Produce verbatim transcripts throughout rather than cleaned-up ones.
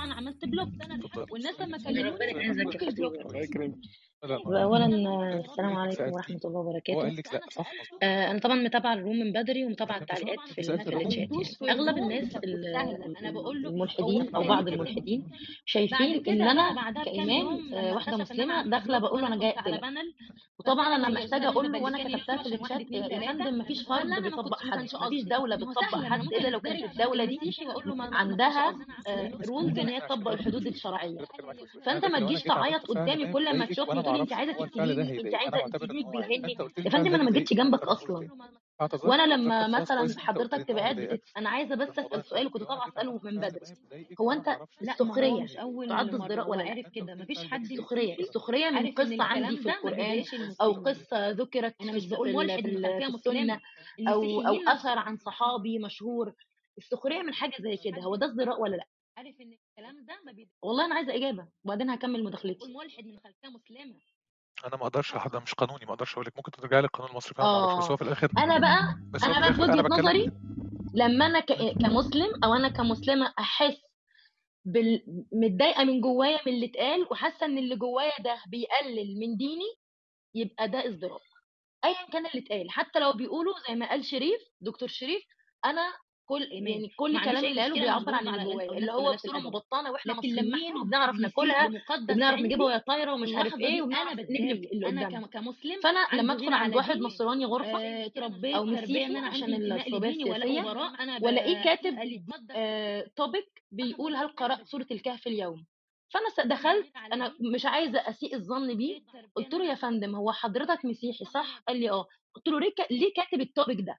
وطبعا عملت بلوك، اتفضلي. والناس لما سؤالي كلموني ربنا ما يعزك يا كنتش بلوك. حبيبي. الله يكرمك. لا لا اولا انت السلام بتقولي انك عليكم سالتيه ورحمه الله هو وبركاته. قال لك لا صح مظبوط. آه انا طبعا متابعه الروم من بدري ومتابعه انا فهمت التعليقات سؤالك في انت ال- سالتي في الراجل الشات. قلتوش يعني في اغلب الروم الناس كانت ال- سهله، انا بقول له هو الملحدين انت او ليه بعض كده؟ الملحدين بعد شايفين ان كده انا بقى بعدها بكام كايمان يوم آه لما واحده اكتشف ان انا مسلمه عامله داخله بلوك بقول له وانا انا جايه كنت على اقتلك. بانل، وطبعا انا فسال لما هي احتاجه استاذه اقول ليه له وانا مبلكاني كتبتها ياخده في عشان واحد الشات اتنين يا تلاته، فندم مفيش فرد فلا انا ما بيطبق كنتش ما حد، كانش مفيش قصدي. دوله ما هو بتطبق سهله، ما انا حد ممكن الا لو كانت ازدري الدوله دي المسيحي واقول له ما ما كنتش عندها قصدي. رولز ان انا هي عشان تطبق كده بكلمك الحدود في وشك، عشان الشرعيه. كده بكلمك في وشك. انا فانت ما دلوقتي لو انا تجيش جيت عملت تعيط فعل قدامي ما كل ما بيضايقك وانا تشوفني ما تقولي انت اعرفش ان عايزه هو الفعل ده تقتليني، انت هيضايق، انا عايزه معتبر ان تسيبيني هو عادي، فانت بيهني. قلت لي يا فندم الفعل ده انا ما جيتش بيضايقني وما جنبك تكررهوش اصلا. تاني. اعتذرت وانا وقلت لك لما طب خلاص مثلا كويس ان انت قلت لي حضرتك ان هو ما تبقى قاعد بت... بيضايقكش. انا عايزه بس الموضوع اسال سؤال انتهى. وكنت لو انا طالعه جيت اساله عملت من فعل بدري. ما بيضايقك هو وانا ما انت اعرفش ان لا هو ما هو السخريه مش اول تعد مره، ازدراء هو ولا لا؟ عارف انت كده، قلت لي مفيش الفعل ده حد بيضايقك السخريه مسيحي فانا السخريه من عارف ان قصه عندي الكلام في ده ما القران بيضايقش او المسلمين. قصه ذكرت انا في مش الس- بقول في ال- ملحد في من ال- خلفيه في السنه، مسلمه، او او المسيحيين اثر نفسهم عن صحابي مشهور. السخريه من حاجه زي كده، هو ده ازدراء ولا لا؟ عارف ان الكلام ده ما بيضايقش. والله انا عايزه اجابه وبعدين هكمل بقول مداخلتي. ملحد من خلفيه مسلمه. انا ما اقدرش حد مش قانوني، ما اقدرش اقول لك، ممكن ترجع لي القانون المصري فانا ما اعرفش، بس هو اه في الاخر انا بقى بس هو انا في بقى في الاخر انا وجهه بتكلم. نظري لما انا ك- كمسلم او انا كمسلمه احس بال... متضايقه من جوايا من اللي اتقال وحاسه ان اللي جوايا ده بيقلل من ديني، يبقى ده ازدراء. ايا كان اللي اتقال، حتى لو بيقولوا زي ما قال شريف، دكتور شريف، انا كل ايمان يعني ما كل عنديش كلام اي اللي قاله مشكله، انا مش بيعبر عن برد اللي على جوايا، اللي الناس هو قلالات بصوره الادب، مبطنه واحنا لكن لما مصريين حد وبنعرف يسيء ناكلها لمقدس وبنعرف نجيبها عندي وهي طايره في ومش عارف اللحظه ايه دي انا وبنعرف نجلب بتضايق. اللي انا قدامنا. كم- كمسلم فانا لما عندي ادخل غيره عند على واحد ديني، نصراني غرفه آه، اتربيت او تربيه ان مسيحي انا عشان عندي انتماء الصوابيه لديني ولاء السياسيه وبراء. انا والاقيه كاتب بقلد آه توبيك بيقول هل قرات سوره الكهف اليوم؟ فانا س- عندي دخلت، غيره على انا ديني، مش عايزه اسيء الظن بيه. اتربيت تربيه قلت ان له انا يا فندم هو حضرتك مسيحي صح؟ قال لي اه. قلت له ليه ك- ليه كاتب التوبيك ده؟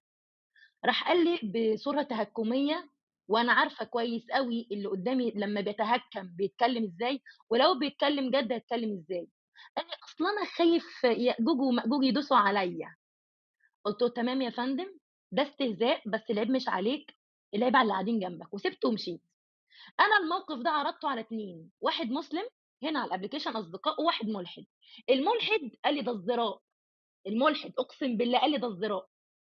راح قال لي بصوره تهكميه، وانا عارفه كويس قوي اللي قدامي لما بيتهكم بيتكلم ازاي، ولو بيتكلم جد هيتكلم ازاي. قال لي اصلا انا خايف ياجوج وماجوج يدوسوا عليا. قلت له تمام يا فندم، ده استهزاء بس العيب مش عليك، العيب على اللي قاعدين جنبك، وسبته ومشيت. انا الموقف ده عرضته على اتنين، واحد مسلم هنا على الابلكيشن اصدقاء، وواحد ملحد. الملحد قال لي ده ازدراء، الملحد اقسم بالله قال لي ده ازدراء.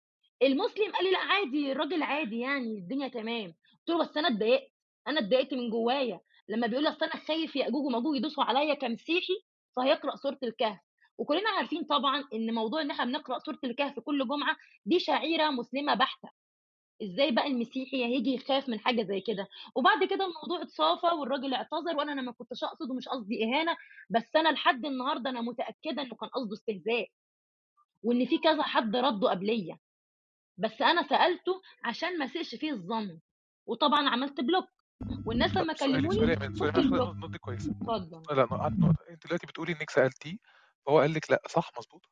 المسلم قال لي لا عادي، الراجل عادي يعني الدنيا تمام. قلت له بس انا اتضايقت، انا اتضايقت من جوايا لما بيقول لي اصل انا خايف ياجوج وماجوج يدوسوا عليا كمسيحي فهيقرا سوره الكهف. وكلنا عارفين طبعا ان موضوع ان احنا بنقرا سوره الكهف كل جمعه دي شعيره مسلمه بحته. ازاي بقى المسيحي هيجي يخاف من حاجه زي كده؟ وبعد كده الموضوع اتصافى والراجل اعتذر، وانا انا ما كنتش اقصد ومش قصدي اهانه، بس انا لحد النهارده انا متاكده انه كان قصده استهزاء، وان في كذا حد رده قبليه، بس انا سالته عشان ما اسيئش فيه الظن، وطبعا عملت بلوك. والناس طب لما سؤالي كلموني سؤالي يا مان، سؤالي فك عشان البلوك. النقطة دي كويسة. اتفضل. لا نقطة نقطة. انت دلوقتي بتقولي انك سألتيه فهو قال لك لا، صح مظبوط؟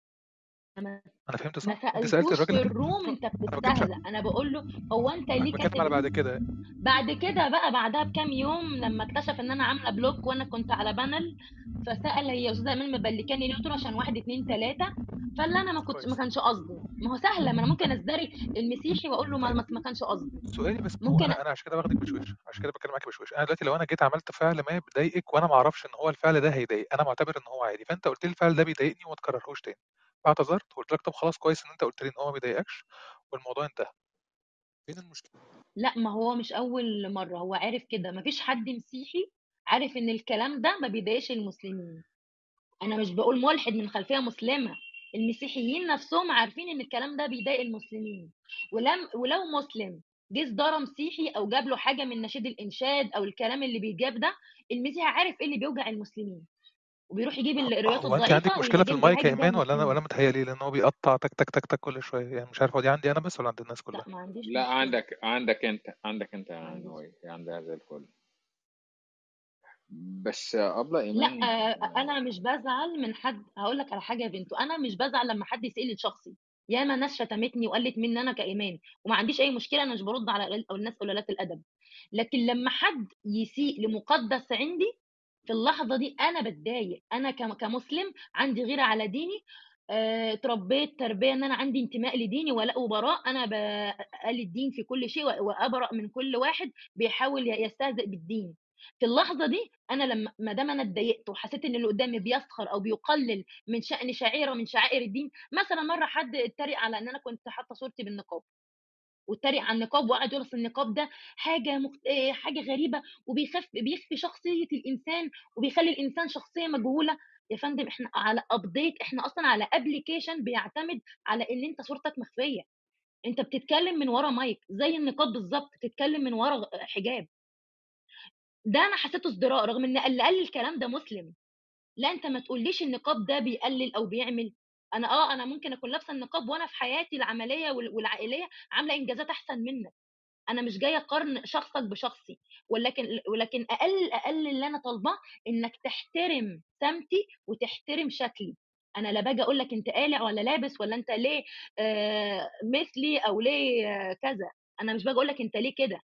انا انا فهمت ما صح؟ انت سألت سالتوش الراجل في اللي الروم انت انت انا ما بتكلمش بتستهزأ، انا بقول له هو انت انا ليه بتكلم على كاتب؟ بعد كده. بعد كده بقى بعدها بكام يوم لما اكتشف ان انا عامله بلوك وانا كنت على بانل، فسال هي يا استاذه ايمان مبلكاني ليه؟ قلت له عشان واحد اتنين تلاته. فاللي انا ما كنت ما كويس. كانش قصدي، ما هو سهله، ما انا ممكن ازدري المسيحي واقول له ما, طيب ما ما كانش قصدي. سؤالي بس، ما هو ممكن انا انا عشان كده باخدك بشويش، عشان كده بتكلم معاكي بشويش. انا دلوقتي لو انا جيت عملت فعل ما بيضايقك وانا ما اعرفش ان هو الفعل ده هيضايق، انا معتبر ان هو عادي، فانت قلت لي الفعل ده بيضايقني وما تكررهوش تاني، فاعتذرت وقلت لك طب خلاص كويس ان انت قلت لي ان هو ما بيضايقكش والموضوع انتهى. فين المشكله؟ لا، ما هو مش اول مره، هو عارف كده، ما فيش حد مسيحي عارف ان الكلام ده ما بيضايقش المسلمين. انا مش بقول ملحد من خلفيه مسلمه، المسيحيين نفسهم عارفين ان الكلام ده بيضايق المسلمين. ولم ولو مسلم جه ازدرى مسيحي او جاب له حاجه من نشيد الانشاد او الكلام اللي بيجاب ده، المسيحي عارف ايه اللي بيوجع المسلمين، وبيروح يجيب القراءات هو انت عندك الضعيفه مشكله في ويهاجم المايك يا بيهاجم بيها ايمان ولا انا المسلمين. ولا متهيألي؟ لان هو بيقطع تك تك تك تك كل شويه، يعني مش عارف هو دي عندي انا بس ولا عند الناس لا كلها. ما عنديش لا مشكله. عندك عندك انت عندك انت ما يا عنديش. نوي عندها زي الفل. بس أبلة لا إيمان آه، آه، انا مش بزعل من حد، هقول لك على حاجه يا بنتو، انا مش بزعل لما حد يسأل لي شخصي. ياما ناس شتمتني وقالت مني انا كايمان، وما عنديش اي مشكله، انا مش برد على قل- او الناس قلالات الادب. لكن لما حد يسيء لمقدس عندي، في اللحظه دي انا بتضايق، انا كم- كمسلم عندي غيره على ديني. آه، اتربيت تربيه ان انا عندي انتماء لديني ولاء وبراء، انا بقال الدين في كل شيء و- وابرأ من كل واحد بيحاول يستهزئ بالدين. في اللحظه دي انا لما ما دام انا اتضايقت وحسيت ان اللي قدامي بيسخر او بيقلل من شأن شعيره من شعائر الدين، مثلا مره حد اتريق على ان انا كنت حاطه صورتي بالنقاب، واتريق على النقاب وقعد يقول اصل النقاب ده حاجه مخت... آه، حاجه غريبه وبيخف بيخفي شخصيه الانسان وبيخلي الانسان شخصيه مجهوله. يا فندم احنا على ابديت، احنا اصلا على ابلكيشن بيعتمد على ان انت صورتك مخفيه. انت بتتكلم من ورا مايك زي النقاب بالظبط، بتتكلم من ورا حجاب. ده انا حسيته ازدراء رغم ان اللي قال الكلام ده مسلم. لا انت ما تقوليش النقاب ده بيقلل او بيعمل. انا اه انا ممكن اكون لابسه النقاب وانا في حياتي العمليه وال- والعائليه عامله انجازات احسن منك. انا مش جايه اقارن شخصك بشخصي، ولكن ولكن اقل اقل اللي انا طالباه انك تحترم سمتي وتحترم شكلي. انا لا باجي اقول لك انت قالع ولا لابس ولا انت ليه آه مثلي او ليه آه كذا. انا مش باجي اقول لك انت ليه كده.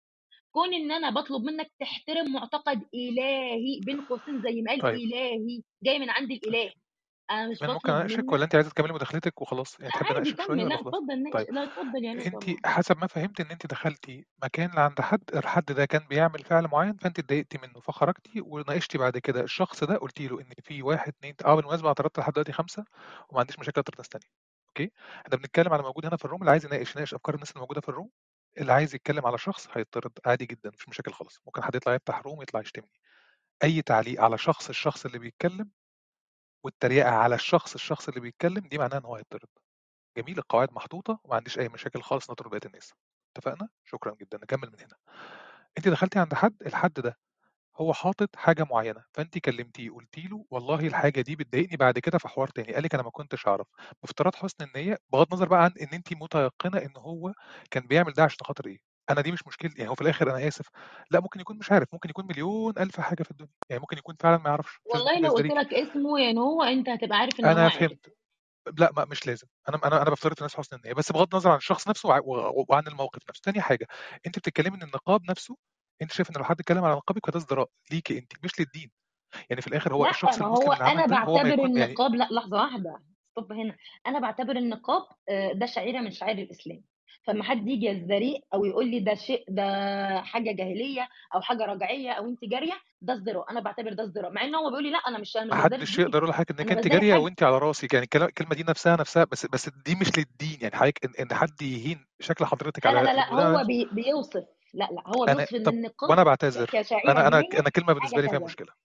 كون ان انا بطلب منك تحترم معتقد الهي بين قوسين زي ما قال طيب الهي جاي من عند طيب الاله. انا مش ايمان، ممكن بطلب اناقشك منك. ولا انت عايزه تكملي مداخلتك وخلاص؟ يعني لا تحب عادي اناقشك شويه كمل، لا ولا خلاص؟ اتفضل طيب ناقش، لا اتفضل يعني انت طبعا. حسب ما فهمت ان انت دخلتي مكان عند حد، الحد ده كان بيعمل فعل معين فانت اتضايقتي منه فخرجتي وناقشتي بعد كده الشخص ده، قلتي له ان في واحد اتنين اه بالمناسبه اعترضت لحد دلوقتي خمسه وما عنديش مشاكل اعترض ناس تانيه. اوكي، احنا بنتكلم على موجود هنا في الروم، اللي عايز يناقش يناقش افكار الناس اللي موجوده في الروم، اللي عايز يتكلم على شخص هيطرد عادي جدا، مش مشاكل خالص. ممكن حد يطلع يفتح روم يطلع يشتمني. اي تعليق على شخص الشخص اللي بيتكلم والتريقه على الشخص الشخص اللي بيتكلم دي معناها ان هو هيطرد. جميل، القواعد محطوطة وما عنديش أي مشاكل خالص نطرد بقية الناس. اتفقنا؟ شكرا جدا، نكمل من هنا. أنت دخلتي عند حد، الحد ده هو حاطط حاجة معينة فأنت كلمتيه قلتي له والله الحاجة دي بتضايقني بعد كده في حوار تاني، قال لك أنا ما كنتش أعرف. بافتراض حسن النية بغض النظر بقى عن إن أنت متيقنة إن هو كان بيعمل ده عشان خاطر إيه. أنا دي مش مشكلتي، يعني هو في الآخر أنا آسف، لا ممكن يكون مش عارف، ممكن يكون مليون ألف حاجة في الدنيا، يعني ممكن يكون فعلا ما يعرفش، مش لازم والله يكون لو قلت بيزدريكي. لك اسمه يعني هو انت هتبقى عارف ان هو أنا عارف. فهمت. لأ، ما مش لازم. أنا أنا أنا بافترض الناس حُسن النية، بس بغض النظر عن الشخص نفسه وع و وعن الموقف نفسه. تاني حاجة، أنتِ بتتكلمي إن النقاب نفسه، أنتِ شايفة إن لو حد اتكلم على نقابِك فده ازدراء ليكِ أنتِ مش للدين. يعني في الآخر هو لا الشخص ما هو المسلم اللي انا عمل ده هو ما بعتبر يكون يعني النقاب، لا لحظه واحده ستوب هنا. انا بعتبر النقاب آه، ده شعيره من شعائر الاسلام. فما حد يجي يزدري او يقول لي ده شيء ده حاجه جاهليه او حاجه رجعيه او انت جاريه، ده ازدراء. انا بعتبر ده ازدراء مع ان هو بيقول لي لا انا مش انا مش ما بزدري حدش الدين. يقدر يقول لحضرتك إنِّك انا أنتِ بزدري جارية حاجه. وأنتِ على راسي، يعني الكلا الكلمة دي نفسها نفسها بس بس دي مش للدين، يعني حضرتك إن إن حد يهين شكل حضرتك لا لا على لا لا البناء على هو نفسه. بي بيوصف. لا لا هو أنا بيوصف ان طب النقاب وأنا ك- باعتذر، كشعيره أنا أنا دينيه أنا كلمة حاجه بالنسبة لي فيها كذا. مشكلة.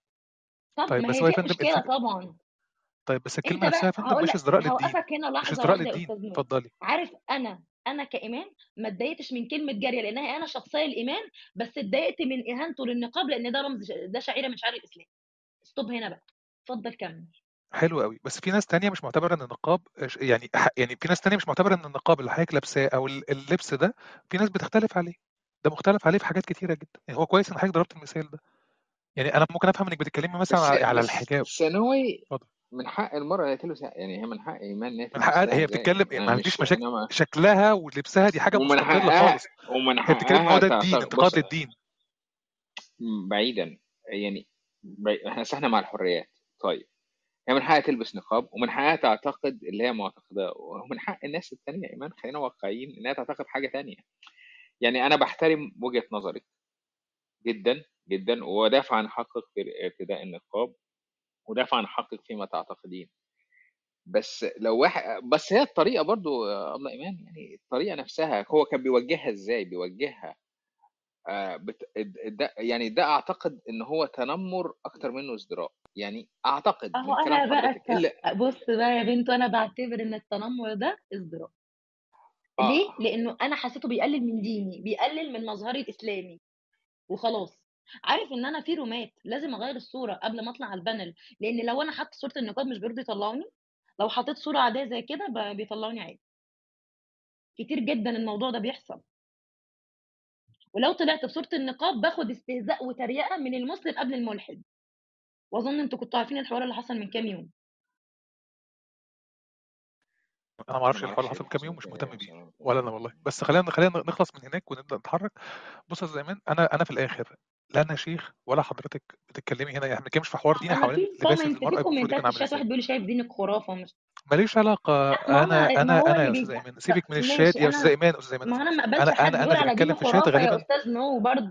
طب طيب ما بس هي هو يا فيها فندم مشكله الفكرة، طبعا. طيب بس انت الكلمة نفسها بقى يا فندم هقول مش لك ازدراء للدين، هوقفك هنا مش لحظه ازدراء واحده يا للدين، استاذ نور. اتفضلي. عارف انا انا كايمان ما اتضايقتش من كلمه جاريه لانها انا شخصيه الايمان، بس اتضايقت من اهانته للنقاب لان ده رمز، ده شعيره من شعائر الاسلام. ستوب هنا بقى، اتفضل كمل. حلو أوي، بس في ناس تانية مش معتبرة إن النقاب ش يعني ح يعني في ناس تانية مش معتبرة إن النقاب اللي حضرتك لابساه أو ال اللبس ده، في ناس بتختلف عليه. ده مختلف عليه في حاجات كتيرة جدًا، يعني هو كويس إن حضرتك ضربت المثال ده. يعني أنا ممكن أفهم إنِّك بتتكلمي مثلًا بس على على بس الحجاب. ثانوي اتفضل. من حق المرأة إن هي تلبس، يعني هي من حق إيمان إن هي من تلبس حقها، زيها هي زيك، بتتكلم أنا ما مش عنديش مشاكل، أنا ما شكلها ولبسها دي حاجة ومن مستقلة حقها خالص. ومن هي بتتكلم إن هو حقها ده الدين، تعتقد. انتقاد بص، للدين. بعيدا يعني بعيد. احنا احنا مع الحريات. طيب، هي من حقها تلبس نقاب ومن حقها تعتقد اللي هي معتقداه، ومن حق الناس التانية إيمان، خلينا واقعيين، إنها تعتقد حاجة تانية. يعني أنا بحترم وجهة نظرك جدا جدا، ودافع عن حقك في ارتداء النقاب، ودافع عن حقك فيما تعتقدين. بس لو واحد، بس هي الطريقة برضو يا أبلة إيمان، يعني الطريقة نفسها هو كان بيوجهها إزاي، بيوجهها آه بت... ده يعني ده أعتقد إن هو تنمر أكتر منه ازدراء، يعني أعتقد اهو من كلام انا بقى حضرتك الت... إلا. بص بقى يا بنتو، انا بعتبر ان التنمر ده ازدراء. ليه؟ آه لانه انا حسيته بيقلل من ديني، بيقلل من مظهري الاسلامي وخلاص. عارف ان انا في رومات لازم اغير الصوره قبل ما اطلع على البانل، لان لو انا حاطه صوره النقاب مش بيرضوا يطلعوني. لو حطيت صوره عاديه زي كده ب- بيطلعوني عادي. كتير جدا الموضوع ده بيحصل. ولو طلعت بصوره النقاب باخد استهزاء وتريقه من المسلم قبل الملحد. واظن انتوا كنتوا عارفين الحوار اللي حصل من كام يوم. أنا ما أنا أعرفش ما الحوار أعرفش اللي إيه حصل اللي من كام حصل يوم، من مش كام مهتم يوم بيه، بصراحة. ولا أنا والله. بس خلينا خلينا نخلص من هناك ونبدأ نتحرك. بُص يا أستاذ أيمن، أنا أنا في الآخر لا أنا شيخ ولا حضرتك بتتكلمي هنا، يعني إحنا ما بنتكلمش في حوار ديني انا حوالين في لباس كومنت في المرأة المفروض كومنتات يكون في عامل الشات واحد إزاي. بيقول لي شايف دينك خرافه مش. ما ليش علاقة. لا ما أنا انا ما أنا هو أنا اللي يا بيج... أستاذ أيمن سيبِك من الشات ماشي يا أستاذ انا. أيمن، أستاذ أيمن، ما أستاذ انا ما أيمن. أنا اقبلش أنا حد أنا يقول اللي على باتكلم دينه في الشات خرافه يا غالبًا. استاذ نو برضو.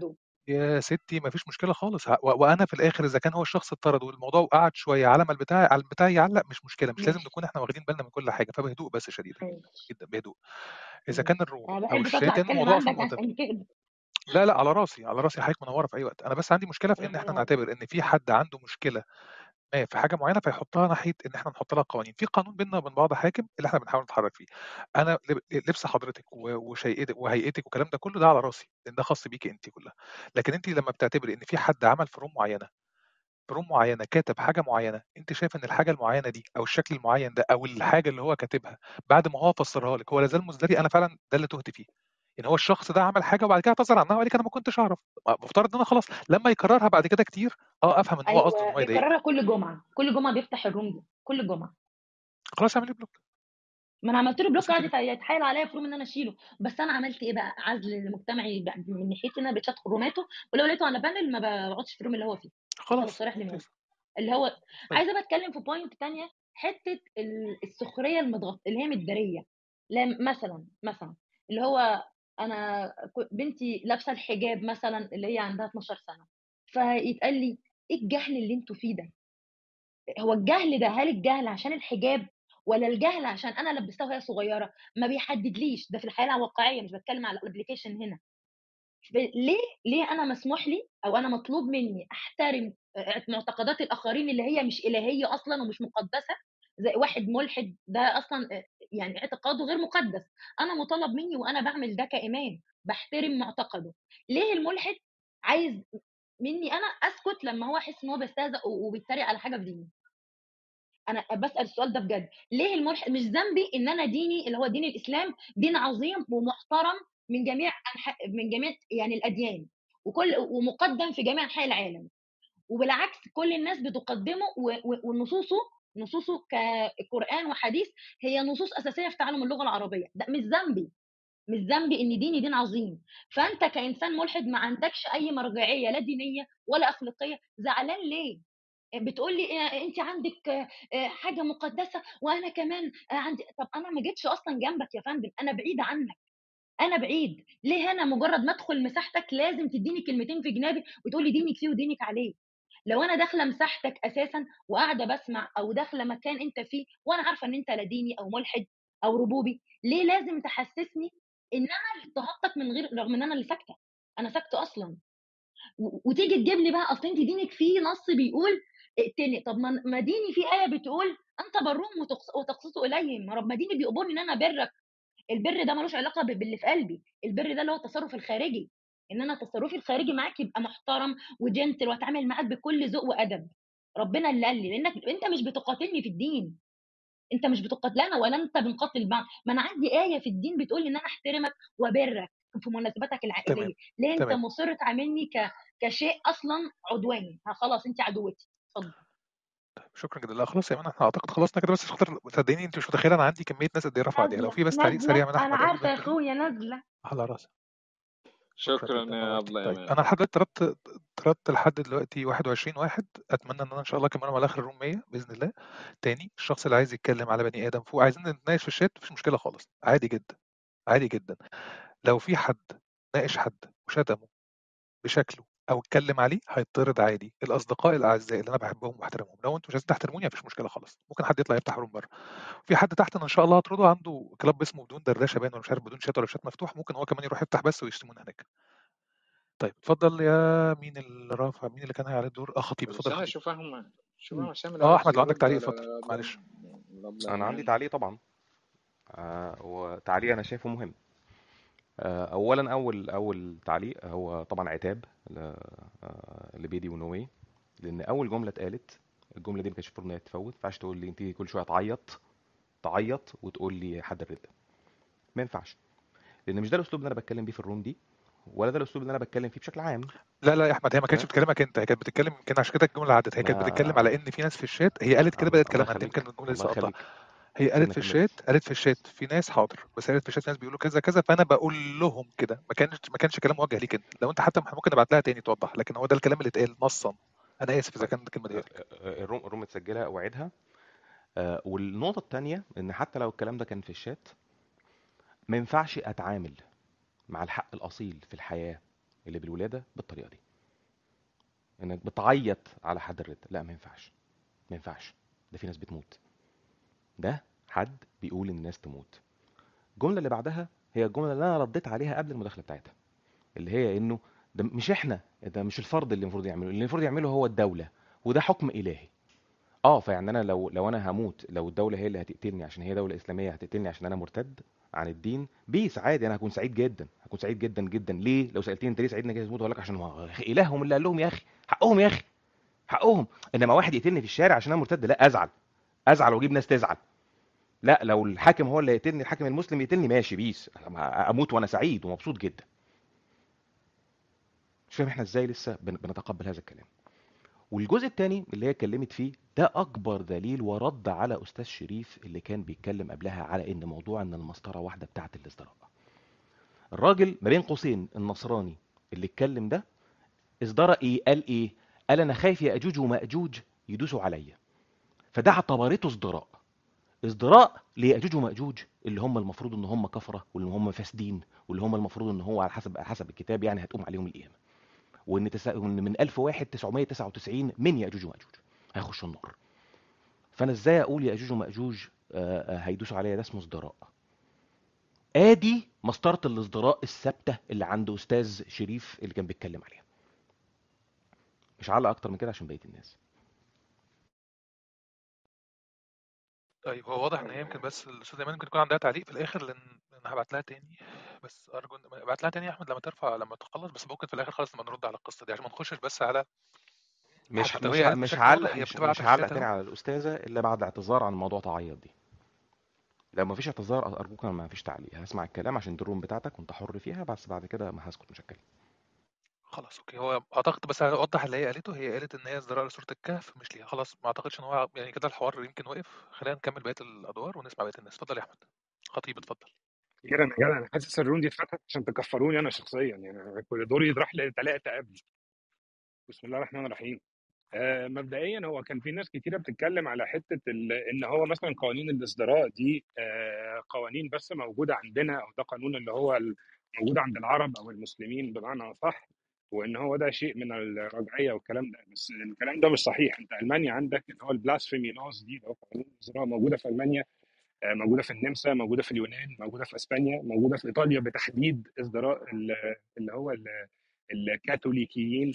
يا ستي ما فيش مشكله خالص، ه- و- وانا في الاخر اذا كان هو الشخص اتطرد والموضوع قعد شويه على ما البتاع على البتاع يعلق، مش مشكله، مش لازم ماشي نكون احنا واخدين بالنا من كل حاجه، فبهدوء بس شديد ماشي جدا بهدوء. اذا كان ماشي. الروم انا او بحبش اطلع الشات لان اتكلم الموضوع اصلا عندك معتمد. عشان كده. لا لا على راسي على راسي، حضرتك منوره في اي وقت. انا بس عندي مشكله في انا ان احنا منور. نعتبر ان في حد عنده مشكله ما في حاجه معينه فيحطها ناحيه ان احنا نحط لها قوانين. في قانون بيننا وبين بعض حاكم اللي احنا بنحاول نتحرك فيه. انا لب- لبس حضرتك و- وشيئتك وهيئتك والكلام ده كله ده على راسي، لان ده خاص بيكي انت كلها. لكن انت لما بتعتبري ان في حد عمل في روم معينه بروم معينه كاتب حاجه معينه، انت شايف ان الحاجه المعينه دي او الشكل المعين ده او الحاجه اللي هو كاتبها بعد ما هو فسرها لك هو لازال مزدري، انا فعلا ده اللي تهت فيه. ان هو الشخص ده عمل حاجه وبعد كده اعتذر عنها وقال لك انا ما كنتش اعرف. مفترض ان انا خلاص لما يكررها بعد كده كتير اه افهم ان هو قصده ان ايوه هو يضايقني. بيكررها كل جمعه، كل جمعه بيفتح الروم دي كل جمعه. خلاص اعمل لي بلوك. ما انا عملت له بلوك، بسيطه قعد جدا. يت- يتحايل عليا في روم ان انا اشيله، بس انا عملت ايه بقى؟ عزل مجتمعي بقى من ناحيتي، انا بقيت ادخل روماته، ولو لقيته على بانل ما بقعدش في الروم اللي هو فيه، عشان ابقى خلاص صريح للناس. ممتاز. اللي هو طيب عايزه بقى اتكلم في بوينت تانية، حته ال- السخريه المضغط اللي هي متداريه. لا مثلا مثلا اللي هو انا ك- بنتي لابسه الحجاب مثلا اللي هي عندها اتناشر سنه، فيتقال لي ايه الجهل اللي انتوا فيه ده؟ هو الجهل ده، هل الجهل عشان الحجاب ولا الجهل عشان انا لبستها وهي صغيره؟ ما بيحددليش ده في الحياه الواقعيه، مش بتكلم على الابلكيشن هنا. ب- ليه ليه انا مسموح لي او انا مطلوب مني احترم آه، معتقدات الاخرين اللي هي مش الهيه اصلا ومش مقدسه؟ زي واحد ملحد ده اصلا آه، يعني اعتقاده غير مقدس، انا مطالب مني وانا بعمل ده كايمان بحترم معتقده. ليه الملحد عايز مني انا اسكت لما هو يحس ان هو بيستهزأ و- وبيتريق على حاجه في ديني؟ انا بسال السؤال ده بجد. ليه الملحد مش ذنبي ان انا ديني اللي هو دين الاسلام دين عظيم ومحترم من جميع أنحاء من جميع يعني الاديان، وكل ومقدم في جميع انحاء العالم، وبالعكس كل الناس بتقدمه و- و- ونصوصه نصوصه كقران وحديث هي نصوص اساسيه في تعلم اللغه العربيه. ده مش ذنبي، مش ذنبي ان ديني دين عظيم. فانت كانسان ملحد ما عندكش اي مرجعيه لا دينيه ولا اخلاقيه، زعلان ليه؟ بتقول لي انت عندك آه، حاجه مقدسه وانا كمان آه، عندي. طب انا ما جيتش اصلا جنبك يا فندم، انا بعيده عنك، انا بعيد. ليه انا مجرد ما ادخل مساحتك لازم تديني كلمتين في جنابي وتقول لي دينك فيه ودينك عليه؟ لو انا داخله مساحتك اساسا وقاعده بسمع، او داخله مكان انت فيه وانا عارفه ان انت لا ديني او ملحد او ربوبي، ليه لازم تحسسني ان انا اللي اضطهدتك من غير، رغم ان انا اللي ساكته؟ انا ساكته اصلا، و- وتيجي تجيب لي بقى اصل انت دينك فيه نص بيقول اقتلي. طب ما ما ديني فيه ايه بتقول انت برهم وتقس- وتقسط اليهم. ما رب ما ديني بيقبرني ان انا برك. البر ده ملوش علاقه ب- باللي في قلبي، البر ده اللي هو التصرف الخارجي، ان انا تصرفي الخارجي معاك يبقى محترم وجنتل واتعامل معاك بكل ذوق وادب. ربنا اللي قال لي، لانك انت مش بتقاتلني في الدين، انت مش بتقاتلنا ولا انت بنقاتل بعض. ما انا عندي ايه في الدين بتقول لي ان انا احترمك وابرك في مناسباتك تمام العائليه. ليه انت تمام. مصر تعاملني ك... كشيء اصلا عدواني؟ ها خلاص انت عدوتي، اتفضل. شكرا جدا. لا خلاص يا ايمان احنا اعتقد خلصنا كده، بس عشان خاطر صدقيني انت مش متخيله انا عندي كميه ناس قد ايه رافعه ايديها. لو نازله في بس تعليق سريع نازله من انا احمد امين عارفه يا بنت الايه اخويا نازله. على راسي. شكرا شكرا جدا يا نورتي. ابله طيب ايمان. انا لحد دلوقتي طردت طردت لحد دلوقتي واحد وعشرين واحد. اتمنى ان انا ان شاء الله كمان على اخر الروم مية باذن الله. تاني الشخص اللي عايز يتكلم على بني ادم فوق عايزين نتناقش في الشات مفيش مشكله خالص، عادي جدا عادي جدا. لو في حد ناقش حد وشتمه بشكله او اتكلم عليه هيطرد عادي. الاصدقاء الاعزاء اللي انا بحبهم واحترمهم لو انتوا مش عايزين تحترموني مفيش مشكله خالص، ممكن حد يطلع يفتح روم بره. في حد تحت انا ان شاء الله هطرده عنده كلاب اسمه بدون دردشه باين ولا مش عارف بدون شات ولا شات مفتوح، ممكن هو كمان يروح يفتح بس ويشتمونا هناك. طيب اتفضل يا مين اللي رافع مين اللي كان عليه الدور؟ اه خطيب، طب اتفضل يا استنى خطيب. اشوفهم شوفهم مم. هشام لو اه عايز احمد لو عندك يرد تعليق على اتفضل الابله معلش. الابله انا عندي ايمان. تعليق طبعا. آه وتعليق انا شايفه مهم. آه اولا اول اول تعليق هو طبعا عتاب ل- آه، لبيدي ونوي، لان اول جمله اتقالت الجمله دي ما كانش المفروض ان هي تتفوت. ما ينفعش تقول لي انت كل شويه تعيط تعيط وتقول لي حد الرده، ما ينفعش، لان مش ده الاسلوب اللي انا بتكلم بيه في الروم دي، ولا ده الاسلوب اللي انا بتكلم فيه بشكل عام. لا لا يا احمد هي ما كانتش تمام. بتكلمك انت، هي كانت بتتكلم يمكن عشان كده الجمله عدت. هي كانت بتتكلم ما على ان في ناس في الشات، هي قالت كده بدات الله كلامها انت يخليك يمكن الجمله الله لسه قطع. يخليك هي قالت سيبني في اكمل. الشات قالت في الشات في ناس حاضر، بس قالت في الشات ناس بيقولوا كذا كذا، فانا بقول لهم كده. ما كانش ما كانش كلام موجه ليك انت. لو انت حتى ممكن نبعت لها تاني توضح، لكن هو ده الكلام اللي اتقال نصا. انا اسف اذا طيب. كانت الكلمه دي آه، لك. آه، الروم الروم متسجله اوعدها. آه، والنقطه الثانيه ان حتى لو الكلام ده كان في الشات، ما ينفعش اتعامل مع الحق الاصيل في الحياه اللي بالولاده بالطريقه دي، انك بتعيط على حد الرد. لا ما ينفعش، ما ينفعش، ده في ناس بتموت. ده حد بيقول ان الناس تموت. الجمله اللي بعدها هي الجمله اللي انا رديت عليها قبل المداخله بتاعتها، اللي هي انه ده مش احنا، ده مش الفرد اللي المفروض يعمله، اللي المفروض يعمله هو الدوله، وده حكم الهي. اه فيعني انا لو لو انا هموت، لو الدوله هي اللي هتقتلني عشان هي دوله اسلاميه، هتقتلني عشان انا مرتد عن الدين، بيس عادي، انا هكون سعيد جدا، هكون سعيد جدا جدا. ليه؟ لو سالتني انت ليه سعيد انك تموت، اقول لك عشان هو الههم اللي قال لهم يا اخي، حقهم يا اخي، حقهم. انما واحد يقتلني في الشارع عشان انا مرتد، لا ازعل، ازعل واجيب ناس تزعل. لا لو الحاكم هو اللي يقتلني، الحاكم المسلم يقتلني، ماشي بيس، اموت وانا سعيد ومبسوط جدا. مش فاهم احنا ازاي لسه بن- بنتقبل هذا الكلام. والجزء الثاني اللي هي اتكلمت فيه ده اكبر دليل ورد على استاذ شريف اللي كان بيتكلم قبلها على ان موضوع ان المسطره واحده بتاعه الازدراء. الراجل ما بين قوسين النصراني اللي اتكلم ده ازدرى ايه؟ قال ايه؟ قال انا خايف ياجوج وماجوج يدوسوا عليا، فده اعتبرته ازدراء. ازدراء ليأجوج ومأجوج اللي هم المفروض ان هم كفره، واللي هم فاسدين، واللي هم المفروض ان هو على حسب على حسب الكتاب يعني هتقوم عليهم القيامه. وان تسا... وان من ألف وواحد تسعمية وتسعة وتسعين من يأجوج ومأجوج هيخشوا النار. فانا ازاي اقول يأجوج ومأجوج آه، آه، هيدوسوا عليا؟ ده اسمه ازدراء. ادي مسطره الازدراء الثابته اللي عند استاذ شريف اللي كان بيتكلم عليها. مش هعلق اكتر من كده عشان بقيه الناس. طيب هو واضح ان هي يمكن بس الاستاذ ايمان ممكن يكون عندها تعليق في الاخر، لان انا هبعت لها تاني. بس ارجو ان ابعت لها تاني يا احمد لما ترفع لما تخلص، بس ممكن في الاخر خالص لما نرد على القصه دي عشان ما نخشش بس على مش حتى مش وهي ه- قالت مش بشكل واضح، هعلق هي مش بتبعت مش على هعلق الشات تاني اهو. على الاستاذه الا بعد اعتذار عن موضوع تعيط دي. لو ما فيش اعتذار ارجوك، انا ما فيش تعليق، هسمع الكلام عشان دي الروم بتاعتك وانت حر فيها، بس بعد كده ما هسكت مش هتكلم. خلاص اوكي، هو اعتقد بس هوضح اللي هي قالته. هي قالت ان هي ازدراء لسوره الكهف مش ليها. خلاص ما اعتقدش ان هو يعني كده الحوار يمكن وقف. خلينا نكمل بقيه الادوار ونسمع بقيه الناس. اتفضل يا احمد خطيب، اتفضل. يا انا يا انا حاسس الروم دي اتفتحت عشان تكفروني انا شخصيا، يعني أنا كل دوري يروح لثلاثه قبل. بسم الله الرحمن الرحيم. آه مبدئيا هو كان في ناس كتيره بتتكلم على حته ال- ان هو مثلا قوانين الازدراء دي آه قوانين بس موجوده عندنا، او ده قانون اللي هو ال- موجود عند العرب او المسلمين بمعنى اصح، وان هو ده شيء من الرجعيه والكلام ده. بس الكلام ده مش صحيح. انت المانيا عندك اللي هو البلاسفيمي لوز دي، اللي هو قانون الازدراء، موجوده في المانيا، آه، موجوده في النمسا، موجوده في اليونان، موجوده في اسبانيا، موجوده في ايطاليا بتحديد ازدراء ال- اللي هو ال- الكاثوليكيين،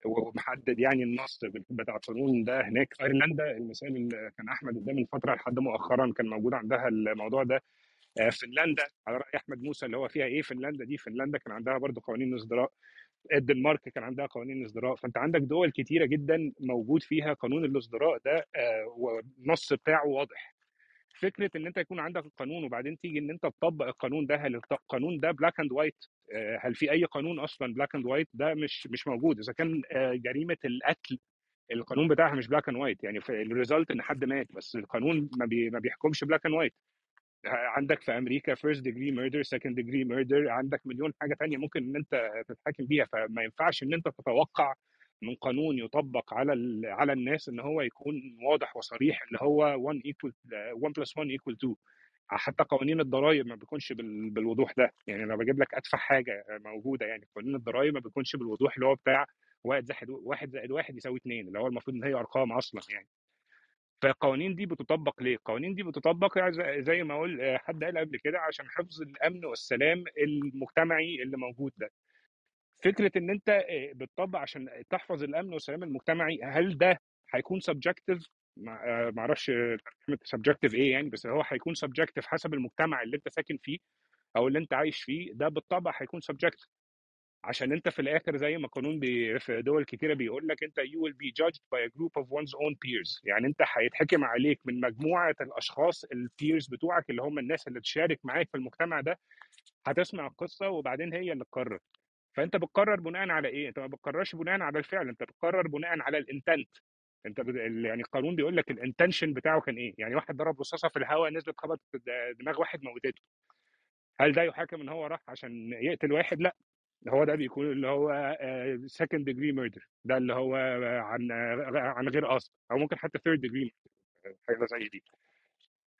ومحدد يعني النص بتاع القانون ده هناك. ايرلندا المثال اللي كان احمد قدام من فتره لحد مؤخرا كان موجود عندها الموضوع ده. آه، فنلندا على راي احمد موسى اللي هو فيها ايه فنلندا دي، فنلندا كان عندها برضو قوانين ازدراء. الدنمارك كان عندها قوانين ازدراء. فانت عندك دول كتيره جدا موجود فيها قانون الازدراء ده، آه، والنص بتاعه واضح. فكره ان انت يكون عندك القانون وبعدين تيجي ان انت تطبق القانون ده، هل القانون ده بلاك اند وايت؟ هل في اي قانون اصلا بلاك اند وايت؟ ده مش مش موجود. اذا كان آه، جريمه القتل القانون بتاعها مش بلاك اند وايت، يعني في الريزلت ان حد مات، بس القانون ما, بي ما بيحكمش بلاك اند وايت. عندك في امريكا فيرست ديجري ميردر، سكند ديجري ميردر، عندك مليون حاجه تانية ممكن ان انت تتحاكم بيها. فما ينفعش ان انت تتوقع من قانون يطبق على ال- على الناس ان هو يكون واضح وصريح اللي هو واحد equal واحد plus واحد equal اتنين. حتى قوانين الضرائب ما بيكونش بال- بالوضوح ده. يعني انا بجيب لك ادفع حاجه موجوده، يعني قانون الضرائب ما بيكونش بالوضوح اللي هو بتاع واحد زائد واحد زائد واحد يساوي اتنين، اللي هو المفروض ان هي ارقام اصلا يعني. فالقوانين دي بتطبق ليه؟ القوانين دي بتطبق يعني زي زي ما اقول حد قال قبل كده عشان حفظ الامن والسلام المجتمعي اللي موجود ده. فكره ان انت بتطبق عشان تحفظ الامن والسلام المجتمعي، هل ده هيكون سبجكتيف؟ ما اعرفش ترجمه سبجكتيف ايه يعني، بس هو هيكون سبجكتيف حسب المجتمع اللي انت ساكن فيه او اللي انت عايش فيه. ده بالطبع هيكون سبجكتيف، عشان انت في الاخر زي ما قانون بي في دول كتيره بيقول لك انت you will be judged by a group of one's own peers. يعني انت هيتحكم عليك من مجموعه الاشخاص البيرز بتوعك اللي هم الناس اللي تشارك معاك في المجتمع ده. هتسمع القصه وبعدين هي اللي تقرر. فانت بتقرر بناء على ايه؟ انت ما بتقررش بناء على الفعل، انت بتقرر بناء على الانتنت. انت بت... يعني القانون بيقول لك الانتنشن بتاعه كان ايه. يعني واحد ضرب رصاصه في الهواء نزلت خبطت دماغ واحد موتته، هل ده يحاكم ان هو راح عشان يقتل واحد؟ لا، هو ده بيكون اللي هو second degree murder، ده اللي هو عن عن غير قصد، او ممكن حتى third degree murder، حاجه زي دي.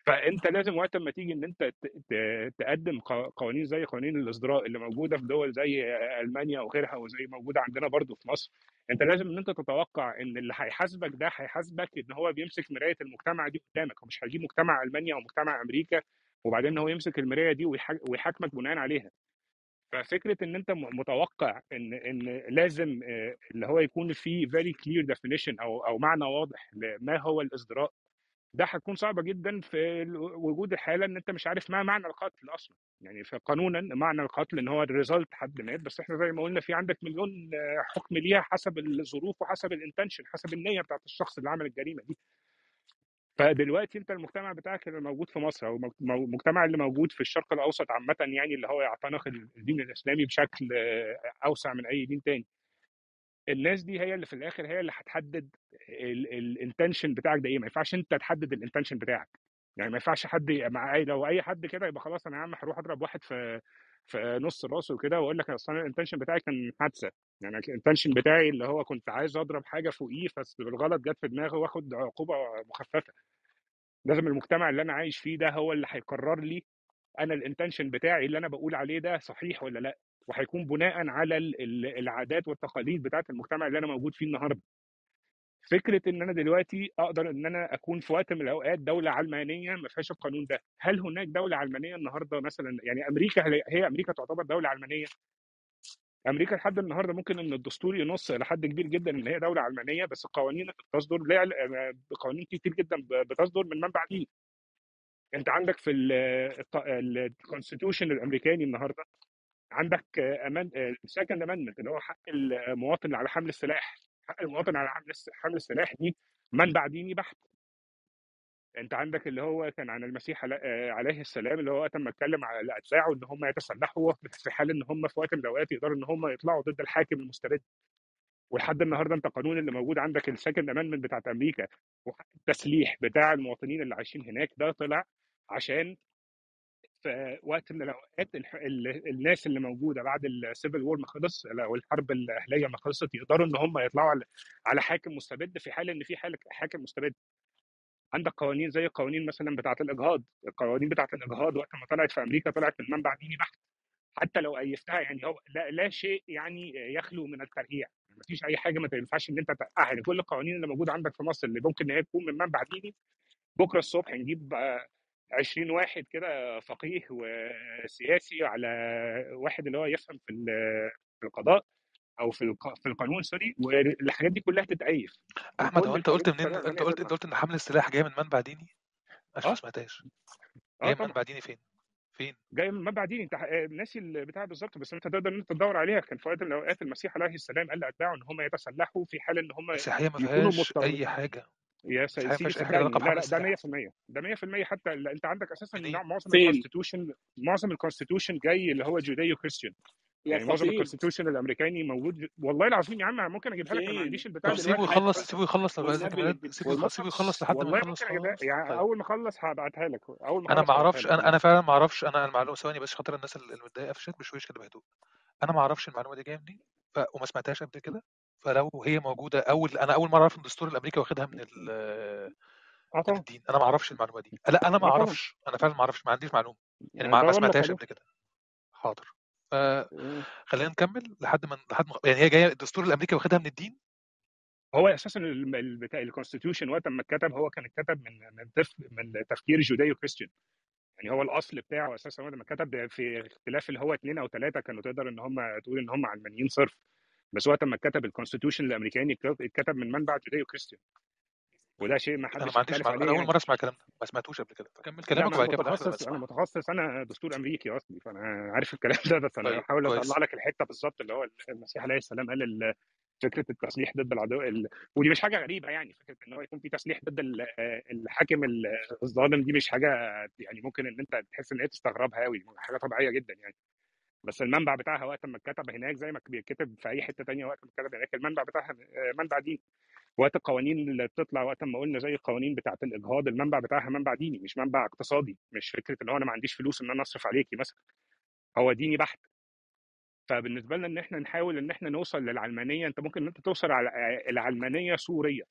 فانت لازم وقت ما تيجي ان انت ت- ت- تقدم ق- قوانين زي قوانين الازدراء اللي موجوده في دول زي المانيا وغيرها وزي موجوده عندنا برضو في مصر، انت لازم ان انت تتوقع ان اللي هيحاسبك ده هيحاسبك ان هو بيمسك مرايه المجتمع دي قدامك، هو مش هيجيب مجتمع المانيا ومجتمع امريكا وبعدين هو يمسك المرايه دي ويحا- ويحاكمك بناء عليها. ففكره ان انت م- متوقع ان ان لازم آه، اللي هو يكون في very clear definition او او معنى واضح لما هو الازدراء، ده هتكون صعبه جدا في ال- وجود الحاله ان انت مش عارف ما معنى القتل اصلا. يعني فقانونا معنى القتل ان هو الريزلت حد مات، بس احنا زي ما قلنا في عندك مليون آه، حكم ليها حسب الظروف وحسب الانتنشن، حسب النيه بتاعت الشخص اللي عمل الجريمه دي. فدلوقتي انت المجتمع بتاعك اللي موجود في مصر او مو- المجتمع اللي موجود في الشرق الاوسط عامه، يعني اللي هو يعتنق الدين الاسلامي بشكل آه، اوسع من اي دين تاني، الناس دي هي اللي في الاخر هي اللي هتحدد الانتنشن بتاعك ده ايه. ما ينفعش انت تحدد الانتنشن بتاعك. يعني ما ينفعش حد ي- مع اي لو اي حد كده يبقى خلاص انا يا عم هروح اضرب واحد في في نص راسه وكده واقول لك اصل انا الانتنشن بتاعي كان حادثه. يعني الانتنشن بتاعي اللي هو كنت عايز اضرب حاجه فوقيه بس بالغلط جت في دماغي واخد عقوبه مخففه. لازم المجتمع اللي انا عايش فيه ده هو اللي هيقرر لي انا الانتنشن بتاعي اللي انا بقول عليه ده صحيح ولا لا، وهيكون بناء على ال- ال- العادات والتقاليد بتاعت المجتمع اللي انا موجود فيه النهارده. فكره ان انا دلوقتي اقدر ان انا اكون في وقت من الاوقات دوله علمانيه ما فيهاش القانون ده، هل هناك دوله علمانيه النهارده مثلا؟ يعني امريكا، هل هي امريكا تعتبر دوله علمانيه؟ امريكا لحد النهارده ممكن ان الدستور ينص الى حد كبير جدا ان هي دوله علمانيه، بس القوانين اللي بتصدر لا، قوانين كتير جدا بتصدر من منبع ديني. انت عندك في الكونستيتيوشن الامريكاني النهارده عندك امان سكند امندمنت اللي هو حق المواطن على حمل السلاح. حق المواطن على حمل الس- حمل السلاح دي منبع ديني بحت. انت عندك اللي هو كان عن المسيح عل- آه، عليه السلام، اللي هو وقت ما اتكلم على اتباعه ان هم يتسلحوا في حال ان هم في وقت من الاوقات يقدروا ان هم يطلعوا ضد الحاكم المستبد. ولحد النهارده انت القانون اللي موجود عندك السكند امندمنت بتاعت امريكا وحق التسليح بتاع المواطنين اللي عايشين هناك ده طلع عشان في وقت من الاوقات الح- ال- الناس اللي موجوده بعد السيفل وور ما خلص او الحرب الاهليه ما خلصت يقدروا ان هم يطلعوا على على حاكم مستبد في حال ان في حال حاكم مستبد. عندك قوانين زي القوانين مثلا بتاعه الاجهاض. القوانين بتاعه الاجهاض وقت ما طلعت في امريكا طلعت من منبع ديني بحت. حتى لو ايفتها يعني هو لا, لا شيء يعني يخلو من الترقيع. ما فيش اي حاجه ما ينفعش ان انت تقعها. يعني كل القوانين اللي موجوده عندك في مصر اللي ممكن ان هي تكون من منبع ديني، بكره الصبح نجيب آه، عشرين واحد كده فقيه وسياسي على واحد اللي هو يفهم في ال- في القضاء او في الق- في القانون سوري، والحاجات دي كلها تتأيف احمد، هو وكل انت الحاجات قلت دي منين؟ بطريقه انت غنيه قلت انت تطلع. قلت ان حمل السلاح جاي من منبع ديني؟ مش ما اه سمعتهاش. اه جاي من طبعا منبع ديني فين؟ فين؟ جاي من منبع ديني. انت آه، ناسي البتاع بالظبط، بس انت تقدر ان انت تدور عليها. كان في وقت من الاوقات المسيح عليه السلام قال لاتباعه ان هم يتسلحوا في حال ان هم مسيحيه ما يكونوا فيهاش مضطر. اي حاجه. يا س- مسيحيه ما سيدي فيهاش اي حاجه صدقني، علاقه لا بحمل لا ده السلاح. مية في المية، ده مية في المية. حتى ال- انت عندك اساسا منين؟ نوع- معظم فين الكونستيتيوشن معظم الكونستيتيوشن جاي اللي هو جوديو كريستيان. يا يعني معظم خطيب؟ الكونستيتيوشن الامريكاني موجود. والله العظيم يا عم ممكن اجيبها لك، انا ما فين عنديش البتاع طب سيبه دلوقتي. هات يخلص، سيبه يخلص لغايه والنبي الاعتماد، اللي سيبه يخ- والله سيبه يخلص لحد ما والله ممكن يخلص اجيبها خالص. يعني. طيب اول ما اخلص هبعتها لك، اول ما انا اخلص ما هبعتها اعرفش، لك انا والله. انا فعلا ما اعرفش. انا المعلومه ثواني بس خاطر الناس اللي متضايقه في الشات بشويش كده بهدوء. انا ما اعرفش المعلومه دي جايه منين، ف... وما سمعتهاش قبل كده. فلو هي موجوده، اول انا اول مره اعرف ان الدستور الامريكي واخدها من ال... اه من طبعا الدين. انا ما اعرفش المعلومه دي. لا انا ما اه طبعا اعرفش، انا فعلا ما اعرفش، ما عنديش معلومه. يعني ما, ما ادور لك سمعتهاش عليه. قبل كده. حاضر. فخلينا نكمل لحد ما لحد ما يعني هي جايه الدستور الامريكي واخدها من الدين. هو اساسا الم- البتاع الكونستيتيوشن وقت ما اتكتب هو كان اتكتب من من تف من تفكير جوديو كريستيان. يعني هو الاصل بتاعه اساسا وقت ما اتكتب في اختلاف اللي هو اثنين او ثلاثه كانوا تقدر ان هم تقول ان هم علمانيين صرف. بس وقت ما اتكتب الكونستيتيوشن الامريكاني اتكتب من منبع جوديو كريستيان، وده شيء ما انا حدش ما عنديش يختلف معلومه، عليه انا اول يعني. مره اسمع الكلام ده، ما سمعتوش قبل كده. فكمل لا كلامك ما انا وبعد كده براحتي لما متخصص، انا اسمع. متخصص، انا دستور امريكي اصلي فانا عارف الكلام ده. بس انا طيب بحاول كويس. اطلع لك الحته بالظبط اللي هو المسيح عليه السلام قال ال- فكره التسليح ضد العدو ال... ودي مش حاجه غريبه. يعني فكره ان هو يكون في تسليح ضد ال- الحاكم ال- الظالم دي مش حاجه يعني ممكن ان انت تحس ان هي تستغربها قوي، حاجه طبيعيه جدا يعني. بس المنبع بتاعها وقت ما اتكتب هناك زي ما بيتكتب في اي حته تانية، وقت ما اتكتب هناك المنبع بتاعها آه، منبع ديني. وقت القوانين اللي بتطلع وقت ما قلنا زي القوانين بتاعه الاجهاض المنبع بتاعها منبع ديني مش منبع اقتصادي. مش فكره ان هو انا ما عنديش فلوس ان انا اصرف عليكي مثلا، هو ديني بحت. فبالنسبه لنا ان احنا نحاول ان احنا نوصل للعلمانيه، انت ممكن ان انت توصل على العلمانيه سوريه.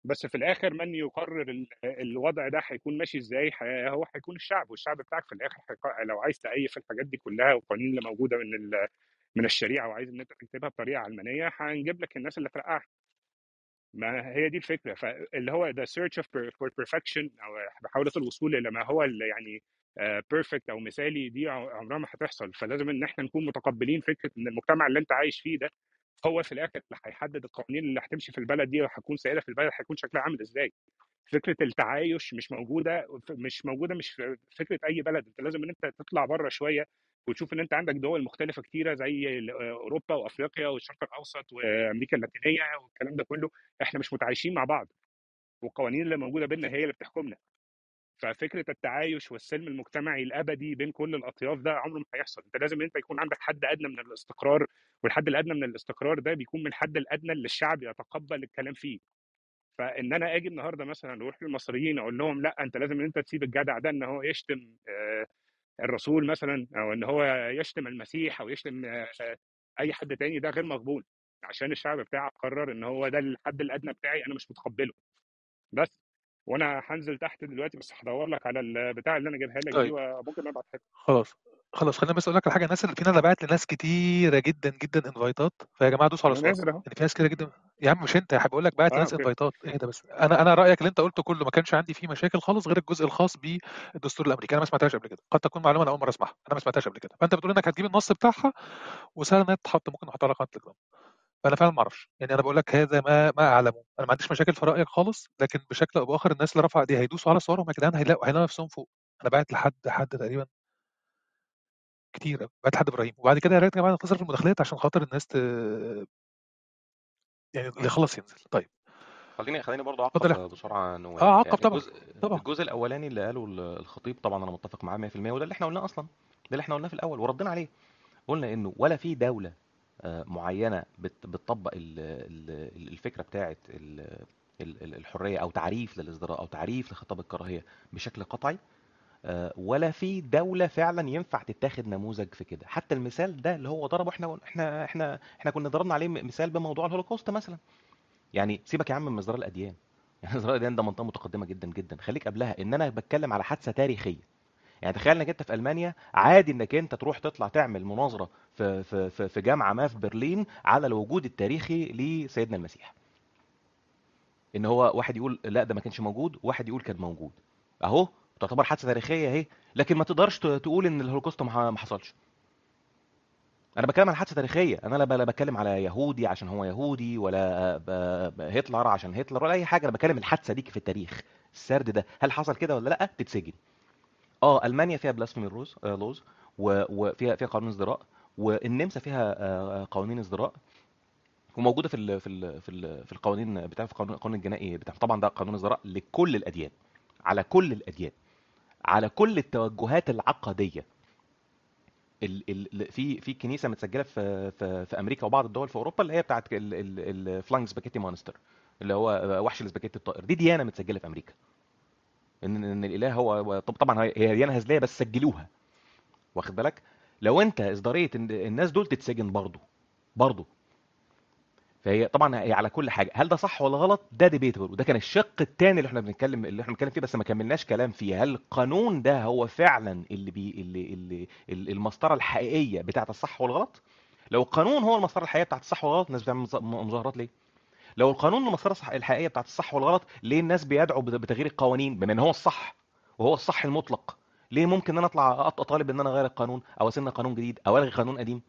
بس في الاخر من يقرر ال- الوضع ده هيكون ماشي ازاي، ح- هو هيكون الشعب، والشعب بتاعك في الاخر هيق- لو عايز تأيف الحاجات دي كلها والقوانين اللي موجوده من ال- من الشريعه، وعايز ان انت تكتبها بطريقه علمانيه، هنجيب لك الناس اللي ترقعها. ما هي دي الفكره، فاللي هو the search of per- for perfection، او محاوله الوصول الى ما هو اللي يعني بيرفكت او مثالي، دي عمرها ما هتحصل. فلازم ان احنا نكون متقبلين فكره ان المجتمع اللي انت عايش فيه ده هو في الاخر اللي هيحدد القوانين اللي هتمشي في البلد دي، وهتكون سائده في البلد هيكون شكلها عامل ازاي. فكره التعايش مش موجوده، مش موجوده مش في فكره اي بلد. انت لازم ان انت تطلع بره شويه وتشوف ان انت عندك دول مختلفه كتيره زي ال- اوروبا وافريقيا والشرق الاوسط وامريكا اللاتينيه والكلام ده كله، احنا مش متعايشين مع بعض، والقوانين اللي موجوده بيننا هي اللي بتحكمنا. ففكره التعايش والسلم المجتمعي الابدي بين كل الاطياف ده عمره ما هيحصل. انت لازم انت يكون عندك حد ادنى من الاستقرار، والحد الادنى من الاستقرار ده بيكون من الحد الادنى اللي الشعب يتقبل الكلام فيه. فان انا اجي النهارده مثلا اروح للمصريين اقول لهم لا انت لازم ان انت تسيب الجدع ده ان هو يشتم آه، الرسول مثلا، او ان هو يشتم المسيح او يشتم آه، آه، اي حد تاني، ده غير مقبول، عشان الشعب بتاعك قرر ان هو ده الحد الادنى بتاعي، انا مش متقبله. بس وانا هنزل تحت دلوقتي، بس هدور لك على البتاع اللي انا جايبها لك دي، طيب وممكن ابعت حته. خلاص خلاص خلينا بس اقول لك على حاجه. الناس اللي فينا انا بعت لناس كتيره جدا جدا انفايتات، فيا جماعه دوسوا على انا صور، نازل اهو. يعني في ناس كتيره جدا. يا عم مش انت يا حبيبي، بقول لك بعت اه لناس اوكي. انفايتات. ايه ده بس، انا انا رايك اللي انت قلته كله ما كانش عندي فيه مشاكل خالص غير الجزء الخاص بالدستور الامريكي. انا ما سمعتهاش قبل كده، قد تكون معلومه انا اول مره اسمعها، انا ما سمعتهاش قبل كده. فانت بتقول انك هتجيب النص بتاعها وسهل انها تتحط، ممكن نحطها على قناه تليجرام. فانا فعلا ما اعرفش، يعني انا بقول لك هذا ما ما اعلمه. انا ما عنديش مشاكل في رايك خالص، لكن بشكل او باخر الناس اللي رفع دي هيدوسوا على صورهم يا جدعان، هيلاقوا هيلاقوا نفسهم فوق. انا بعت لحد حد تقريبا كتير، بعت لحد ابراهيم، وبعد كده يا ريت يا جماعه نختصر في المداخلات عشان خاطر الناس ت... يعني اللي خلص ينزل. طيب خليني خليني برضه اتفضل يا اعقب احمد. بسرعه نواه. اه عقب يعني طبعا. الجزء طبعا. الجزء الاولاني اللي قاله ال- الخطيب طبعا انا متفق معاه مية في المية، وده اللي احنا قلناه اصلا، ده اللي احنا قلناه في الاول وردينا عليه. قلنا انه ولا في دوله آه، معينه بت- بتطبق ال- ال- الفكره بتاعه ال- ال- ال- الحريه، او تعريف للازدراء، او تعريف لخطاب الكراهيه بشكل قطعي. آه، ولا في دولة فعلا ينفع تتاخد نموذج في كده. حتى المثال ده اللي هو ضربه، احنا احنا احنا احنا كنا ضربنا عليه مثال بموضوع الهولوكوست مثلا. يعني سيبك يا عم من ازدراء الاديان، يعني ازدراء الاديان ده منطقة متقدمة جدا جدا. خليك قبلها ان انا بتكلم على حادثة تاريخية. يعني تخيل انك انت في المانيا عادي انك انت تروح تطلع تعمل مناظرة في في في في جامعة ما في برلين على الوجود التاريخي لسيدنا المسيح. ان هو واحد يقول لا ده ما كانش موجود، وواحد يقول كان موجود. اهو تعتبر حادثه تاريخيه اهي. لكن ما تقدرش ت- تقول ان الهولوكوست ما ح- ما حصلش. انا بتكلم عن حادثه تاريخيه، انا لا ب- لا بتكلم على يهودي عشان هو يهودي، ولا ب- ب- هتلر عشان هتلر، ولا اي حاجه. انا بتكلم الحادثه دي في التاريخ، السرد ده هل حصل كده ولا لا، تتسجن. اه المانيا فيها بلاسفيمي روز لوز، وفيها فيها قانون ازدراء، والنمسا فيها آه، قوانين ازدراء، وموجوده في ال في ال في ال في القوانين بتاع في القانون القانون الجنائي بتاع. طبعا ده قانون ازدراء لكل الاديان، على كل الاديان، على كل التوجهات العقديه. ال ال في في كنيسه متسجله في في في امريكا وبعض الدول في اوروبا، اللي هي بتاعت الفلاينج سباكيتي مونستر، اللي هو وحش السباكيتي الطائر. دي ديانه متسجله في امريكا، ان ان الاله هو طب- طبعا هي هي ديانه هزليه بس سجلوها، واخد بالك. لو انت اصداريه ان الناس دول تتسجن برضه برضه. فهي طبعا هي على كل حاجه، هل ده صح ولا غلط ده ديبيتبل، وده كان الشق الثاني اللي احنا بنتكلم اللي احنا بنتكلم فيه، بس ما كملناش كلام فيه. هل القانون ده هو فعلا اللي بي اللي اللي اللي المسطره الحقيقيه بتاعه الصح والغلط؟ لو القانون هو المسطره الحقيقيه بتاعه الصح والغلط، الناس بتعمل مظ- مظاهرات ليه؟ لو القانون المسطره الصح- الحقيقيه بتاعه الصح والغلط، ليه الناس بيدعوا بت- بتغيير القوانين بما ان هو الصح وهو الصح المطلق؟ ليه ممكن ان انا اطلع أط- اطالب ان انا اغير القانون، او اسن قانون جديد، او الغي قانون قديم؟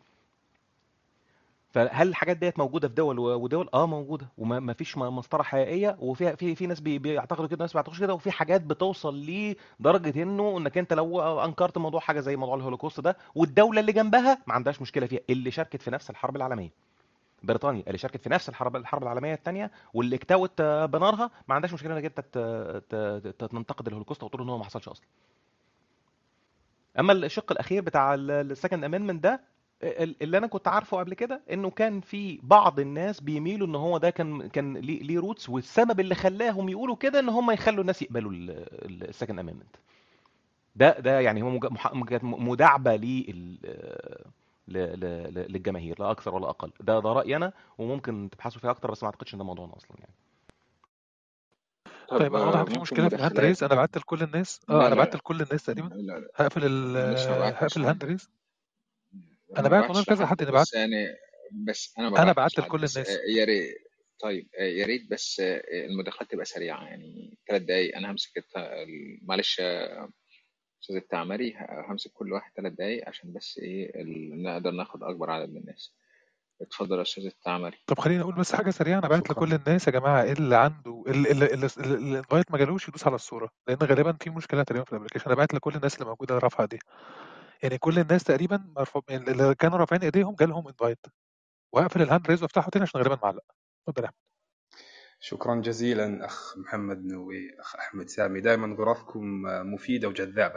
فهل الحاجات ديت موجوده في دول و- ودول؟ اه موجوده، وما ما فيش م- مسطره حقيقيه، وفي في في ناس بي- بيعتقدوا كده، ناس ما بيعتقدوش كده، وفي حاجات بتوصل لدرجه انه انك انت لو انكرت موضوع حاجه زي موضوع الهولوكوست ده، والدوله اللي جنبها ما عندهاش مشكله فيها، اللي شاركت في نفس الحرب العالميه، بريطانيا اللي شاركت في نفس الحرب الحرب العالميه الثانيه، واللي اكتوت آه، بنارها، ما عندهاش مشكله انك انت ت- ت- ت- تنتقد الهولوكوست وتقول ان هو ما حصلش اصلا. اما الشق الاخير بتاع السكند امندمنت ده، ال- اللي انا كنت عارفه قبل كده انه كان في بعض الناس بيميلوا ان هو ده كان كان ليه ليه روتس، والسبب اللي خلاهم يقولوا كده ان هم يخلوا الناس يقبلوا السكند امندمنت. ده ده يعني هو مج- مح- مج- مداعبه لل ل- ل- ل- للجماهير، لا اكثر ولا اقل. ده ده رايي انا، وممكن تبحثوا فيه اكتر، بس ما اعتقدش ان ده موضوعنا اصلا يعني. طيب طب انا واضح آه، ان في ممكن مشكله في الهاند مداخلات؟ ريز. انا بعت لكل الناس اه لا انا لا بعت لا لكل الناس تقريبا. لا لا هقفل ال انا لسه ما بعتش هقفل لحد، الهاند ريز. انا ما بعت والله بعتش لكذا لحد، حد. انا بعت بس يعني بس انا ما انا بعتش بعت لحد، لكل بس الناس. آه، يا ريت. طيب آه، يا ريت بس آه، المداخلات تبقى سريعة، يعني ثلاث دقايق. انا همسك الت- ال- معلش يا استاذ التعمري، ه- همسك كل واحد ثلاث دقايق عشان بس ايه ال- نقدر ناخد اكبر عدد من الناس. اتفضل يا استاذ التعمري. طب خليني اقول بس حاجه سريعه. انا بعت شكرا. لكل الناس يا جماعه اللي عنده الانفايت ما جالوش يدوس على الصوره، لان غالبا في مشكله تقريبا في الابلكيشن. انا بعت لكل الناس اللي موجوده رافعه دي، يعني كل الناس تقريبا مرفوع، يعني اللي كانوا رافعين ايديهم جالهم انفايت. وهقفل الهاند ريز وافتحه تاني عشان غالبا معلق. اتفضل يا احمد. شكرا جزيلا أخ محمد نووي، أخ أحمد سامي، دائما غرفكم مفيدة وجذابة.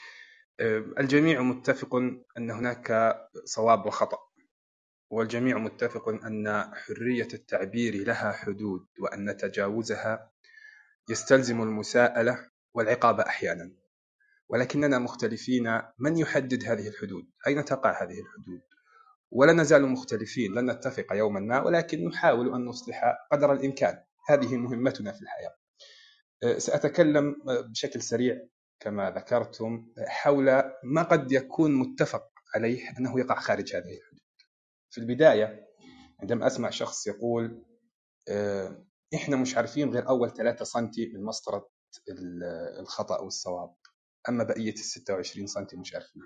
الجميع متفق أن هناك صواب وخطأ، والجميع متفق أن حرية التعبير لها حدود، وأن تجاوزها يستلزم المساءلة والعقاب أحيانا. ولكننا مختلفين من يحدد هذه الحدود، أين تقع هذه الحدود؟ ولا نزال مختلفين، لن نتفق يوما ما، ولكن نحاول أن نصلح قدر الإمكان. هذه مهمتنا في الحياة. سأتكلم بشكل سريع كما ذكرتم حول ما قد يكون متفق عليه أنه يقع خارج هذه الحدود. في البداية عندما أسمع شخص يقول إحنا مش عارفين غير أول ثلاثة سنتي من مسطرة الخطأ والصواب، أما بقية الستة وعشرين سنتي مش عارفين.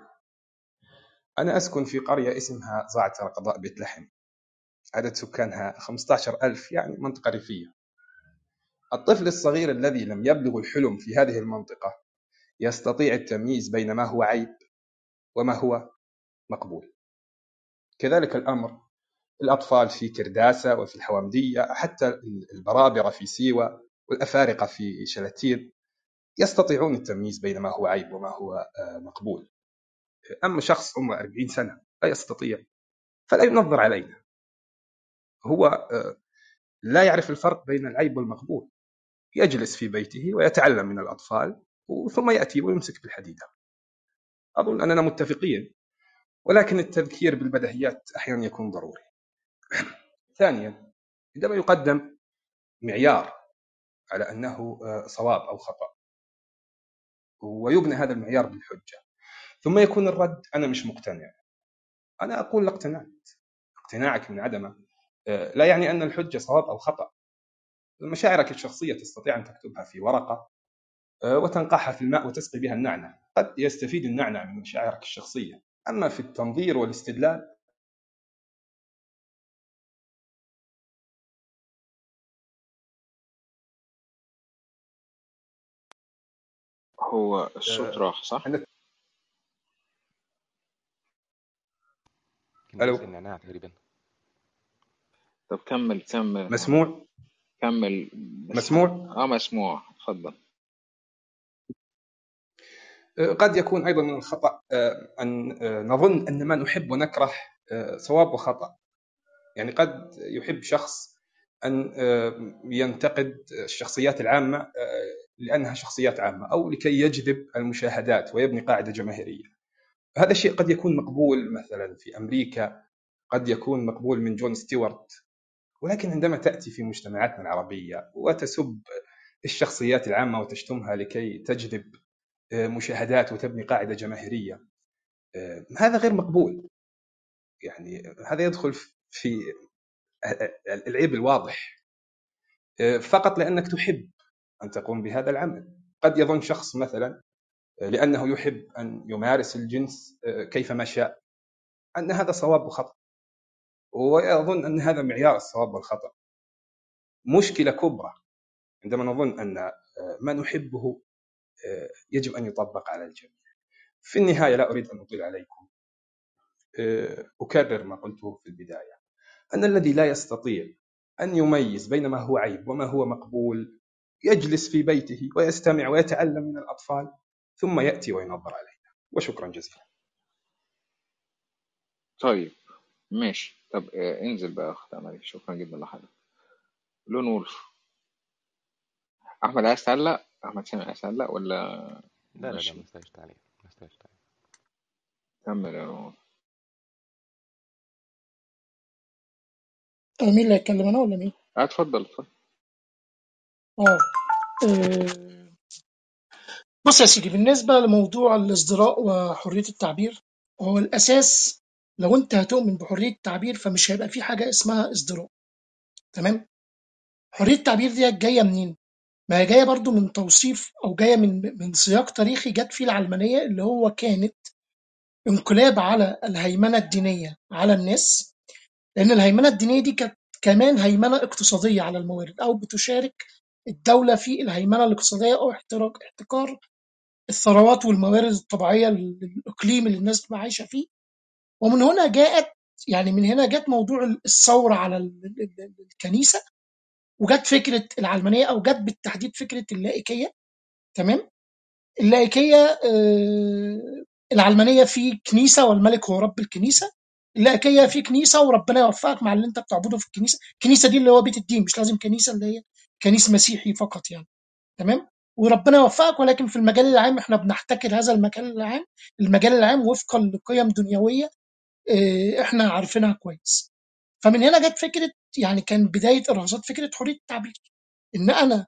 أنا أسكن في قرية اسمها زعتر قضاء بيت لحم، عدد سكانها خمسة عشر ألف، يعني منطقة ريفية. الطفل الصغير الذي لم يبلغ الحلم في هذه المنطقة يستطيع التمييز بين ما هو عيب وما هو مقبول. كذلك الأمر الأطفال في كرداسة وفي الحوامدية، حتى البرابرة في سيوة والأفارقة في شلاتين يستطيعون التمييز بين ما هو عيب وما هو مقبول. أما شخص عمره أربعين سنة لا يستطيع، فلا ينظر علينا، هو لا يعرف الفرق بين العيب والمقبول، يجلس في بيته ويتعلم من الأطفال ثم يأتي ويمسك بالحديدة. أظن أننا متفقين، ولكن التذكير بالبديهيات أحيانا يكون ضروري. ثانيا، عندما يقدم معيار على أنه صواب أو خطأ ويبنى هذا المعيار بالحجة، ثم يكون الرد أنا مش مقتنع، أنا أقول لا اقتنعت. اقتناعك من عدمه لا يعني أن الحجة صواب أو خطأ. مشاعرك الشخصية تستطيع أن تكتبها في ورقة وتنقعها في الماء وتسقي بها النعنع، قد يستفيد النعنع من مشاعرك الشخصية. أما في التنظير والاستدلال هو الصوت راح صح؟ أنا الناس ألو، النعناع تقريبا. طب كمل كمل مسموع كمل بس. مسموع اه مسموع، اتفضل. قد يكون أيضا من الخطأ أن نظن أن ما نحب ونكره صواب وخطأ. يعني قد يحب شخص أن ينتقد الشخصيات العامة لأنها شخصيات عامة، أو لكي يجذب المشاهدات ويبني قاعدة جماهيرية. هذا الشيء قد يكون مقبول مثلا في أمريكا، قد يكون مقبول من جون ستيوارت، ولكن عندما تأتي في مجتمعاتنا العربية وتسب الشخصيات العامة وتشتمها لكي تجذب مشاهدات وتبني قاعدة جماهيرية، هذا غير مقبول. يعني هذا يدخل في العيب الواضح فقط لأنك تحب أن تقوم بهذا العمل. قد يظن شخص مثلا لأنه يحب أن يمارس الجنس كيفما شاء أن هذا صواب وخطأ، ويظن أن هذا معيار الصواب والخطأ. مشكلة كبرى عندما نظن أن ما نحبه يجب أن يطبق على الجميع. في النهاية لا أريد أن أطيل عليكم، أكرر ما قلته في البداية، أن الذي لا يستطيع أن يميز بين ما هو عيب وما هو مقبول يجلس في بيته ويستمع ويتعلم من الأطفال ثم يأتي وينظر علينا. وشكرا جزيلا. طيب ماشي. طب آه انزل بقى اخت امري، شكرا جدا لحضرتك. لون وولف. احمد عايز تعلق؟ احمد سامي عايز تعلق ولا لا لا لا ماشي؟ ما استاهلش تعليق، ما استاهلش تعليق. كمل يا لون. مين اللي هيتكلم، انا ولا مين؟ اه اتفضل اتفضل. اه آه، بص يا سيدي، بالنسبة لموضوع الازدراء وحرية التعبير، هو الأساس لو أنت هتؤمن بحرية التعبير فمش هيبقى في حاجة اسمها ازدراء. تمام؟ حرية التعبير دي جاية منين؟ ما هي جاية برضو من توصيف أو جاية من من سياق تاريخي جت فيه العلمانية، اللي هو كانت انقلاب على الهيمنة الدينية على الناس، لأن الهيمنة الدينية دي كانت كمان هيمنة اقتصادية على الموارد، أو بتشارك الدولة في الهيمنة الاقتصادية أو احتراق احتكار الثروات والموارد الطبيعية للإقليم اللي الناس بتبقى عايشة فيه. ومن هنا جاءت يعني من هنا جت موضوع الثورة على ال- ال- ال- الكنيسة، وجت فكرة العلمانية، أو جت بالتحديد فكرة اللائكية. تمام؟ اللائكية، آه، العلمانية في كنيسة والملك هو رب الكنيسة. اللائكية في كنيسة وربنا يوفقك مع اللي انت بتعبده في الكنيسة. الكنيسة دي اللي هو بيت الدين، مش لازم كنيسة اللي هي كنيس مسيحي فقط يعني. تمام؟ وربنا يوفقك، ولكن في المجال العام احنا بنحتكر هذا المجال العام المجال العام وفقا لقيم دنيوية آه، احنا عارفينها كويس. فمن هنا جت فكرة، يعني كان بداية الرهاصات فكرة حرية التعبير، ان انا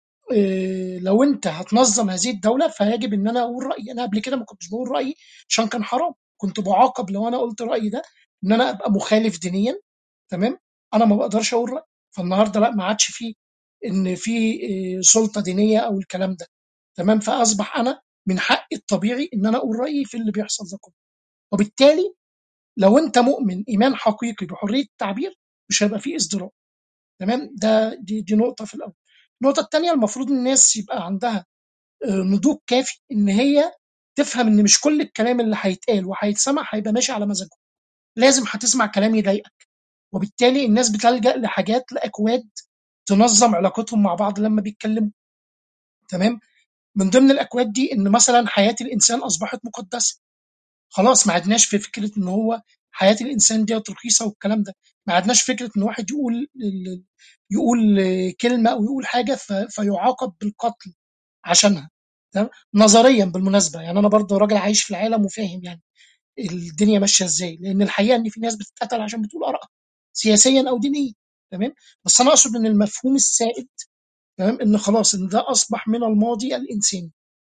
إيه، لو انت هتنظم هذه الدوله فيجب ان انا اقول رايي. انا قبل كده ما كنتش بقول رايي عشان كان حرام، كنت بعاقب لو انا قلت رايي ده ان انا ابقى مخالف دينيا. تمام؟ انا ما بقدرش اقول رايي. فالنهارده لا، ما عادش فيه ان في إيه، سلطه دينيه او الكلام ده. تمام؟ فاصبح انا من حقي الطبيعي ان انا اقول رايي في اللي بيحصل ده كله. وبالتالي لو انت مؤمن ايمان حقيقي بحريه التعبير مش هيبقى فيه ازدراء. تمام؟ ده دي, دي نقطه في الاول. النقطه الثانيه، المفروض الناس يبقى عندها نضوج كافي ان هي تفهم ان مش كل الكلام اللي هيتقال وهيتسمع هيبقى ماشي على مزاجه. لازم هتسمع كلام يضايقك، وبالتالي الناس بتلجأ لحاجات، لاكواد تنظم علاقتهم مع بعض لما بيتكلموا. تمام؟ من ضمن الاكواد دي ان مثلا حياه الانسان اصبحت مقدسه. خلاص ما عدناش في فكره ان هو حياه الانسان دي رخيصه والكلام ده. ما عدناش فكره ان واحد يقول يقول كلمه او يقول حاجه فيعاقب بالقتل عشانها. تمام؟ نظريا بالمناسبه، يعني انا برضه راجل عايش في العالم وفاهم يعني الدنيا ماشيه ازاي، لان الحقيقه ان في ناس بتتقتل عشان بتقول ارائها سياسيا او دينيا. تمام؟ بس انا اقصد ان المفهوم السائد، تمام، ان خلاص ان ده اصبح من الماضي الانساني.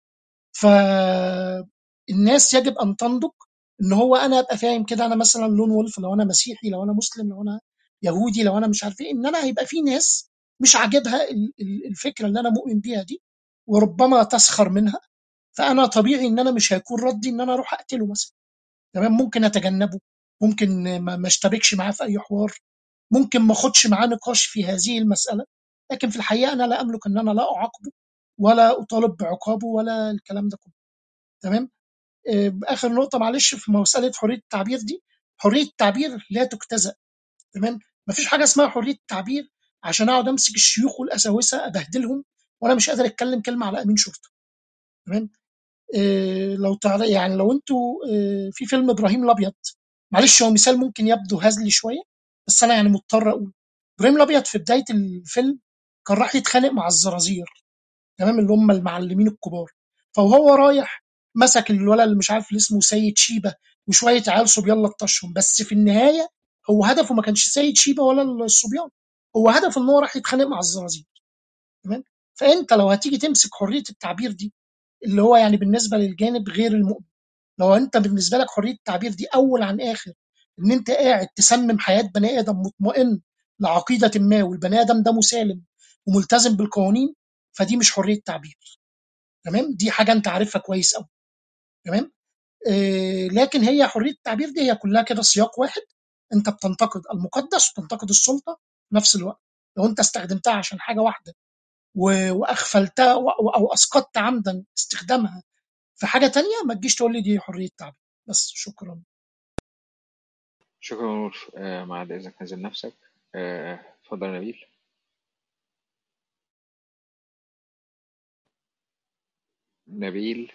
فالناس يجب ان تنضج، ان هو انا ابقى فاهم كده، انا مثلا لون وولف، لو انا مسيحي، لو انا مسلم، لو انا يهودي، لو انا مش عارف ايه، ان انا هيبقى في ناس مش عاجبها ال- ال- الفكره اللي انا مؤمن بيها دي، وربما تسخر منها. فانا طبيعي ان انا مش هيكون ردي ان انا اروح اقتله مثلا. تمام؟ ممكن اتجنبه، ممكن ما ما اشتبكش معاه في اي حوار، ممكن ما اخدش معاه نقاش في هذه المساله. لكن في الحقيقه انا لا املك ان انا لا اعاقبه ولا اطالب بعقابه ولا الكلام ده كله. تمام؟ آه، اخر نقطه معلش في مساله حريه التعبير دي، حريه التعبير لا تجتزأ. تمام؟ مفيش حاجه اسمها حريه التعبير عشان اقعد امسك الشيوخ والاساوسه ابهدلهم وانا مش قادر اتكلم كلمه على امين شرطه. تمام؟ إيه، لو تعرف يعني لو انتوا إيه، في فيلم ابراهيم الابيض، معلش هو مثال ممكن يبدو هزلي شويه، بس انا يعني مضطر اقول. ابراهيم الابيض في بدايه الفيلم كان راح يتخانق مع الزرازير، تمام، اللي هم المعلمين الكبار. فوهو رايح مسك الولد اللي مش عارف اللي اسمه سيد شيبه وشويه عيال صبيان لطشهم، بس في النهايه هو هدفه ما كانش سيد شيبه ولا الصبيان، هو هدفه ان هو راح يتخانق مع الزرازير. تمام؟ فانت لو هتيجي تمسك حريه التعبير دي، اللي هو يعني بالنسبه للجانب غير المؤمن، لو انت بالنسبه لك حريه التعبير دي اول عن اخر ان انت قاعد تسمم حياه بني ادم مطمئن لعقيده ما، والبني ادم ده مسالم وملتزم بالقوانين، فدي مش حريه تعبير. تمام؟ دي حاجه انت عارفها كويس قوي. تمام؟ آه، لكن هي حريه التعبير دي هي كلها كده سياق واحد، انت بتنتقد المقدس وبتنتقد السلطه في نفس الوقت. لو انت استخدمتها عشان حاجه واحده و- واغفلتها و- او اسقطت عمدا استخدامها في حاجه تانية، ما تجيش تقول لي دي حريه تعبير. بس شكرا. شكرا نور. آه، مع إذنك نزل نفسك. آه، اتفضل يا نبيل. نبيل.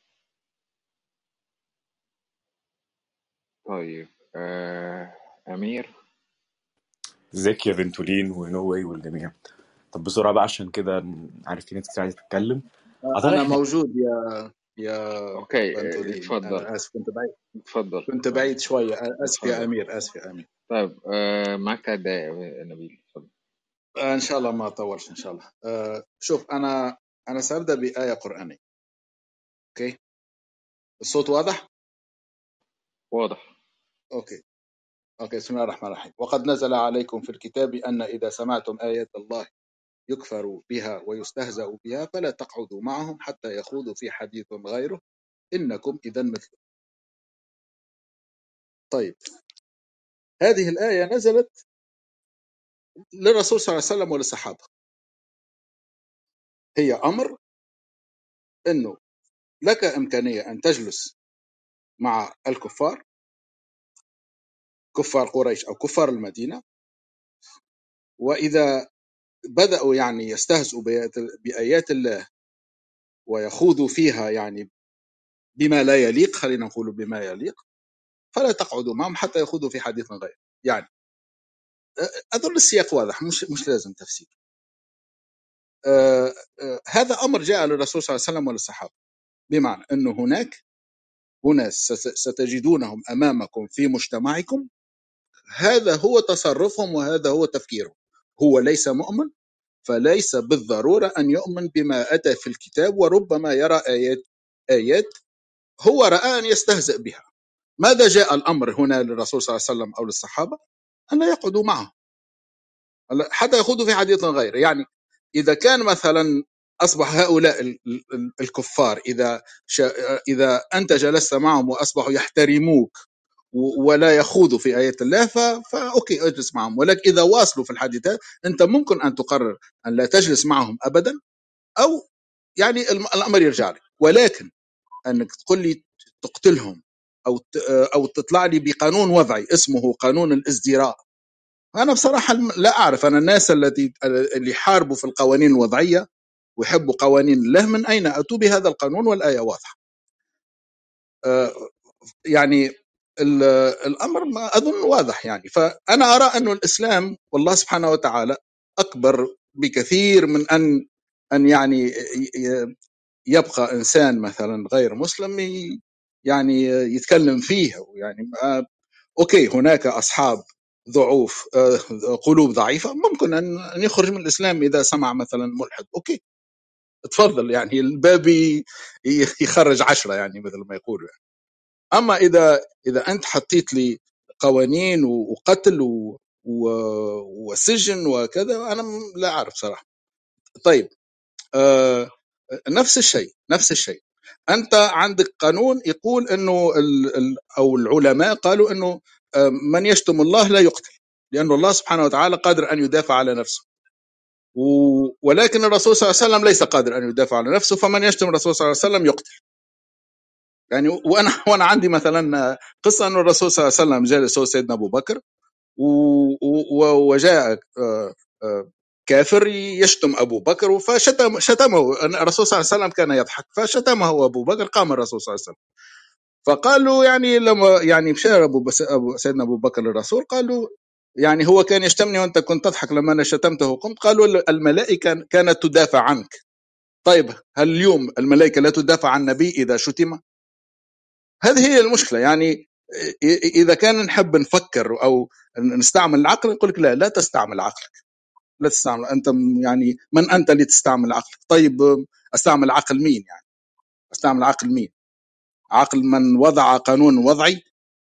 طيب. آه، أمير. ازيك يا فنتولين ونو واي والجميع. طب بسرعة بقى عشان كده عارف في ناس كتير عايزة تتكلم. أعتقد أنا احنا موجود يا يا أوكي. آه، بنتولين. اتفضل أنا آسف، كنت بعيد اتفضل كنت اتفضل بعيد شوية. آسف يا اتفضل. أمير، آسف يا أمير. طيب. آه، معاك تلات دقايق يا نبيل. اتفضل. آه، إن شاء الله ما أطولش إن شاء الله. آه، شوف، أنا أنا سأبدأ بآية قرآنية. أوكي، الصوت واضح؟ واضح. أوكي أوكي بسم الله الرحمن الرحيم. وقد نزل عليكم في الكتاب أن إذا سمعتم آيات الله يكفر بها ويستهزأ بها فلا تقعدوا معهم حتى يخوضوا في حديث غيره إنكم إذا مثله. طيب، هذه الآية نزلت للرسول صلى الله عليه وسلم وللصحابة. هي أمر أنه لك إمكانية أن تجلس مع الكفار، كفار قريش أو كفار المدينة، وإذا بدأوا يعني يستهزئوا بآيات الله ويخوضوا فيها يعني بما لا يليق، خلينا نقول بما يليق، فلا تقعدوا معهم حتى يخوضوا في حديث غير. يعني أظن السياق واضح، مش مش لازم تفسير. آه آه هذا أمر جاء للرسول صلى الله عليه وسلم وللصحابة، بمعنى أنه هناك أناس ستجدونهم أمامكم في مجتمعكم، هذا هو تصرفهم وهذا هو تفكيرهم. هو ليس مؤمن، فليس بالضرورة أن يؤمن بما أتى في الكتاب، وربما يرى آيات آيات هو رأى أن يستهزئ بها. ماذا جاء الأمر هنا للرسول صلى الله عليه وسلم أو للصحابة؟ أن لا يقعدوا معه حتى يخوضوا في حديث غير. يعني إذا كان مثلا أصبح هؤلاء الكفار إذا إذا أنت جلست معهم وأصبحوا يحترموك ولا يخوضوا في آيات الله فأوكي اجلس معهم، ولكن إذا واصلوا في الحديثات أنت ممكن أن تقرر أن لا تجلس معهم أبدا، أو يعني الأمر يرجع لك. ولكن أنك تقول لي تقتلهم أو أو تطلع لي بقانون وضعي اسمه قانون الازدراء، أنا بصراحة لا أعرف. أنا الناس التي اللي حاربوا في القوانين الوضعية ويحبوا قوانين الله من أين أتوا بهذا القانون؟ والآية واضحة. يعني الأمر ما أظن واضح. يعني فأنا أرى أن الإسلام والله سبحانه وتعالى أكبر بكثير من أن أن يعني يبقى إنسان مثلا غير مسلم يعني يتكلم فيه. يعني أوكي، هناك أصحاب ضعوف قلوب ضعيفة ممكن أن يخرج من الإسلام إذا سمع مثلا ملحد، أوكي تفضل، يعني الباب يخرج عشرة يعني مثل ما يقولوا. يعني. أما إذا إذا أنت حطيت لي قوانين وقتل و... و... وسجن وكذا، أنا لا أعرف صراحة. طيب، آه نفس الشيء نفس الشيء أنت عندك قانون يقول أنه ال... ال... أو العلماء قالوا أنه من يشتم الله لا يقتل، لأن الله سبحانه وتعالى قادر أن يدافع على نفسه، و... ولكن الرسول صلى الله عليه وسلم ليس قادر أن يدافع على نفسه، فمن يشتم الرسول صلى الله عليه وسلم يقتل. يعني وأنا وأنا عندي مثلا قصة أن الرسول صلى الله عليه وسلم جالس هو سيدنا أبو بكر و... و... وجاء كافر يشتم أبو بكر فشتم شتمه الرسول صلى الله عليه وسلم، كان يضحك فشتمه أبو بكر، قام الرسول صلى الله عليه وسلم فقالوا يعني لما يعني مشى أبو, بس أبو سيدنا أبو بكر للرسول قالوا يعني هو كان يشتمني وأنت كنت تضحك لما أنا شتمته قمت. قالوا الملائكة كانت تدافع عنك. طيب، هل اليوم الملائكة لا تدافع عن النبي إذا شتم؟ هذه هي المشكلة. يعني إذا كان نحب نفكر أو نستعمل العقل نقول لك لا لا تستعمل عقلك، لا تستعمل. أنت يعني من أنت اللي تستعمل عقلك؟ طيب أستعمل عقل مين؟ يعني أستعمل عقل مين؟ عقل من وضع قانون وضعي؟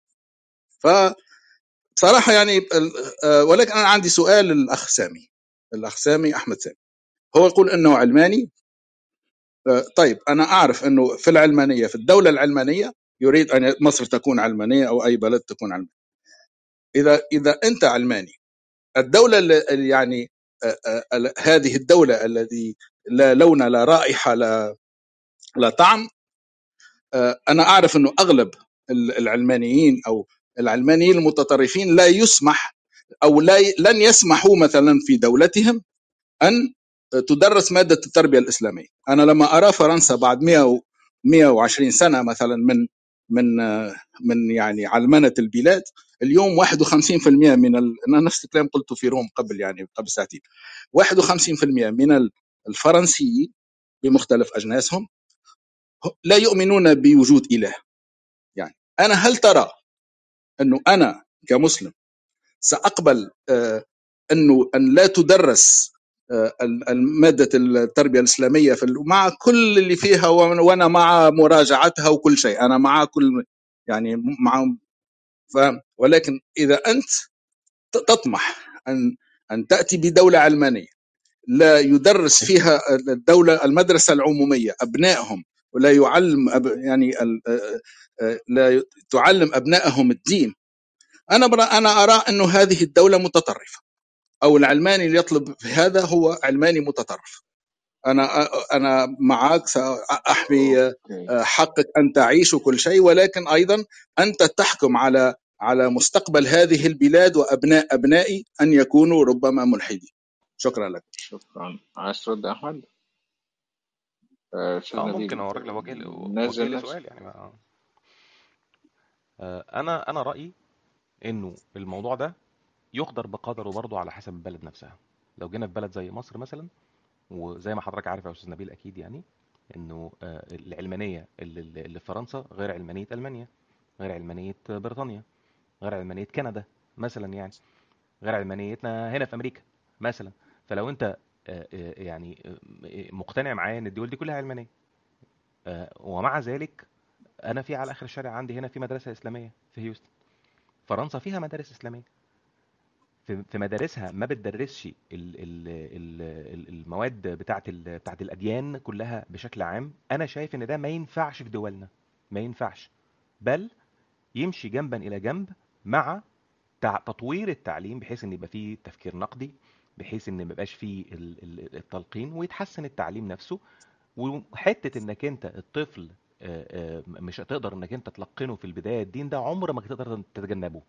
فصراحة يعني ولكن أنا عندي سؤال للأخ سامي الأخ سامي أحمد سامي، هو يقول أنه علماني. طيب أنا أعرف أنه في العلمانية في الدولة العلمانية يريد أن مصر تكون علمانية أو أي بلد تكون علمانية. إذا إذا أنت علماني، الدولة اللي يعني هذه الدولة التي لا لون لا رائحة لا لا طعم، أنا أعرف أنه أغلب العلمانيين أو العلمانيين المتطرفين لا يسمح أو لا لن يسمحوا مثلا في دولتهم أن تدرس مادة التربية الإسلامية. أنا لما أرى فرنسا بعد مئة وعشرين سنة مثلا من من من يعني علمنة البلاد، اليوم واحد وخمسين بالمئة من ال... أنا نفس الكلام قلته في روم قبل يعني قبل ساعتين، واحد وخمسين بالمئة من الفرنسيين بمختلف أجناسهم لا يؤمنون بوجود إله. يعني أنا هل ترى أنه أنا كمسلم سأقبل آه أنه أن لا تدرس آه، مادة التربية الإسلامية في ال- مع كل اللي فيها، وأنا وأنا مع مراجعتها وكل شيء، أنا مع كل يعني مع ف ولكن إذا أنت ت- تطمح أن أن تأتي بدولة علمانية لا يدرس فيها الدولة المدرسة العمومية أبنائهم، ولا يعلم أب يعني ال- آه، آه، لا ي- تعلم أبنائهم الدين، أنا برا أنا أرى أنه هذه الدولة متطرفة، أو العلماني اللي يطلب هذا هو علماني متطرف. أنا أنا معك، سأحمي اوكي حقك أن تعيش وكل شيء، ولكن أيضا أنت تحكم على على مستقبل هذه البلاد وأبناء أبنائي أن يكونوا ربما ملحدين. شكرا لك. شكرا. عايز ترد يا احمد؟ آه، استاذ اه نبيل ممكن، هو الراجل وجه لي وجه نزل لي نفسك. سؤال يعني ما... آه، انا انا رايي انه الموضوع ده يقدر بقدره برضه على حسب البلد نفسها. لو جينا في بلد زي مصر مثلا، وزي ما حضرتك عارف يا استاذ نبيل اكيد يعني، انه آه، العلمانيه اللي اللي في فرنسا غير علمانيه المانيا، غير علمانيه بريطانيا، غير علمانيه كندا مثلا يعني، غير علمانيتنا هنا في امريكا مثلا. فلو انت آه، آه، يعني آه، مقتنع معايا ان الدول دي كلها علمانيه، آه، ومع ذلك انا في على اخر الشارع عندي هنا في مدرسه اسلاميه في هيوستن. فرنسا فيها مدارس اسلاميه، في في مدارسها ما بتدرسش ال- ال- ال- ال- المواد بتاعت ال- بتاعت الاديان كلها بشكل عام. انا شايف ان ده ما ينفعش في دولنا، ما ينفعش، بل يمشي جنبا الى جنب مع تع- تطوير التعليم، بحيث ان يبقى فيه تفكير نقدي، بحيث ان ما يبقاش فيه ال- ال- التلقين، ويتحسن التعليم نفسه. وحته انك انت الطفل آه، آه، مش هتقدر انك انت تلقنه في البدايه الدين ده، عمر ما هتقدر تتجنبه،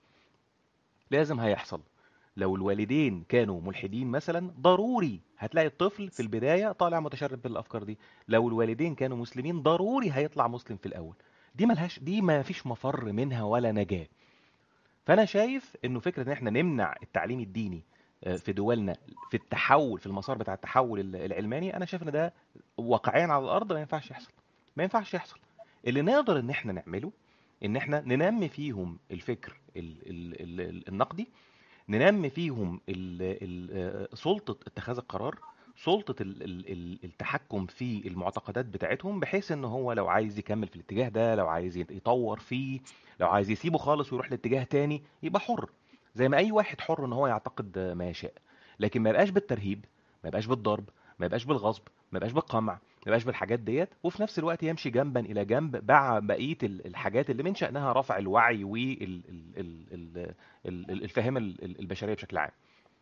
لازم هيحصل. لو الوالدين كانوا ملحدين مثلا، ضروري هتلاقي الطفل في البدايه طالع متشرب بالافكار دي. لو الوالدين كانوا مسلمين، ضروري هيطلع مسلم في الاول. دي ملهاش، دي ما فيش مفر منها ولا نجاه. فانا شايف انه فكره ان احنا نمنع التعليم الديني آه، في دولنا في التحول، في المسار بتاع التحول ال- العلماني، انا شايف ان ده واقعيا على الارض ما ينفعش يحصل، ما ينفعش يحصل. اللي نقدر ان احنا نعمله ان احنا ننمي فيهم الفكر ال ال ال النقدي، ننمي فيهم ال ال آه، سلطة اتخاذ القرار، سلطة ال ال ال التحكم في المعتقدات بتاعتهم، بحيث ان هو لو عايز يكمل في الاتجاه ده، لو عايز يطور فيه، لو عايز يسيبه خالص ويروح لاتجاه تاني، يبقى حر، زي ما اي واحد حر ان هو يعتقد ما يشاء. لكن ما يبقاش بالترهيب، ما يبقاش بالضرب، ما يبقاش بالغصب، ما يبقاش بالقمع، ما يبقاش بالحاجات ديت. وفي نفس الوقت يمشي جنبا الى جنب مع بقيه ال- الحاجات اللي من شأنها رفع الوعي والفهم البشريه بشكل عام.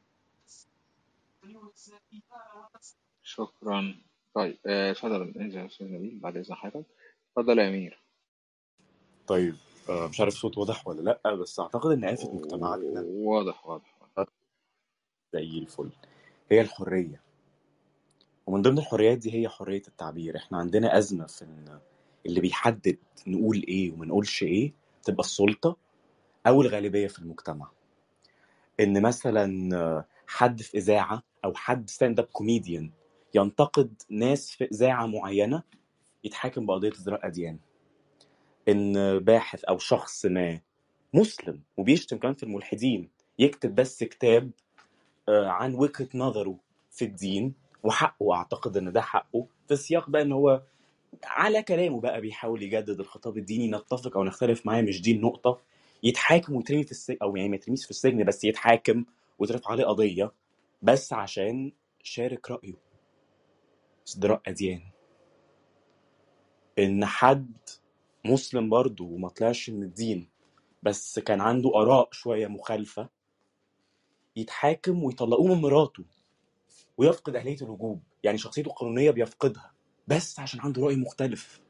شكرا. طيب آه، اتفضل انزل يا استاذ نبيل بعد اذن حضرتك. اتفضل يا امير. طيب آه، مش عارف صوت واضح ولا لا، بس اعتقد ان آفة مجتمعاتنا واضح واضح واضح. زي الفل هي الحرية، ومن ضمن الحريات دي هي حرية التعبير. احنا عندنا أزمة في ان اللي بيحدد نقول ايه وما نقولش ايه تبقى السلطة او الغالبية في المجتمع. ان مثلا آه، حد في إذاعة او حد ستاند اب كوميديان ينتقد ناس في إذاعة معينة يتحاكم بقضية ازدراء أديان. ان باحث او شخص ما مسلم وبيشتم كمان في الملحدين يكتب بس كتاب آه، عن وجهة نظره في الدين، وحقه، اعتقد ان ده حقه في سياق بقى ان هو على كلامه بقى بيحاول يجدد الخطاب الديني، نتفق او نختلف معاه مش دي النقطة، يتحاكم ويترمي في السجن، او يعني ما يترميش في السجن بس يتحاكم ويترفع عليه قضية بس عشان شارك رأيه. ازدراء أديان. ان حد مسلم برضه وما طلعش من الدين بس كان عنده آراء شوية مخالفة يتحاكم ويطلقوه من مراته ويفقد أهلية الوجوب، يعني شخصيته القانونية بيفقدها بس عشان عنده رأي مختلف.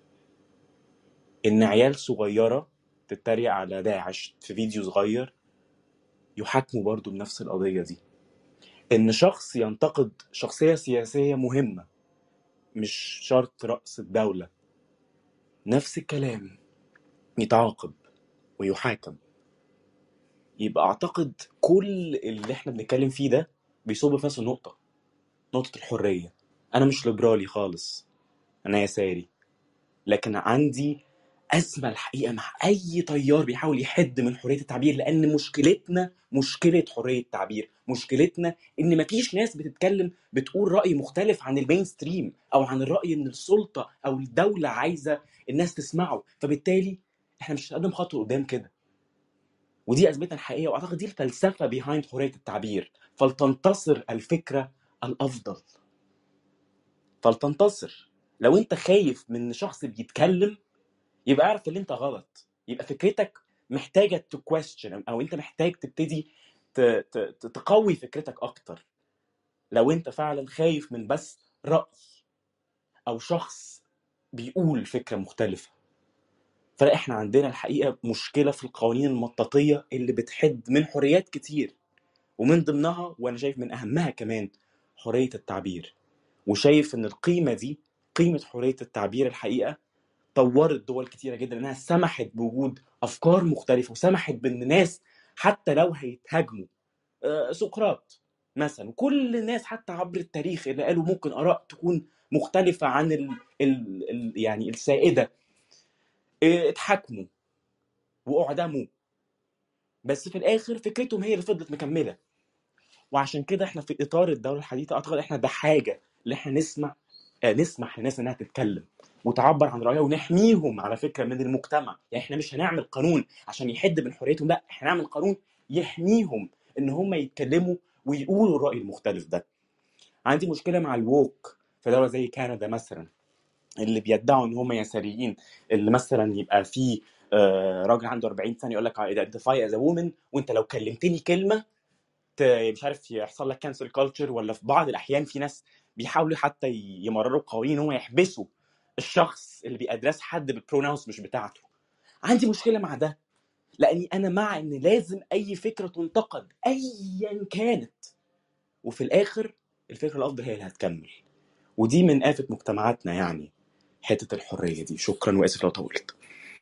إن عيال صغيرة تتريق على داعش في فيديو صغير يحاكموا برضو بنفس القضية دي. إن شخص ينتقد شخصية سياسية مهمة مش شرط رأس الدولة، نفس الكلام، يتعاقب ويحاكم. يبقى أعتقد كل اللي احنا بنتكلم فيه ده بيصب في نفس النقطة، نقطة الحرية. أنا مش ليبرالي خالص، أنا يساري، لكن عندي أزمة الحقيقة مع أي تيار بيحاول يحد من حرية التعبير، لأن مشكلتنا مشكلة حرية التعبير. مشكلتنا إن مفيش ناس بتتكلم بتقول رأي مختلف عن المين ستريم، أو عن الرأي إن السلطة أو الدولة عايزة الناس تسمعه. فبالتالي إحنا مش هنقدم خطوة قدام كده، ودي أزمتنا الحقيقية. وأعتقد دي الفلسفة behind حرية التعبير. فلتنتصر الفكرة الأفضل، فلتنتصر. لو أنت خايف من شخص بيتكلم، يبقى اعرف ان انت غلط. يبقى فكرتك محتاجه تو كويستشن، او انت محتاج تبتدي ت- ت- تقوي فكرتك اكتر. لو انت فعلا خايف من بس راي او شخص بيقول فكره مختلفه. فلا، احنا عندنا الحقيقه مشكله في القوانين المطاطيه اللي بتحد من حريات كتير، ومن ضمنها وانا شايف من اهمها كمان حريه التعبير. وشايف ان القيمه دي، قيمه حريه التعبير الحقيقه، طورت دول كتيرة جدا، انها سمحت بوجود افكار مختلفة، وسمحت بان ناس حتى لو هيتهاجموا، آه، سقراط مثلا، وكل الناس حتى عبر التاريخ اللي قالوا ممكن اراء تكون مختلفة عن ال ال ال يعني السائدة، آه، اتحاكموا واعدموا، بس في الاخر فكرتهم هي اللي فضلت مكملة. وعشان كده احنا في اطار الدولة الحديثة اعتقد احنا بحاجة ان احنا نسمع، آه، نسمح للناس انها تتكلم وتعبر عن رأيها، ونحميهم على فكرة من المجتمع. يعني احنا مش هنعمل قانون عشان يحد من حريتهم، لا، احنا هنعمل قانون يحميهم ان هم يتكلموا ويقولوا الرأي المختلف ده. عندي مشكلة مع الووك في دولة زي كندا مثلا، اللي بيدعوا ان هم يساريين، اللي مثلا يبقى في آه، راجل عنده أربعين سنة يقول لك identify as a woman، وانت لو كلمتني كلمة ت- مش عارف يحصل لك كانسل كلتشر. ولا في بعض الاحيان في ناس بيحاولوا حتى يمرروا قوانين هم يحبسوا الشخص اللي بيدرس حد بالبروناونس مش بتاعته. عندي مشكله مع ده، لاني انا مع ان لازم اي فكره تنتقد ايا كانت، وفي الاخر الفكره الافضل هي اللي هتكمل. ودي من آفة مجتمعاتنا، يعني حته الحريه دي. شكرا، واسف لو طولت.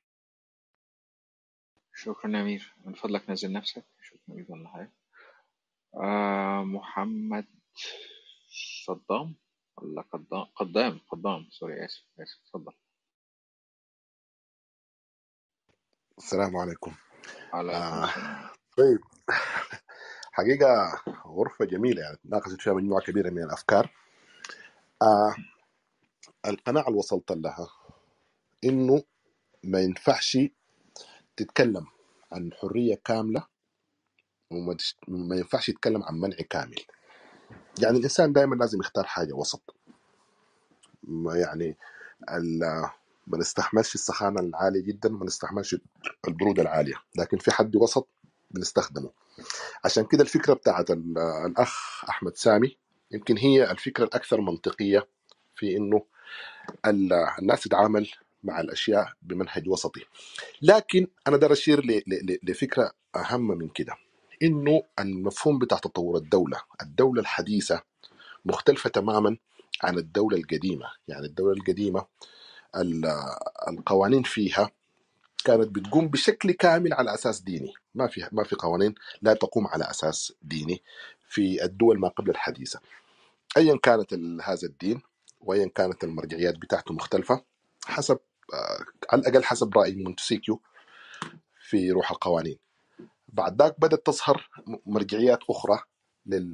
شكرا يا أمير، من فضلك نزل نفسك. شكرا أمير ولا حاجة. آه محمد صدام ولا قدام قدام قدام سوري، آسف آسف اتفضل. السلام عليكم. عليكم آه السلام. طيب، حقيقة غرفة جميلة، يعني ناقشت فيها مجموعة كبيرة من الأفكار. آه القناعة اللي وصلت لها إنه ما ينفعش تتكلم عن حرية كاملة، وما تش... ما ينفعش يتكلم عن منع كامل. يعني الإنسان دائما لازم يختار حاجة وسط. ما يعني ال... ما نستحملش السخانة العالية جدا، ما نستحملش البرودة العالية، لكن في حد وسط بنستخدمه. عشان كده الفكرة بتاعت ال- الأخ أحمد سامي يمكن هي الفكرة الأكثر منطقية في إنه ال- الناس تتعامل مع الأشياء بمنهج وسطي. لكن أنا دار أشير ل- ل- ل- لفكرة أهم من كده، إنه المفهوم بتاع تطور الدولة الدولة الحديثة مختلفة تماما عن الدولة القديمة. يعني الدولة القديمة ال- القوانين فيها كانت بتقوم بشكل كامل على أساس ديني، ما في ما في قوانين لا تقوم على أساس ديني في الدول ما قبل الحديثة، أيا كانت ال- هذا الدين، وأيا كانت المرجعيات بتاعته مختلفة حسب آه، على الأقل حسب رأي مونتسكيو في روح القوانين. بعد ذاك بدأت تظهر م- مرجعيات أخرى لل...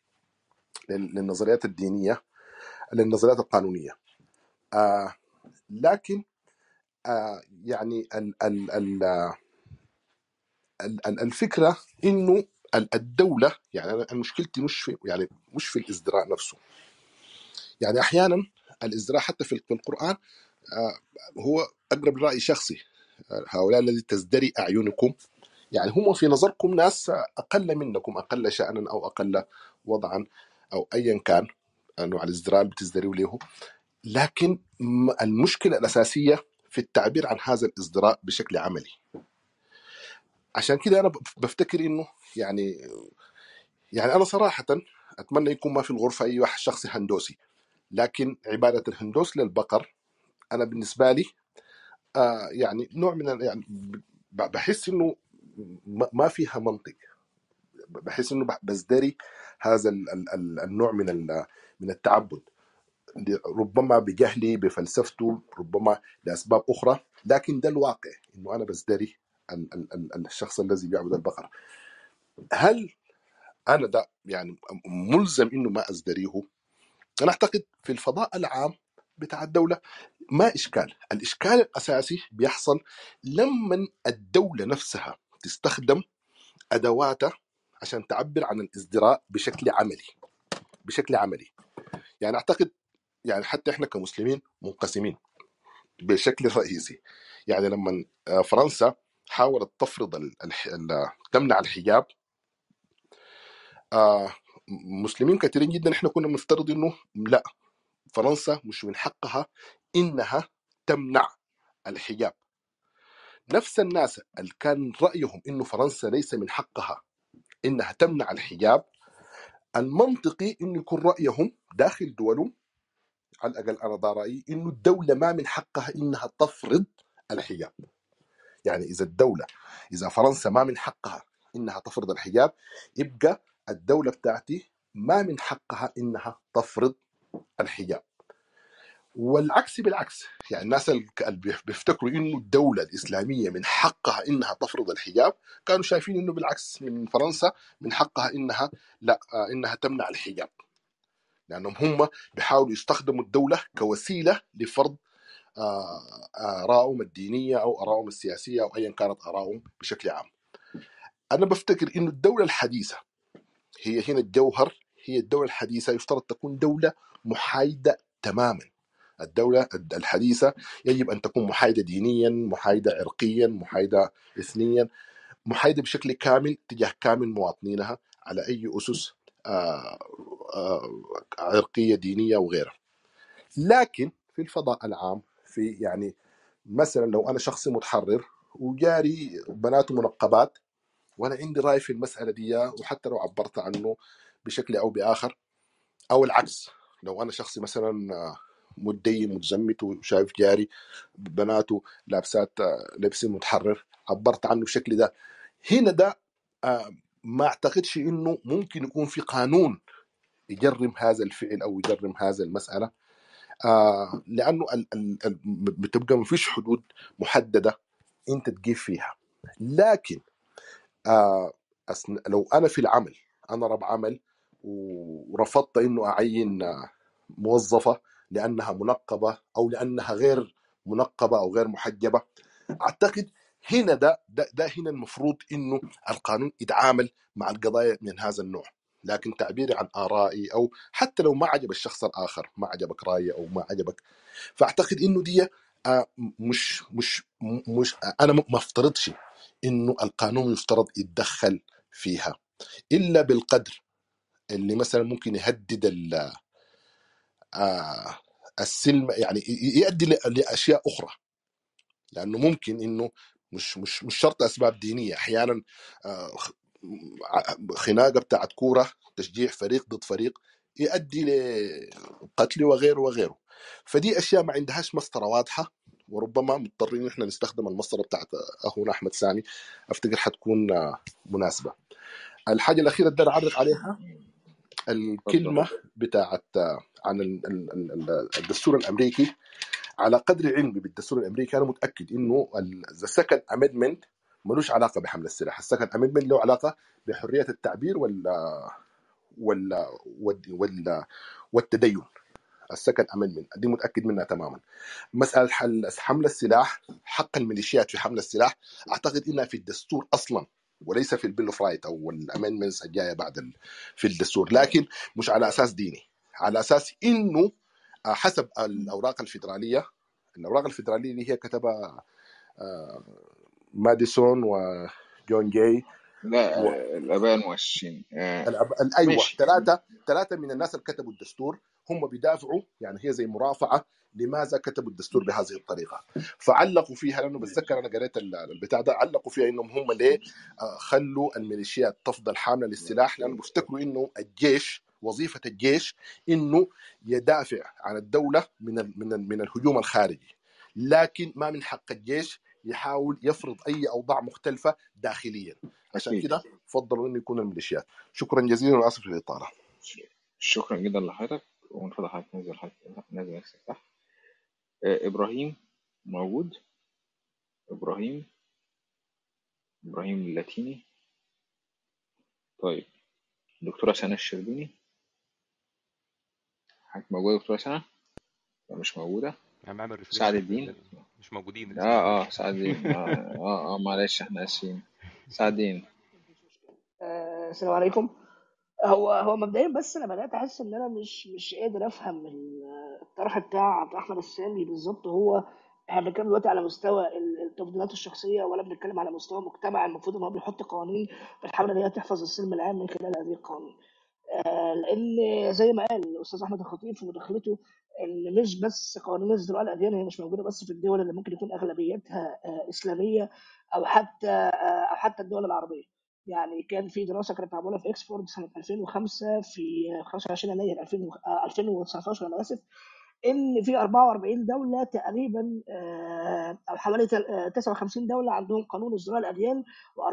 لل- للنظريات الدينية، للنظريات القانونية. آه لكن آه يعني ال... ال... ال... ال- ال- الفكرة إنه ال- الدولة، يعني أنا أنا مشكلتي مش في يعني مش في الازدراء نفسه. يعني أحيانا الازدراء حتى في في القرآن آه، هو أقرب لرأي شخصي. آه، هؤلاء الذي تزدري أعينكم، يعني هم في نظركم ناس أقل منكم، أقل شأنا أو أقل وضعا أو أيا كان أنواع الازدراء اللي بتزدريوا له. لكن م- المشكلة الأساسية في التعبير عن هذا الازدراء بشكل عملي. عشان كده أنا بف- بفتكر إنه يعني يعني أنا صراحة أتمنى يكون ما في الغرفة أي واحد شخصي هندوسي، لكن عبادة الهندوس للبقر أنا بالنسبة لي آه يعني نوع من ال- يعني ب- بحس إنه ما ما فيها منطق. بحس إنه بح- بزدري هذا ال ال ال النوع من ال- من التعبد، ربما بجهلي بفلسفته، ربما لأسباب أخرى. لكن ده الواقع، انه انا بزدري ال- ال- ال- الشخص الذي بيعبد البقر. هل انا ده يعني ملزم انه ما ازدريه؟ انا اعتقد في الفضاء العام بتاع الدوله ما اشكال. الاشكال الاساسي بيحصل لما الدوله نفسها تستخدم ادواتها عشان تعبر عن الازدراء بشكل عملي، بشكل عملي. يعني اعتقد يعني حتى احنا كمسلمين منقسمين بشكل رئيسي. يعني لما آه، فرنسا حاولت تفرض ال- الح- ال- تمنع الحجاب، آه، مسلمين كثيرين جدا احنا كنا بنفترض انه لا، فرنسا مش من حقها انها تمنع الحجاب. نفس الناس اللي كان رايهم انه فرنسا ليس من حقها انها تمنع الحجاب، المنطقي انه يكون رايهم داخل دولهم، على الاقل انا ده رايي، انه الدوله ما من حقها انها تفرض الحجاب. يعني اذا الدوله، اذا فرنسا ما من حقها انها تفرض الحجاب، يبقى الدوله بتاعتي ما من حقها انها تفرض الحجاب. والعكس بالعكس، يعني الناس اللي بيفتكروا انه الدوله الاسلاميه من حقها انها تفرض الحجاب كانوا شايفين انه بالعكس، من فرنسا من حقها انها لا، آه، انها تمنع الحجاب، لانهم هم بيحاولوا يستخدموا الدوله كوسيله لفرض آه، آرائهم الدينيه او آرائهم السياسيه او ايا كانت آرائهم بشكل عام. انا بفتكر انه الدوله الحديثه هي هنا الجوهر. هي الدوله الحديثه يفترض تكون دوله محايده تماما. الدولة الحديثة يجب أن تكون محايدة دينيا، محايدة عرقيا، محايدة إثنيا، محايدة بشكل كامل تجاه كامل مواطنينها على أي أسس آه، آه، عرقية دينية وغيرها. لكن في الفضاء العام، في يعني مثلا لو أنا شخص متحرر وجاري بناته منقبات وأنا عندي رأي في المسألة دي، وحتى لو عبرت عنه بشكل أو بآخر، او العكس، لو انا شخصي مثلا متدين متزمت وشايف جاري بناته لابسات لبس متحرر، عبرت عنه بالشكل ده، هنا ده آه، ما اعتقدش انه ممكن يكون في قانون يجرم هذا الفعل او يجرم هذا المساله، آه، لانه ال- ال- ال- بتبقى ما فيش حدود محدده انت تجيب فيها. لكن آه، أثن- لو انا في العمل، انا رب عمل ورفضت انه اعين آه، موظفه لانها منقبه او لانها غير منقبه او غير محجبه، اعتقد هنا ده ده, ده هنا المفروض انه القانون يتعامل مع القضايا من هذا النوع. لكن تعبيري عن ارائي او حتى لو ما عجب الشخص الاخر، ما عجبك رايي او ما عجبك، فاعتقد انه دي آه، مش مش مش انا ما افترضش انه القانون يفترض يتدخل فيها الا بالقدر اللي مثلا ممكن يهدد ال- آه، السلم، يعني ي- يؤدي ل- لاشياء اخرى. لانه ممكن انه مش مش مش شرط اسباب دينيه، احيانا آه، خ- خناقه بتاعت كوره، تشجيع فريق ضد فريق، يؤدي لقتل وغيره وغيره. فدي اشياء ما عندهاش مسطره واضحه، وربما مضطرين احنا نستخدم المسطره بتاعت اخونا احمد سامي، افتكر حتكون آه، مناسبه. الحاجه الاخيره اللي اعرض عليها الكلمه بتاعت آه، عن ال- ال- ال- الدستور الامريكي. على قدر علمي بالدستور الامريكي انا متاكد انه ذا سكند امندمنت ملوش علاقه بحمل السلاح. السكند امندمنت له علاقه بحريه التعبير وال وال وال والتدين. السكند امندمنت دي متاكد منها تماما. مساله حل- حمل السلاح، حق الميليشيات في حمل السلاح، اعتقد انها في الدستور اصلا وليس في البيل اوف رايت او الامندمنتس الجايه بعد ال... في الدستور، لكن مش على اساس ديني، على اساس انه آه، حسب الاوراق الفيدراليه. الاوراق الفيدراليه اللي هي كتبها آه، ماديسون وجون جاي لا و... آه، الآباء المؤسسين آه، الأب... ال- ايوه، ماشي. ثلاثه ثلاثه من الناس اللي كتبوا الدستور هم بيدافعوا، يعني هي زي مرافعه لماذا كتبوا الدستور بهذه الطريقه. فعلقوا فيها، لانه بتذكر انا قريت ال- البتاع ده، علقوا فيها انهم هم ليه آه، خلوا الميليشيات تفضل حامله للسلاح، لانه بيفتكروا انه الجيش، وظيفه الجيش انه يدافع عن الدوله من ال... من ال... من الهجوم الخارجي، لكن ما من حق الجيش يحاول يفرض اي اوضاع مختلفه داخليا. عشان أكيد. كده فضلوا انه يكون الميليشيات. شكرا جزيلا واسف للاطاله. شكرا جدا لحضرتك، ومن فضل حضرتك نزل حضرتك نزل نفسك تحت. آه، إبراهيم موجود؟ ابراهيم ابراهيم اللاتيني. طيب دكتورة سنة الشربيني، حضرتك موجودة دكتورة سنة؟ لا مش موجودة. عم عامل سعد ريفريش الدين. مش موجودين اه لسه ما اه جوش. سعد الدين اه اه, آه معلش احنا اسفين. سعد الدين. آه، السلام عليكم. هو هو مبدئيا بس انا بدات احس ان انا مش مش قادر افهم ال- الطرح بتاع عبد الرحمن السامي بالظبط. هو احنا بنتكلم دلوقتي على مستوى ال- التفضيلات الشخصيه، ولا بنتكلم على مستوى مجتمع المفروض ان هو بيحط قوانين بتحاول ان هي تحفظ السلم العام من خلال هذه القوانين؟ آه، لان زي ما قال الاستاذ احمد الخطيب في مداخلته، ان مش بس قوانين ازدراء الاديان هي مش موجوده بس في الدول اللي ممكن يكون اغلبيتها آه، اسلاميه، او حتى آه، او حتى الدول العربيه. يعني كان في دراسه كانت معموله في اكسفورد سنه ألفين وخمسة في خمسة وعشرين يناير ألفين و- آه، ألفين وتسعتاشر، انا اسف، ان في أربعة وأربعين دوله تقريبا، آه، او حوالي تل- آه، تسعة وخمسين دوله عندهم قانون ازدراء الاديان،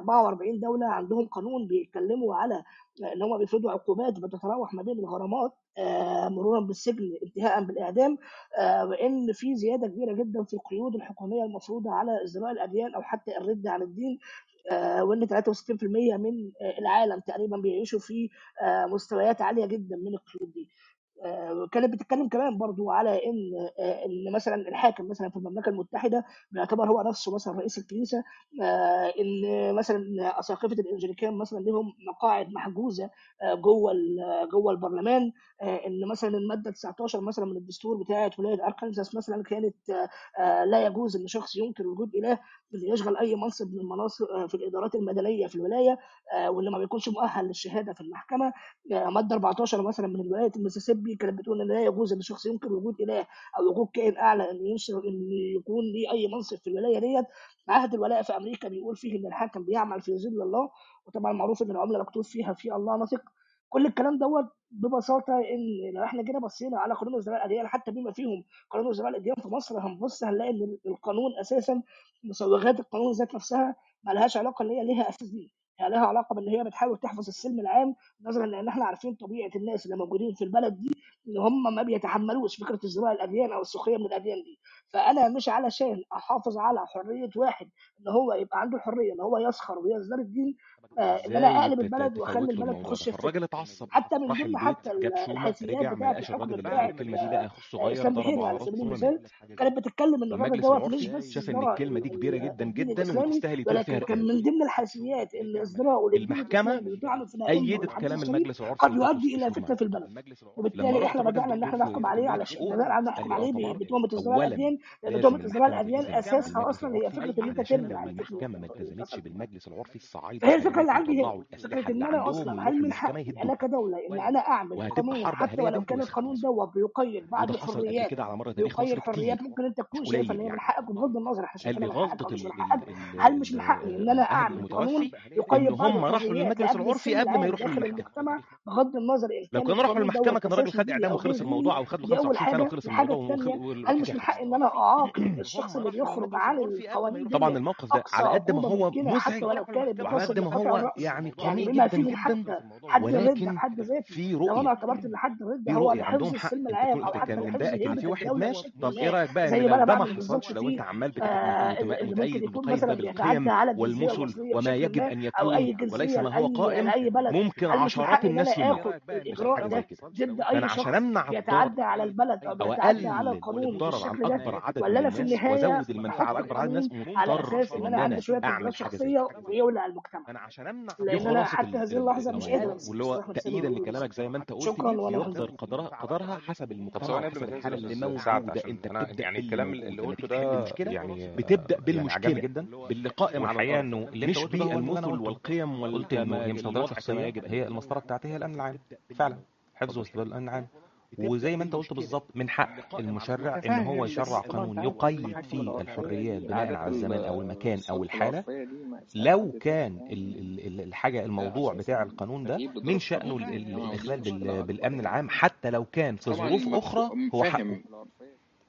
و44 دوله عندهم قانون بيتكلموا على ان هم بيفرضوا عقوبات بتتراوح ما بين الغرامات آه، مرورا بالسجن انتهاء بالاعدام، آه، وان في زياده كبيره جدا في القيود الحكوميه المفروضه على ازدراء الاديان او حتى الرد عن الدين، آه، وان ثلاثة وستين بالمية من آه، العالم تقريبا بيعيشوا في آه، مستويات عاليه جدا من القيود دي. آه، كانت بتتكلم كمان برضو على ان آه، ان مثلا الحاكم مثلا في المملكه المتحده بيعتبر هو نفسه مثلا رئيس الكنيسه، آه، ان مثلا اساقفه الانجليكان مثلا لهم مقاعد محجوزه آه، جوه ال- جوه البرلمان، آه، ان مثلا الماده تسعتاشر مثلا من الدستور بتاعه ولايه اركنساس مثلا كانت آه، آه، لا يجوز ان شخص ينكر وجود اله اللي يشغل اي منصب من المناصب آه، في الادارات المدنيه في الولايه، آه، واللي ما بيكونش مؤهل للشهاده في المحكمه. آه، ماده أربعتاشر مثلا من ولايه المسيسيبي كانت بتقول ان لا يجوز ان شخص ينكر وجود اله او وجود كائن اعلى ان ينشر ان يكون ليه اي منصب في الولايه ديت. عهد الولاء في امريكا بيقول فيه ان الحاكم بيعمل في ظل الله، وطبعا معروف ان العمله مكتوب فيها في الله نثق. كل الكلام دوت ببساطه ان لو احنا جينا بصينا على قانون الزراعه الاديان حتى بما فيهم قانون الزراعه الاديان في مصر، هنبص هنلاقي ان القانون اساسا مسوغات القانون ذات نفسها ما لهاش علاقه ان هي ليها اساس دين، هي لها علاقه بان هي بتحاول تحفظ السلم العام، نظرا لان احنا عارفين طبيعه الناس اللي موجودين في البلد دي ان هم ما بيتحملوش فكره ازدراء الاديان او السخريه من الاديان دي. فانا مش علشان احافظ على حريه واحد ان هو يبقى عنده الحريه ان هو يسخر ويزداد الدين، آه، ان انا ازاي اقلب ت- ت- البلد واخلي تفوت له البلد الموضوع ده؟ تخش في فالراجل سجن. اتعصب، حتى من راح ضمن البيت حتى جاب شومه، الحيثيات رجع ما بتاعه لقاش الحكم الراجل اللي بتاعه قال الكلمه دي، آه، لقى اخوه آه، الصغير اسلام ضربه بحيري على على راسه سبيل ونام. المثال، كانت بتتكلم ان الراجل فالمجلس دوت مش العرفي بس شاف ان ازدرى الكلمه ال- دي كبيره ال- جدا الدين جدا الاسلامي، وتستاهل يطير فيها ولكن كان رقاب. من ضمن الحيثيات ان ازدراء للدين المحكمه الاسلامي وطعنه في الائمه ايدت والحديث كلام الشريف المجلس العرفي قد وادته يؤدي الى الشهمه. فتنه في البلد. لما وبالتالي رحت احنا الراجل رجعنا ان الدكتور احنا في نحكم في عليه كليه على ش- حقوق نحكم قال لي اه عليه طبعا. ب- بتهمه ازدراء اولا الاديان، لان لازم تهمه ازدراء المحكمه الاديان تلتزم اساسها بالمجلس اصلا هي العرفي، فكره ان انت علشان تمنع لو الفتنه المحكمه ما والت- التزمتش وتصل. بالمجلس العرفي الصعايده فهي الفكره اللي هيروحوا عندي هنا يطلعوا فكره الاسلحه اللي ان انا عندهم اصلا هل ويروحوا من المحكمه حقي انا يهدوها، كدوله ان انا اعمل وهتبقى قانون حرب حتى اهليه ولو بينكم كان وبين القانون مصر. دوت بيقيد بعض وده حصل قبل الحريات، كده على مر تاريخ بيقيد مصر حريات كتير، ممكن انت مش تكون شايفه ان قليل هي من يعني. حقك، وبغض النظر احنا قال لي شايفينها من حقك او غلطه مش من ال حقك، ال ال هل مش ال من حقي ان انا اهل اعمل قانون المتوفي يقيد ان بعض هم راحوا الحريات للمجلس لاجل العرفي السلم قبل ما العام يروحوا داخل للمحكمه. المجتمع، بغض النظر ان لو كان كانوا راحوا القانون للمحكمه دوت كان الراجل اساسه خد ديني اعدام او غير وخلص ديني. الموضوع، او خد له دي اول خمسة وعشرين سنه حاجه. وخلص الحاجه الموضوع الثانيه، وخ- هل والحكايه مش من خلصت. حقي ان انا اعاقب الشخص اللي بيخرج عن القوانين طبعا ديت الموقف ده اقصى على قد ما عقوبه هو ممكنه حتى مزعج ولو كانت وعلى بتصل قد ما لقطع هو الراس، يعني يعني قانوني بما جدا فيه جدا، حتى حد الردة في ولكن حد ذاته. في لو انا رؤيه اعتبرت ان حد الردة في هو رؤيه عندهم لحفظ حق. السلم انت العام كل او انت حتى كان لحفظ مضايقك ان هيبه في واحد الدوله مات، بشكل طب ايه ما، رايك بقى ان زي ما لو انا ده ما بعمل بالظبط حصلش، لو انت في عمال بت- بت- آه، متم- متأيد ممكن يكون متقيد مثلا ده بيتعدى بالقيم على الجنسيه والمثل المصريه وما بشكل يجب ما، ان او يكون اي وليس جنسيه ما هو لاي قائم، لاي بلد، ممكن هل مش من عشرات حقي ان انا الناس يموتوا اخد بسبب الاجراء حاجه زي ده كده. ضد فانا اي عشان شخص امنع الضرر بيتعدى على البلد او او بيتعدى على اقلل القانون الضرر عن بالشكل ده؟ اكبر عدد ولا من انا في الناس النهايه وازود المنفعه على بحط اكبر عدد من الناس، القانون على مضطر اساس ان انا ان عندي انا شويه انجازات اعمل حاجه زي شخصيه كده. ويولع المجتمع؟ فانا عشان امنع دي لان انا خلاصه حتى ال- هذه ال- اللحظه مش قادر الموضوع، امسك واللي الاستاذ هو احمد السامي تأييدا بيقوله ده لكلامك زي ما بصراحه. انت قلت شكرا دي وانا بيقدر محترم. قدرها قدرها حسب طب المجتمع ثواني قبل وحسب ما الحاله تنسى اللي استاذ سعد، موجوده. عشان انت انا بتبدا يعني باللي الكلام موجود، اللي لما قلته تيجي تحل ده مشكله يعني بتبدا يعني عجبني بالمشكله، جدا، باللي قائم على والحقيقه الغلط، انه اللي انت مش قلته ده هو اللي انا بالمثل قلته. والقيم قلت انه هي مش مسطره والوضع كما شخصيه، يجب ان هي يكون. المسطره بتاعتي هي الامن العام فعلا، حفظ واستبدال الامن العام. وزي ما انت قلت بالظبط، من حق المشرع ان هو متفهم، يشرع بس قانون انت عارف يقيد المحاكم فيه العرفيه الحريات دي بناء عاده على الزمان او المكان او الصدفه الحاله. العرفيه دي ما لو ساعات كان بتبقى ال- ال- ال- يعني الحاجه الموضوع فيها بتاع اساسا القانون ده تغيير بضرر من شأنه قانوني، ال- ال- اه ودي الاخلال مشكله بال- اكبر بالامن يعني. العام، حتى لو كان في طبعا ظروف مف- اخرى هو حقه. فاهم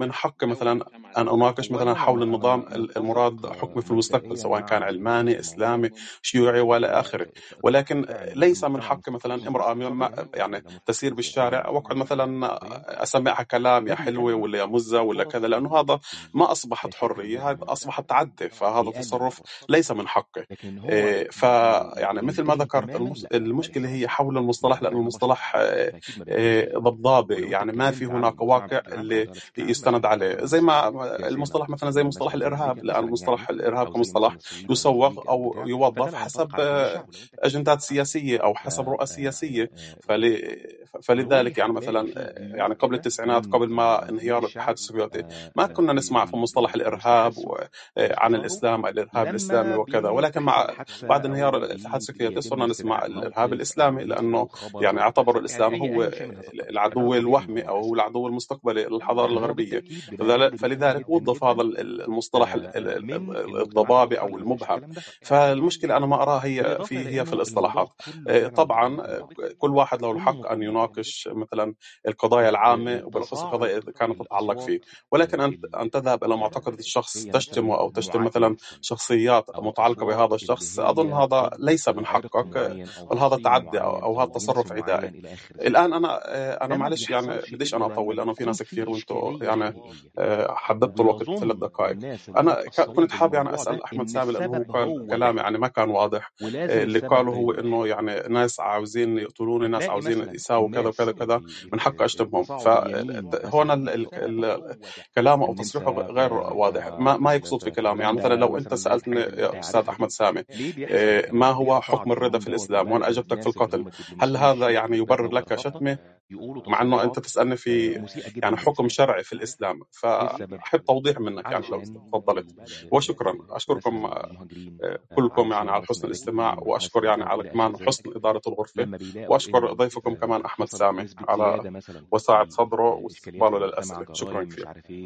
من حقي مثلا أن أناقش مثلا حول النظام المراد حكمي في المستقبل، سواء كان علماني إسلامي شيوعي وإلى آخره، ولكن ليس من حقي مثلا امرأة ما يعني تسير بالشارع وأقعد مثلا أسمعها كلام يا حلوة ولا يا مزة ولا كذا، لأنه هذا ما أصبحت حرية، هذا أصبحت تعدي، فهذا تصرف ليس من حقي. فيعني مثل ما ذكرت المشكلة هي حول المصطلح، لأن المصطلح ضبابي، يعني ما في هناك واقع اللي يستند عليه، زي ما المصطلح مثلا زي مصطلح الإرهاب، لأن مصطلح الإرهاب كمصطلح يسوق أو يوظف حسب أجندات سياسية أو حسب رؤى سياسية. فلذلك يعني مثلا يعني قبل التسعينات، قبل ما انهيار الاتحاد السوفيتي، ما كنا نسمع في مصطلح الإرهاب عن الإسلام الإرهاب الإسلامي وكذا، ولكن مع بعد انهيار الاتحاد السوفيتي صرنا نسمع الإرهاب الإسلامي، لأنه يعني اعتبر الإسلام هو العدو الوهمي أو هو العدو المستقبلي للحضارة الغربية. فلذلك وظف هذا المصطلح الضبابي أو المبهم. فالمشكلة أنا ما أراها هي في هي في الاصطلاحات. طبعا كل واحد له الحق حق أن يناقش مثلا القضايا العامة وبالأخص القضايا اللي كانت تتعلق فيه، ولكن أن أن تذهب إلى معتقد الشخص تشتمه أو تشتم مثلا شخصيات متعلقة بهذا الشخص، أظن هذا ليس من حقك، بل هذا تعدي أو أو هذا تصرف عدائي. الآن أنا أنا معلش يعني بديش أنا أطول لأنه في ناس كثير وأنتم يعني حددتوا الوقت ثلاث دقائق. أنا كنت حابب يعني أسأل أحمد سامي لأنه هو قال كلام يعني ما كان واضح. اللي قاله هو إنه يعني ناس عاوزين يقتلوني، ناس عاوزين يساووا كذا وكذا كذا، من حق أشتمهم. فهنا كلامه أو تصريحه غير واضح، ما ما يقصد في كلامه. يعني مثلا لو أنت سألتني يا أستاذ أحمد سامي ما هو حكم الردة في الإسلام وأنا أجبتك في القتل، هل هذا يعني يبرر لك شتمه؟ مع أنه أنت تسألني في يعني حكم شرعي في الإسلام، فأحب توضيح منك يعني لو تفضلت. وشكرا، أشكركم كلكم يعني على حسن الاستماع، وأشكر يعني على كمان حسن إدارة الغرفة، وأشكر ضيفكم كمان أحمد سامي على وساعة صدره واستقباله للأسئلة. شكرا كثير.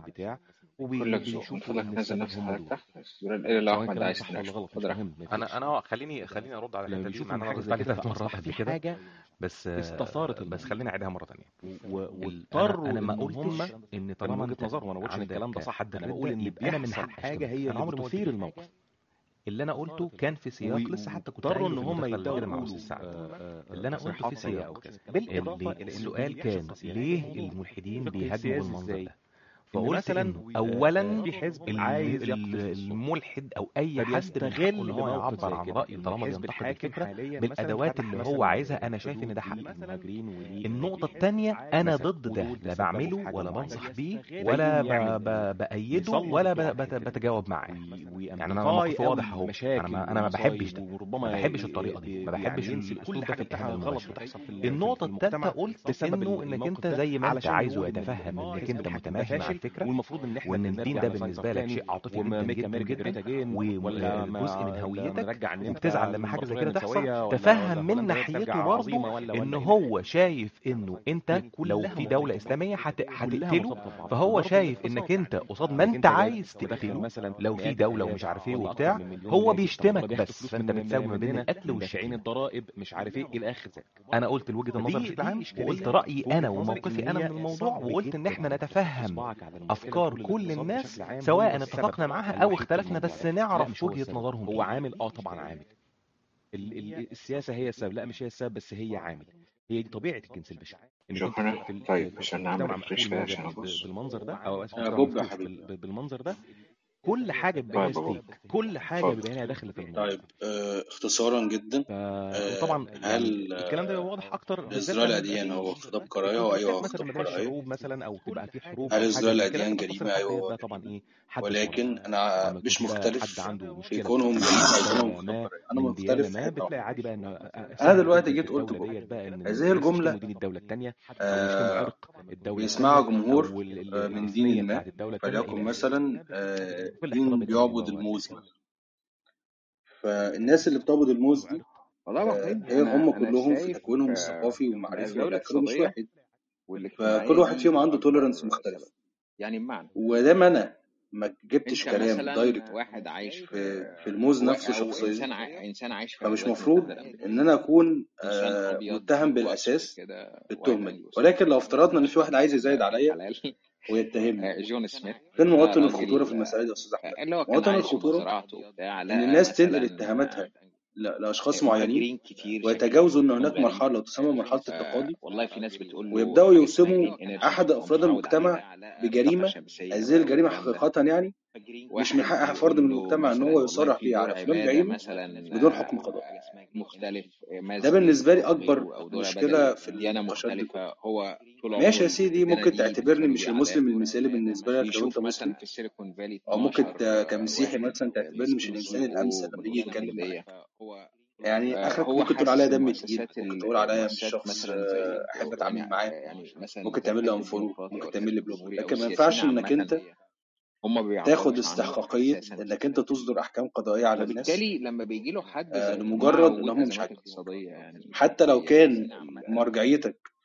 كلك ذوق. من فضلك نزل نفسك حضرتك إلا لو أحمد عايز تناقش. اتفضل. انا انا خليني خليني ارد على الحته دي، مع ان انا رديت عليها ثلاث مرات قبل كده، بس بس خليني اعيدها مره ثانيه. واضطروا انا ما قلتش ان طالما وجهه نظر وانا بقولش ان الكلام ده صح، انا بقول ان انا من حق حاجه هي اللي بتثير الموقف. اللي انا قلته كان في سياق لسه حتى كنت قايله ان هم يبداوا مع استاذ سعد. اللي انا قلته في سياق بالاضافه السؤال كان ليه الملحدين بيهاجموا بالمنظر ده، فقلت انه اولا في حزب عايز الملحد او اي حد يستغل ان هو يعبر عن رايه طالما بينتقد الفكره بالادوات اللي هو عايزها. انا شايف ان ده حق. النقطه الثانيه انا ضد ده، لا بعمله ولا بنصح بيه ولا بايده ولا بتجاوب معاه. يعني انا موقفي واضح اهو، انا ما انا ما بحبش ده، ما بحبش الطريقه دي، ما بحبش الاسلوب ده في الاهانه المباشره. النقطه الثالثه قلت انه انك انت زي ما انت عايزه يتفهم انك انت متماشي مع الفكره، والمفروض ان احنا وان الدين ده بالنسبه لك شيء عاطفي جدا جدا جدا وجزء من هويتك، وبتزعل لما حاجه زي كده تحصل. تفهم من ناحيته برضه ان هو شايف انه انت لو في دوله اسلاميه هتقتله، فهو شايف انك انت قصاد ما انت عايز تقتله لو في دوله ومش عارف ايه وبتاع، هو بيشتمك بس، فانت بتساوي ما بين القتل والشتيمه. الضرائب مش عارف ايه الى اخر ذلك. انا قلت وجهه النظر بشكل عام، وقلت رايي انا وموقفي انا من الموضوع، وقلت ان احنا نتفهم افكار كل الناس سواء اتفقنا معاها او اختلفنا، بس نعرف وجهة نظرهم. هو عامل اه طبعا عامل السياسة هي السبب، لا مش هي السبب بس هي عامل، هي دي طبيعة الجنس البشري. شكرا. طيب عشان نعمل ريفريش كده عشان ابص بالمنظر ده او بوب يا حبيبي بالمنظر ده كل حاجة بيبقى لها ستيك، كل حاجة بيبقى لها داخل في الموضوع. طيب اه اختصارا جدا ف... وطبعا هل يعني الكلام ده بيبقى واضح اكتر ازدراء الاديان هو خطاب كراهيه؟ او ايوه خطاب كراهيه. مثلا او تبقى في حروب هل او ازدراء حاجه الاديان جريمه؟ ايوه طبعا ايه، ولكن انا مش مختلف في كونهم جريمه او كونهم خطاب كراهيه. انا مختلف في حته بتلاقي عادي بقى ان انا دلوقتي جيت قلت هذه الجمله الدوله الثانيه آه بيسمعها جمهور من دين ما، فليكن مثلا آه دين بيعبد الموز مثلا، فالناس اللي بتعبد الموز دي آه هي هم كلهم في تكوينهم الثقافي والمعرفي والى اخره مش واحد، فكل واحد فيهم عنده توليرنس مختلف. يعني بمعنى ودام انا ما جبتش كلام دايركت واحد عايش في, في الموز نفسه شخصيا، انسان ع... انسان عايش في فمش مفروض ان انا اكون آه متهم بالاساس بالتهمه دي. ولكن لو افترضنا ان في واحد عايز يزايد عليا ويتهمني، جون سميث فين مواطن الخطوره في المساله دي يا استاذ احمد؟ مواطن الخطوره ان الناس تنقل اتهاماتها لاشخاص معينين ويتجاوزوا ان هناك مرحله لو تسمى مرحله التقاضي، والله في ناس بتقول ويبداوا يوسموا احد افراد المجتمع بجريمه. هذه الجريمه حقيقه يعني مش من حق فرد من المجتمع ان هو يصرح بيه على فلان جريمه بدون حكم قضائي مختلف. ده بالنسبه لي اكبر مشكله في التشدد. ماشي يا سيدي، ممكن تعتبرني مش المسلم المثالي بالنسبه لك لو انت مسلم، او ممكن كمسيحي مثلا تعتبرني مش الانسان الامثل لما يجي يتكلم معاك. يعني اخرك ممكن تقول عليا دم تقيل، ممكن تقول عليا مش شخص احب اتعامل معاه، ممكن تعمل لي انفولو، ممكن تعمل لي بلوك، لكن ما ينفعش انك انت تاخد استحقاقيه انك انت تصدر احكام قضائيه على الناس بالتالي لما بيجي له حد آه لمجرد انهم مش عاجبين. يعني حتى لو كان مرجعيتك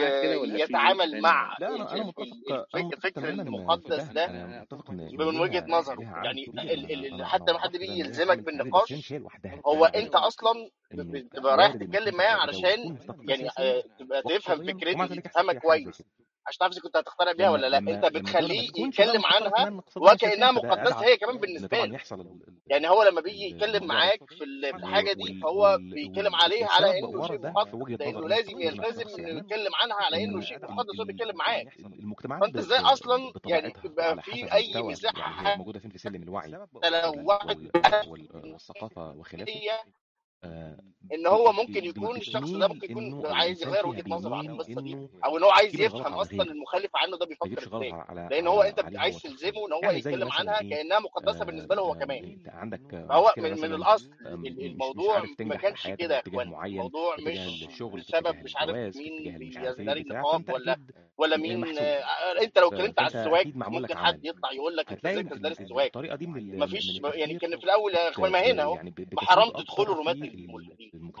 معاك كده ولا في يتعامل تاني؟ مع لا انا انا ال- متفق ال- انا الفك- متفق الفكر تماما المقدس في ده فهم. انا متفق ان ان من وجهة ليها نظره. ليها عامل يعني كبير. ال- انا ال- انا حتى انا ما حد وضحت ده بيجي ان هي يلزمك حاله تعبير بس هي مش بالنقاش، هي لوحدها. هو انا انت بتكلم اصلا ب- انه بتبقى رايح وارد ان تتكلم يكون معاه في لو علشان يكون مستقبل يعني سياسيا آه، تبقى تفهم واقتصاديا فكرته، ومع ذلك يحصل تفهمها فيها حاجه زي كويس كده. عشان تعرف اذا كنت هتقتنع بيها لما ولا لا. لما انت لما الدوله ما بتخليه تكونش بقى يتكلم مفكره عنها كمان اقتصاديا سياسيا وكانها فده مقدسه ابعد هي كمان ان بالنسبه طبعا له. يحصل ال- ال- يعني هو لما بيجي ال- يتكلم الموضوع ده معاك في ال- في و- الحاجه دي وال فهو وال بيتكلم وال عليها على والسبب انه شيء ورا ده مقدس، في وجهه لانه نظري لازم دون يلتزم الشخص انه يعني يتكلم عنها على انه انه شيء ال مقدس وهو ال بيتكلم معاك. ال- المجتمعات فانت ب- ازاي ب- اصلا يعني بطبيعتها يبقى وعلى في حسب اي مستوى ال- يعني هي مساحه موجوده فين في سلم الوعي لو وال واحد وال وال والثقافه وخلافه. آه، ان ب- هو ب- ممكن يكون ب- الشخص ده بتميل ممكن يكون انه او عايز الانسان يغير فيها وجهة نظره عن بيميل القصة دي، انه او ان هو عايز يجيب الغلط يفهم على اصلا غيره، المخالف عنه ده ما بيفكر يجيبش غلط ازاي، على لان هو انت على بت- عليه هو عايز شخصيا. تلزمه ان هو يعني زي يتكلم مثلا عنها ايه، كانها مقدسة آه بالنسبة له هو آه كمان. انت عندك فهو مشكله من من مثلا، الاصل آه، ال- مش مش الموضوع عارف ما تنجح في كانش حياتك كده في يا اتجاه اخوانا. معين، الموضوع في اتجاه مش الشغل، في بسبب اتجاه مش عارف الجواز، في مين اتجاه مش عارف ايه بيزدري بتاع. النقاب فانت ولا اكيد ولا م- مين. محسوب. آه، انت لو ف- اتكلمت على فانت السواك اكيد معمول لك ممكن حد عمل. يطلع يقول لك انت هتلاقي ازاي ال- تزدري ال- السواك. الطريقه دي من ال- ما من فيش من يعني التفكير كان في الاول يا بت اخوان ما ب- هنا اهو يعني ب- ما حرام بتسود تدخلوا اكتر الرومات في الملحدين. المجتمع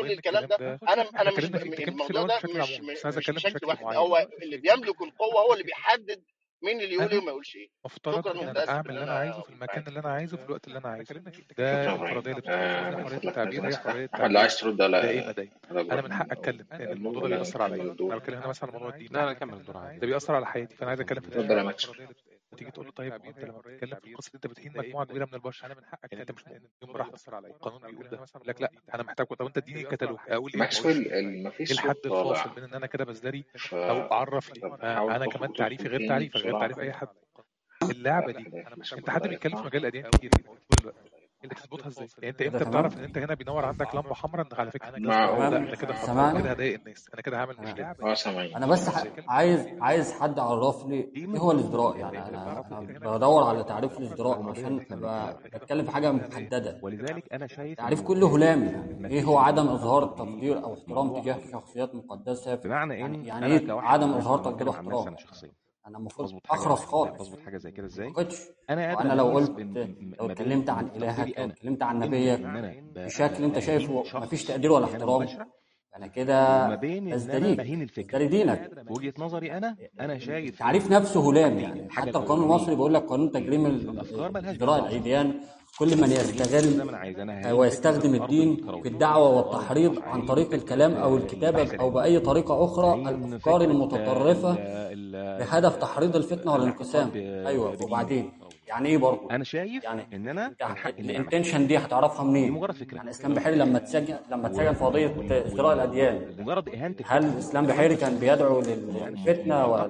كل وان الكلام الكلام ده ده انا احنا انا مش اتكلمنا فيه، اتكلمت في الموضوع الاول ده بشكل مش عمومي، بس عايز مش اتكلم بشكل بشكل واحد، معين. هو اللي بيملك القوه هو اللي بيحدد مين اللي يقول ايه انا وما يقولش ايه. مفترض شكرا ان انا ومتاسف اعمل ان اللي انا انا عايزه في وقفت المكان معاك. اللي انا عايزه في الوقت اللي انا عايزه. ده شكرا الانفراديه اللي ابراهيم. بتميزني، آه، حريه من فضلك التعبير هي عايز حريه احمد لو عايز التعبير ترد على دائمه دايما. على انا من ابراهيم حق او اتكلم لان او الموضوع ده ولا بيأثر عليا. نكمل انا الدور. بتكلم هنا مثلا عن موضوع الدين لا لا مثلا، كمل الدور عادي. ده بيأثر على حياتي، فانا عايز اتكلم في ده. اتفضل يا ماكس. وتيجي تقول له طيب ما انت لما بتتكلم في القصه دي انت بتهين مجموعه كبيره من البشر، انا من حقك يعني انت مش مؤمن يوم براحتك. القانون بيقول ده، يقول لك لا انا محتاج. طب انت اديني كتالوج اقول ايه ما اقولش ماكسويل ايه؟ ال- مفيش ايه صوت الحد الفاصل طالع، بين ان انا كده بزدري ف او بعرف لي؟ طب حاول انا تخرج كمان وتدخل تعريفي غير تاني تعريفك غير بسرعة تعريف اي كده. حد. اللعبه دي خليها في انت حد السكوت بيتكلم في يطلع. مجال الاديان كتير طول الوقت، انت تظبطها ازاي؟ يعني انت كده امتى بتعرف ان تمام انت هنا بينور عندك لمبه حمراء انك على فكره ده معقول. لا تمام ده كده خطر، انا سامعني كده هضايق الناس، انا كده هعمل تمام مشكله. اه سامعين. انا بس تظبطها ح- ازاي؟ عايز عايز حد يعرف لي دي ايه من هو ضمن الازدراء. ال- يعني ال- انا المبادئ انا اللي بدور على تعريف او الازدراء المبادئ عشان اللي احنا ابقى بنتكلم بتكلم في حاجه محدده. ولذلك انا شايف تعريف انه كله هلامي. آه، يعني مفيش ايه هو عدم مفيش اظهار حد ليه تقدير او احترام موضوع تجاه خاص، شخصيات مقدسه؟ بمعنى يعني ان يعني انا ايه كواحد عدم مثلا اظهار لو تقدير هتكلم عن نفسي واحترام؟ انا شخصيا انا المفروض بظبط حاجه اخرس زي خالص. بظبط حاجه زي كده ما ازاي؟ اعتقدش. انا قادر وانا لو اميز قلت بين لو ما بين اتكلمت عن ان تقديري الهك او انا اتكلمت عن ينتج نبيك ان انا ب- بشكل انت ب- شايفه بهين مفيش شخص تقدير ولا اهانه احترام، مباشره، انا كده وما بين ان انا بزدريك بهين الفكره. بزدري دينك. وجهه نظري انا انا شايف التعريف انه نفسه هلامي. حاجتين، يعني الحاجه حتى القانون المصري الاولانيه بيقول لك قانون تجريم ان ال- الافكار ملهاش ازدراء جنس اصلا، الاديان. كل من خليني اشتغل زي يستغل ما انا عايز. انا ههين ويستخدم فكره الارض الدين في الكرويه الدعوة والارض والتحريض عن الافعاليه طريق الكلام او الكتابة او البحثيه، باي طريقة اخرى هين الافكار فكره المتطرفة ال- ال- بهدف تحريض الفتنة الاحتفال والانقسام. ب- ايوه. بديني. وبعدين يعني ايه برضه؟ انا شايف يعني ان انا انت من حقي اني اعمل الانتنشن دي هتعرفها دي منين؟ مجرد فكره. يعني اسلام بحيري لما اتسجن لما و- اتسجن في قضية وال- ازدراء الاديان، وال- ومجرد اهانه هل الفكره اسلام بحيري كان بيدعو يعني للفتنة ولا اعتقد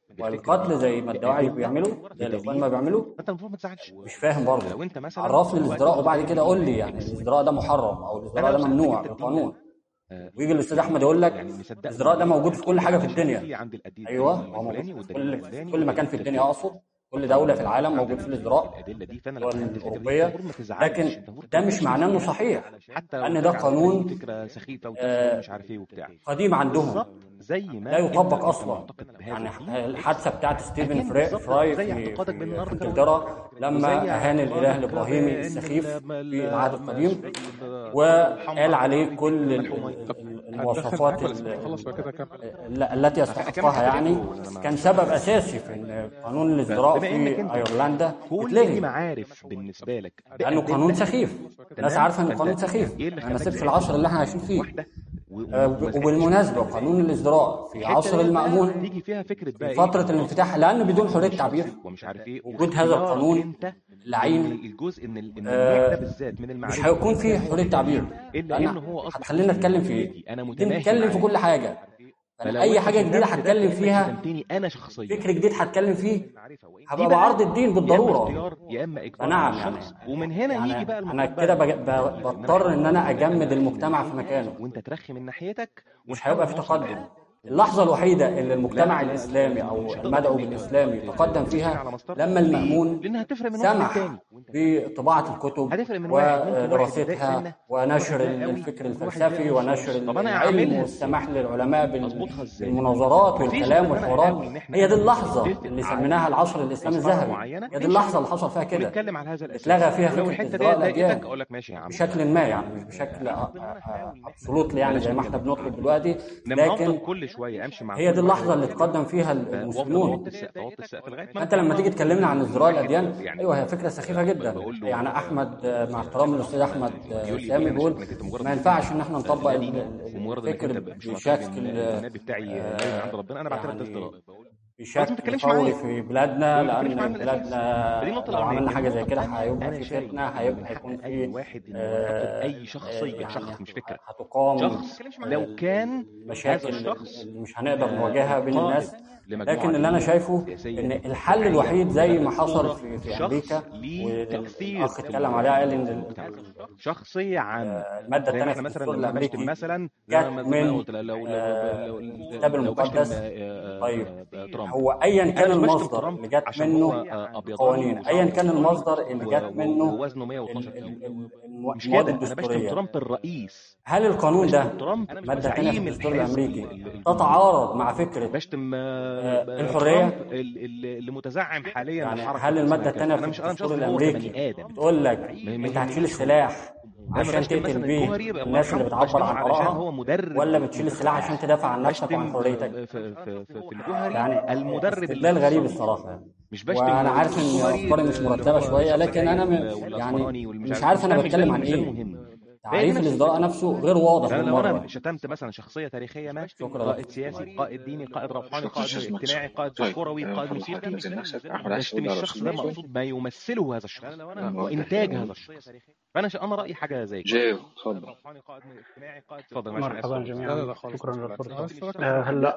والقتل زي ما الدواعش بيعملوا، زي الاخوان ما بيعملوا. فانت المفروض ما تزعلش. مش فاهم برضه. لو انت مثلا عرفني الازدراء وبعد كده قول لي يعني الازدراء ده محرم او الازدراء ده ممنوع بالقانون. ويجي الاستاذ احمد يقول لك الازدراء ده موجود في كل حاجه في الدنيا. ايوه هو موجود في كل في كل مكان في الدنيا، اقصد كل دوله في العالم موجود في الازدراء الدول الاوروبيه، لكن ده مش معناه انه صحيح، لان ده قانون فكره سخيفه وتافهه ومش عارف ايه وبتاع قديم عندهم زي ما لا يطبق اصلا. يعني الحادثه بتاعت ستيفن فراي في انجلترا لما اهان الاله الابراهيمي السخيف في العهد القديم وقال عليه كل المواصفات التي يستحقها، يعني كان سبب اساسي في ان قانون الازدراء في ايرلندا يتلغي. معارف بالنسبه لك لانه قانون سخيف، الناس عارفه انه قانون سخيف ما يناسبش العصر اللي احنا عايشين فيه. وبالمناسبه قانون الازدراء في عصر المأمون تيجي فيها فكره بقى فتره الانفتاح، لان بدون حريه تعبير ومش عارف ايه وجود هذا القانون لعين الجزء ان النوع ده بالذات من المعرفه مش هيكون فيه حريه تعبير، الا انه هو اصلا هتخلينا نتكلم في ايه؟ انا متماشي نتكلم في كل حاجه. اي حاجه جديده هتكلم فيها، انا شخصيا فكر جديد هتكلم فيه هبقى بعرض الدين بالضروره، يا اما اجبار نعم يعني. ومن هنا يعني يجي بقى انا كده بضطر ان انا اجمد المجتمع في مكانه وانت ترخي من ناحيتك، مش هيبقى في تقدم. اللحظة الوحيدة اللي المجتمع الإسلامي أو المدعو بالإسلامي تقدم فيها لما المأمون سمح بطباعة الكتب ودراستها ونشر الفكر الفلسفي ونشر العلم والسماح للعلماء بالمناظرات والكلام والحوارات. هي دي اللحظة اللي سميناها العصر الإسلامي الذهبي، هي دي اللحظة اللي حصل فيها كده، اتلغى فيها فكرة ازدراء الأديان بشكل ما، يعني مش بشكل ابسولوتلي يعني زي ما احنا بنطلب دلوقتي، لكن شويه امشي مع هي دي اللحظه اللي تقدم فيها المسلمون. انت لما تيجي تكلمنا عن ازدراء الاديان، ايوه هي فكره سخيفه جدا. يعني احمد مع احترام الاستاذ احمد سامي بيقول ما ينفعش ان احنا نطبق الفكر بشكل عند ربنا، انا بعتبر ده ازدراء بشكل فوري في بلادنا، لان بلادنا لو عملنا حاجه زي كده هيبقى في فتنه، هيبقى هيكون في واحد اي شخصيه شخص مش فكره هتقام شخص لو كان مشاكل مش هنقدر نواجهها بين الناس. لكن اللي انا شايفه ان الحل الوحيد زي ما حصل في, في امريكا والاخ اتكلم عليها، قال ان شخصيه عن الماده الثانيه في الدستور الامريكي مثلا جت من الكتاب المقدس. طيب هو ايا كان المصدر اللي جت منه قوانين، ايا كان المصدر اللي جت منه وزنه مية واتناشر كيلو، مش المواد كده؟ انا بشتم الدستوريه، ترامب الرئيس. هل القانون ده ماده الثانيه في الدستور الامريكي تتعارض مع فكره بشتم الحريه اللي متزعم حاليا؟ يعني هل الماده الثانيه في الدستور الامريكي بتقول لك انت هتشيل السلاح عشان تقتل بيه الناس اللي بتعبر عن آرائها، ولا بتشيل السلاح عشان تدافع عن نفسك وعن حريتك؟ في في في الجوهري يعني المدرب استدلال غريب الصراحه. مش بشتم وانا عارف ان افكاري مش مرتبه شويه، لكن انا م... يعني مش عارف انا بتكلم عن ايه. تعريف الازدراء نفسه غير واضح. لو انا شتمت مثلا شخصيه تاريخيه ما، قائد سياسي، قائد ديني، قائد روحاني، قائد اجتماعي، قائد كروي، قائد موسيقي، بشتم الشخص ده مقصود ما يمثله هذا الشخص وانتاج هذا الشخص. فانا انا رايي حاجه زي كده. اتفضل. اتفضل. مرحبا جميعا، شكرا للفرصه. هلا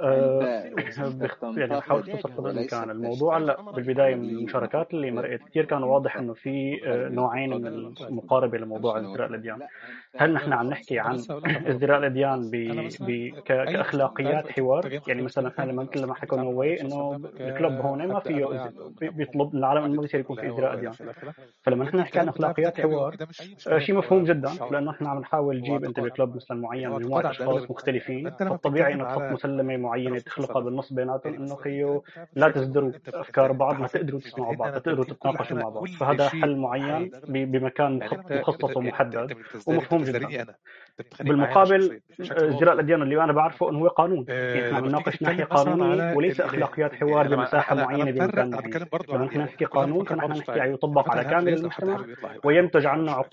يعني بحاول اختصر قدر الامكان الموضوع. هلا بالبدايه من المشاركات اللي مرقت كثير كان واضح انه في نوعين من المقاربه لموضوع ازدراء الاديان. هل نحن عم نحكي عن ازدراء الاديان ب... ب... كاخلاقيات حوار؟ يعني مثلا احنا لما مثل ما حكوا نووي انه الكلوب هون ما فيه بيطلب العالم انه ما بيصير يكون في ازدراء اديان. فلما نحن نحكي عن اخلاقيات حوار شيء مفهوم جدا، لانه احنا عم نحاول نجيب انت بكلوب مثلا معين مجموعه اشخاص مختلفين، فالطبيعي انه تحط مسلمه معينه تخلقها بالنص بيناتهم انه خيو لا تزدروا افكار بعض، ما تقدروا تسمعوا بعض، تقدروا تتناقشوا مع بعض. فهذا حل معين بمكان مخصص ومحدد ومفهوم جدا. بالمقابل ازدراء الاديان اللي انا بعرفه انه هو قانون، يعني احنا بنناقش ناحيه قانونيه وليس اخلاقيات حوار بمساحه معينه بمكان معين. لما نحن نحكي قانون فنحن نحكي يطبق على كامل المجتمع وينتج عنه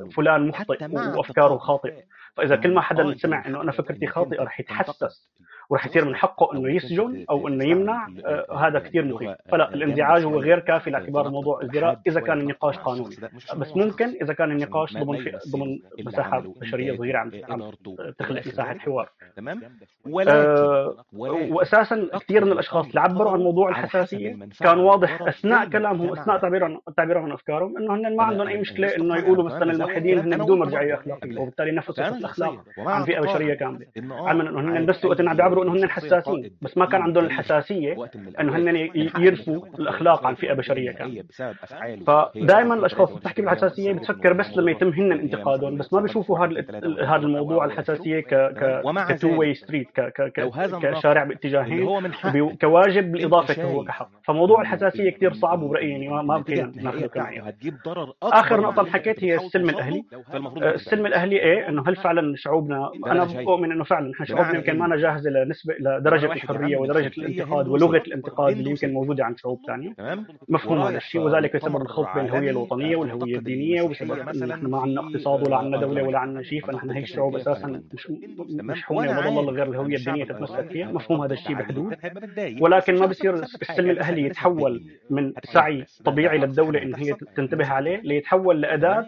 فلان مخطئ وافكاره خاطئه. فاذا كل ما حدا سمع انه انا فكرتي خاطئه رح يتحسس ورح يصير من حقه انه يسجن او انه يمنع. آه هذا كثير مخيف. فلا، الانزعاج هو غير كافي لاعتبار موضوع ازدراء اذا كان النقاش قانوني، بس ممكن اذا كان النقاش ضمن ضمن مساحه بشريه صغيره عم تخلق مساحه حوار. تمام. آه واساسا كثير من الاشخاص اللي عبروا عن موضوع الحساسيه كان واضح اثناء كلامهم اثناء تعبيرهم تعبيرهم عن افكارهم انه هن ما عندهم اي مشكله انه يقولوا مثلا الملحدين هن بدون مرجعيه اخلاقيه، وبالتالي نفوا صفه الاخلاق عن فئه بشريه كامله، علما انه هن بس وقت عم بيعبروا انه هن حساسين، بس ما كان عندهم الحساسيه انه هن يرفوا الاخلاق عن فئه بشريه كامله. فدائما الاشخاص اللي بتحكي بالحساسيه بتفكر بس لما يتم هن انتقادهم، بس ما بيشوفوا هذا هذا الموضوع الحساسيه ك ك تو واي ستريت، ك ك كشارع باتجاهين كواجب بالاضافه هو كحق. فموضوع الحساسيه كثير صعب وبرايي يعني ما ما فينا ناخذه كمعيار. اخر نقطه حكيت هي السلم الاهلي. السلم الاهلي ايه انه هل فعلا شعوبنا، انا بؤمن انه فعلا احنا شعوبنا يمكن ما جاهزه لنسبه لدرجه الحريه ودرجه الانتقاد ولغه الانتقاد اللي يمكن موجوده عند شعوب ثانيه. مفهوم هذا الشيء، وذلك بسبب الخلط بين الهويه الوطنيه والهويه الدينيه، وبسبب ان نحن ما عندنا اقتصاد ولا عندنا دوله ولا عندنا شيء، فنحن هيك شعوب اساسا مش مشحونه وما ضل غير الهويه الدينيه تتمسك فيها. مفهوم هذا الشيء بحدود، ولكن ما بصير السلم الاهلي يتحول من سعي طبيعي للدوله ان هي تنتبه عليه ليتحول لاداه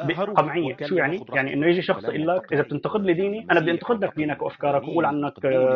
قمعيه. شو يعني؟ يعني انه يجي شخص يقول لك اذا بتنتقد لي ديني انا بدي انتقد لك دينك وافكارك واقول عنك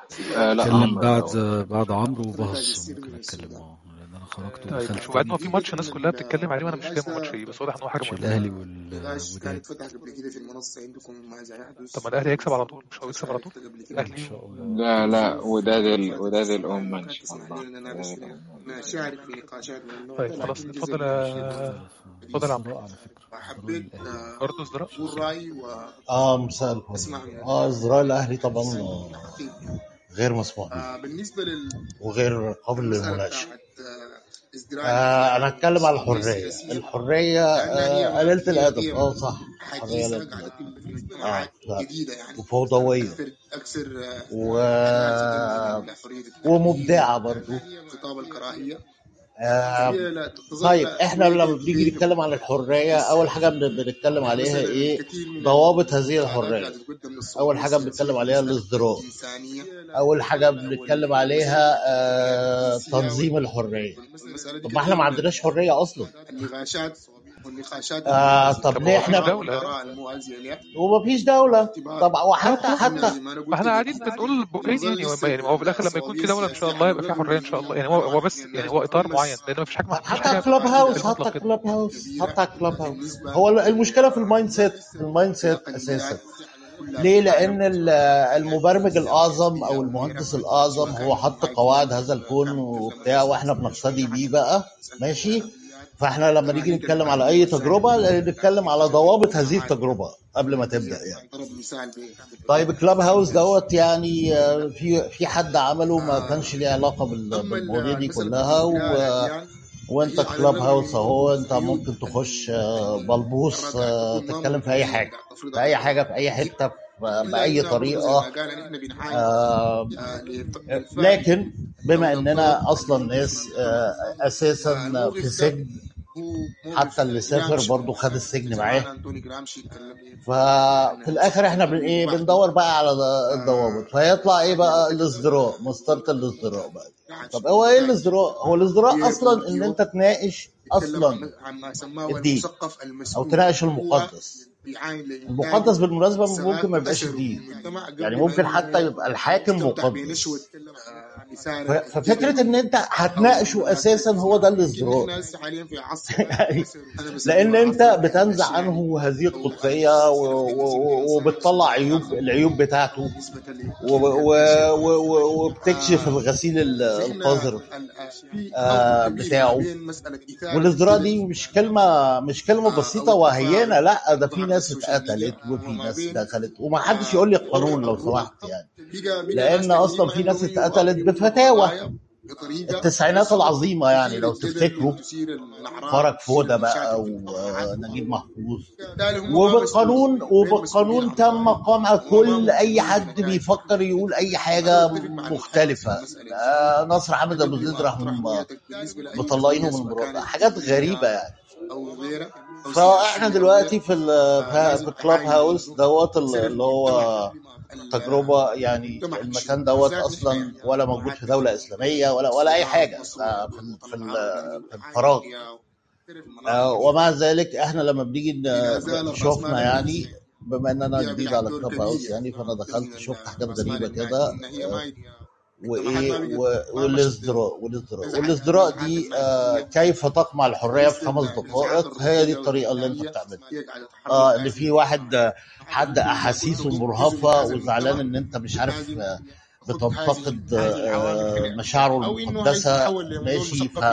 آه لا اتكلم عمرو بعد الأول. بعد عمرو وبهص ممكن اتكلم اه لان انا خرجت طيب ودخلت ماشي. وبعدين هو تاني. في ماتش الناس كلها بتتكلم عليه وانا مش فاهم هو ماتش ايه، بس واضح ان هو حاجه ماتش مهمه. الاهلي نقاش كان والوداد. اتفتح قبل كده في المنصة عندكم ما زال يحدث طب ما الاهلي هيكسب على طول، مش هو خمسة يكسب على عرفت طول قبل كده ان الاهلي؟ شاء الله لا لا نشوف وداد ال... فائدة وداد الاستثناء الأمة ما إن كانت شاء تسمح الله. لنا وداد نرسل الأمة نشارك في نقاشات من النوع طيب ده، خلاص لكن اتفضل جزء يا من اتفضل يا عمرو. ازدراء على فكره، ازدراء وحبيت للاهلي. برضه ازدراء. أقول رأي اه مساء الفل. وأسمع من اه ازدراء الاهلي طبعا الإنسان آه، الحقيقي. غير مسموح به آه بالنسبة وغير قابل للمسألة للمناقشه. بتاعت آه، ازدراء آه الأهلي انا هتكلم على للمنصة دي الحريه. سياسية، الحريه لأنها هي آه قليله هي الادب. قيم اه صح، الحريه حديثة قليله قاعدة الادب. تنبث في اه مجتمعات ف- جديدة يعني وفوضويه أكثر أكثر آه، و... حماسة لحرية التعبير ومبدعه برضو. خطاب الكراهية. آه فهي لا تظل طيب احنا شوية لما بنيجي جديدة نتكلم عن الحريه بس اول حاجه بن- بنتكلم عليها مثلا ايه؟ كثير من ضوابط هذه الانتقادات الحريه. قاعدة تقدم اول للصهيونية حاجه السياسية بنتكلم عليها بمسألة الازدراء. الإنسانية اول حاجه بنتكلم عليها آه تنظيم الحريه. والمسألة دي طب ما احنا كثير ما من عندناش حريه اصلا. النقاشات والنقاشات آه طب طب ليه هو مفيش احنا دوله يعني؟ والآراء الموازية لها ومفيش دوله؟ باعتبار طب طب وحتى خلاص إن حتى زي ما أنا ما قلت احنا قاعدين قبل بنقول بقين نظل يعني. لسه يعني ما هو في الاخر لما يكون الصوابية في دوله ان شاء السياسية الله على يبقى فيها الرغم حريه ان شاء من الله. يعني هو هو بس يعني النقاش هو اطار بتظل معين، لان ما فيش حاجه ما فيش حتى حاجه كلاب هاوس في المطلق حتى كده. كلاب هاوس كبيرة حتى كلاب هاوس. بالنسبة هو المشكله في المايند سيت، في المايند سيت اساسا. للأقليات كلها ليه؟ في العالم لان ال- المبرمج الاعظم او المهندس الاعظم هو حط قواعد هذا الكون وبتاع، واحنا بنقتدي بيه بقى ماشي. فاحنا لما نيجي نتكلم على اي تجربه نتكلم على ضوابط هذه التجربه قبل ما تبدا يعني. ضرب مثال طيب كلاب هاوس دوت يعني آه، في في حد عمله ما كانش ليه علاقه بال- أما بالمواضيع دي المسألة كلها بتاعت و- الأديان وانت كلاب هاوس اهو، انت ممكن تخش بلبوص تتكلم في اي حاجه في اي حاجه في اي حته باي طريقه. آه لكن بما اننا اصلا ناس آه اساسا في سجن، حتى اللي سافر برضو خد السجن معاه، ففي الاخر احنا بن ايه بندور بقى على الضوابط، فيطلع ايه بقى الازدراء، مسطره الازدراء بقى. طب هو ايه الازدراء؟ هو الازدراء اصلا ان انت تناقش اصلا الدين او تناقش المقدس. المقدس بالمناسبه ممكن ما يبقاش الدين، يعني ممكن حتى يبقى الحاكم مقدس. ففكره ان انت هتناقشه اساسا هو ده الازدراء يعني لان انت بتنزع عنه هذه القدسيه وبتطلع عيوب العيوب بتاعته وبتكشف الغسيل القذر بتاعه. والازدراء دي مش كلمه مش كلمه بسيطه وهينه، لا ده في ناس اتقتلت وفي ناس دخلت، وما حدش يقول لي القانون لو سمحت يعني، لان اصلا في ناس اتقتلت بفتاوى التسعينات العظيمه، يعني لو تفتكروا فرج فوده بقى ونجيب محفوظ، وبالقانون وبالقانون تم قمع كل اي حد بيفكر يقول اي حاجه مختلفه. نصر حامد ابو زيد راح مطلعينه من المراد، حاجات غريبه يعني. فاحنا دلوقتي في في الكلاب هاوس دوت اللي هو تجربه، يعني المكان دوت اصلا ولا موجود في دوله اسلاميه ولا ولا اي حاجه، في في الفراغ. ومع ذلك احنا لما بنيجي شوفنا، يعني بما ان انا جديد على الكلاب هاوس يعني، فانا دخلت شفت حاجات غريبه كده وايه والازدراء والازدراء والازدراء دي آه كيف تقمع الحريه في خمس دقائق. هي دي الطريقه اللي انت بتعملها. اه ان في واحد حد احاسيسه مرهفه وزعلان ان انت مش عارف آه بتنتقد آه مشاعره المقدسه، ماشي. ف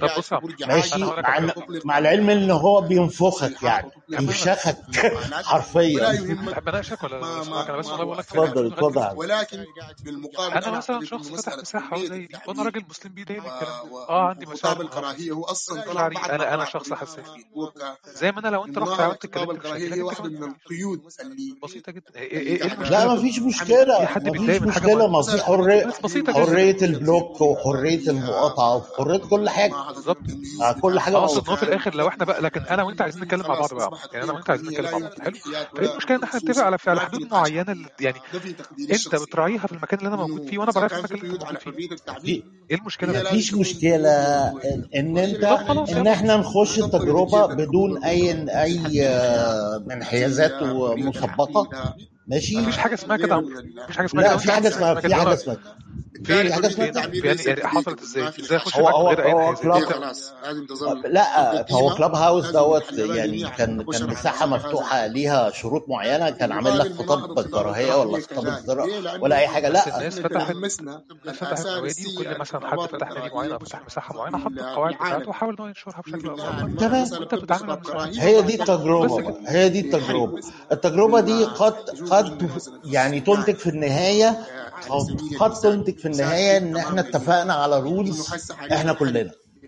ماشي مع, مع العلم ان هو بينفخك، يعني بيفشخك حرفيا. تحب اناقشك ولا اسمعك؟ انا بس والله بقول لك اتفضل اتفضل. ولكن بالمقابل انا مثلا شخص فتح مساحه زي دي وانا راجل مسلم بيضايقني الكلام ده، اه عندي مشاعر الكراهيه هو اصلا طلع انا انا شخص حساس، زي ما انا لو انت رحت عملت اتكلمت الكراهيه هي واحده من القيود بسيطه جدا. ايه المشكله؟ لا مفيش مشكله، في حد مفيش مشكله، ما في حريه حريه البلوك وحريه المقاطعه وحريه كل حاجه بالظبط. كل حاجه اقصد ان في الاخر لو احنا بقى، لكن انا وانت عايزين نتكلم مع بعض بقى، يعني انا وانت عايزين نتكلم مع بعض، حلو. فايه المشكله ان احنا نتفق على على حدود معينه، يعني انت بتراعيها في المكان اللي انا موجود فيه وانا براعيها في المكان اللي انت موجود فيه. ايه المشكله؟ مفيش مشكله ان انت ان احنا نخش التجربه بدون اي اي انحيازات مسبقه، ماشي. مفيش حاجه اسمها كده، مفيش حاجه اسمها كده. لا في حاجه اسمها في حاجه اسمها في حاجه اسمها يعني يعني حصلت ازاي؟ ازاي اخش هو معاك هو غير اي هو كلاب خلاص لازم تظل. لا هو كلاب هاوس دوت يعني كان كان مساحه مفتوحه ليها شروط معينه، كان عامل لك خطاب الكراهيه ولا خطاب الزرع ولا اي حاجه. لا الناس فتحت الناس فتحت نوادي، وكل مثلا حد فتح نادي معين او فتح مساحه معينه حط القواعد بتاعته وحاول ان هو ينشرها بشكل افضل. تمام. وانت بتتعامل مع هي دي التجربه هي دي التجربه التجربه دي قد قد يعني تنتج في النهايه قد تنتج في النهايه ان احنا اتفقنا على رولز احنا كلنا،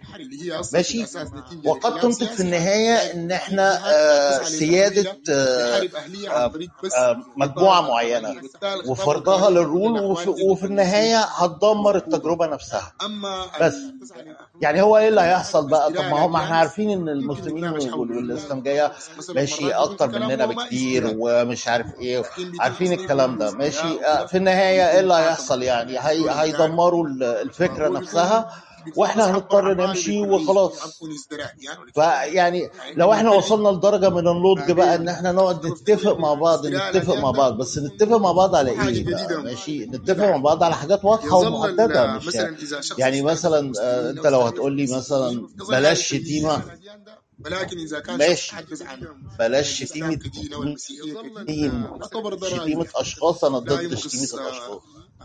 ماشي. وقد تنتج في النهايه ان احنا آه سياده آه آه آه مجموعه معينه وفرضها للرول، وفي, وفي النهايه هتدمر التجربه نفسها. بس يعني هو ايه اللي هيحصل بقى؟ طب ما هو ما احنا عارفين ان المسلمين والاسلام جايه ماشي اكتر مننا بكتير ومش عارف ايه، عارفين الكلام ده ماشي. في النهايه ايه اللي هيحصل؟ يعني هي هيدمروا الفكره نفسها واحنا هنضطر نمشي وخلاص. فيعني لو احنا وصلنا لدرجه من النضج بقى ان احنا نقعد نتفق مع بعض نتفق مع بعض بس نتفق مع بعض على ايه بقى؟ ماشي، نتفق مع بعض على حاجات واضحه ومحدده، مش يعني مثلا انت لو هتقول لي مثلا بلاش شتيمه، ولكن اذا كان ماشي بلاش شتيمه شتيمه اشخاص، انا ضد شتيمه الاشخاص.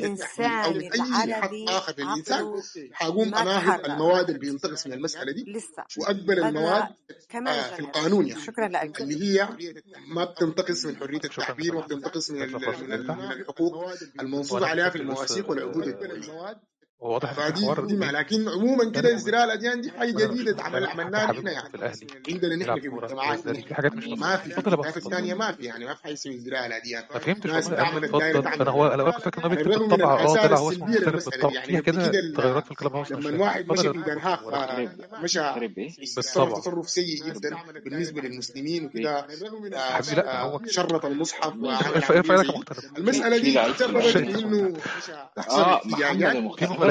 التحبير او من الإنسان اي حق العربي اخر للانسان، عقله حقوم ما اناهض تحرر المواد اللي بينتقص من المساله دي لسه، واقبل المواد بدنا كمان آه في جنب. القانون يعني شكرا لك. اللي هي ما بتنتقص من حريه شكرا التعبير وما لك. بتنتقص من بس ال- خلاص من ال- نرتاح. من الحقوق المنصوصه وانا عليها في كنت بس المواثيق والعقود آه، الدوليه. هو واضح ان في فدي حوار دي مع بي- لكن عموما لا كده لا ازدراء الاديان دي حاجه لا لا مش جديده لا عمل لا حد عملناها حبيب نحن يعني في الاهلي عندنا نحن يلعب في كوره مجتمعاتنا دي, دي حاجات مش ما مفهومه. في في اتفضل يا الثقافه باسط الثانيه اتفضل. ما في يعني ما في حاجه اسمها ازدراء الاديان. ما فهمتش ناس والله يا عم بتعمل الدائره اتفضل. تعمل انا هو انا فاكر ان هو بيكتب بالرغم من بالطبع اه الاثار طلع هو اسمه السلبيه محترف للمساله دي. بالطبع يعني فيها قبل كده كده تغيرات في الكلام هاوس انا مش لما فاهم. واحد اتفضل مشى يا في باسط دنهاك اتفضل. مشى تصرف بالطبع تصرف سيء جدا بالنسبه للمسلمين وكده حبيبي لا هو شرط المصحف طب- طب- طب- طب- وعمل ارفع- عمليه ارفع زي لك يا دي. محترم. المساله دي تسببت في انه تحصل اه احتجاجات محمد في ضد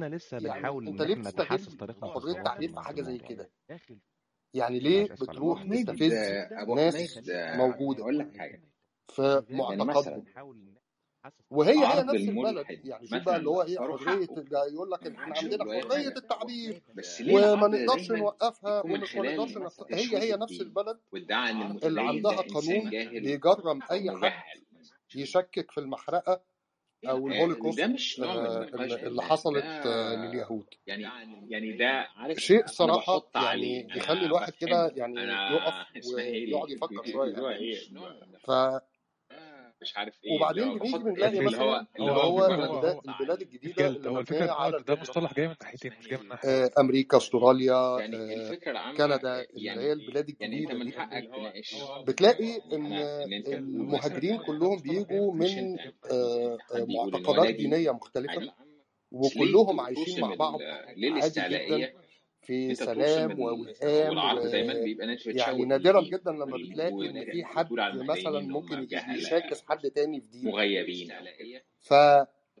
زلنا لسه يعني بنحاول انت ان ليه احنا نتحسس بتستغل طريقنا في حريه الصواب التعبير في في حاجه زي الموضوع ده. كده؟ يعني انا ليه مش اسف على بتروح المقاطعه. تستفز ابو ناس حميد آه، موجوده اقول لك حاجه في يعني معتقدهم، مثلا وهي هي عرض نفس البلد؟ الملحد يعني شوف بقى اللي مثلا هو ايه باختصاره حريه، حقه ده يقول لك ما إن احنا حدش عندنا يقول له اي حريه حاجه، التعبير بس ليه وما العرض نقدرش دايما نوقفها يكون من ومش ما نقدرش خلال نفت... هي تشويه هي نفس الدين البلد وادعاء ان اللي المتدين عندها ده انسان قانون جاهل بيجرم او اي حد مجهل. يشكك في المحرقه او آه، الهولوكوست ده مش نوع من آه، النقاش اللي اللي بالله، حصلت ده آه، لليهود. يعني يعني ده عارف شيء انا الصراحه بحط يعني عليه، بيخلي انا الواحد كده بفهمه، يعني انا يقف اسمها ايه ويقعد دي يفكر اللي شويه. هو ايه ف مش عارف ايه، اللي وبعدين هو بنيجي بحط بنلاقي اللي هو مثلا اللي اللي هو هو هو هو مجرد هو البلاد البلاد الجديده اتجلد. اللي هو الفكره مبنيه ان هو على ده ال- مصطلح جاي من ناحيتين مش جاي من ناحيه آه، واحده. امريكا، استراليا، يعني آه، الفكره العامه كندا، اللي يعني هي البلاد يعني انت الجديده من دي، حقك تناقش بتلاقي ان انا ان انت تقول المهاجرين مثلا كلهم مصطلح جاي بيجوا من مش من انت آه، آه، حد يقول ان هو معتقدات نبي دينيه مختلفه، عادي، بس ليه وكلهم تو- عايشين توصم مع بعض ال- ليه عادي جدا الاستعلائيه في انت توصم سلام ال- ووئام، والعرض دايما بيبقى ناس ويعني بتشوه نادرا الدين جدا لما بتلاقي ان في حد وتقول على المهديين مثلا ان هم ممكن ي- جهله يشاكس حد تاني في دينه. مغيبين. ف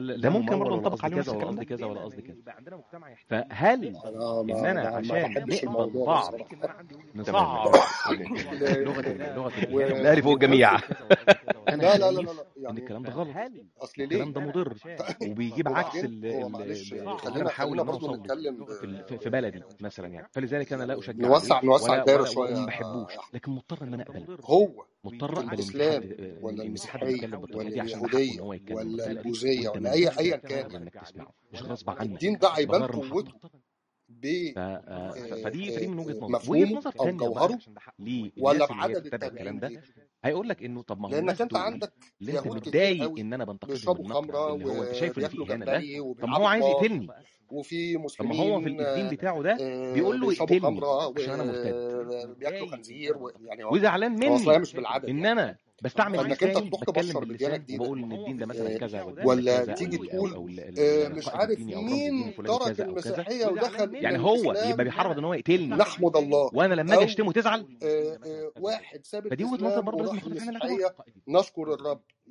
ده ممكن برضه ينطبق عليه كذا نفس ولا الكلام قصدي ده. كذا ولا قصدي كذا. فهل انا ان ما انا ما, ما عشان بحبش نقبل الموضوع ده بعض صراحه. نصعب لغه ال- لغه و... الكلام لا فوق الجميع. انا لا لا لا لا شايف لا ان يعني الكلام ده غلط، اصل الكلام ليه ده مضر وبيجيب عكس وبعدين ال- هو ال- معلش ال- يعني اللي انا خلينا بحاول خلينا ان انا برضو اوصل له نتكلم في ال- في ب... في بلدي مثلا يعني. فلذلك انا لا اشجع عليه نوسع نوسع ولا الدايره ولا شويه وما يا بحبوش، احمد. لكن مضطر ان انا اقبل، هو مضطر اقبل ان في الاسلام حد ولا ان في حد المسيحيه بيتكلم بالطريقه ولا دي عشان ده حقه ان اليهوديه هو يتكلم ولا بالطريقه دي، البوذيه وانت ولا اي مكسل ايا كان تقبل انك تسمعه، مش غصب عنك، الدين ده هيبان بغير محاضرة. قوته ب ف... آه، ف- آه، فدي فدي من آه، وجهه آه، نظر. وجهه مفهومه نظر او تانية بقى جوهره للناس ولا اللي هي بعدد بتتبع الكلام التابعين ده، ليه. هيقول لك انه طب ما هو لانك الناس انت دول عندك اللي انت يهود كتير متضايق قوي ان انا بنتقدهم بيشربوا النقد خمره اللي هو انت شايف ان في وبياكلوا اهانه ده، جمبري طب ما هو وبيلعبوا عايز قمار، يقتلني، وفي طب ما هو في مسلمين الدين بتاعه ده آه، بيقول له بيشربوا اقتلني خمره عشان انا مرتد، وبياكلوا خنزير و... يعني هو وزعلان هو اصلا مني مش بالعدد ان يعني. انا بستعمل فانك انت لساني تروح بتكلم تبشر بديانه باللسان جديده وبقول ان الدين ده مثلا آه، كذا والدين ده ولا كذا، او تيجي ال- او تقول او ال- آه، ال- مش القائد عارف الديني او الرمز الديني مين الفلاني ترك كذا او كذا، المسيحيه ودخل الى يعني هو يبقى الاسلام بيحرض ان هو يقتلني نحمد الله، وانا لما اجي او اشتمه تزعل. آه، آه، واحد ساب فدي وجهه نظر الاسلام برضه لازم وراح ناخدها في عين الاعتبار. للمسيحيه نشكر الرب.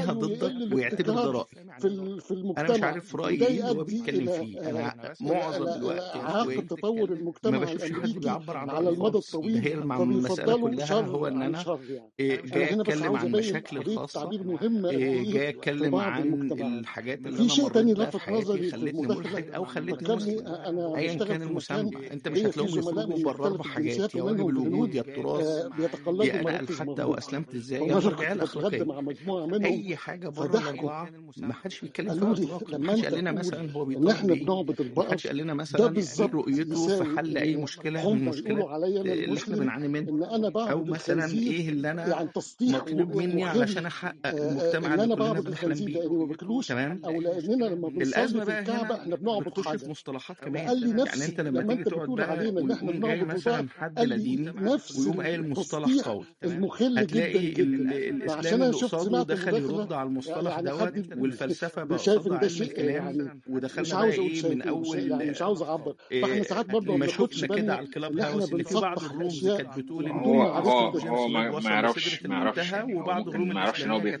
يرميها انه ضدك يقل ويعتبر ده الابتكار رأي. في ال- في انا مش المجتمع، عارف رأيي وده ايه اللي هو يؤدي بيتكلم الى فيه. آه، انا الى معظم الى الوقت إلى يا اعاقه اخوي تطور ما المجتمع بشوفش حد الامريكي بيعبر عن على رأيه المدى خالص. ده الطويل، هي المع- المسألة فبيفضلوا كلها شر هو ان عن انا شر يعني. إيه، انا جاي هنا بس اتكلم عاوز عن ابين مشاكلي حريه الخاصة، التعبير مهمه قد إيه، ايه جاي في اتكلم بعض عن المجتمعات. الحاجات اللي في انا شيء مريت تاني بيها في لفت حياتي نظري في خلتني المداخله، ملحد او خلتني فكرني مسلم، انا ايا بشتغل كان في المسمى. مكان انت مش ليا فيه هتلاقيهم زملاء يخرجوا من بره اربع مختلف الجنسيات حاجات: يا واجب ومنهم الوجود، الهنود، يا التراث، آه، يا بيتقلدوا انا مراكز الحدت مهجوره. واسلمت ازاي، يا فمره المرجعيه كنت بتغدى الاخلاقيه. مع مجموعه منهم اي حاجه بره فضحكوا، الاربعه ما حدش بيتكلم فيها قالوا لي اطلاقا. ما لما حدش انت قال لنا تقول مثلا هو ان بيطالب احنا بايه، بنعبد ما البقر، حدش قال لنا ده مثلا ايه بالظبط رؤيته في يساوي حل اي ان مشكله من هم المشكلات يقولوا عليا انا اللي احنا المسلم بنعاني منها، ان انا او بعبد مثلا الخنزير، ايه اللي انا يعني تسطيح مطلوب مني وغل، علشان احقق آه، آه، المجتمع ان اللي انا كلنا بعبد بنحلم الخنزير بيه. لاني ما باكلوش، تمام. او لاننا لما بنصلي الازمه في بقى الكعبه هنا احنا بنعبد بتخش في حجر. مصطلحات كمان. فقال لي يعني نفس انت لما لما تيجي انت تقعد بتقول بقى علينا ان احنا ويقوم جاي بنعبد البقر، مثلا حد قال لا لي ديني نفس ويقوم قايل مصطلح التصطيح قوي، المخل هتلاقي جدا ال- جدا. فعشان الاسلام انا اللي شفت قصاده سمعت دخل المداخله، يرد على المصطلح يعني دوت، حد والفلسفه بقى شايف قصادها ان ده علم شيء الكلام، يعني مش ودخلنا بقى عاوز اقول ايه من شايفين، مش اول يعني مش عاوز اعبر. فاحنا إيه ساعات برضه ما ما بناخدش شفنا كده بالنا على الكلاب ان احنا هاوس ان في بعض بنسطح الرومز اشياء كانت بتقول ان بدون هو معرفه هو بالدليل. جيمس هو ويب ما ما وصل يعرفش لسدره ما يعرفش المنتهى، يعني هو وبعض ممكن الروم ما يعرفش ان هو الاسلاميه كانت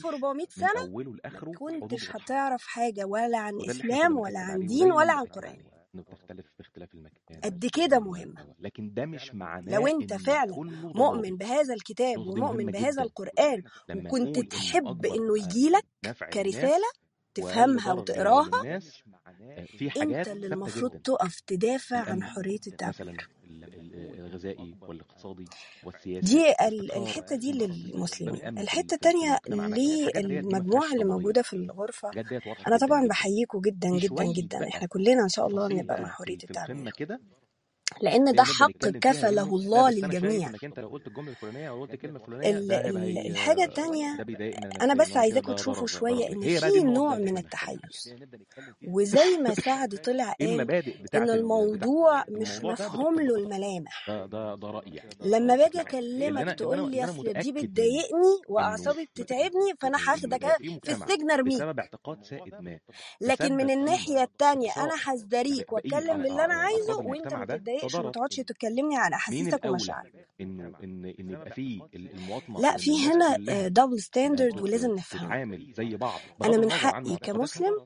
ألف وأربعمية من سنة اوله ما لاخره حدود كنتش البشر، هتعرف حاجة ولا عن وده اللي احنا إسلام كنا ولا بنأكد عن عليه، دين وزي ولا ما عن اتفقنا قرآن. عليه انه بتختلف باختلاف المكان قد كده مهمة. لكن ده مش لو معناه انت ان فعلا كله مؤمن ضلال. بهذا الكتاب النقطة دي ومؤمن مهمة بهذا جدا القرآن لما وكنت نقول انه تحب اكبر انه آه، يجيلك نفع كرسالة للناس واقل تفهمها ضرر وتقراها، للناس، آه، في انت حاجات اللي ثابتة المفروض جدا: تقف تدافع عن الامن حرية مثلا، التعبير. ال- ال- الغذائي والاقتصادي والسياسي دي ال- والاستقرار الحتة دي والامن للمسلمين. الامن في الحتة ال- في التانية المجتمعنا، الحاجات ديت دي ما للمجموعة فيهاش اللي رماديه، موجودة في الغرفة، الحاجات ديت واضحه أنا جدا طبعا جدا. بحييكم جدا في جدا شويه جدا. بقى احنا كلنا إن شاء الله تفاصيل نبقى بقى مع حرية في, في التعبير، القمه كده لأن ده دي نبدا حق نتكلم فيها، كفله لانه لا الله بس انا شايف للجميع. انك انت لو قلت الجمله الفلانيه او قلت الكلمه الفلانيه ال- ده هيبقى ال- هي الحاجة التانية ده بيضايقنا أنا نفسيا، بس وده كده عايزاكم ده تشوفوا ضرر شوية ضرر إن ليه. هي بقى دي في النقط نوع بقى اللي من احنا بنتكلم فيها. التحيز، وزي ما سعد طلع قال المبادئ بتاعت إن ال... بتاعت الموضوع مش الموضوع ده مفهوم له بتطبق، الملامح. ده ده ده رايي يعني لما باجي بشكل عام. اللي اكلمك انا اللي تقول انا لي اللي انا اصل دي متاكد منه بتضايقني انه واعصابي بتتعبني، فانا انه هاخدك يبقى في في مجتمع السجن ارميك. بسبب اعتقاد سائد ما لكن من تسبب الناحيه في التانية انا اقصاء هزدريك بقيه واتكلم باللي انا أع- عايزه افراد وانت المجتمع ما ده، ده تتضايقش وما ضرر. تقعدش تكلمني عن مين احاسيسك الاولى ومشاعرك. انه ان ان يبقى في ال- المواطنه لا، وان في الناس هنا كلها دبل آه، ستاندرد تت- ولازم نفهمه. تتعامل زي بعض انا بغض من النظر عن حقي معتقداتها. كمسلم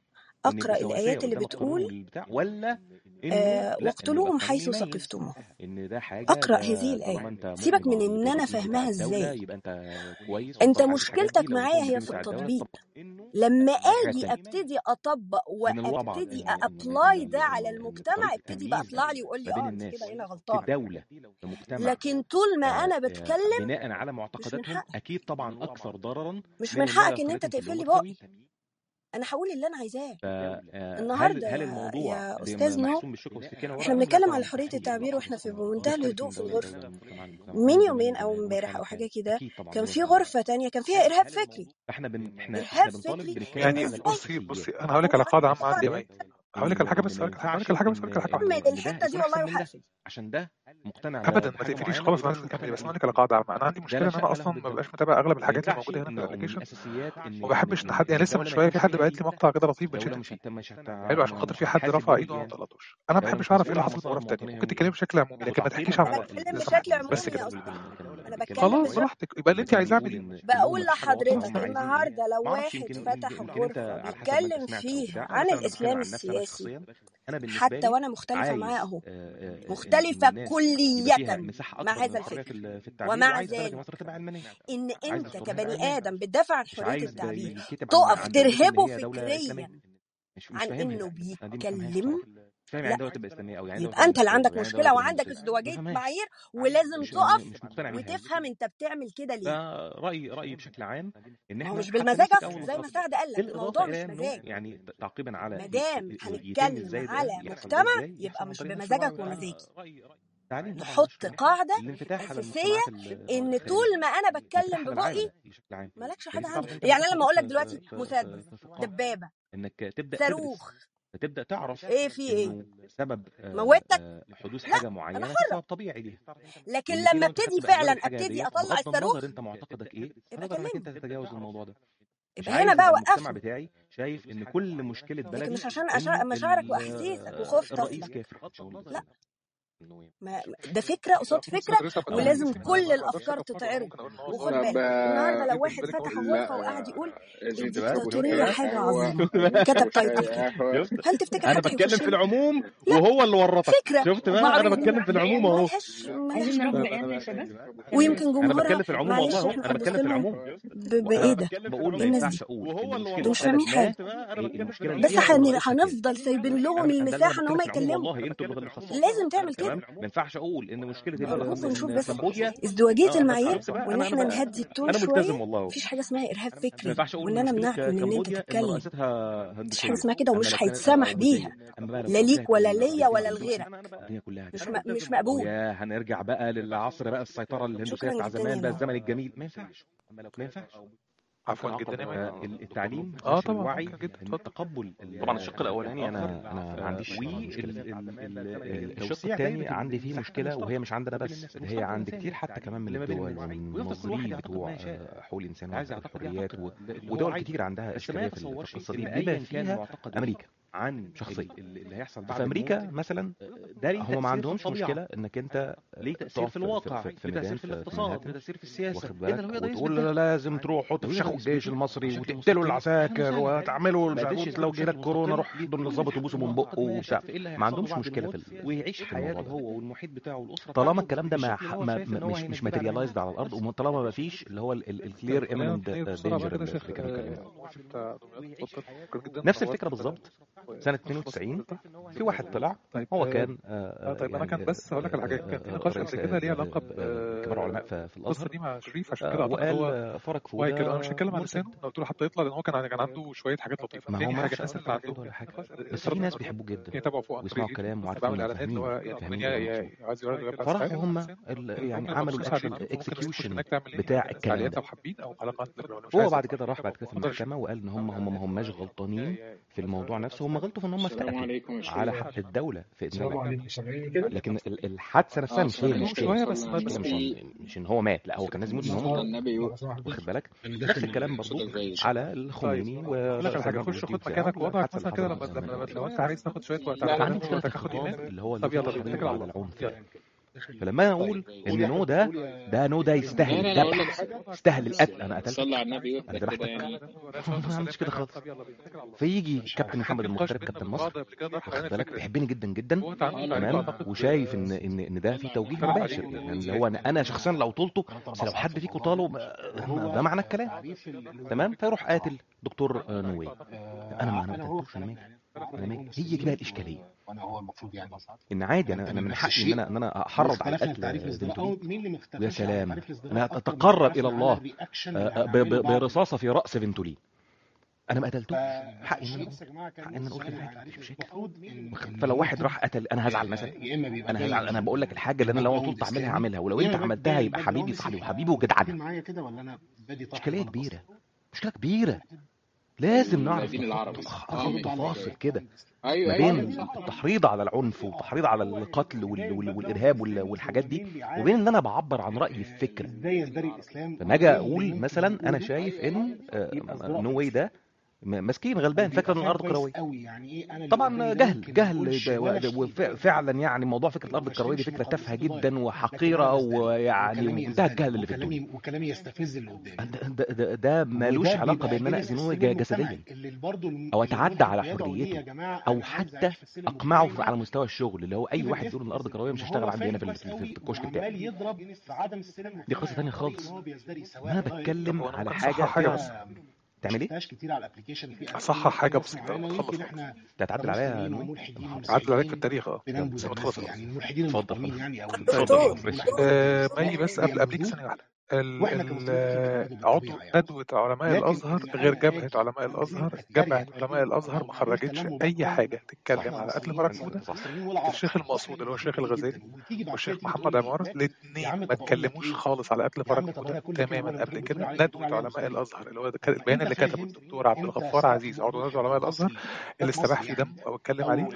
اقرا الايات اللي بتقول ولا آه واقتلوهم حيث ثقفتموهم. ان ده حاجه اقرا هذه الايه، سيبك من ان انا فاهمها ازاي. يبقى انت كويس. انت مشكلتك معايا هي في التطبيق. لما اجي ابتدي اطبق وابتدي ابلاي ده على المجتمع، ابتدي بقى اطلع لي وقول لي اه انت كده هنا غلطان. في دوله في مجتمع، لكن طول ما انا بتكلم بناء على معتقداتهم اكيد طبعا اكثر ضررا. مش من حقك ان انت تقفل لي بقى. انا هقول اللي انا عايزاه. النهارده هل الموضوع يا استاذ نو، احنا بنتكلم على حريه التعبير واحنا في منتهى الهدوء في الغرفه. من يومين او امبارح او حاجه كده كان في غرفه تانية كان فيها ارهاب فكري. احنا بن احنا ارهاب بنطالب فكري بنتكلم يعني على بصي بصي انا هقول لك على قاعده عامه عندي يا هقول لك على حاجه بس هقول لك على حاجه بس هقول لك على حاجه من الحته دي والله وحقفل عشان ده مقتنع ابدا ما تقفليش خالص. انا كملي بس هقول لك على قاعده عامه. انا عندي مشكله ان انا اصلا ما ببقاش متابع اغلب الحاجات اللي موجوده هنا في الابلكيشن، وما بحبش تحدي. يعني لسه من شويه في حد بعت لي مقطع كده لطيف بتشتم فيه حلو عشان خاطر في حد رفع ايده وما طلعتوش. انا ما بحبش اعرف ايه اللي حصل في الغرف الثانيه. ممكن تتكلمي بشكل عمومي لكن ما تحكيش عن انا بتكلم بشكل عمومي بس يا كده. استاذ. انا بتكلم خلاص بشكل براحتك، يبقى اللي انت عايزاه اعمليه. بقول لحضرتك النهارده لو واحد فتح غرفه بيتكلم فيها عن الاسلام السياسي، حتى وانا مختلفه معاه اهو، مختلفه كليا مع هذا الفكر، ومع ذلك ان انت كبني ادم بتدافع عن حريه التعبير تقف ترهبه فكريا عن انه بيتكلم، لا يبقى انت اللي عندك مشكله وعندك ازدواجيه معايير، ولازم تقف وتفهم انت بتعمل كده ليه. ده رايي رايي بشكل عام ان ما هو احنا مش بالمزاج اصلا زي ما سعد قال لك، الموضوع مش مزاج. يعني تعقيبا على ما دام هنتكلم على مجتمع يبقى مش بمزاجك ومزاجي. نحط قاعده اساسيه ان طول ما انا بتكلم ببقي مالكش حاجه عندي. يعني انا لما اقول لك دلوقتي مسدس، دبابه، انك تبدا صاروخ، فتبدا تعرف ايه في ايه سبب موتك حدوث حاجه معينه سبب طبيعي ليها. لكن لما ابتدي فعلا ابتدي اطلع الصاروخ انت معتقدك ايه يبقى انك انت تتجاوز الموضوع ده. يبقى هنا بقى المجتمع وقفني. بتاعي شايف ان كل مشكله بلدي لكن مش عشان أشع... مشاعرك واحاسيسك وخوف الرئيس طفلك، كافر. لا ما ده فكره قصاد فكره، ولازم كل الافكار تتعرض. وخد بالك النهارده لو واحد فتح غرفه وقعد يقول الديكتاتوريه حاجه عظيمه كتب تايتل كده، هل تفتكر انا حد بتكلم هيخش في له؟ العموم وهو اللي ورطك. فكره شفت بقى انا بتكلم في العموم اهو. ملهاش ملهاش ويمكن انا جمهورها بتكلم في العموم معلش والله احنا انا بتكلم في هنبص العموم. ب- بايه ده؟ بقول ما الناس ينفعش دي اقول ان المشكله دول مش فاهمين حاجه. المشكله بس هن- هنفضل سايبين لهم المساحه ان هم يتكلموا. والله انتوا اللي بتخصصوا. لازم تعمل كده. تمام ما ينفعش اقول ان مشكله أرجوكم نشوف بس كمبوديا ازدواجية اه المعايير، بس بقى وان انا احنا انا نهدي التون انا ملتزم شويه. والله. مفيش حاجه اسمها ارهاب ما فكري ينفعش اقول وان ان انا مشكله امنعك من ان انت كمبوديا ان تتكلم. رئاستها مفيش هندوسيه. حاجه اسمها كده اما ومش لو كانت هيتسمح هندوسيه بيها، اما بقى لو لا قلت ليك لك ولا ان ليا ولا الهندوسيه لغيرك. الدنيا كلها مش هتقلب. م... مش مقبول. ويا هنرجع بقى للعصر بقى السيطره الهندوسيه شكرا بتاع جدا زمان يا بقى نور. الزمن الجميل. ما ينفعش ما ينفعش. عفوا جدا يا مان. التعليم اه نشر طبعا الوعي ممكن جدا. اتفضل. تقبل طبعا الشق الاولاني انا انا ما عنديش مشكله فيه. الشق الثاني عندي فيه مشكله وهي مش عندنا بس، هي عند كتير حتى كمان من الدول ومن المنظرين بتوع حقوق الانسان والحريات ودول كتير عندها اشكاليه في القصه دي بما فيها امريكا عن شخصيا. اللي هيحصل في امريكا مثلا هم ما عندهمش مشكله انك انت ليه تاثير في الواقع، في ليه تاثير في الاقتصاد، ليه تاثير في السياسه. واخد بالك وتقول لا لازم تروحوا تفشخوا الجيش المصري وتقتلوا العساكر وتعملوا مش عارف لو جالك كورونا روح ضمن الظابط وبوسه من بقه وبتاع. ما عندهمش مشكله في ال- ويعيش في الموضوع حياته ده. هو والمحيط بتاعه والاسره طالما بتاعته الكلام ده ما, بالشكل ح- اللي هو ما شايف إن هو مش هنا مش بيتعامل معاه. ماتيريالايزد على الارض وطالما ما فيش اللي هو الكلير خلينا ايمننت نبتدي بسرعه بقى دينجر كده يا اللي شيخ. كانوا بيتكلموا آه، وقف انت دمياط اتفضل. شكرا جدا. نفس نورت الفكره كده. بالظبط. طيب. سنه بص اتنين بص وتسعين حضرتك. في واحد طلع طيب هو آه، كان اه آه، طيب انا يعني كان بس هقول لك على حاجه. كان في آه، نقاش رئيس قبل كده ليه علاقه آه، كبار علماء ب في في القصه الازهر دي مع شريف، عشان آه، كده اعتقد وقال هو آه، فرج واي كده. انا مش فوده هتكلم عن مرتد. لسانه، انا قلت له حتى يطلع لان هو كان كان عنده شويه حاجات لطيفه. ما هو تاني ما حاجه فيش الناس حد اللي بيحبه عندهم ولا حاجه خلاص بس في افترض ناس ان بيحبوه هم جدا يتابعوا فوق عن طريق ويسمعوا اليوتيوب كلام بعمل وعارفين اعلانات اللي هو وفاهمين يعني فاهمين من اللي هو يا مقصود. يا عايز يورد الويب بتاع فراحوا لسان هم لسان ال- المهم يعني لو عملوا بخصوص على الاكشوال اليوتيوب ممكن الناس تخش اكسكيوشن هناك تعمل ايه بتاع الكلام تعليقات ده. لو حابين او حلقات لو مش هو عايز بعد كده راح بعد كده في اتفضل يا شيخ. المحكمه وقال ان هم هم ما هماش غلطانين في الموضوع نفسه، هم غلطوا في ان هم السلام استأتوا عليكم يا على شباب. حق الدوله في السلام انه عليكم، سامعيني كده؟ لكن ال- الحادثه نفسها اه مش هي سامعين ممكن المشكله. شويه بس ما المشكله بس مش في إن- مش ان هو مات، لا هو كان لازم يموت ان هو صلى مات. النبي و- لحظة واحدة واخد بالك أنا نفس داخل الكلام برضو صوتك زي الشيخ. على طيب الخميني اقول لك على حاجه. وصاحب خش خد الفيديو مكانك بتاعه وضعك الحادثه مثلا اللي كده حصلت لما زي ما لما بقول. لو انت عايز تاخد شويه وقت فعندي على مشكله في تاخد يومين. الخطاب اللي هو طب اللي يلا فيه بينا حديث اتكل على على الله. العنف يلا فلما انا اقول ان نو ده ده نو ده يستاهل الذبح، يستاهل القتل، انا قتلت صلى على النبي انا كده ذبحتك، يعني. ما عملتش كده خالص. فيجي كابتن محمد المغترب كابتن مصر واخد بالك بيحبني جدا جدا تمام، وشايف ان ان ان ده في توجيه مباشر، يعني اللي هو انا انا شخصيا لو طولته، بس لو حد فيكم طاله ده معنى الكلام تمام، فيروح قاتل دكتور نووي. انا ما انا ما قتلتوش، انا مالي انا مالي. هي دي بقى الاشكاليه، ان عادي انا انا من حقي ان انا ان انا احرض على قتل فنتولي، ويا سلام انا اتقرب الى الله برصاصه في راس فنتولي، انا ما قتلتوش، حقي ان انا حقي ان انا اقول كده عادي مفيش مشاكل. فلو واحد راح قتل انا هزعل مثلا، انا هزعل، انا بقول لك الحاجه اللي انا لو طولت اعملها هعملها، ولو انت عملتها يبقى حبيبي صاحبي وحبيبي وجدعنا. مشكله كبيره، مشكله كبيره، لازم نعرف نحط فاصل كده ما بين التحريض على العنف والتحريض على القتل والارهاب والحاجات دي، وبين ان انا بعبر عن رايي في فكره. لما اجي اقول مثلا انا شايف ان نو واي ده مسكين غلبان فاكر ان الارض كرويه، طبعا جهل جهل فعلا، يعني موضوع فكره الارض الكرويه دي فكره تافهه جدا وحقيره، ويعني منتهى الجهل اللي في الدنيا. وكلامي يستفز اللي قدامي، ده, ده, ده مالوش علاقه بان انا اذنه جسديا او اتعدى على حريته او حتى اقمعه على مستوى الشغل، اللي هو اي واحد يقول ان الارض كرويه مش هشتغل عندي هنا في الكشك بتاعي، دي قصه ثانيه خالص. انا بتكلم على حاجه تعمل ايه؟ كتير على الابلكيشن في اصحح حاجه بسيطه نخلص تعدل عليها عدل عليك في التاريخ. اه اتفضل يعني الملحدين اتفضل يعني او مي بس قبل قبليك ثانيه واحده. عضو ندوة علماء الأزهر غير جبهة علماء الأزهر، جبهة علماء الأزهر ما خرجتش أي حاجة تتكلم على قتل فرج فودة. الشيخ المقصود اللي هو الشيخ الغزالي والشيخ محمد عمار الاثنين ما اتكلموش خالص على قتل فرج فودة تماما قبل كده. ندوة علماء الأزهر اللي هو البيان اللي كتبه الدكتور عبد الغفار عزيز عضو ندوة علماء الأزهر اللي استباح في دم أو اتكلم عليه،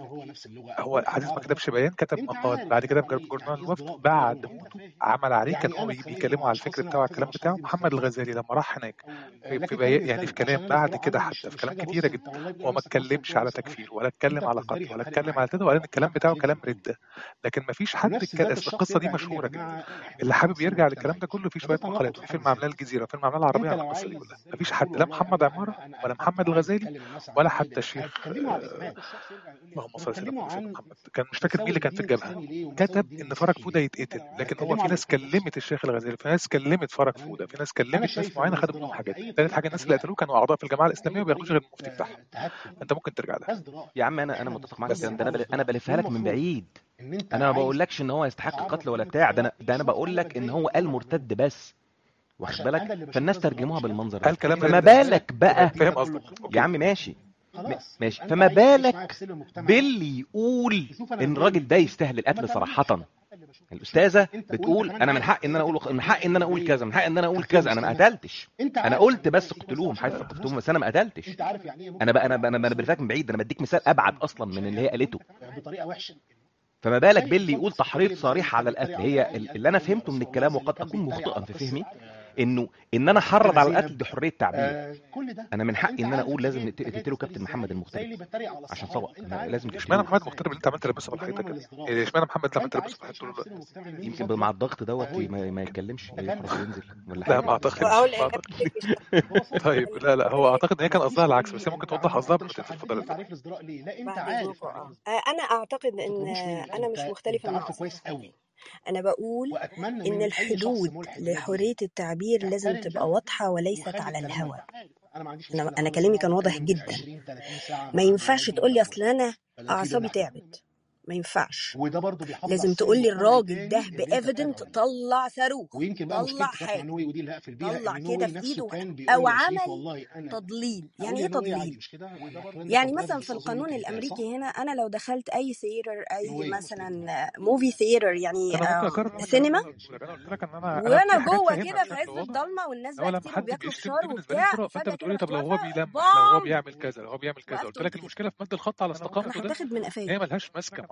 هو عزيز ما كتبش بيان، كتب مقال بعد كده في جورنال الوفد بعد موته عمل عليه، كان هو بيكلمه على الفكر بتاعه الكلام بتاعه. محمد الغزالي لما راح هناك في, في بي... يعني في كلام بعد كده حتى في كلام كتيره جدا هو ما اتكلمش على تكفير ولا اتكلم على قتل ولا اتكلم على كده، وقال ان الكلام بتاعه كلام رده. لكن ما فيش حد ك... القصه دي مشهوره جدا، اللي حابب يرجع للكلام ده كله في شويه مقالات، في فيلم عاملاه الجزيره وفيلم عاملاه العربيه على القصه دي كلها. ما فيش حد لا محمد عماره ولا محمد الغزالي ولا حتى الشيخ اللهم صل على سيدنا محمد، كان مش فاكر مين اللي كان في الجبهه، كتب ان فرج فوده يتقتل. لكن هو في ناس كلمت الشيخ الغزالي، في ناس كلمت فرج فوده، في ناس كلمت ناس معينه خدوا منهم حاجات. ثالث حاجه الناس اللي قتلوه كانوا اعضاء في الجماعه الاسلاميه وما بياخدوش غير المفتي بتاعهم، انت ممكن ترجع لها. يا عم انا انا متفق معاك الكلام ده، انا بل... انا بلفها لك من بعيد، انا ما بقولكش ان هو يستحق القتل ولا بتاع ده، انا ده انا بقول لك ان هو قال مرتد بس، واخد بالك؟ فالناس ترجموها بالمنظر ده، فما بالك بقى فاهم قصدك يا عم ماشي ماشي، فما بالك باللي يقول ان الراجل ده يستاهل القتل صراحه. الاستاذه بتقول انا من حقي ان انا اقول، من حقي ان انا اقول كذا، من حقي ان انا اقول كذا، انا ما قتلتش، انا قلت بس قتلوهم حيث ثقفتهم، بس انا ما قتلتش. انا بقى انا انا انا بلفك من بعيد، انا بديك مثال ابعد اصلا من اللي هي قالته بطريقه وحشه. فما بالك باللي يقول تحريض صريح على القتل. هي اللي انا فهمته من الكلام، وقد اكون مخطئا في فهمي، انه ان انا احرض على القتل دي حريه تعبير. انا من حقي ان انا اقول لازم تقتلوا كابتن محمد المغترب عشان سبق، لازم اشمعنى محمد المغترب اللي انت عملت تلبسه بالحيطه كده؟ اشمعنى محمد لما تلبسه بالحيطه؟ يمكن مع الضغط دوت ما, ما يتكلمش يخرج ينزل ولا حاجه. لا ما اعتقد طيب لا لا هو اعتقد ان هي كان قصدها العكس، بس هي ممكن توضح قصدها بالمثال. اتفضل. انا اعتقد ان انا مش مختلفه معاك كويس قوي. أنا بقول إن الحدود لحرية التعبير لازم تبقى واضحة وليست على الهوى. أنا أنا كلامي كان واضح جدا، ما ينفعش تقول لي أصل أنا أعصابي تعبت، ما ينفعش. لازم تقول لي الراجل ده بإيفيدنت طلع صاروخ، طلع حاجة، طلع كده في إيده أو عمل تضليل. يعني إيه تضليل؟ يعني مثلا في القانون الأمريكي هنا أنا لو دخلت أي ثياتر، أي مثلا موفي ثياتر، يعني سينما، وأنا جوه كده في عز الضلمة والناس بقى كتير وبياكلوا فشار وبتاع، فأنت بتقولي طب لو هو بيلمح، لو هو بيعمل كذا، لو هو بيعمل كذا، قلت لك المشكلة في مد الخط على استقامته ده، هي ملهاش ماسكة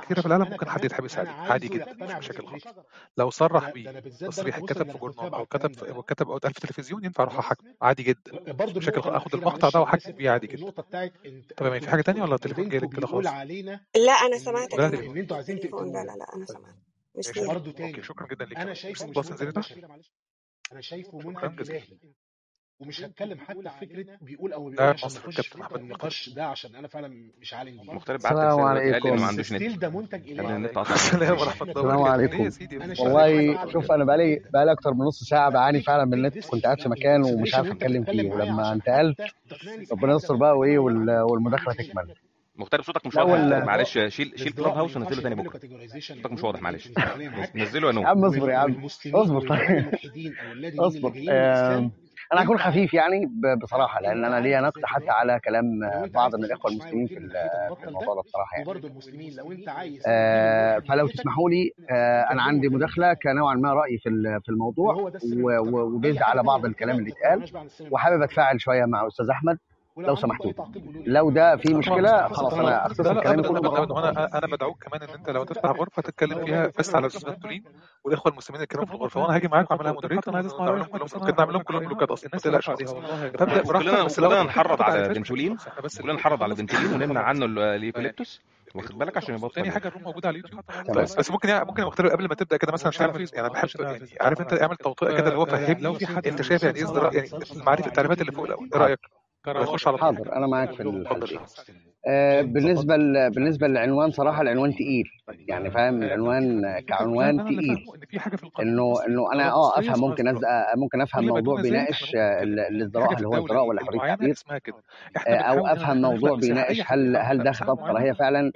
كتيره في العالم ممكن حد يتحبس عليه عادي جدا، مش مشاكل خالص. لو صرح بيه تصريح اتكتب في جورنال او كتب في او كتب او اتقال في التلفزيون ينفع اروح احاكم عادي جدا، مش مشاكل خالص. اخد المقطع ده واحاكم بيه عادي جدا. تمام. في حاجه ثانيه ولا التليفون جاي لك كده خلاص؟ لا انا سمعتك لا انا تليفون. ان انتوا عايزين التليفون. لا تقتلونا. لا لا انا سمعت مش ماشي. ليها. برضه اوكي تاني شكرا جدا ليك. انا شايفه مش خلاص انزلي تحت. انا شايفه شكرا منهج جزيلا. الهي، ومش هتكلم حتى في فكره بيقول او ما ده بيقولش عشان مصر نخش كابتن في محمد النقاش ده، عشان انا فعلا مش عالم بيه. مغترب بعت السلام رساله دلوقتي قال لي انه ما عليكم. عندوش نت. ستيل ده منتج قال لي الهي. النت قطع. السلام ورحمه الله السلام وبركاته. عليكم. ليه يا سيدي؟ انا السلام والله عليكم. شوف انا بقالي بقالي اكتر من نص ساعه بعاني فعلا من النت، كنت قاعد في مكان ومش عارف اتكلم فيه، ولما انتقلت ربنا يستر بقى وايه وال- والمداخله تكمل. مغترب صوتك مش واضح يا الاول مغترب، معلش شيل شيل كلاب هاوس ونزله تاني بكره. صوتك مش واضح معلش. نزله يا يا نور. عم اصبر يا عم اصبر طيب اصبر. آم، انا هكون خفيف يعني ب- بصراحه، لان انا ليا نقد حتى على كلام آه، بعض من الاخوه المسلمين في ال- في الموضوع ده بصراحه يعني. وبرضه المسلمين لو انت عايز آه، فلو تسمحوا لي آه، انا عندي مداخله كنوعا ما رايي في ال- في الموضوع وهو ده السر و- المجتمع. و- وبيزد على بعض الكلام اللي اتقال، وحابب اتفاعل شويه مع استاذ احمد لو سمحتوا. لو ده في مشكله خلاص انا لا اختصر لا كلامي ابدا كله ابدا مرة ابدا. واحدة. وانا انا بدعوك كمان ان انت لو تفتح غرفه تتكلم فيها بس على الاستاذ تولين والاخوه المسلمين الكرام في الغرفه، وانا هاجي معاك واعملها مودريت. انا عايز اسمع رايهم كلهم، ممكن نعمل لهم كلهم بلوكات اصلا، ما تقلقش خالص. فابدا براحتك. كلنا بس لو كلنا انت نحرض على بتاخد بنتولين، بس كلنا نحرض على بنتولين ونمنع عنه اليوكاليبتوس، واخد بالك عشان يبطل. تاني حاجه الروم موجوده على اليوتيوب. تمام. بس بس ممكن يعني ممكن مختار قبل ما تبدا كده مثلا تعمل يعني بحب يعني عارف انت اعمل توطئه كده اللي هو فهمني انت شايف يعني ايه ازدراء، يعني معرفه التعريفات اللي فوق الاول. ايه رايك؟ نخش على طول. حاضر، انا معاك في الحالتين. آه بالنسبه ل... بالنسبه للعنوان صراحه العنوان تقيل، يعني فاهم العنوان كعنوان تقيل، انه انه انا اه افهم ممكن أز... ممكن افهم موضوع بيناقش الازدراء هل هو ازدراء ولا حريه تعبير، او افهم موضوع بيناقش هل هل ده خطاب كراهيه فعلا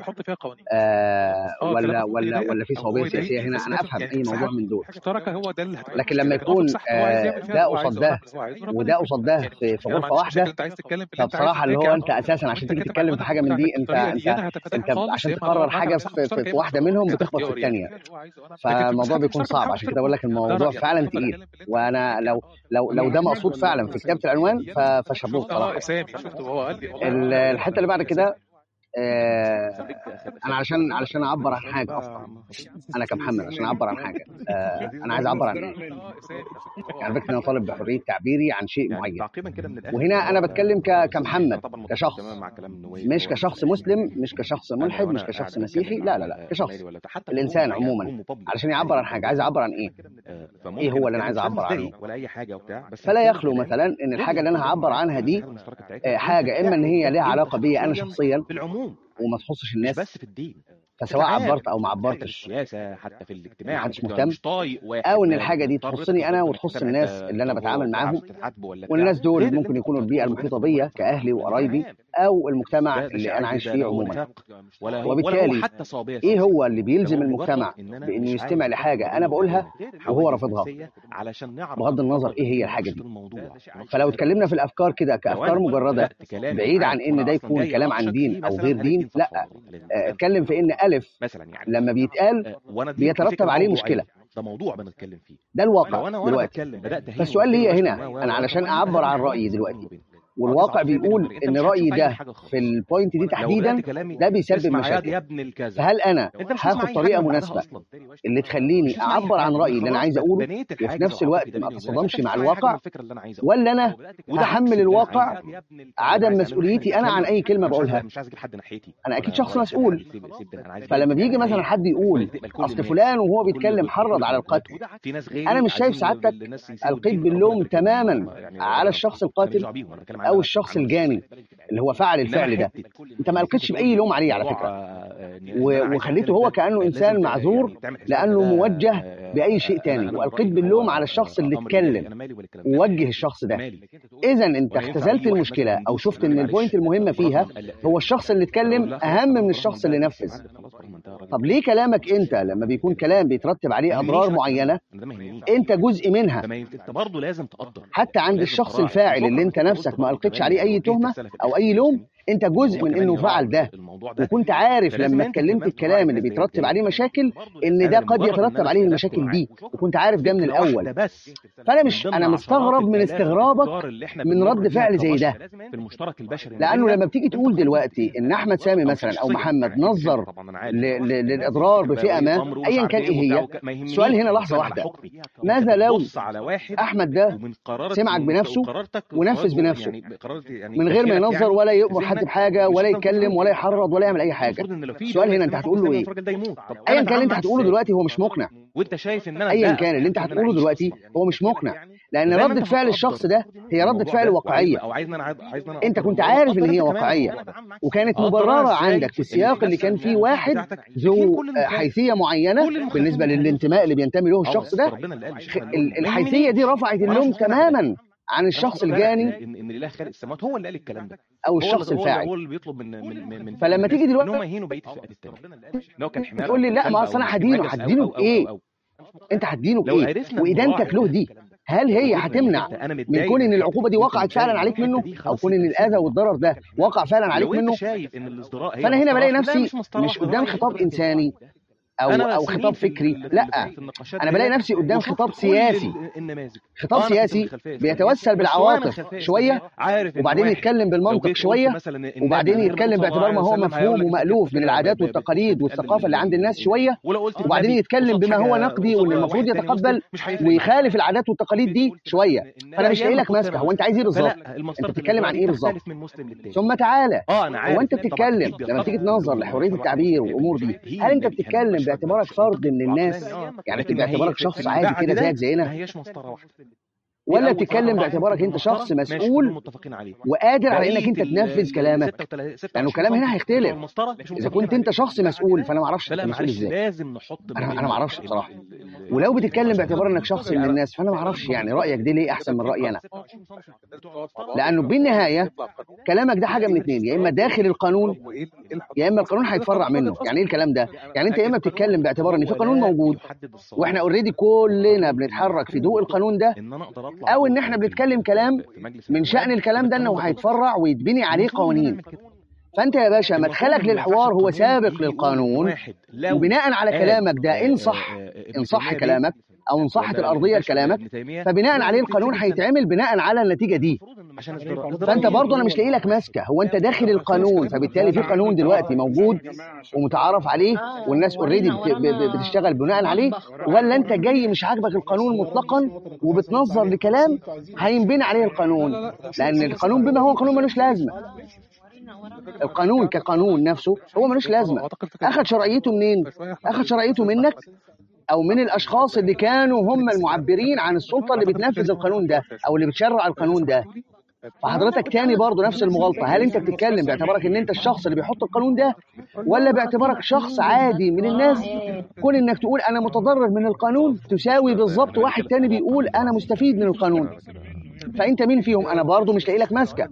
آه ولا ولا ولا في صوابيه سياسيه هنا. انا افهم اي موضوع من دول، لكن لما يكون آه ده قصاد ده وده قصاد ده في في غرفه واحده، فبصراحه اللي هو انت اساسا عشان تيجي تتكلم في حاجه من دي انت انت انت عشان تقرر حاجه في, في, في واحده منهم بتخبط في الثانيه، فالموضوع بيكون صعب. عشان كده بقول لك الموضوع فعلا تقيل، وانا لو لو لو ده مقصود فعلا في كتابه العنوان فشابوه بصراحه. الحته اللي بعد كده آه انا علشان علشان اعبر عن حاجه اصلا، انا كمحمد عشان اعبر عن حاجه آه انا عايز اعبر عن ايه؟ يعني فكره انا طالب بحريه تعبيري عن شيء معين، وهنا انا بتكلم كمحمد كشخص، مش كشخص مسلم، مش كشخص ملحد، مش كشخص مسيحي، لا لا لا كشخص الانسان عموما علشان يعبر عن حاجه. عايز اعبر عن ايه؟ ايه هو اللي انا عايز اعبر عنه؟ فلا يخلو مثلا ان الحاجه اللي انا هعبر عنها دي حاجه اما ان هي لها علاقه بيا انا شخصيا وما تخصش الناس بس في الدين، فسواء عبرت او ما عبرتش السياسه حتى في الاجتماع محدش مهتم، او ان الحاجه دي تخصني انا وتخص الناس اللي انا بتعامل معاهم، والناس دول ممكن يكونوا البيئه المحيطه بيا كاهلي وقرايبي او المجتمع اللي انا عايش فيه عموما. وبالتالي ايه هو اللي بيلزم المجتمع بانه يستمع لحاجه انا بقولها وهو رافضها بغض النظر ايه هي الحاجه دي؟ فلو اتكلمنا في الافكار كده كافكار مجرده بعيد عن ان ده يكون كلام عن دين او غير دين، لا اتكلم في ان الف لما بيتقال بيترتب عليه مشكله، ده موضوع بنتكلم فيه، ده الواقع دلوقتي. فالسؤال لي هنا انا علشان اعبر عن رايي دلوقتي والواقع بيقول ان رايي ده في البوينت دي تحديدا ده بيسبب مشاكل، فهل انا هاخد طريقه مناسبه اللي تخليني اعبر عن رايي اللي انا عايز اقوله وفي نفس الوقت ما اتصدمش مع الواقع، ولا انا هحمل الواقع عدم مسؤوليتي انا عن اي كلمه بقولها؟ انا اكيد شخص مسؤول. فلما بيجي مثلا حد يقول اصل فلان وهو بيتكلم حرض على القتل، انا مش شايف سعادتك القيت باللوم تماما على الشخص القاتل او الشخص الجاني اللي هو فعل الفعل ده، انت ما القيتش باي لوم عليه على فكره، وخليته هو كانه انسان معذور لانه موجه باي شيء تاني، والقيت باللوم على الشخص اللي اتكلم ووجه الشخص ده. اذا انت اختزلت المشكله او شفت ان البوينت المهمه فيها هو الشخص اللي اتكلم اهم من الشخص اللي نفذ. طب ليه كلامك انت لما بيكون كلام بيترتب عليه اضرار معينه انت جزء منها؟ انت برضه لازم تقدر حتى عند الشخص الفاعل اللي انت نفسك ما القيتش عليه اي تهمه او اي لوم، انت جزء من انه فعل ده، وكنت عارف لما اتكلمت الكلام اللي بيترتب عليه مشاكل ان ده قد يترتب عليه المشاكل دي، وكنت عارف ده من الاول. فانا مش انا مستغرب من استغرابك من رد فعل زي ده، لانه لما بتيجي تقول دلوقتي ان احمد سامي مثلا او محمد نظر للاضرار بفئه ما ايا كان ايه هي، السؤال هنا لحظه واحده، ماذا لو احمد ده سمعك بنفسه ونفذ بنفسه من غير ما ينظر ولا يؤمر حد بحاجه ولا يتكلم ولا يحرض ولا يعمل اي حاجه؟ السؤال هنا انت هتقول له ايه؟ ايا كان اللي انت هتقوله دلوقتي هو مش مقنع، وانت شايف ان انا ايا كان اللي انت هتقوله دلوقتي هو مش مقنع، لان ردة فعل الشخص ده هي ردة فعل واقعيه، انت كنت عارف ان هي واقعيه وكانت مبرره عندك في السياق اللي كان فيه واحد ذو حيثيه معينه بالنسبه للانتماء اللي بينتمي له الشخص ده. الحيثيه دي رفعت اللوم تماما عن الشخص الجاني ان الاله خالق السماوات هو اللي قال الكلام ده او الشخص الفاعل، هو اللي بيطلب من من من فلما تيجي دلوقتي ان هم يهينوا بقيه الفئات الثانيه لو كان حمار تقول لي لا ما اصل انا هدينه هدينه بايه؟ انت هدينه بايه؟ وادانتك له دي هل هي هتمنع من كون ان العقوبه دي وقعت فعلا عليك منه او كون ان الاذى والضرر ده وقع فعلا عليك منه؟ فانا هنا بلاقي نفسي مش قدام خطاب انساني او او خطاب فكري، لا انا بلاقي نفسي قدام خطاب سياسي، خطاب سياسي بيتوسل بالعواطف شويه وبعدين يتكلم بالمنطق شويه وبعدين يتكلم باعتبار ما هو مفهوم ومألوف من العادات والتقاليد والثقافه اللي عند الناس شويه، وبعدين يتكلم بما هو نقدي واللي المفروض يتقبل ويخالف العادات والتقاليد دي شويه. فانا مش لاقي لك ماسكه، هو انت عايز ايه بالظبط؟ انت بتتكلم عن ايه بالظبط؟ ثم تعالى هو انت بتتكلم لما تيجي تنظر لحريه التعبير والامور دي، هل انت بتتكلم باعتبارك فرد من الناس يعني باعتبارك شخص عادي كده زيك زينا؟ ما هيش مسطره واحده، ولا بتتكلم باعتبارك انت شخص مسؤول وقادر على انك انت تنفذ كلامك؟ لانه كلام هنا هيختلف. اذا كنت انت شخص مسؤول فانا ما اعرفش انت مسؤول ازاي، لازم نحط انا انا ما اعرفش بصراحه. ولو بتتكلم باعتبار انك شخص من الناس فانا ما اعرفش يعني رايك دي ليه احسن من رايي انا، لانه بالنهايه كلامك ده حاجه من اتنين، يا اما داخل القانون يا اما القانون هيتفرع منه. يعني ايه الكلام ده؟ يعني انت يا اما بتتكلم باعتبار ان في قانون موجود واحنا اوريدي كلنا بنتحرك في ضوء القانون ده، او ان احنا بنتكلم كلام من شأن الكلام ده انه هيتفرع ويتبني عليه قوانين. فانت يا باشا مدخلك للحوار هو سابق للقانون، وبناء على كلامك ده ان صح ان صح كلامك او ان صحت الارضيه لكلامك فبناء عليه القانون هيتعمل بناء على النتيجه دي. فانت برضه انا مش لاقي لك ماسكه، هو انت داخل القانون فبالتالي في قانون دلوقتي موجود ومتعارف عليه والناس اوريدي بتشتغل بناء عليه، ولا انت جاي مش عاجبك القانون مطلقا وبتنظر لكلام هينبني عليه القانون؟ لان القانون بما هو قانون ملوش لازمه. القانون كقانون نفسه هو ملوش لازمه. اخذ شرعيته منين؟ اخذ شرعيته منك او من الاشخاص اللي كانوا هم المعبرين عن السلطه اللي بتنفذ القانون ده او اللي بتشرع القانون ده. فحضرتك تاني برضه نفس المغالطه، هل انت بتتكلم باعتبارك ان انت الشخص اللي بيحط القانون ده، ولا باعتبارك شخص عادي من الناس؟ كون انك تقول انا متضرر من القانون تساوي بالظبط واحد تاني بيقول انا مستفيد من القانون. فانت مين فيهم؟ انا برضه مش لاقي لك ماسكه.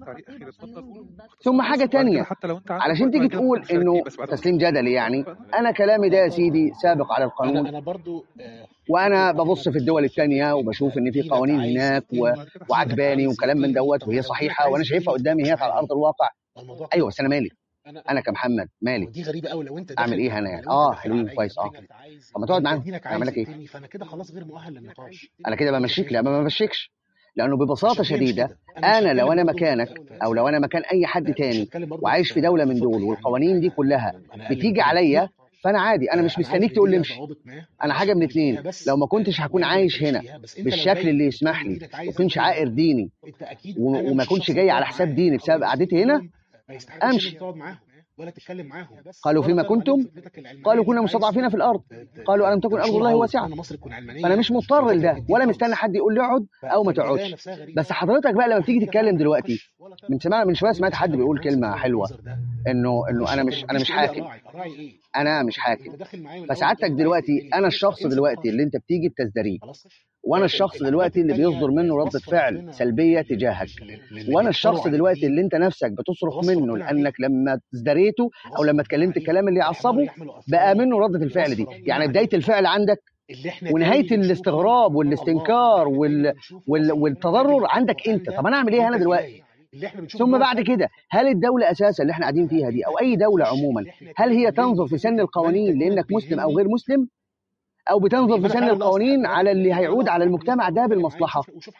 ثم حاجه تانية علشان تيجي تقول انه تسليم جدلي، يعني انا كلامي ده يا سيدي سابق على القانون، انا برضو وانا ببص في الدول الثانيه وبشوف ان في قوانين هناك وعجباني وكلام من دوت وهي صحيحه وانا شايفها قدامي هي على ارض الواقع. ايوه بس انا مالي، انا كمحمد مالي. دي غريبه قوي لو انت اعمل ايه انا يعني؟ اه حلوين كويس اه طب ما تقعد معاهم اعمل لك ايه؟ فانا كده خلاص غير مؤهل للنقاش. انا كده بمشيك؟ لا ما بمشيكش، لانه ببساطه شديده انا لو انا مكانك او لو انا مكان اي حد تاني وعايش في دوله من دول والقوانين دي كلها بتيجي عليا فانا عادي، انا مش مستنيك تقول لي امشي. انا حاجه من اتنين، لو ما كنتش هكون عايش هنا بالشكل اللي يسمح لي ويكون شعائر ديني وما اكونش جاي على حساب ديني بسبب قعدتي هنا امشي. ولا تتكلم معاهم. قالوا فيما كنتم؟ قالوا كنا مستضعفين في الارض، قالوا الم تكن ارض الله واسعه. فانا مش مضطر لده ولا مستني حد يقول لي اقعد او ما تقعدش. بس حضرتك بقى لما بتيجي تتكلم دلوقتي، من سمع من شويه سمعت حد بيقول كلمه حلوه انه انه انا مش انا مش حاكم، انا مش حاكم. فسعادتك دلوقتي انا الشخص دلوقتي اللي انت بتيجي بتزدريه، وانا الشخص دلوقتي اللي بيصدر منه ردة فعل سلبية تجاهك، وانا الشخص دلوقتي اللي انت نفسك بتصرخ منه لانك لما ازدريته او لما اتكلمت الكلام اللي يعصبه بقى منه ردة الفعل دي. يعني بداية الفعل عندك ونهاية الاستغراب والاستنكار وال... وال... والتضرر عندك انت. طب انا اعمل ايه انا دلوقتي؟ ثم بعد كده هل الدولة اساسا اللي احنا قاعدين فيها دي او اي دولة عموما هل هي تنظر في سن القوانين لانك مسلم او غير مسلم، او بتنظر في سن القوانين على اللي هيعود على المجتمع ده بالمصلحة؟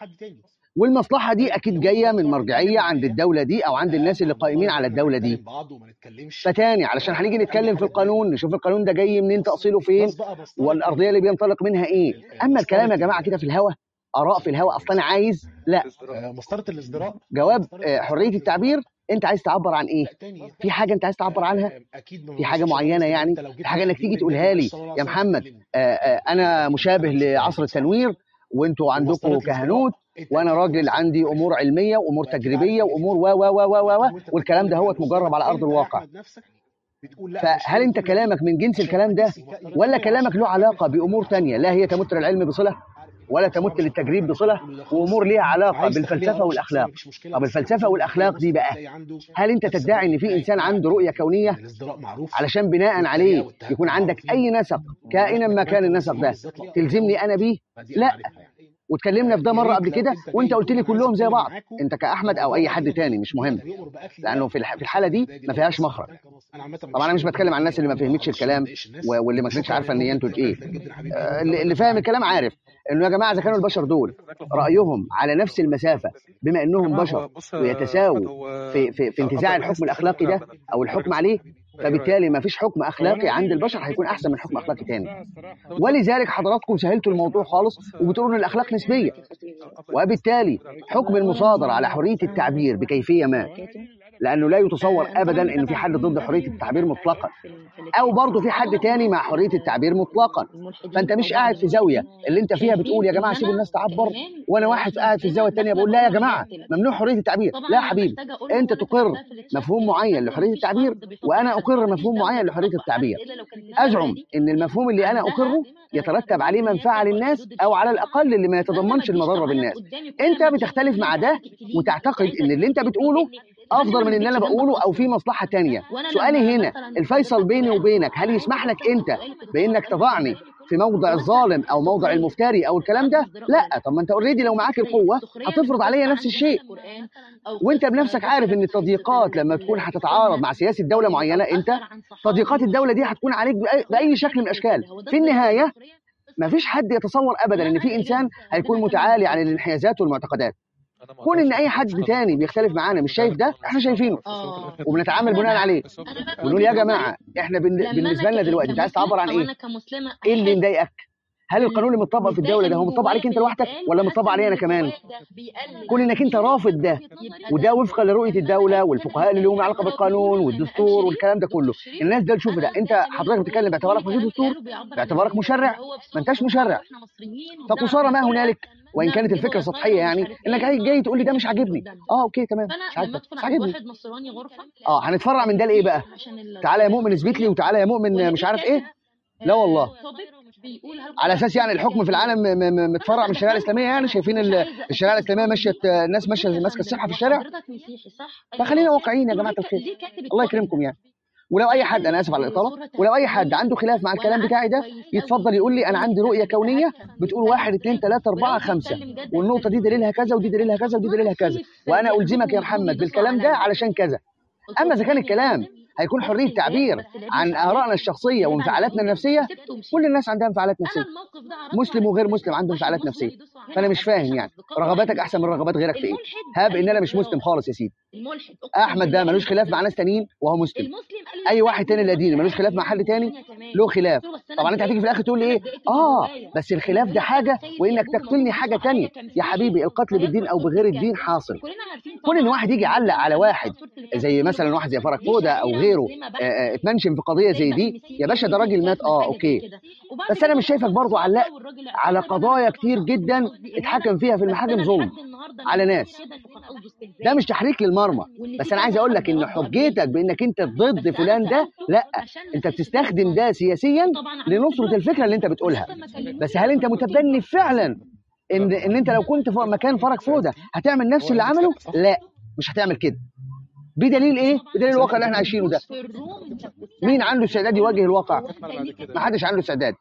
والمصلحة دي اكيد جاية من مرجعية عند الدولة دي او عند الناس اللي قائمين على الدولة دي. فتاني علشان هنيجي نتكلم في القانون نشوف القانون ده جاي منين، تأصيله فين، والارضية اللي بينطلق منها ايه. اما الكلام يا جماعة كده في الهوا، اراء في الهوا، اصلا عايز لا مسطرة الازدراء جواب حرية التعبير. انت عايز تعبر عن ايه؟ في حاجه انت عايز تعبر عنها؟ في حاجه معينه يعني؟ في حاجه انك تيجي تقولها لي يا محمد آآ آآ انا مشابه لعصر التنوير وانتوا عندكم كهنوت وانا راجل عندي امور علميه وامور تجريبيه وامور و و و و والكلام ده هو مجرب على ارض الواقع. فهل انت كلامك من جنس الكلام ده ولا كلامك له علاقه بامور تانية لا هي تمت للعلم بصله ولا تمت للتجريب بصله، وامور ليها علاقه بالفلسفه والاخلاق؟ طب الفلسفه والاخلاق دي بقى هل انت تدعي ان في انسان عنده رؤيه كونيه علشان بناء عليه يكون عندك اي نسق كائنا ما كان النسق ده تلزمني انا بيه؟ لا. واتكلمنا في ده مره قبل كده وانت قلت لي كلهم زي بعض، انت كاحمد او اي حد تاني مش مهم، لانه في الحاله دي ما فيهاش مخرج. طبعا انا مش بتكلم عن الناس اللي ما فهمتش الكلام واللي ما كانتش عارفه ان ينتج ايه. اللي فاهم الكلام عارف انه يا جماعه اذا كانوا البشر دول رايهم على نفس المسافه بما انهم بشر ويتساووا في في, في انتزاع الحكم الاخلاقي ده او الحكم عليه، فبالتالي ما فيش حكم اخلاقي عند البشر هيكون احسن من حكم اخلاقي تاني. ولذلك حضراتكم سهلتوا الموضوع خالص وبتقولوا ان الاخلاق نسبيه، وبالتالي حكم المصادره على حريه التعبير بكيفيه ما لانه لا يتصور ابدا ان في حد ضد حريه التعبير مطلقا، او برضه في حد تاني مع حريه التعبير مطلقا. فانت مش قاعد في زاويه اللي انت فيها بتقول يا جماعه سيب الناس تعبر، وانا واحد قاعد في الزاويه الثانيه بقول لا يا جماعه ممنوع حريه التعبير. لا يا حبيبي، انت تقر مفهوم معين لحريه التعبير وانا اقر مفهوم معين لحريه التعبير. ازعم ان المفهوم اللي انا اقره يترتب عليه منفعه للناس، او على الاقل اللي ما يتضمنش المضره بالناس. انت بتختلف مع ده وتعتقد ان اللي انت بتقوله افضل من اللي انا بقوله او في مصلحه تانية. سؤالي هنا الفيصل بيني وبينك، هل يسمح لك انت بانك تضعني في موضع الظالم او موضع المفتري او الكلام ده؟ لا. طب ما انت اوريدي لو معاك القوه هتفرض عليا نفس الشيء، وانت بنفسك عارف ان التضييقات لما تكون هتتعارض مع سياسه دوله معينه، انت تضييقات الدوله دي هتكون عليك باي شكل من الاشكال. في النهايه ما فيش حد يتصور ابدا ان في انسان هيكون متعالي عن الانحيازات والمعتقدات. كون ان اي حد تاني بيختلف معانا مش شايف ده، احنا شايفينه وبنتعامل بناء عليه، ونقول يا جماعه احنا بالنسبه لنا دلوقتي انت عايز تعبر عن ايه؟ ايه اللي مضايقك؟ هل القانون اللي مطبق في الدوله ده هو مطبق عليك انت لوحدك ولا مطبق علي انا كمان؟ كون انك انت رافض ده وده وفقا لرؤيه الدوله والفقهاء اللي لهم علاقه بالقانون والدستور والكلام ده كله، الناس ده تشوف ده. انت حضرتك بتتكلم باعتبارك وزير دستور، باعتبارك مشرع، ما انتش مشرع. فقصارى ما هنالك، وان كانت الفكره سطحيه، يعني انك جاي, جاي تقول لي ده مش عاجبني. اه اوكي تمام، مش عاجبك، مش عاجبني. اه هنتفرع من ده لايه بقى؟ تعالى يا مؤمن اثبت لي، وتعالى يا مؤمن مش عارف ايه. لا والله، على اساس يعني الحكم في العالم متفرع من الشريعه الاسلاميه، يعني شايفين الشريعه الاسلاميه مشيت الناس ماشيه ماسكه الصحه في الشارع. فخلينا واقعيين يا جماعه الخير، الله يكرمكم يعني. ولو اي حد، انا اسف على الاطاله، ولو اي حد عنده خلاف مع الكلام بتاعي ده يتفضل يقول لي انا عندي رؤيه كونيه بتقول واحد اثنين ثلاثه اربعه خمسه، والنقطه دي دليلها كذا ودي دليلها كذا ودي دليلها كذا، وانا الزمك يا محمد بالكلام ده علشان كذا. اما اذا كان الكلام هيكون حريه تعبير عن ارائنا الشخصيه وانفعالاتنا النفسيه، كل الناس عندها انفعالات نفسيه، مسلم وغير مسلم عنده انفعالات نفسيه. فانا مش فاهم يعني رغباتك احسن من رغبات غيرك في ايه؟ هاب ان انا مش مسلم خالص يا سيدي. احمد ده ملوش خلاف مع ناس تانيين وهو مسلم. اي واحد تاني لا ديني ملوش خلاف مع حد تاني له خلاف. طبعا انت هتيجي في الاخر تقول لي ايه؟ اه بس الخلاف ده حاجه وانك تقتلني حاجه تانية. يا حبيبي القتل بالدين او بغير الدين حاصل. كون ان واحد يجي يعلق على واحد زي مثلا واحد زي فرج فوده او غيره اتمنشن في قضيه زي دي، يا باشا ده راجل مات، اه اوكي، بس انا مش شايفك برضو علق على قضايا كتير جدا اتحكم فيها في المحاكم ظلم على ناس. ده مش تحريك للمرمى، بس انا عايز اقول لك ان حجتك بانك انت ضد فلان ده، لا، انت بتستخدم ده سياسيا لنصره الفكره اللي انت بتقولها. بس هل انت متبني فعلا ان ان انت لو كنت في مكان فرج فوده هتعمل نفس اللي عمله؟ لا، مش هتعمل كده. بدليل ايه؟ بدليل الواقع اللي احنا عايشينه ده. مين عنده استعداد يواجه الواقع؟ ما حدش عنده استعداد.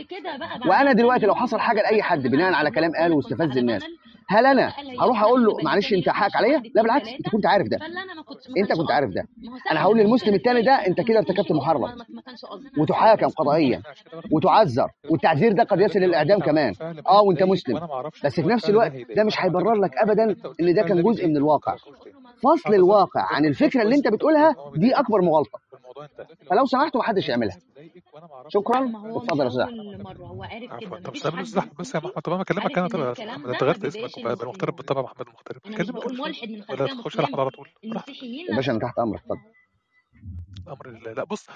وانا دلوقتي لو حصل حاجه لاي حد بناء على كلام قاله واستفز الناس، هل انا هروح اقول له معلش انت حقك عليا؟ لا بالعكس، انت كنت عارف ده، انت كنت عارف ده. انا هقول للمسلم الثاني ده انت كده ارتكبت محرم وتحاكم قضائيا وتعذر، والتعذير ده قد يصل للاعدام كمان. اه وانت مسلم، بس في نفس الوقت ده مش هيبرر لك ابدا ان ده كان جزء من الواقع. فصل الواقع عن الفكره اللي انت بتقولها دي اكبر مغالطه، فلو سمحتوا محدش يعملها. شكرا، اتفضل يا استاذ احمد. طب استنى بس بس يا محمد، طب انا اكلمك انا. طب انت غيرت اسمك وبقى مغترب بالطبع محمد المغترب، كلمك ولا تخش على احمد على طول؟ يا باشا انا تحت امرك، اتفضل. امر الله. لا بص،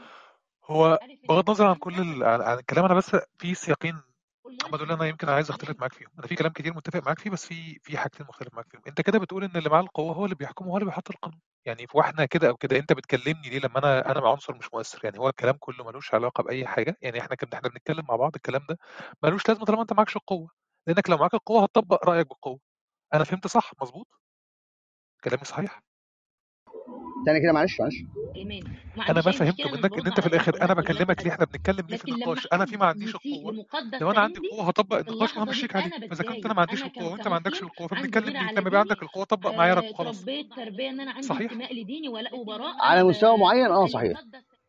هو بغض النظر عن كل ال... عن الكلام، انا بس في سياقين محمد اللي انا يمكن عايز اختلف معاك فيهم. انا في كلام كتير متفق معاك فيه، بس في في حاجتين مختلف معاك فيهم. انت كده بتقول ان اللي معاه القوه هو اللي بيحكم وهو اللي بيحط القانون، يعني واحنا كده او كده. انت بتكلمني ليه لما انا انا عنصر مش مؤثر؟ يعني هو الكلام كله ملوش علاقه باي حاجه. يعني احنا كنا احنا بنتكلم مع بعض، الكلام ده ملوش لازمه طالما انت معكش القوه، لانك لو معاك القوه هتطبق رايك بالقوه. انا فهمت صح؟ مظبوط كلامي صحيح؟ تاني كده معلش معلش انا ما فهمته منك ان انت في الاخر انا بكلمك ليه احنا بنتكلم ليه في النقاش. انا في ما عنديش القوه، لو انا عندي القوه هطبق النقاش وهمشيك عليه. فاذا كنت انا ما عنديش القوه وانت ما عندكش القوه فبنتكلم ليه؟ لما يبقى عندك القوه طبق معايا وخلاص. صحيح على مستوى معين، اه صحيح.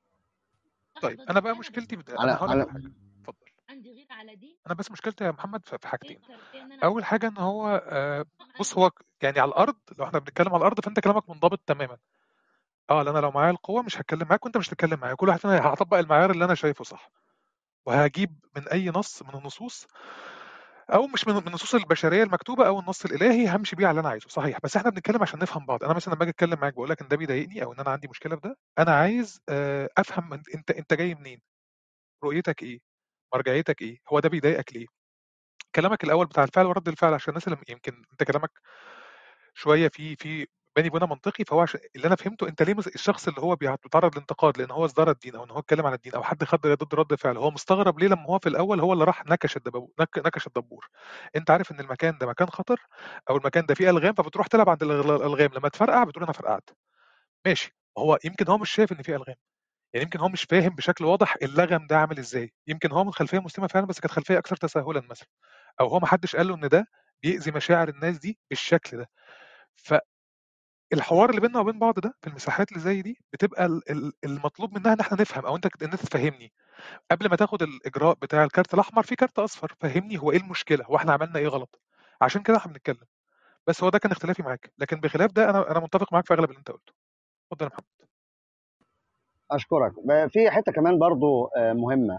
طيب انا بقى مشكلتي بدا. على انا هقول على لك حاجه، اتفضل. انا بس مشكلتي يا محمد في حاجتين. اول حاجه ان هو آه بص، هو يعني على الارض، لو احنا بنتكلم على الارض فانت كلامك منضبط تماما. اه لان انا لو معايا القوه مش هتكلم معاك وانت مش هتتكلم معايا، كل واحد فينا هطبق المعيار اللي انا شايفه صح، وهجيب من اي نص من النصوص او مش من من النصوص البشريه المكتوبه او النص الالهي همشي بيه على اللي انا عايزه. صحيح، بس احنا بنتكلم عشان نفهم بعض. انا مثلا لما اجي اتكلم معاك بقول لك ان ده بيضايقني او ان انا عندي مشكله في ده، انا عايز آه، افهم انت انت انت جاي منين، رؤيتك ايه، مرجعيتك ايه، هو ده بيضايقك ليه. كلامك الاول بتاع الفعل ورد الفعل، عشان الناس اللي يمكن انت كلامك شويه في في بني بنا منطقي، فهو عشان اللي انا فهمته انت ليه مس- الشخص اللي هو بيع- بيتعرض للانتقاد لان هو ازدرى الدين او ان هو اتكلم عن الدين او حد خد ضد رد فعل، هو مستغرب ليه لما هو في الاول هو اللي راح نكش الدبابو نك نكش الدبور. انت عارف ان المكان ده مكان خطر او المكان ده فيه الغام، فبتروح تلعب عند الأغ- الالغام، لما تفرقع بتقول انا فرقعت. ماشي، هو يمكن هو مش شايف ان في الغام، يعني يمكن هو مش فاهم بشكل واضح اللغم ده عامل ازاي، يمكن هو من خلفيه مسلمه فعلا بس كانت خلفيه اكثر تساهلا مثلا، او هو ما حدش قال له ان ده بيأذي مشاعر الناس دي بالشكل ده. فالحوار اللي بيننا وبين بعض ده في المساحات اللي زي دي بتبقى ال- ال- المطلوب منها ان احنا نفهم، او انت ان انت تفهمني قبل ما تاخد الاجراء بتاع الكارت الاحمر في كارت اصفر، فهمني هو ايه المشكله، هو احنا عملنا ايه غلط، عشان كده احنا بنتكلم. بس هو ده كان اختلافي معاك، لكن بخلاف ده انا انا متفق معاك في اغلب اللي انت قلته. اتفضل يا محمد. اشكرك. ب- في حته كمان برضو آه، مهمه،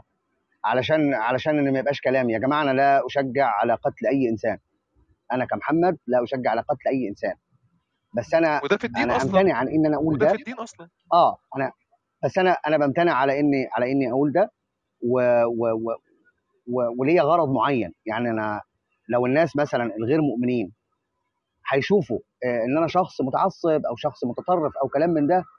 علشان علشان ان ما يبقاش كلام. يا جماعه انا لا اشجع على قتل اي انسان، انا كمحمد لا اشجع على قتل اي انسان، بس انا وده في الدين انا اصلا، امتنع عن ان انا اقول وده في ده. الدين اصلا. اه انا بس انا انا بمتنع على اني على اني اقول ده، و و و و وليا غرض معين. يعني انا لو الناس مثلا الغير مؤمنين هيشوفوا آه، ان انا شخص متعصب او شخص متطرف او كلام من ده،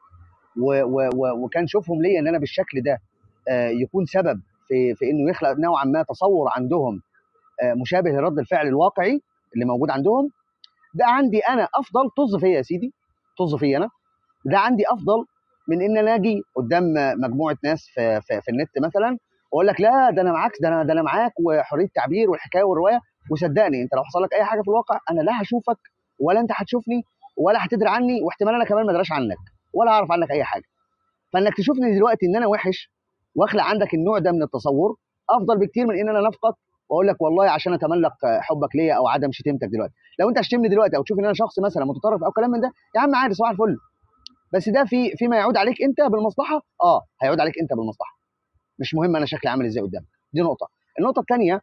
و و و وكان شوفهم ليا ان انا بالشكل ده آه، يكون سبب في في انه يخلق نوعا ما تصور عندهم آه، مشابه لرد الفعل الواقعي اللي موجود عندهم، ده عندي انا افضل. طز فيا يا سيدي، طز فيا انا، ده عندي افضل من ان انا اجي قدام مجموعه ناس في, في, في النت مثلا واقول لك لا ده انا معاك، ده انا ده انا معاك وحريه التعبير والحكايه والروايه. وصدقني انت لو حصل لك اي حاجه في الواقع انا لا هشوفك ولا انت هتشوفني ولا هتدري عني، واحتمال انا كمان ما ادراش عنك ولا اعرف عنك اي حاجه. فانك تشوفني دلوقتي ان انا وحش واخلق عندك النوع ده من التصور افضل بكتير من ان انا نفقك واقول لك والله عشان اتملق حبك ليا او عدم شتيمتك دلوقتي. لو انت شتمني دلوقتي او تشوف ان انا شخص مثلا متطرف او كلام من ده، يا عم عادي صباح الفل، بس ده في فيما يعود عليك انت بالمصلحه، اه هيعود عليك انت بالمصلحه، مش مهم انا شكلي عامل ازاي قدامك. دي نقطه. النقطه الثانيه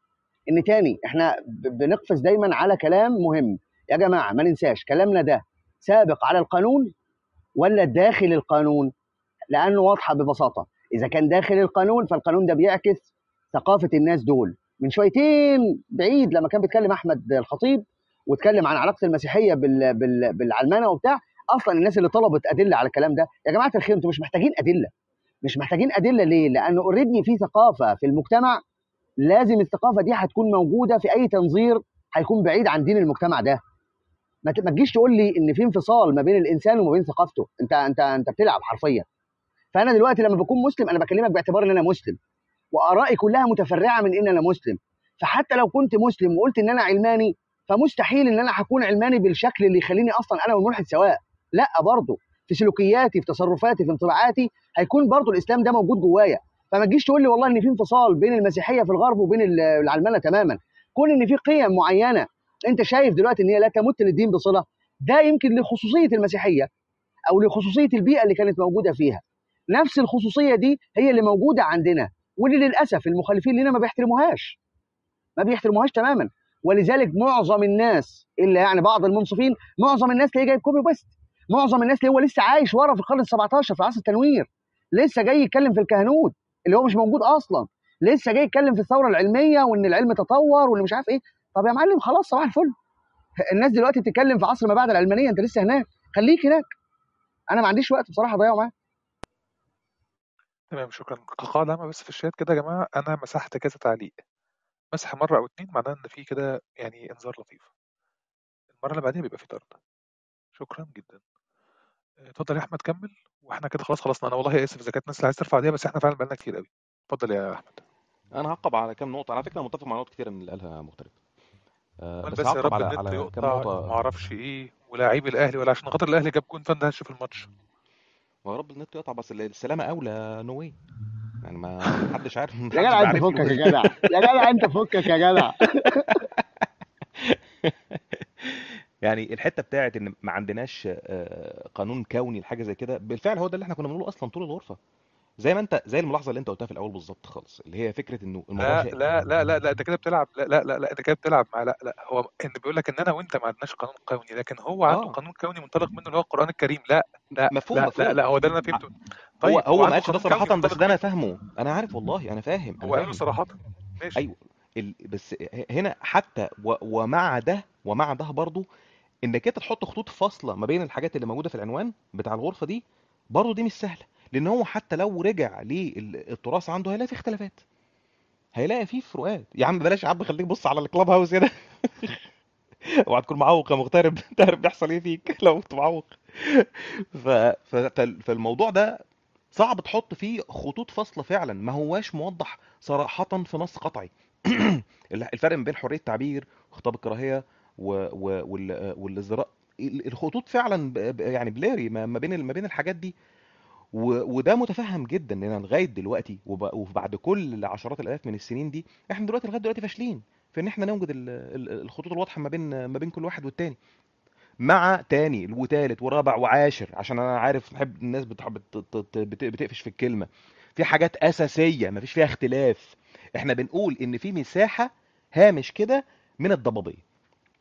ان تاني احنا ب- بنقفز دايما على كلام مهم. يا جماعه ما ننساش كلامنا ده سابق على القانون ولا داخل القانون؟ لانه واضحه ببساطه، اذا كان داخل القانون فالقانون ده بيعكس ثقافه الناس دول. من شويتين بعيد لما كان بيتكلم احمد الخطيب واتكلم عن علاقه المسيحيه بال... بال... بالعلمانه وبتاع، اصلا الناس اللي طلبت ادله على الكلام ده، يا جماعه الخير انتوا مش محتاجين ادله. مش محتاجين ادله ليه؟ لانه اوريدي في ثقافه في المجتمع، لازم الثقافه دي هتكون موجوده في اي تنظير هيكون بعيد عن دين المجتمع ده. ما ت- ما تجيش تقول لي ان في انفصال ما بين الانسان وما بين ثقافته، انت انت انت بتلعب حرفيا. فانا دلوقتي لما بكون مسلم انا بكلمك باعتبار ان انا مسلم، وارائي كلها متفرعه من ان انا مسلم. فحتى لو كنت مسلم وقلت ان انا علماني، فمستحيل ان انا هكون علماني بالشكل اللي يخليني اصلا انا والملحد سواء. لا، برضه في سلوكياتي في تصرفاتي في انطباعاتي هيكون برضه الاسلام ده موجود جوايا. فما تجيش تقول لي والله ان في انفصال بين المسيحيه في الغرب وبين ال- العلمانه تماما. كون ان في قيم معينه انت شايف دلوقتي ان هي لا تمت للدين بصله، ده يمكن لخصوصيه المسيحيه او لخصوصيه البيئه اللي كانت موجوده فيها. نفس الخصوصيه دي هي اللي موجوده عندنا، واللي للاسف المخالفين لنا ما بيحترموهاش، ما بيحترموهاش تماما. ولذلك معظم الناس الا يعني بعض المنصفين، معظم الناس تلاقيه جايب كوبي بيست. معظم الناس اللي هو لسه عايش ورا في القرن السبعتاشر في عصر التنوير، لسه جاي يتكلم في الكهنوت اللي هو مش موجود اصلا، لسه جاي يتكلم في الثوره العلميه وان العلم تطور وان مش عارف ايه. طب يا معلم خلاص صباح الفل، الناس دلوقتي بتتكلم في عصر ما بعد العلمانيه، انت لسه هناك، خليك هناك. انا ما عنديش وقت بصراحه اضيعه معاك. تمام، شكرا. كقاعدة عامة بس في الشات كده يا جماعة، أنا مسحت كذا تعليق، مسح مرة أو اتنين معناه إن في كده يعني إنذار لطيف، المرة اللي بعديها بيبقى في طرد. شكرا جدا. آه، اتفضل يا أحمد كمل، وإحنا كده خلاص خلصنا. أنا والله آسف إذا كانت الناس اللي عايز ترفع ايديها، بس إحنا فعلا بقالنا كتير قوي. اتفضل يا أحمد. انا هعقب على كام نقطه، على فكره متفق مع نقط كتيره من اللي قالها مختلف، أه قال بس بس يا هعقب رب على النت على كام يقطع نقطه. وما اعرفش ايه ولاعيب الاهلي، ولا عشان خاطر الاهلي جاب جون فندهش في الماتش. ويا رب النت يقطع، بس السلامه اولى نو واي، يعني ما حدش عارف، ما يا حدش جدع انت بيعرف فكك له. يا جدع، يا جدع انت فكك يا جدع. يعني الحته بتاعت ان ما عندناش آه، قانون كوني لحاجه زي كده، بالفعل هو ده اللي احنا كنا بنقوله اصلا طول الغرفه. زي ما انت زي الملاحظه اللي انت قلتها في الاول بالظبط خالص، اللي هي فكره انه الموضوع لا شائك. لا لا لا لا انت كده بتلعب، لا لا لا لا انت كده بتلعب مع، لا لا هو ان بيقول لك ان انا وانت ما عندناش قانون كوني، لكن هو عنده اه قانون كوني منطلق منه اللي هو القرآن الكريم. لا لا مفهوم لا لا مفهوم لا هو ده اللي انا فهمته. هو طيب هو هو ما عنده قالش ده قانون كوني صراحه، بس منطلق ده انا منه. فاهمه، انا عارف والله، انا فاهم انا هو قاله فاهم صراحة. ماشي. ايوه. ال... بس هنا حتى و... ومع ده ومع ده برضو انك انت تحط خطوط فاصله ما بين الحاجات اللي موجوده في العنوان بتاع الغرفه دي، برضو دي مش سهله، لان هو حتى لو رجع للتراث عنده هيلاقي فيه اختلافات، هيلاقي فيه فروقات. يا عم بلاش يا عم، خليك بص على الكلاب هاوس هنا اوعى تكون معوق يا مغترب تعرف بيحصل ايه فيك لو كنت معوق. ف... ف... فال- فالموضوع ده صعب تحط فيه خطوط فاصله فعلا، ما هواش موضح صراحه في نص قطعي. الفرق ما بين حريه التعبير وخطاب الكراهيه و... و... وال... والازدراء، الخطوط فعلا ب... ب- يعني بلاري ما ما بين ال- ما بين الحاجات دي. و... وده متفهم جدا ان لغايه دلوقتي وب... وبعد كل عشرات الالاف من السنين دي، احنا دلوقتي لغايه دلوقتي فاشلين في ان احنا نوجد ال... ال- الخطوط الواضحه ما بين ما بين كل واحد والتاني، مع تاني وتالت ورابع وعاشر، عشان انا عارف بحب الناس بتحب بت- بت- بت- بتقفش في الكلمه. في حاجات اساسيه مفيش فيها اختلاف، احنا بنقول ان في مساحه هامش كده من الضبابيه،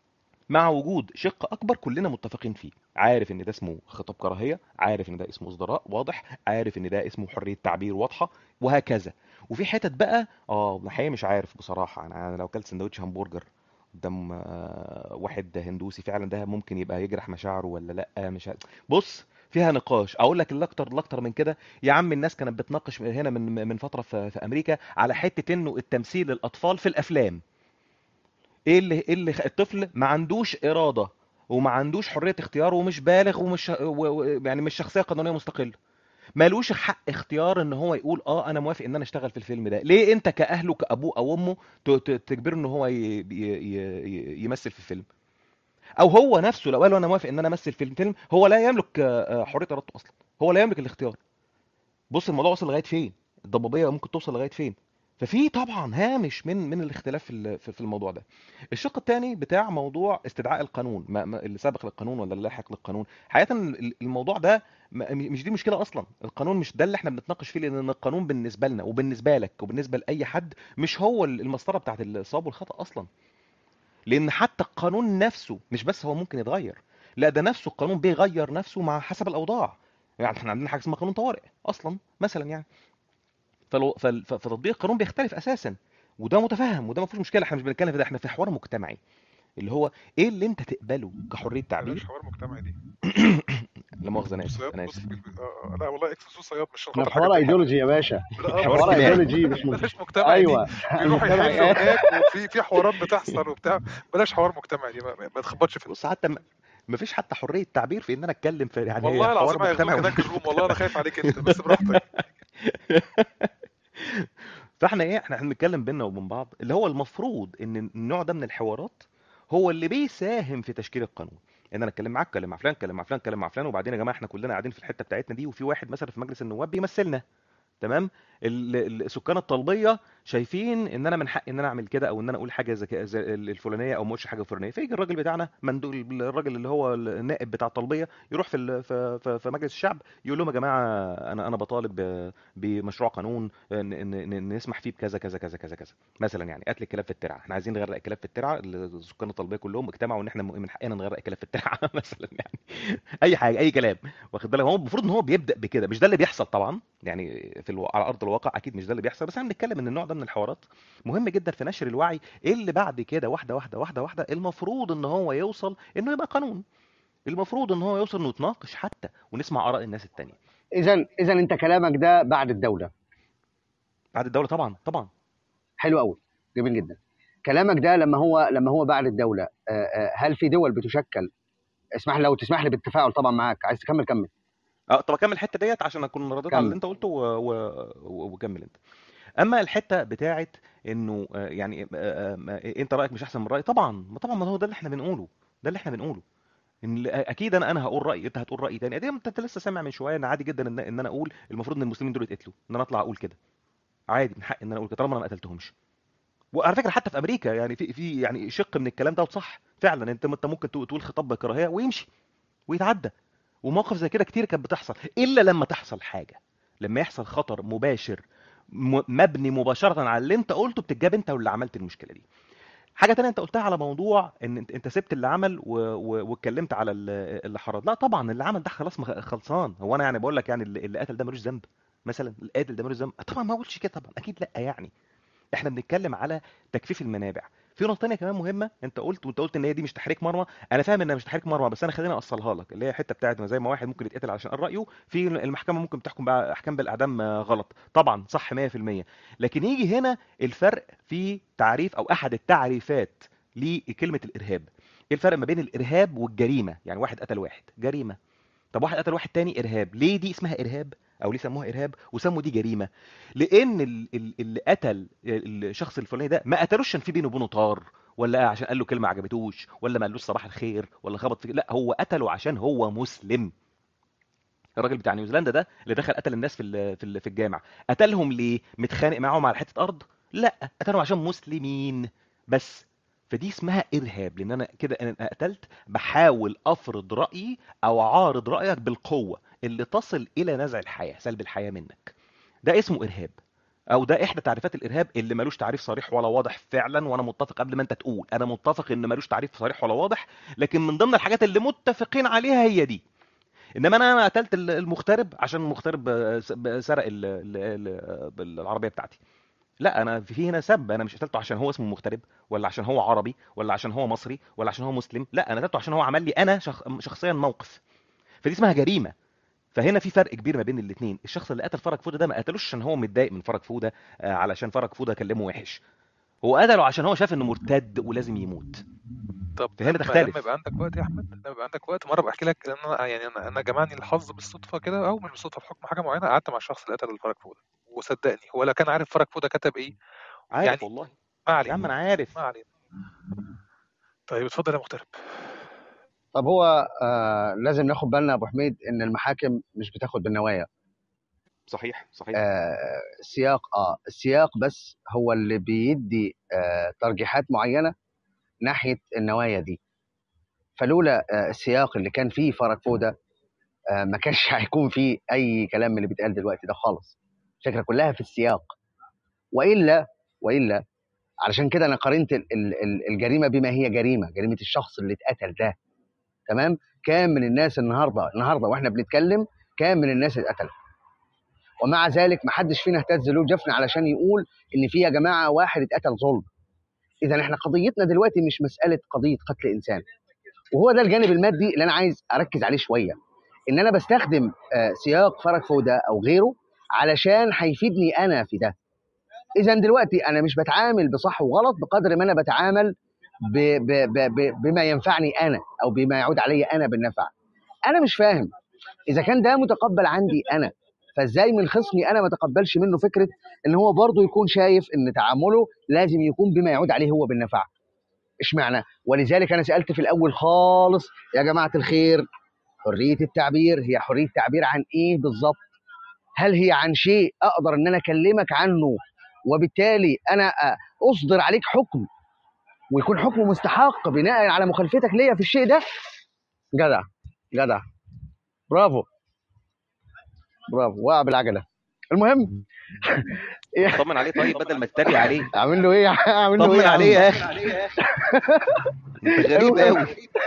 مع وجود شق اكبر كلنا متفقين فيه، عارف ان ده اسمه خطاب كراهيه، عارف ان ده اسمه ازدراء واضح، عارف ان ده اسمه حريه تعبير واضحه، وهكذا. وفي حتت بقى اه الحقيقه مش عارف بصراحه، انا أنا لو كلت سندوتش همبرجر قدام آه، واحد هندوسي فعلا، ده ممكن يبقى يجرح مشاعره ولا لا، مش عارف. بص فيها نقاش. اقول لك اللي اكتر اللي اكتر من كده، يا عم الناس كانت بتناقش هنا من من فتره في في امريكا على حته انه التمثيل الاطفال في الافلام، ايه اللي ايه اللي خ- الطفل ما عندوش اراده وما عندوش حريه اختيار ومش بالغ ومش و... و... يعني مش شخصيه قانونيه مستقله، مالوش حق اختيار ان هو يقول اه انا موافق ان انا اشتغل في الفيلم ده. ليه انت كاهله كابوه او امه ت... ت... تجبره ان هو ي... ي... ي... يمثل في الفيلم؟ او هو نفسه لو قال له انا موافق ان انا امثل في الفيلم، هو لا يملك آه، آه، حريه ارادته اصلا، هو لا يملك الاختيار. بص الموضوع وصل لغايه فين، الضبابيه ممكن توصل لغايه فين. ففي طبعا هامش من من الاختلاف في ال- في في الموضوع ده. الشق الثاني بتاع موضوع استدعاء القانون، ما ما- اللي سابق للقانون ولا اللي لاحق للقانون، حقيقه ال- الموضوع ده ما- مش دي مشكله اصلا، القانون مش ده اللي احنا بنتناقش فيه، لان القانون بالنسبه لنا وبالنسبه لك وبالنسبه لاي حد مش هو المسطره بتاعت الصواب والخطا اصلا، لان حتى القانون نفسه مش بس هو ممكن يتغير، لا ده نفسه القانون بيغير نفسه مع حسب الاوضاع. يعني احنا عندنا حاجه اسمها قانون طوارئ اصلا مثلا يعني، فلو فال- ف- فتطبيق القانون بيختلف اساسا، وده متفهم وده ما فيهوش مشكله، احنا مش بنتكلم في ده، احنا في حوار مجتمعي اللي هو ايه اللي انت تقبله كحريه بلاش تعبير. حوار مجتمعي دي. لا مؤاخذه انا اسف صياد، انا بص اسف. في الب... آه لا والله اكس صياد مش عشان احنا خاطر في حاجه حوار تانية. ايديولوجي يا باشا، لا اه حوار بس حوار اجتماعي. ايديولوجي مش م... بلاش مجتمعي دي، ايوه بيروحوا مجتمعي يحلوا ايه؟ هناك وفي في حوارات بتحصل وبتاع. بلاش حوار مجتمعي دي، ما, ما تخبطش في. بص حتى ما ما فيش حتى حريه تعبير في ان انا اتكلم في، يعني هي والله حوار العظيم مجتمعي هياخدوك ولا هناك مش الروم، والله انا مجتمعي. خايف عليك انت، بس براحتك. فاحنا ايه، احنا بنتكلم بينا وبين بعض اللي هو المفروض ان النوع ده من الحوارات هو اللي بيساهم في تشكيل القانون، ان انا اتكلم معاك، اتكلم مع فلان، اتكلم مع فلان، اتكلم مع فلان، وبعدين يا جماعه احنا كلنا قاعدين في الحته بتاعتنا دي، وفي واحد مثلا في مجلس النواب بيمثلنا، تمام. ال- ال- السكان الطلبيه شايفين ان انا من حقي ان انا اعمل كده، او ان انا اقول حاجه زي زي الفلانيه، او ما اقولش حاجه الفلانيه، فيجي الراجل بتاعنا مندوب، الراجل اللي هو النائب بتاع الطلبيه، يروح في ال- في في في مجلس الشعب يقول لهم يا جماعه انا انا بطالب ب- بمشروع قانون ان ان إن نسمح فيه بكذا كذا كذا كذا كذا مثلا، يعني قتل الكلاب في الترعه، احنا عايزين نغرق الكلاب في الترعه، السكان الطلبيه كلهم اجتمعوا ان احنا من حقنا نغرق الكلاب في الترعه مثلا يعني، اي حاجه اي كلام، واخد بالك. هو المفروض ان هو بيبدا بكده، مش ده اللي بيحصل طبعا يعني في الو... على ارض الواقع اكيد مش ده اللي بيحصل، بس احنا بنتكلم ان النوع ده من الحوارات مهم جدا في نشر الوعي، إيه اللي بعد كده واحده واحده واحده واحده المفروض ان هو يوصل انه يبقى قانون، المفروض ان هو يوصل انه يتناقش حتى ونسمع اراء الناس التانية. اذا اذا انت كلامك ده بعد الدوله. بعد الدوله طبعا طبعا. حلو قوي، جميل جدا. كلامك ده لما هو لما هو بعد الدوله، آه، آه، هل في دول بتشكل؟ اسمح لي لو تسمح لي بالتفاعل طبعا معاك، عايز تكمل كمل. اه طب اكمل الحته ديت عشان اكون رديت على اللي كمل. انت قلته و... و... و- وكمل انت. اما الحته بتاعت انه آه، يعني آه، آه، آه، انت رايك مش احسن من رايي، طبعا ما طبعا ما هو ده اللي احنا بنقوله، ده اللي احنا بنقوله، ان اكيد انا انا هقول رايي، انت هتقول راي تاني، انت انت لسه سامع من شويه ان عادي جدا ان ان انا اقول المفروض ان المسلمين دول يتقتلوا، ان انا اطلع اقول كده عادي، من حقي ان انا اقول كده طالما انا ما قتلتهمش. وعلى فكره حتى في امريكا يعني في في يعني شق من الكلام ده صح فعلا، انت انت ممكن تقول تقول خطاب بكراهيه ويمشي ويتعدى، ومواقف زي كده كتير كانت بتحصل، الا لما تحصل حاجه لما يحصل خطر مباشر مبني مباشره على اللي انت قلته، بتتجاب انت واللي عملت المشكله دي. حاجه تانية انت قلتها على موضوع ان انت انت سبت اللي عمل واتكلمت على اللي حرض. لا طبعا اللي عمل ده خلاص خلصان. هو انا يعني بقول لك يعني اللي, اللي قتل ده ملوش ذنب مثلا؟ القاتل ده ملوش ذنب؟ طبعا ما قلتش كده طبعا، اكيد لا. يعني احنا بنتكلم على تجفيف المنابع. في نقطه ثانيه كمان مهمه انت قلت، وانت قلت ان هي دي مش تحريك مرمى. انا فاهم انها مش تحريك مرمى، بس انا خليني اوصلها لك، اللي هي الحته بتاعت زي ما واحد ممكن يتقتل علشان قال رايه، في المحكمه ممكن تحكم بقى احكام بالاعدام غلط. طبعا صح مية في المية. لكن يجي هنا الفرق في تعريف او احد التعريفات لكلمه الارهاب. ايه الفرق ما بين الارهاب والجريمه؟ يعني واحد قتل واحد جريمه، طب واحد قتل واحد تاني ارهاب. ليه دي اسمها ارهاب او ليه سموها ارهاب وسموا دي جريمه؟ لان اللي قتل الشخص الفلاني ده ما قتلوش عشان في بينه وبينه طار، ولا عشان قال له كلمه عجبتوش، ولا ما قالوش صباح الخير، ولا خبط في، لا هو قتله عشان هو مسلم. الراجل بتاع نيوزيلندا ده اللي دخل قتل الناس في في في الجامع، قتلهم ليه؟ متخانق معاهم على حته ارض؟ لا، قتلهم عشان مسلمين بس. فدي اسمها ارهاب، لان انا كده انا قتلت بحاول افرض رايي او اعارض رايك بالقوه اللي تصل الى نزع الحياه، سلب الحياه منك. ده اسمه ارهاب، او ده احدى تعريفات الارهاب اللي ملوش تعريف صريح ولا واضح فعلا. وانا متفق قبل ما انت تقول، انا متفق ان ملوش تعريف صريح ولا واضح، لكن من ضمن الحاجات اللي متفقين عليها هي دي. انما انا قتلت المغترب عشان المغترب سرق العربيه بتاعتي، لا انا في هنا سب. انا مش قتلته عشان هو اسمه مغترب، ولا عشان هو عربي، ولا عشان هو مصري، ولا عشان هو مسلم. لا انا قتلته عشان هو عمل لي انا شخ... شخصيا موقف. فدي اسمها جريمه. فهنا في فرق كبير ما بين الاثنين. الشخص اللي قتل فرج فوده ده ما قتلوش عشان هو متضايق من فرج فوده علشان فرج فوده كلمه وحش، هو قتله عشان هو شاف انه مرتد ولازم يموت. طب فهنا تختلف. لما يبقى عندك وقت يا احمد، لما يبقى عندك وقت مره بحكي لك ان انا يعني انا انا جمعني الحظ بالصدفه كده، او مش بالصدفه، في حكم حاجه معينه. قعدت مع الشخص اللي قتل الفرج فوده، وصدقني هو لا كان عارف فرج فوده كتب ايه. عارف يعني والله ما يا علينا عم انا عارف. ما علينا. طيب اتفضل يا مغترب. طب هو آه لازم ناخد بالنا يا ابو حميد ان المحاكم مش بتاخد بالنوايا. صحيح صحيح. آه السياق اه السياق بس هو اللي بيدي آه ترجيحات معينه ناحيه النوايا دي. فلولا آه السياق اللي كان فيه فرج فوده آه ما كانش هيكون فيه اي كلام من اللي بيتقال دلوقتي ده خالص. الفكره كلها في السياق. والا والا علشان كده انا قارنت الجريمه بما هي جريمه، جريمه الشخص اللي اتقتل ده. تمام؟ كام من الناس النهارده النهارده واحنا بنتكلم كام من الناس اتقتل، ومع ذلك ما حدش فينا اهتز له جفن علشان يقول ان في يا جماعه واحد اتقتل ظلم. اذا احنا قضيتنا دلوقتي مش مساله قضيه قتل انسان. وهو ده الجانب المادي اللي انا عايز اركز عليه شويه، ان انا بستخدم سياق فرج فوده او غيره علشان هيفيدني انا في ده. اذا دلوقتي انا مش بتعامل بصح وغلط بقدر ما انا بتعامل ب ب ب ب بما ينفعني انا او بما يعود علي انا بالنفع. انا مش فاهم اذا كان ده متقبل عندي انا، فازاي من خصمي انا ما تقبلش منه فكره ان هو برضه يكون شايف ان تعامله لازم يكون بما يعود عليه هو بالنفع؟ اشمعنى؟ ولذلك انا سالت في الاول خالص يا جماعه الخير، حريه التعبير هي حريه تعبير عن ايه بالظبط؟ هل هي عن شيء اقدر ان انا اكلمك عنه وبالتالي انا اصدر عليك حكم ويكون حكم مستحق بناء على مخالفتك ليا في الشيء ده؟ جدع جدع، برافو برافو، وقع بالعجله. المهم طمن عليه طيب بدل ما تتريق عليه. اعمل له ايه؟ اعمل له ايه؟ طمن عليه يا اخي. انت غريب قوي.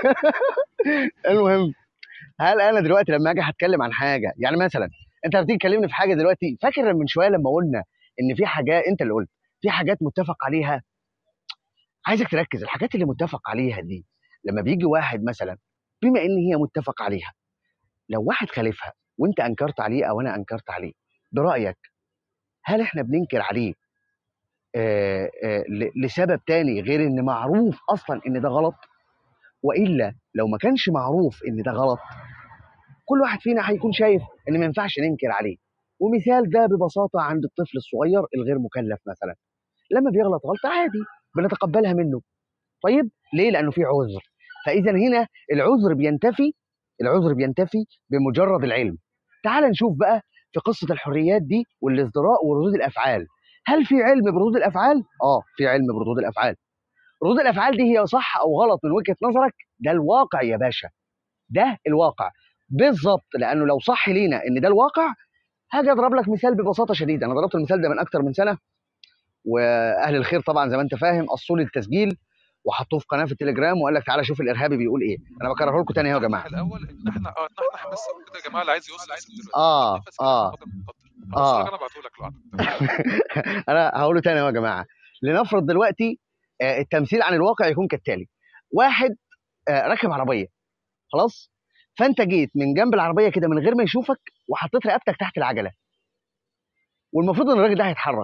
المهم هل انا دلوقتي لما اجي هتكلم عن حاجه، يعني مثلا انت بتيجي تكلمني في حاجه دلوقتي، فاكر من شويه لما قلنا ان في حاجات، انت اللي قلت في حاجات متفق عليها، عايزك تركز. الحاجات اللي متفق عليها دي لما بيجي واحد مثلا بما ان هي متفق عليها، لو واحد خالفها وانت انكرت عليه او انا انكرت عليه، برايك هل احنا بننكر عليه آآ آآ لسبب تاني غير ان معروف اصلا ان ده غلط؟ والا لو ما كانش معروف ان ده غلط كل واحد فينا هيكون شايف ان ما ينفعش ننكر عليه. ومثال ده ببساطه عند الطفل الصغير الغير مكلف مثلا، لما بيغلط غلطه عادي بنتقبلها منه. طيب ليه؟ لانه في عذر. فاذا هنا العذر بينتفي العذر بينتفي بمجرد العلم. تعال نشوف بقى في قصه الحريات دي والازدراء وردود الافعال، هل في علم بردود الافعال؟ اه في علم بردود الافعال. ردود الافعال دي هي صح او غلط من وجهه نظرك، ده الواقع يا باشا، ده الواقع بالظبط. لانه لو صح لينا ان ده الواقع هاجي اضرب لك مثال ببساطه شديده. انا ضربت المثال ده من اكتر من سنه، واهل الخير طبعا زي ما انت فاهم قصوا لي التسجيل وحطوه في قناه في التليجرام وقال لك تعالى شوف الارهابي بيقول ايه. انا بكرره لكم تاني اهو يا جماعه. الاول ان احنا اه ان احنا بس كده يا جماعه اللي عايز يوصل دلوقتي اه اه اه انا بعته لك لوحدك. انا هقوله تاني اهو يا جماعه. لنفرض دلوقتي آه التمثيل عن الواقع يكون كالتالي. واحد آه راكب عربيه خلاص، فانت جيت من جنب العربيه كده من غير ما يشوفك وحطيت رقبتك تحت العجله، والمفروض ان الراجل ده هيتحرك.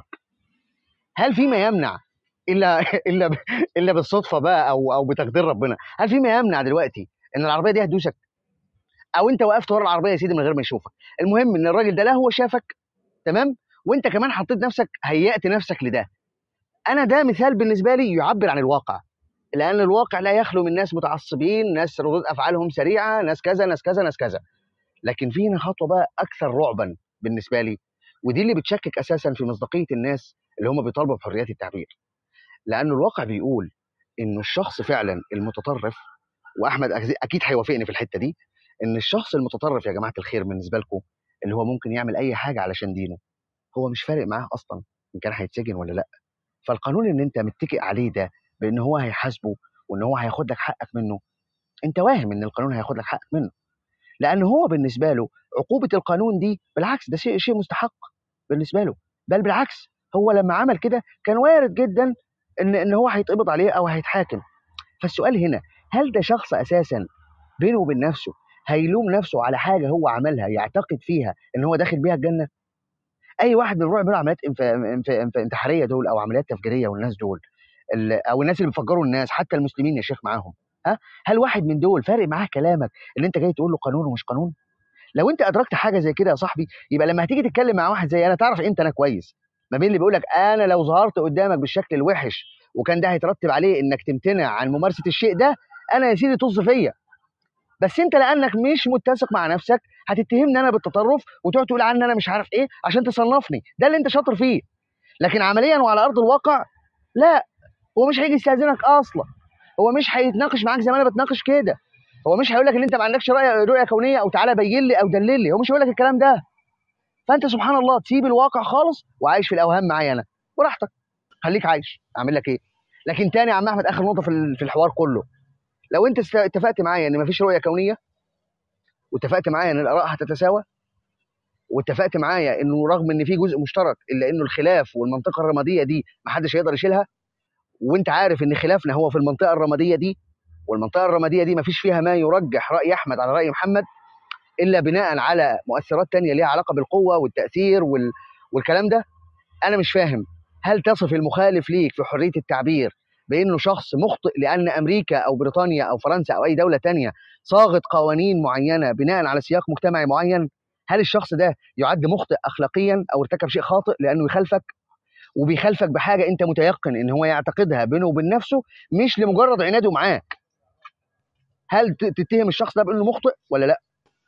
هل في ما يمنع الا الا الا بالصدفه بقى او او بتقدير ربنا، هل في ما يمنع دلوقتي ان العربيه دي هتدوسك او انت وقفت ورا العربيه يا سيدي من غير ما يشوفك؟ المهم ان الراجل ده لا هو شافك تمام، وانت كمان حطيت نفسك هيأت نفسك لده. انا ده مثال بالنسبه لي يعبر عن الواقع، لان الواقع لا يخلو من ناس متعصبين، ناس ردود افعالهم سريعه، ناس كذا ناس كذا ناس كذا. لكن في هنا خطوه بقى اكثر رعبا بالنسبه لي، ودي اللي بتشكك اساسا في مصداقيه الناس اللي هم بيطالبوا بحريات التعبير. لأن الواقع بيقول إن الشخص فعلا المتطرف، وأحمد أكيد هيوافقني في الحتة دي، إن الشخص المتطرف يا جماعة الخير بالنسبة لكم اللي هو ممكن يعمل أي حاجة علشان دينه، هو مش فارق معاه أصلا إن كان هيتسجن ولا لأ. فالقانون اللي أنت متكئ عليه ده بإن هو هيحاسبه وإن هو هياخد لك حقك منه، أنت واهم إن القانون هياخد لك حقك منه، لأن هو بالنسبة له عقوبة القانون دي بالعكس ده شيء شيء مستحق بالنسبة له. بل بالعكس هو لما عمل كده كان وارد جدا ان ان هو هيتقبض عليه او هيتحاكم. فالسؤال هنا، هل ده شخص اساسا بينه وبين نفسه هيلوم نفسه على حاجه هو عملها يعتقد فيها ان هو داخل بيها الجنه؟ اي واحد من اللي بيعملوا عمليات انف... انف... انف... انتحاريه دول او عمليات تفجيريه، والناس دول ال... او الناس اللي بيفجروا الناس حتى المسلمين يا شيخ معاهم، ها هل واحد من دول فارق معاه كلامك اللي انت جاي تقول له قانون ومش قانون؟ لو انت ادركت حاجه زي كده يا صاحبي، يبقى لما هتيجي تتكلم مع واحد زي انا تعرف امتى انا كويس، ما بين اللي بيقول لك انا لو ظهرت قدامك بالشكل الوحش وكان ده هيترتب عليه انك تمتنع عن ممارسه الشيء ده، انا يا سيدي طز فيا. بس انت لانك مش متسق مع نفسك هتتهمني انا بالتطرف وتقعد تقول عني انا مش عارف ايه عشان تصنفني، ده اللي انت شاطر فيه. لكن عمليا وعلى ارض الواقع لا، هو مش هيجي يستاذنك اصلا، هو مش هيتناقش معاك زي ما انا بتناقش كده، هو مش هيقول لك ان انت ما عندكش رؤيه رؤيه كونيه او تعالى بين لي او دلل لي، هو مش هيقول لك الكلام ده. فانت سبحان الله تسيب الواقع خالص وعايش في الاوهام معايا انا براحتك، خليك عايش، اعمل لك ايه؟ لكن تاني يا عم احمد اخر نقطه في في الحوار كله، لو انت اتفقت معايا ان مفيش رؤيه كونيه، واتفقت معايا ان الاراء هتتساوى، واتفقت معايا انه رغم ان في جزء مشترك الا انه الخلاف والمنطقه الرماديه دي محدش هيقدر يشيلها، وانت عارف ان خلافنا هو في المنطقه الرماديه دي، والمنطقه الرماديه دي مفيش فيها ما يرجح راي احمد على راي محمد الا بناء على مؤثرات تانية ليها علاقه بالقوه والتاثير وال... والكلام ده. انا مش فاهم، هل تصف المخالف ليك في حريه التعبير بانه شخص مخطئ لان امريكا او بريطانيا او فرنسا او اي دوله تانية صاغت قوانين معينه بناء على سياق مجتمعي معين؟ هل الشخص ده يعد مخطئ اخلاقيا او ارتكب شيء خاطئ لانه يخالفك، وبيخالفك بحاجه انت متيقن ان هو يعتقدها بينه وبين نفسه مش لمجرد عناده معاك؟ هل تتهم الشخص ده بانه مخطئ ولا لا؟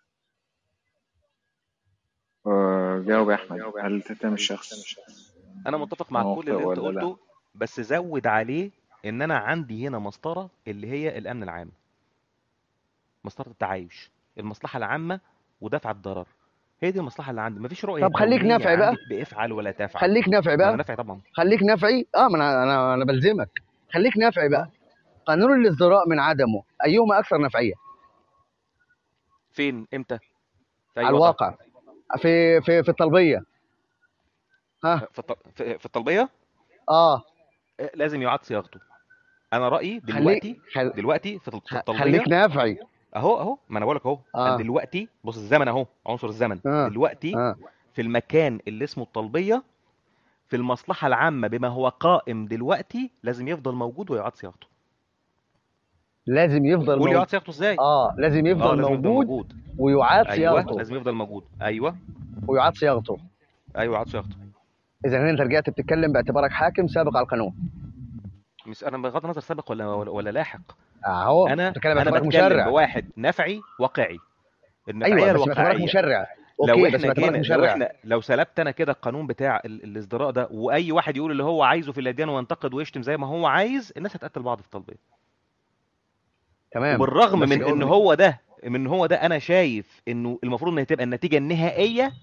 جاوب يا احمد، هل تتهم الشخص؟ انا متفق مع كل اللي انت قلته، بس زود عليه ان انا عندي هنا مسطره اللي هي الامن العام، مسطره التعايش، المصلحه العامه ودفع الضرر، هي دي المصلحه اللي عندي. مفيش رؤيه طب خليك نافعي بقى، بافعل ولا تفعل. خليك نافعي بقى، انا نافعي طبعا، خليك نافعي. اه ما انا انا انا بلزمك، خليك نافعي بقى. قانون الازدراء من عدمه ايهما اكثر نفعيه؟ فين؟ امتى؟ في على الواقع، في في في الطلبيه. ها في في الطلبيه اه لازم يعاد صياغته. انا رايي دلوقتي خل... دلوقتي في الطلبيه، خليك نافعي اهو اهو، ما انا بقول لك اهو. آه. انا دلوقتي بص الزمن اهو، عنصر الزمن آه. دلوقتي آه. في المكان اللي اسمه الطلبيه، في المصلحه العامه بما هو قائم دلوقتي لازم يفضل موجود ويعاد صياغته. لازم يفضل موجود. يعاد صياغته ازاي؟ اه لازم يفضل, آه لازم موجود, يفضل موجود ويعاد صياغته. ايوه لازم يفضل موجود. ايوه ويعاد صياغته. ايوه يعاد صياغته. اذا انت رجعت بتتكلم باعتبارك حاكم سابق على القانون. مش انا بغض النظر سابق ولا ولا لاحق. اهو انا بتتكلم انا بتكلم مشرع. بواحد نفعي واقعي. النفعيه أيوة الواقعيه مشرع. أوكي لو احنا جينا مشرع. لو احنا لو سلبت انا كده القانون بتاع الازدراء ده، واي واحد يقول اللي هو عايزه في الاديان وينتقد ويشتم زي ما هو عايز، الناس هتقتل بعض في الطلبيه. تمام. وبالرغم من ان هو ده من هو ده انا شايف انه المفروض ان هتبقى النتيجه النهائيه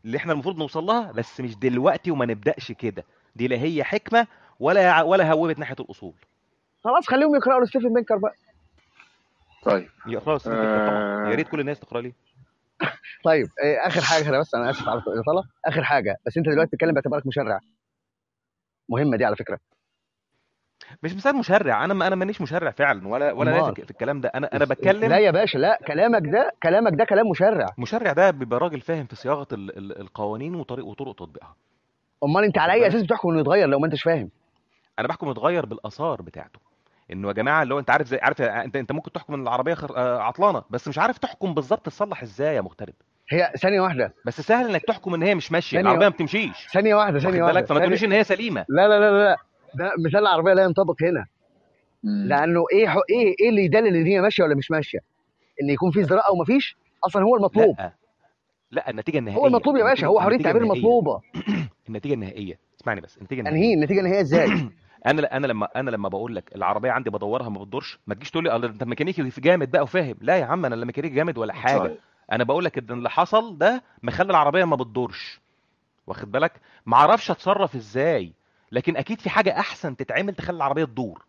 اللي احنا المفروض نوصل لها، بس مش دلوقتي وما نبداش كده. دي لا هي حكمه ولا ولا هوبت ناحيه الاصول. خلاص خليهم يقراوا لستيفن بينكر بقى. طيب يقراوا ستيفن بينكر طبعا، يا ريت كل الناس تقرا ليه. طيب إيه اخر حاجه، انا بس انا اسف على الاطاله، اخر حاجه بس انت دلوقتي بتتكلم باعتبارك مشرع، مهمه دي على فكره. مش مثال مشرع، انا ما انا مانيش مشرع فعلا ولا ولا لا في الكلام ده. انا انا بتكلم. لا يا باشا لا، كلامك ده كلامك ده كلام مشرع. مشرع ده بيبقى راجل فاهم في صياغه ال ال القوانين وطريق وطرق تطبيقها. امال انت على اي اساس بتحكم انه يتغير لو ما انتش فاهم؟ انا بحكم يتغير بالاثار بتاعته، انه يا جماعه اللي هو انت عارف زي عارف انت انت ممكن تحكم ان العربيه خر... عطلانه، بس مش عارف تحكم بالظبط تصلح ازاي يا مغترب. هي ثانيه واحده، بس سهل انك تحكم ان هي مش ماشيه، العربيه ما بتمشيش. ثانيه واحده ثانيه واحده، فما تقوليش ان هي سليمه. لا لا لا لا، ده مثال العربيه لا ينطبق هنا. مم. لانه ايه ايه ايه اللي يدلل ان هي ماشيه ولا مش ماشيه؟ ان يكون في ازدراء او ما فيش، اصلا هو المطلوب. لا لا، النتيجه النهائيه هو المطلوب يا باشا، هو حريه التعبير المطلوبه. النتيجه النهائيه، اسمعني بس، النتيجه النهائيه انهي النتيجه النهائيه ازاي؟ انا انا لما انا لما بقول لك العربيه عندي بدورها ما بتدورش، ما تجيش تقول لي انت ميكانيكي جامد بقى وفاهم. لا يا عم، انا لا ميكانيكي جامد ولا حاجه. طيب. انا بقول لك ان اللي حصل ده مخلي العربيه ما بتدورش، واخد بالك؟ ما اعرفش اتصرف ازاي، لكن اكيد في حاجه احسن تتعمل تخلي العربيه تدور.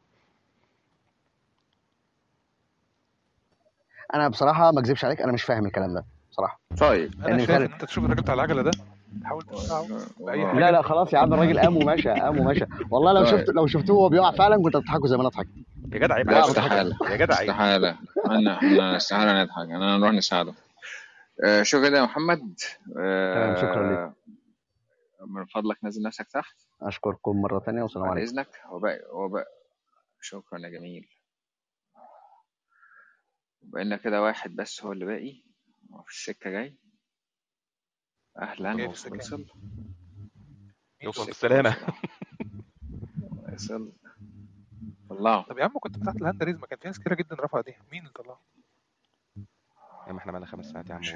انا بصراحه ما اكذبش عليك، انا مش فاهم الكلام ده بصراحه. طيب انا شايف ان انت تشوف الراجل بتاع العجله ده حاول تقنعه باي حاجه. لا لا خلاص يا عم، الراجل قام ومشى قام ومشى. والله لو شفت لو شفتوه وهو بيقع فعلا كنت هتضحكوا زي ما انا ضحكت. يا جدع عيب، لا استحاله يا جدع عيب، استحاله. انا احنا استحاله نضحك، انا نروح نساعده. آه شو كده يا محمد؟ آه شكرا لك. من فضلك نزل نفسك تحت. اشكركم مره ثانيه والسلام عليكم. باذنك. وباقي وباقي شكرا يا جميل. بقينا كده واحد بس هو اللي باقي في السكه جاي. اهلا وصل. يوصل بالسلامه. وصل. طلعه. طب يا عم كنت فتحت الهاند ريز، ما كان في ناس كتير جدا رفع دي، مين اللي طلعه؟ يا عم احنا بقالنا خمس ساعات يا عم.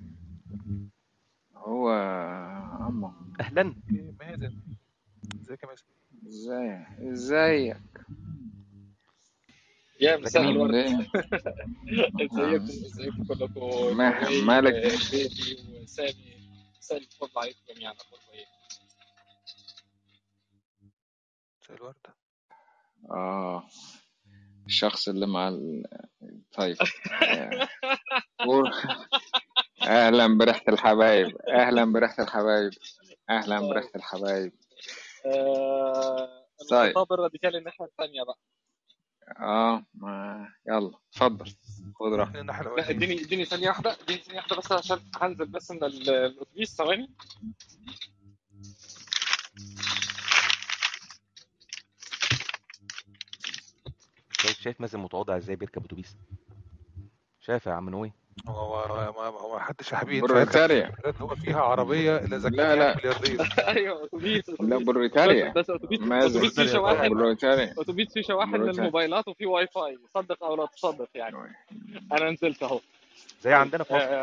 هو عمو. اهلا مازن. ازيك يا مازن؟ ازاي ازيك يا مساء الورد. ازيكم ازيكم كلكم؟ مالك بيبي وسامي، مساء الفضل عليكم جميعا. اخباركم ايه؟ مساء الورد. اه الشخص اللي مع ال... طيب اهلا بريحه الحبايب، اهلا بريحه الحبايب، اهلا بريحه الحبايب. طيب الخطاب الراديكالي الناحيه الثانيه بقى. اه ما يلا اتفضل خد راحتك. لا اديني اديني ثانيه واحده، اديني ثانيه واحده بس عشان هنزل بس من الاتوبيس. ثواني. شايف شايف مازن متواضع ازاي بيركب اتوبيس؟ شايف يا عم نوي؟ هو هو ما حدش يا حبيبي بريطانيا هو فيها عربيه الا اذا كان يعني ملياردير. ايوه اتوبيس لا بريطانيا بس اتوبيس اتوبيس فيه شواحن. بريطانيا اتوبيس فيه شواحن للموبايلات وفي واي فاي، صدق او لا تصدق يعني. انا نزلت اهو زي عندنا في مصر.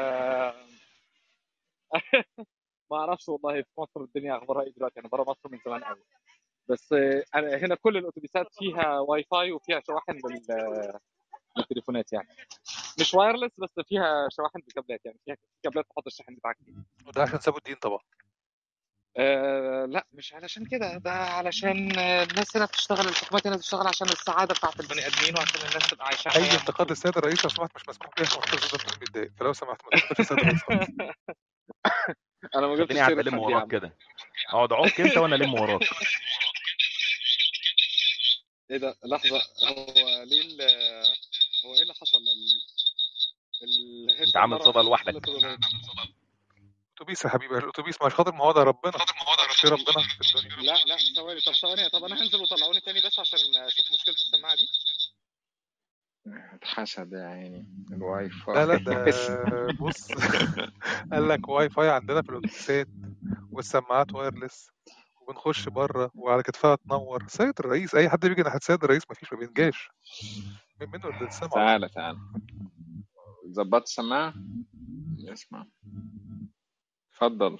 ما اعرفش والله في مصر الدنيا اخبارها ايه دلوقتي، انا بره مصر من زمان قوي، بس انا هنا كل الاتوبيسات فيها واي فاي وفيها شواحن للتليفونات، يعني مش وايرلس بس فيها شواحن بكابلات، يعني فيها كابلات تحط الشحن بتاعك فيه. وده عشان سابوا الدين طبعا. أه لا مش علشان كده، ده علشان الناس هنا بتشتغل، الحكومات هنا بتشتغل عشان السعاده بتاعت البني ادمين وعشان الناس تبقى عايشه. اي يعني انتقاد للسيد الرئيس لو سمحت مش مسموح بيه، محتاج تفضل متضايق، فلو سمحت ما تنتقدش السيد الرئيس. انا ما جبتش سيره الم وراك كده، اقعد عك انت وانا الم وراك. ايه ده؟ لحظه، هو ليه ال... هو ايه اللي حصل؟ ال... انت عامل صدى لوحدك. اتوبيس يا حبيبي، الاتوبيس مش خاطر مواضع ربنا، خاطر مواضع في ربنا في الدنيا. لا لا ثواني، طب ثواني، طب انا هنزل وطلعوني تاني بس عشان اشوف مشكله السماعه دي. اتحسد يا عيني الواي فاي. لا لا ده بص قال لك واي فاي عندنا في الاتوبيسات والسماعات وايرلس وبنخش بره وعلى كتفها تنور. سيد الرئيس اي حد بيجي ناحيه سيد الرئيس مفيش، ما بينجاش منه اللي السمع. تعالى تعالى ظبطت السماعه؟ اسمع اتفضل.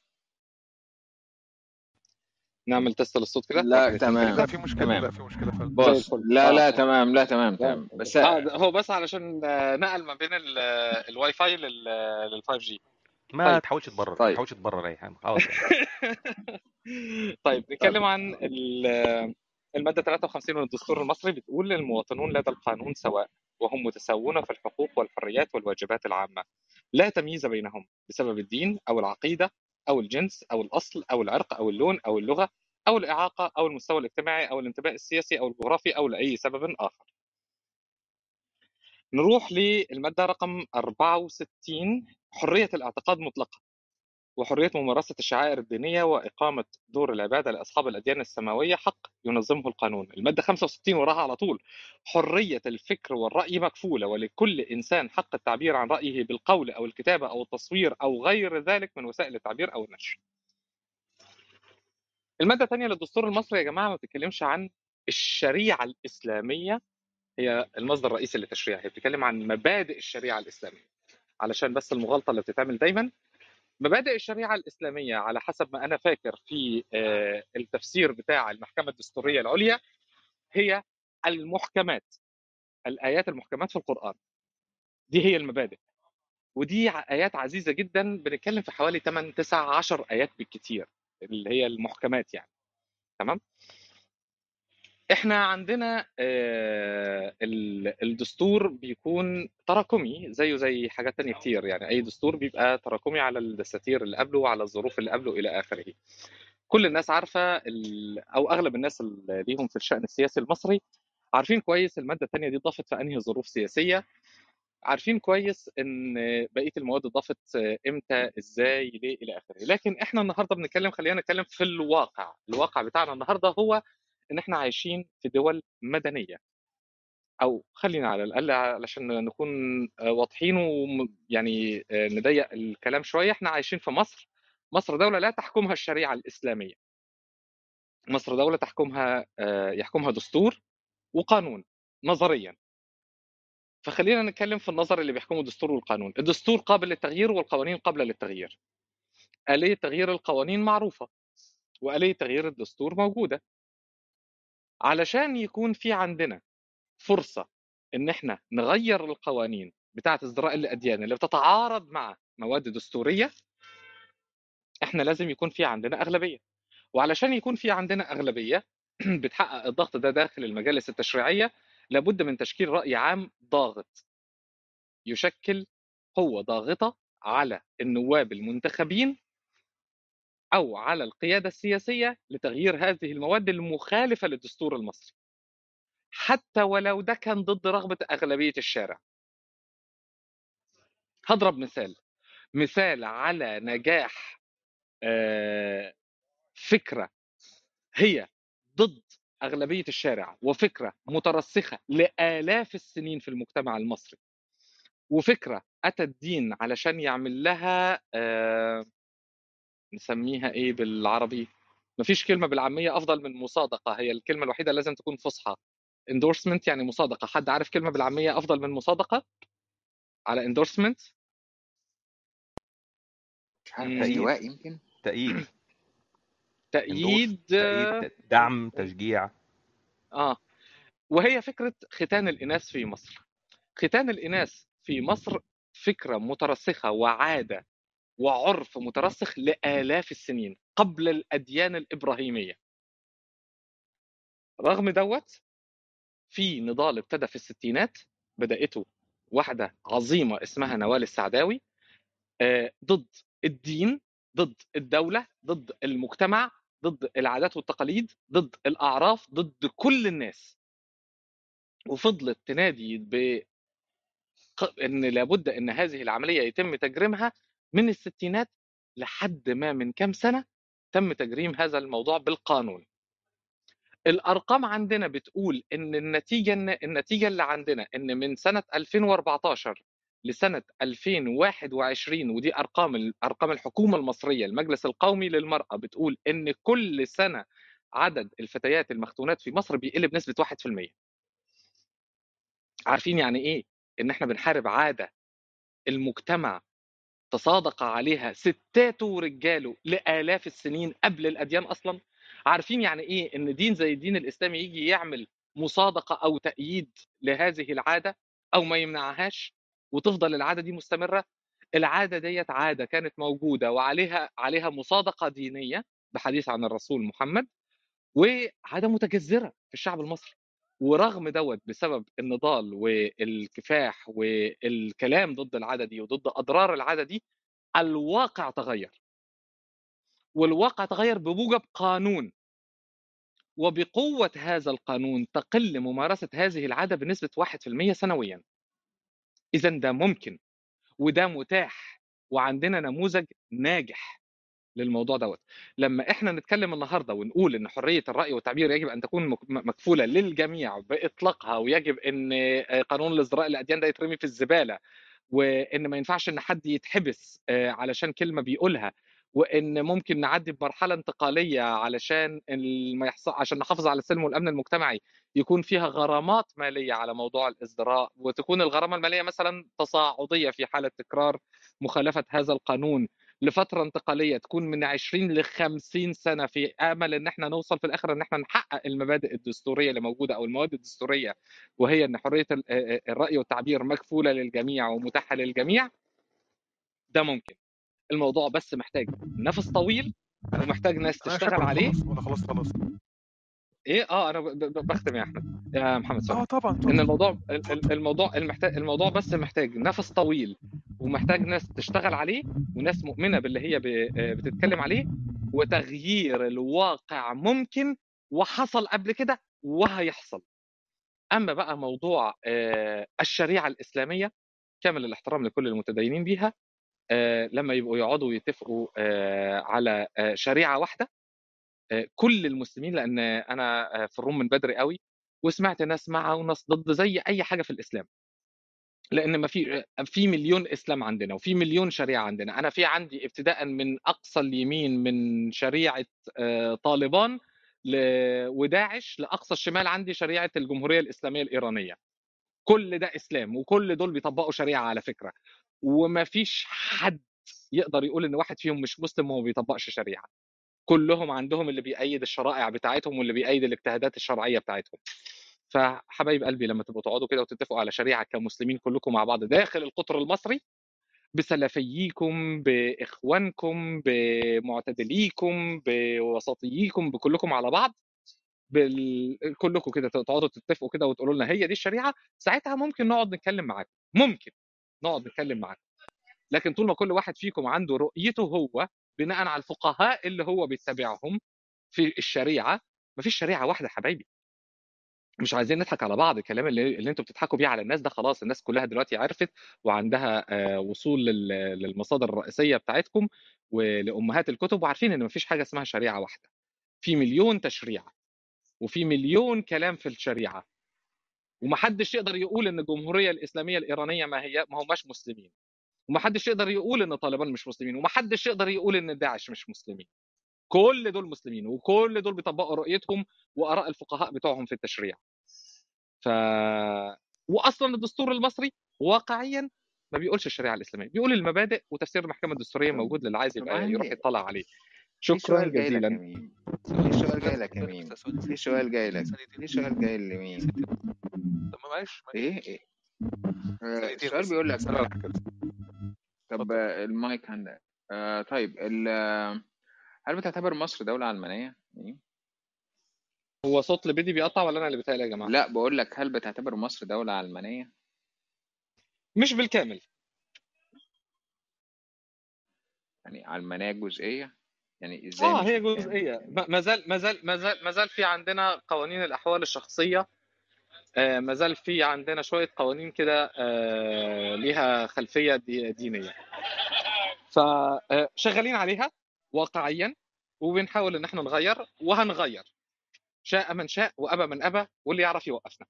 نعمل تست للصوت كده؟ لا تمام. لا في مشكله تمام. لا في مشكله فعلا. بص لا لا تمام لا تمام تمام بس آه هو بس علشان نقل ما بين الواي فاي لل خمسة جي. ما طيب تحاولش تبرر ما طيب تحاولش تبرر اي حاجه خلاص يعني. طيب نتكلم عن ال- المادة ثلاثة وخمسين من الدستور المصري، بتقول المواطنون لدى القانون سواء، وهم متساوون في الحقوق والحريات والواجبات العامة، لا تمييز بينهم بسبب الدين أو العقيدة أو الجنس أو الأصل أو العرق أو اللون أو اللغة أو الإعاقة أو المستوى الاجتماعي أو الانتماء السياسي أو الجغرافي أو لأي سبب آخر. نروح للمادة رقم أربعة وستين، حرية الاعتقاد مطلقة، وحرية ممارسة الشعائر الدينية وإقامة دور العبادة لأصحاب الأديان السماوية حق ينظمه القانون. المادة خمسة وستين وراها على طول، حرية الفكر والرأي مكفولة، ولكل إنسان حق التعبير عن رأيه بالقول أو الكتابة أو التصوير أو غير ذلك من وسائل التعبير أو النشر. المادة الثانية للدستور المصري يا جماعة ما بتتكلمش عن الشريعة الإسلامية، هي المصدر الرئيسي للتشريع، هي بتتكلم عن مبادئ الشريعة الإسلامية. علشان بس المغالطة اللي بتتعمل دايما، مبادئ الشريعة الإسلامية على حسب ما أنا فاكر في التفسير بتاع المحكمة الدستورية العليا هي المحكمات، الآيات المحكمات في القرآن، دي هي المبادئ. ودي آيات عزيزة جدا، بنتكلم في حوالي ثمانية تسعة عشرة آيات بالكتير اللي هي المحكمات يعني. تمام. احنا عندنا الدستور بيكون تراكمي زيه زي حاجات تانية كتير، يعني اي دستور بيبقى تراكمي على الدساتير اللي قبله وعلى الظروف اللي قبله الى اخره. كل الناس عارفه او اغلب الناس اللي ليهم في الشأن السياسي المصري عارفين كويس الماده الثانيه دي ضافت في انهي ظروف سياسيه، عارفين كويس ان بقيه المواد ضافت امتى ازاي ليه الى اخره. لكن احنا النهارده بنتكلم، خلينا نتكلم في الواقع. الواقع بتاعنا النهارده هو ان احنا عايشين في دول مدنيه، او خلينا على الاقل علشان نكون واضحين ويعني نضيق الكلام شويه، احنا عايشين في مصر. مصر دوله لا تحكمها الشريعه الاسلاميه، مصر دوله تحكمها يحكمها دستور وقانون نظريا. فخلينا نتكلم في النظر اللي بيحكمه الدستور والقانون. الدستور قابل للتغيير والقوانين قابله للتغيير. آلية تغيير القوانين معروفه، وآلية تغيير الدستور موجوده. علشان يكون في عندنا فرصه ان احنا نغير القوانين بتاعه ازدراء الاديان اللي بتتعارض مع مواد دستوريه، احنا لازم يكون في عندنا اغلبيه. وعلشان يكون في عندنا اغلبيه بتحقق الضغط ده داخل المجالس التشريعيه، لابد من تشكيل راي عام ضاغط، يشكل قوه ضاغطه على النواب المنتخبين او على القياده السياسيه لتغيير هذه المواد المخالفه للدستور المصري، حتى ولو ده كان ضد رغبه اغلبيه الشارع. هضرب مثال مثال على نجاح فكرة هي ضد أغلبية الشارع، وفكرة مترسخة لآلاف السنين في المجتمع المصري، وفكرة أتى الدين علشان يعمل لها آه نسميها إيه بالعربي؟ مفيش كلمة بالعامية أفضل من مصادقة، هي الكلمة الوحيدة لازم تكون فصحى. endorsement يعني مصادقة. حد عارف كلمة بالعامية أفضل من مصادقة على endorsement؟ مش عارف، احتواء يمكن، تأييد تأييد تأييد دعم تشجيع. اه وهي فكرة ختان الإناث في مصر. ختان الإناث في مصر فكرة مترسخة وعادة وعرف مترسخ لآلاف السنين قبل الأديان الإبراهيمية. رغم دوت في نضال ابتدى في الستينات، بدأته واحدة عظيمة اسمها نوال السعداوي ضد الدين، ضد الدولة، ضد المجتمع، ضد العادات والتقاليد، ضد الأعراف، ضد كل الناس. وفضلت تنادي ب ان لابد ان هذه العمليه يتم تجريمها من الستينات لحد ما من كام سنه تم تجريم هذا الموضوع بالقانون. الارقام عندنا بتقول ان النتيجه النتيجه اللي عندنا ان من سنه ألفين وأربعتاشر لسنه ألفين وواحد وعشرين، ودي ارقام ارقام الحكومه المصريه، المجلس القومي للمراه، بتقول ان كل سنه عدد الفتيات المختونات في مصر بيقل بنسبه واحد بالمية. عارفين يعني ايه ان احنا بنحارب عاده المجتمع تصادق عليها ستاته ورجاله لآلاف السنين قبل الأديان أصلا؟ عارفين يعني إيه إن دين زي الدين الإسلامي يجي يعمل مصادقة أو تأييد لهذه العادة أو ما يمنعهاش وتفضل العادة دي مستمرة؟ العادة ديت عادة كانت موجودة وعليها عليها مصادقة دينية بحديث عن الرسول محمد، وعادة متجذرة في الشعب المصري. ورغم دوت بسبب النضال والكفاح والكلام ضد العادة دي وضد أضرار العادة دي، الواقع تغير، والواقع تغير بموجب قانون، وبقوة هذا القانون تقل ممارسة هذه العادة بنسبة واحد بالمئة سنويا. إذا ده ممكن وده متاح، وعندنا نموذج ناجح للموضوع دوت. لما احنا نتكلم النهارده ونقول ان حريه الراي والتعبير يجب ان تكون مكفوله للجميع باطلاقها، ويجب ان قانون الازدراء الاديان ده يترمي في الزباله، وان ما ينفعش ان حد يتحبس علشان كلمه بيقولها، وان ممكن نعدي بمرحله انتقاليه علشان ما يحصل، عشان نحافظ على السلم والامن المجتمعي، يكون فيها غرامات ماليه على موضوع الازدراء، وتكون الغرامه الماليه مثلا تصاعديه في حاله تكرار مخالفه هذا القانون لفتره انتقاليه تكون من عشرين ل خمسين سنه، في امل ان احنا نوصل في الاخر ان احنا نحقق المبادئ الدستوريه اللي موجوده او المواد الدستوريه، وهي ان حريه الراي والتعبير مكفوله للجميع ومتاحه للجميع. ده ممكن. الموضوع بس محتاج نفس طويل، ومحتاج ناس تشتغل عليه. ولا خلاص خلاص ايه اه انا بختم يا احمد يا محمد سوري. اه طبعا ان الموضوع الموضوع المحتاج الموضوع بس محتاج نفس طويل، ومحتاج ناس تشتغل عليه، وناس مؤمنه باللي هي بتتكلم عليه، وتغيير الواقع ممكن وحصل قبل كده وهيحصل. اما بقى موضوع الشريعه الاسلاميه، كامل الاحترام لكل المتدينين بيها، لما يبقوا يقعدوا ويتفقوا على شريعه واحده كل المسلمين، لان انا في الروم من بدري قوي وسمعت ناس مع وناس ضد زي اي حاجه في الاسلام، لان ما في في مليون اسلام عندنا وفي مليون شريعه عندنا. انا في عندي ابتداء من اقصى اليمين من شريعه طالبان وداعش لاقصى الشمال عندي شريعه الجمهوريه الاسلاميه الايرانيه. كل ده اسلام، وكل دول بيطبقوا شريعه على فكره، وما فيش حد يقدر يقول ان واحد فيهم مش مسلم وما بيطبقش شريعه. كلهم عندهم اللي بيأيد الشرائع بتاعتهم واللي بيأيد الاجتهادات الشرعيه بتاعتهم. فحبايب قلبي لما تبقوا تقعدوا كده وتتفقوا على شريعه كمسلمين كلكم مع بعض داخل القطر المصري، بسلفييكم باخوانكم بمعتدليكم بوسطييكم بكلكم على بعض، بال... كلكم كده تقعدوا تتفقوا كده وتقولوا لنا هي دي الشريعه، ساعتها ممكن نقعد نتكلم معاكم، ممكن نقعد نتكلم معاكم. لكن طول ما كل واحد فيكم عنده رؤيته هو بناء على الفقهاء اللي هو بيتبعهم في الشريعه، مفيش شريعه واحده حبايبي. مش عايزين نضحك على بعض. الكلام اللي, اللي انتوا بتضحكوا بيه على الناس ده خلاص الناس كلها دلوقتي عرفت وعندها وصول للمصادر الرئيسيه بتاعتكم ولامهات الكتب، وعارفين ان مفيش حاجه اسمها شريعه واحده، في مليون تشريعه وفي مليون كلام في الشريعه، ومحدش يقدر يقول ان الجمهوريه الاسلاميه الايرانيه ما هي ما هماش مسلمين، ومحدش يقدر يقول ان طالبان مش مسلمين، ومحدش يقدر يقول ان داعش مش مسلمين. كل دول مسلمين، وكل دول بيطبقوا رؤيتهم واراء الفقهاء بتوعهم في التشريع. ف واصلا الدستور المصري واقعيا ما بيقولش الشريعه الاسلاميه، بيقول المبادئ، وتفسير المحكمه الدستوريه موجود للي عايز يبقى يروح يطلع عليه. شكرا جزيلا. في سؤال جاي لك يا مين في سؤال جاي لك في سؤال جاي لمين طب معلش ايه ايه آه السؤال بيقول لك طب المايك عندك. آه طيب هل بتعتبر مصر دولة علمانية؟ هو صوت لبيدي بيقطع ولا انا اللي بتهيألي يا جماعه؟ لا بقول لك هل بتعتبر مصر دولة علمانية؟ مش بالكامل، يعني علمانية جزئية، يعني ازاي؟ اه هي جزئيه، ما زال ما زال ما زال ما زال في عندنا قوانين الاحوال الشخصيه، آه ما زال في عندنا شويه قوانين كده آه ليها خلفيه دي دينيه، فشغالين عليها واقعيا وبنحاول ان احنا نغير وهنغير، شاء من شاء وابى من ابى، واللي يعرف يوقفنا.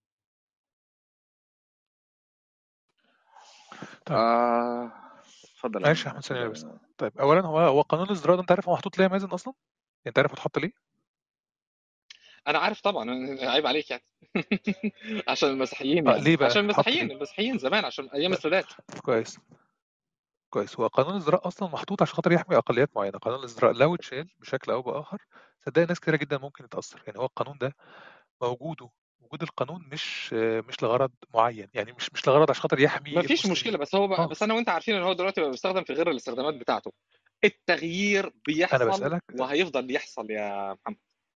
طيب اه اتفضل ماشي يا احمد ثانيه بس. طيب اولا هو هو قانون الازدراء ده انت عارف هو محطوط ليه يا مازن اصلا؟ انت عارف اتحط ليه؟ انا عارف طبعا، عيب عليك يعني. عشان المسيحيين آه يعني. ليه بقى؟ عشان المسيحيين المسيحيين زمان عشان ايام السادات. كويس كويس. هو قانون الازدراء اصلا محطوط عشان خاطر يحمي اقليات معينه. قانون الازدراء لو اتشال بشكل او باخر صدقني ناس كتيره جدا ممكن تتاثر. يعني هو القانون ده موجوده وجود القانون مش مش لغرض معين، يعني مش مش لغرض عشان خاطر يحمي ما فيش مشكله، المسلمين بس هو بقى بس خالص. انا وانت عارفين ان هو دلوقتي بقى بيستخدم في غير الاستخدامات بتاعته. التغيير انا بيحصل بسالك وهيفضل يحصل يا محمد.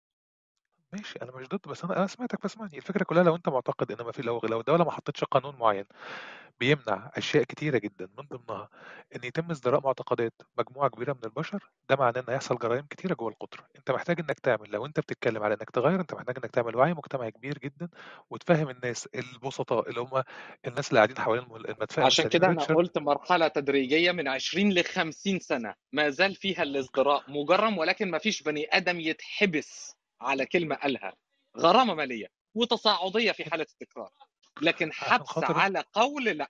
ماشي، انا مش ضد، بس انا انا سمعتك فاسمعني. الفكره كلها لو انت معتقد ان ما في لو لو الدوله ما حطتش قانون معين بيمنع اشياء كتيره جدا، من ضمنها ان يتم ازدراء معتقدات مجموعه كبيره من البشر، ده معناه ان هيحصل جرائم كتيره جوه القطر. انت محتاج انك تعمل، لو انت بتتكلم على انك تغير، انت محتاج انك تعمل وعي مجتمعي كبير جدا، وتفهم الناس البسطاء اللي هم الناس اللي قاعدين حوالين المدفأة عشان مستنيين كده انا ريتشارد. قلت مرحله تدريجيه من عشرين ل خمسين سنه ما زال فيها الازدراء مجرم، ولكن ما فيش بني ادم يتحبس على كلمه قالها. غرامه ماليه وتصاعديه في حاله التكرار، لكن عشان حبس خاطر انت على قول لا.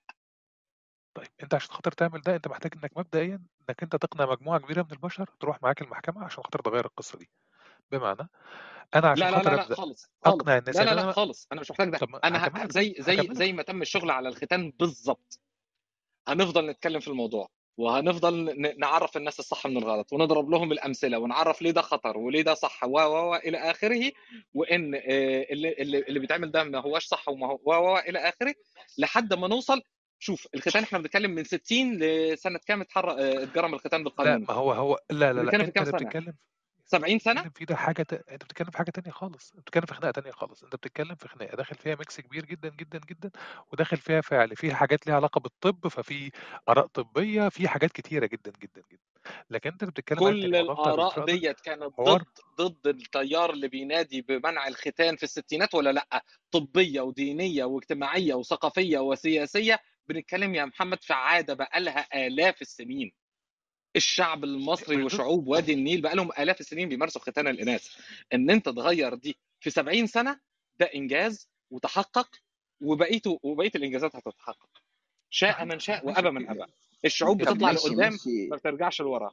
طيب انت عشان خاطر تعمل ده، انت محتاج انك مبدئيا انك انت تقنع مجموعه كبيره من البشر تروح معاك المحكمه عشان خاطر تغير القصه دي. بمعنى انا عشان لا لا لا خاطر لا ابدا خالص اقنع خالص، الناس لا ان لا لا انا، خالص، انا مش محتاج ده. طب ما انا ه... هكمل لك زي زي هكمل زي لك ما تم الشغل على الختان بالظبط، هنفضل نتكلم في الموضوع، وهنفضل ن- نعرف الناس الصح من الغلط، ونضرب لهم الامثله، ونعرف ليه ده خطر وليه ده صح، و و و الى اخره، وان آه، اللي اللي اللي بيتعمل ده ما هوش صح وما هو و و الى اخره، لحد ما نوصل. شوف الختان احنا بنتكلم من ستين لسنه كام اتحر... آه، اتجرم الختان لا بالقانون؟ ما هو هو لا لا لا بنتكلم في انت كام اللي سنه؟ بتتكلم سبعين سنه؟ بتتكلم فيه ده حاجه ت... انت بتتكلم في حاجه تانية خالص، انت بتتكلم في خناقه تانية خالص. انت بتتكلم في خناقه داخل فيها ميكس كبير جدا جدا جدا، وداخل فيها فعل فيها حاجات ليها علاقه بالطب، ففي اراء طبيه، في حاجات كتيره جدا جدا جدا. لكن انت اللي بتتكلم عليه كل تاني، موضوع بتاع الاراء الازدراء ده ديت كانت حوار. ضد ضد التيار اللي بينادي بمنع الختان في الستينات ولا لا؟ طبيه ودينيه واجتماعيه وثقافيه وسياسيه. بنتكلم يا محمد في عاده بقالها الاف السنين. الشعب المصري مش ضد وشعوب وادي النيل بقالهم الاف السنين بيمارسوا ختان الاناث. ان انت تغير دي في سبعين سنه، ده انجاز وتحقق، وبقيته وبقيه الانجازات هتتحقق شاء من شاء وابى من ابى. الشعوب طب بتطلع ماشي لقدام ماشي ما بترجعش لورا.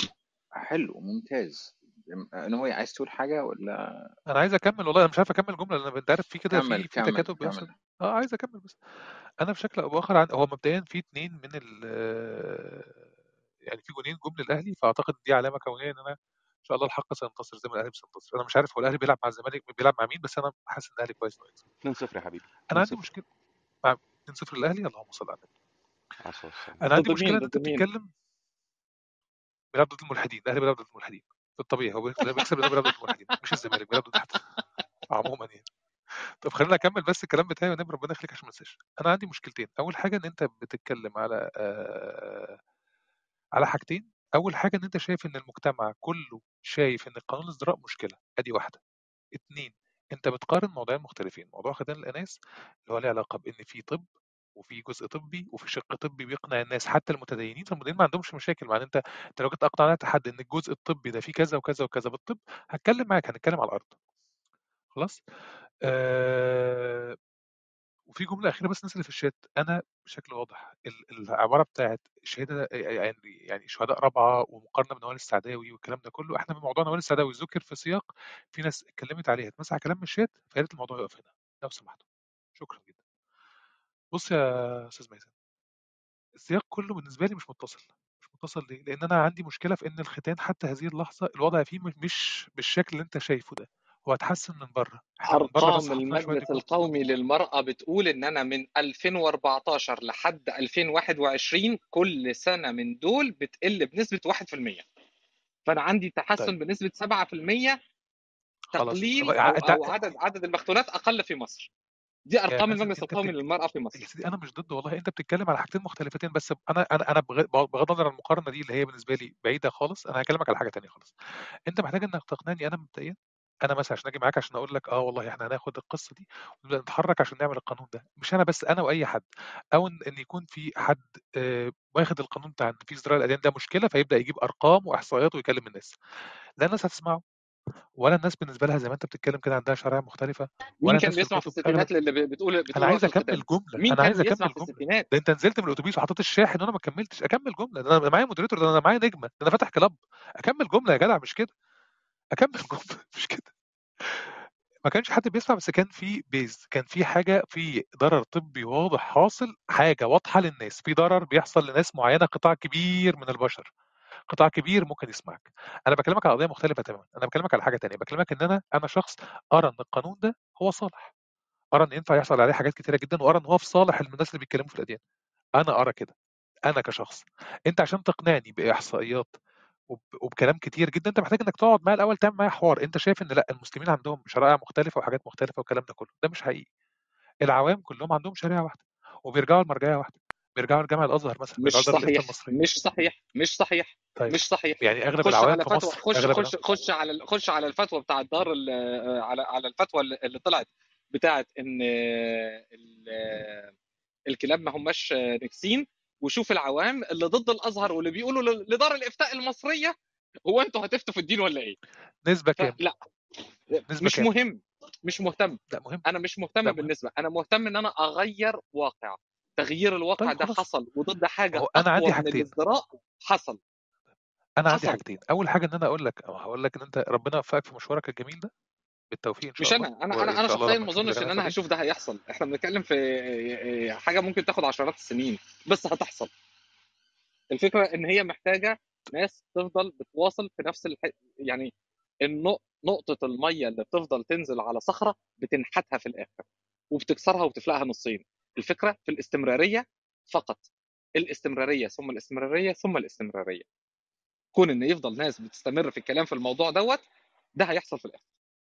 حلو ممتاز. نوي عايز تقول حاجه ولا؟ انا عايز اكمل والله، انا مش عارف اكمل جمله لان انت عارف في كده كمل في في كمل تكاتف كمل. بيحصل. اه عايز اكمل بس. انا بشكل او باخر عن... هو مبدئيا في اتنين من ال يعني في جونين جم للاهلي، فاعتقد دي علامه كونيه ان انا ان شاء الله الحق سينتصر زي ما الاهلي بينتصر. انا مش عارف هو الاهلي بيلعب مع الزمالك بيلعب مع مين، بس انا حاسس ان الاهلي كويس انه يكسب. اتنين صفر يا حبيبي، انا اتنين عندي صفر مشكله مع اتنين صفر الاهلي، اللهم صل على النبي. على الصلاة والسلام. انا عندي ضد مشكله مين؟ ان انت ضد مين؟ بتتكلم بيلعب ضد الملحدين. الاهلي بيلعب ضد الملحدين في الطبيعي، هو بيكسب لانه بيلعب ضد الملحدين، مش الزمالك بيلعب ضد حد عموما يعني. طب خلينا اكمل بس الكلام بتاعي ونبي ربنا يخليك عشان ما انساش. انا عندي مشكلتين. اول حاجه ان انت بتتكلم على آه على حاجتين. اول حاجه ان انت شايف ان المجتمع كله شايف ان القانون الازدراء مشكله، ادي واحده. اتنين، انت بتقارن موضوعين مختلفين. موضوع ختان الاناث اللي هو له علاقه بان في طب وفي جزء طبي وفي شق طبي بيقنع الناس حتى المتدينين، فالمتدينين ما عندهمش مشاكل. مع ان انت انت لو جيت اقنعت حد ان الجزء الطبي ده فيه كذا وكذا وكذا بالطب، هتكلم معاك، هنتكلم على الارض خلاص. آه وفي جمله اخيره بس الناس اللي في الشات، انا بشكل واضح ال- العباره بتاعت شهاده يعني يعني شهداء رابعه ومقارنه بنوال السعداوي والكلام ده كله، احنا بموضوع نوال السعداوي ذكر في سياق في ناس اتكلمت عليها اتمسح كلام من الشات، فيا ريت الموضوع يقف هنا لو سمحتوا. شكرا جدا. بص يا استاذ مازن، السياق كله بالنسبه لي مش متصل. مش متصل ليه؟ لان انا عندي مشكله في ان الختان حتى هذه اللحظه الوضع فيه مش مش بالشكل اللي انت شايفه ده. هو اتحسن من بره، احنا من بره بس ارقام حطينا شويه المجلس ديكور. القومي للمراه بتقول ان انا من ألفين وأربعتاشر لحد ألفين وواحد وعشرين كل سنه من دول بتقل بنسبه واحد في المية. فانا عندي تحسن طيب بنسبه سبعة في المية. خلاص تقليل بقى او انت او عدد عدد المختونات اقل في مصر. دي يا ارقام مازن المجلس انت القومي بتك... للمراه في يا مصر. سيدي انا مش ضد والله، انت بتتكلم على حاجتين مختلفتين. بس انا انا انا بغ- بغض النظر عن المقارنه دي اللي هي بالنسبه لي بعيده خالص، انا هكلمك على حاجه تانية خالص. انت محتاج انك تقنعني انا مبدئيا. انا مثلا عشان اجي معاك عشان اقول لك اه والله احنا هناخد القصه دي ونبدا نتحرك عشان نعمل القانون ده، مش انا بس، انا واي حد. او ان ان يكون في حد آه، واخد القانون بتاع ان في ازدراء الاديان ده مشكله، فيبدا يجيب ارقام واحصائيات ويكلم الناس. لا الناس هتسمعه، ولا الناس بالنسبه لها زي ما انت بتتكلم كده عندها شرائع مختلفه، مين ولا كان الناس في بيسمع في الكتب اغلب. الستينات اللي بتقول انا بتقول عايز وقف اكمل الختان؟ جمله مين انا كان عايز بيسمع اكمل في جمله الستينات؟ ده انت نزلت من الاتوبيس وحطيت الشاحن وانا ما كملتش. اكمل جمله، ده انا معايا مودريتور، ده انا معايا نجمه، ده انا فاتح كلاب. اكمل جمله يا جدع، مش كده؟ اكمل جمله مش كده؟ ما كانش حد بيسمع، بس كان في بيز، كان في حاجه، في ضرر طبي واضح حاصل، حاجه واضحه للناس، في ضرر بيحصل لناس معينه، قطاع كبير من البشر، قطاع كبير ممكن يسمعك. انا بكلمك على قضيه مختلفه تماما، انا بكلمك على حاجه تانية. بكلمك ان انا انا شخص ارى ان القانون ده هو صالح، ارى ان ينفع يحصل عليه حاجات كتيره جدا، وارى ان هو في صالح الناس اللي بيتكلموا في الاديان. انا ارى كده، انا كشخص. انت عشان تقنعني باحصائيات وب... وبكلام كتير جدا، انت محتاج انك تقعد معايا الاول تعمل معايا حوار. انت شايف ان لا المسلمين عندهم شرائع مختلفه وحاجات مختلفه والكلام ده كله، ده مش حقيقي. العوام كلهم عندهم شريعه واحده وبيرجعوا لمرجعيه واحده، بيرجعوا لجامع الازهر مثلا، بيرجعوا مش لدار الافتاء صحيح المصريه. مش صحيح مش صحيح طيب مش صحيح يعني اغلب خش العوام على في فتوى مصر، خش اغلب خش خش على ال- خش على الفتوى بتاعه دار ال- آه، على على الفتوى اللي اللي طلعت بتاعه ان آه، ال- آه، الكلاب ما هماش آه، نكسين، وشوف العوام اللي ضد الازهر واللي بيقولوا ل- لدار الافتاء المصريه هو انتوا هتفتوا في الدين ولا ايه؟ نسبه كام؟ فلا نسبه مش كام؟ مهم مش مهتم لا مهم، انا مش مهتم لا مهم. بالنسبه، انا مهتم ان انا اغير واقع. تغيير الواقع طيب ده خلاص، حصل وضد حاجه هو انا عندي اقوى من حاجتين، الازدراء حصل انا عندي حصل حاجتين. اول حاجه ان انا اقول لك، او هقول لك ان انت ربنا يوفقك في مشوارك الجميل ده بالتوفيق ان شاء مش الله، انا انا انا وان انا شاء الله شخصيا لما ما نشوف اذا اظنش كان ان هيحصل انا ايه. هشوف ده هيحصل. احنا بنتكلم في حاجه ممكن تاخد عشرات السنين بس هتحصل. الفكره ان هي محتاجه ناس تفضل بتواصل في نفس الح... يعني النق... نقطه الميه اللي بتفضل تنزل على صخره بتنحتها في الاخر وبتكسرها وبتفلقها نصين. الفكره في الاستمراريه فقط، الاستمراريه ثم الاستمراريه ثم الاستمراريه. كون ان يفضل ناس بتستمر في الكلام في الموضوع دوت ده هيحصل في الاخر.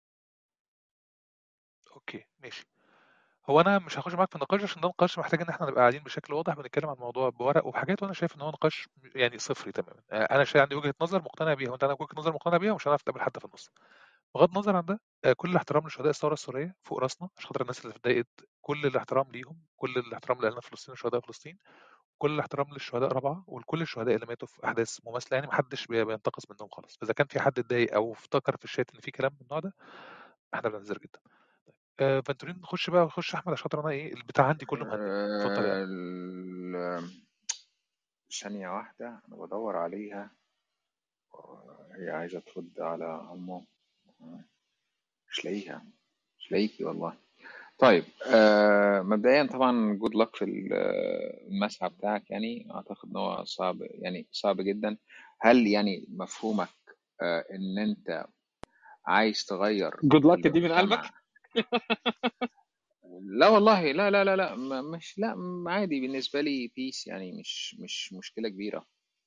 اوكي ماشي. هو انا مش هخش معاك في النقاش عشان ده نقاش محتاج ان احنا نبقى قاعدين بشكل واضح بنتكلم عن الموضوع بورق وبحاجات، وانا شايف ان هو نقاش يعني صفري تماما. انا شايف عندي وجهه نظر مقتنع بيها وانت عندك وجهه نظر مقتنع بيها، ومش هنعرف نتقابل حتى في النص. بغض النظر عن ده، آه، كل الاحترام لشهداء الثوره السوريه فوق راسنا عشان خاطر الناس اللي اتضايقت، كل الاحترام ليهم، كل الاحترام لاهلنا فلسطين وشهداء فلسطين، كل الاحترام للشهداء رابعه ولكل الشهداء اللي ماتوا في احداث مماثله. يعني محدش بي- بينتقص منهم خالص. فاذا كان في حد اتضايق او افتكر في الشات ان في كلام من النوع ده، احنا بنعتذر جدا. آه، فانتورين نخش بقى، نخش احمد عشان خاطر انا ايه البتاع عندي كله مهندل. اتفضل يا آه، أحمد. ال- ثانية واحدة أنا بدور عليها، هي عايزة ترد على أمه، مش لاقيها، مش لاقيكي والله. طيب آه مبدئيا طبعا جود لك في ال- المسعى بتاعك، يعني أعتقد إن هو صعب، يعني صعب جدا. هل يعني مفهومك آه إن أنت عايز تغير جود لك دي من المجتمع؟ قلبك؟ لا والله، لا لا لا لا م- مش لا م- عادي بالنسبة لي بيس، يعني مش مش مشكلة كبيرة.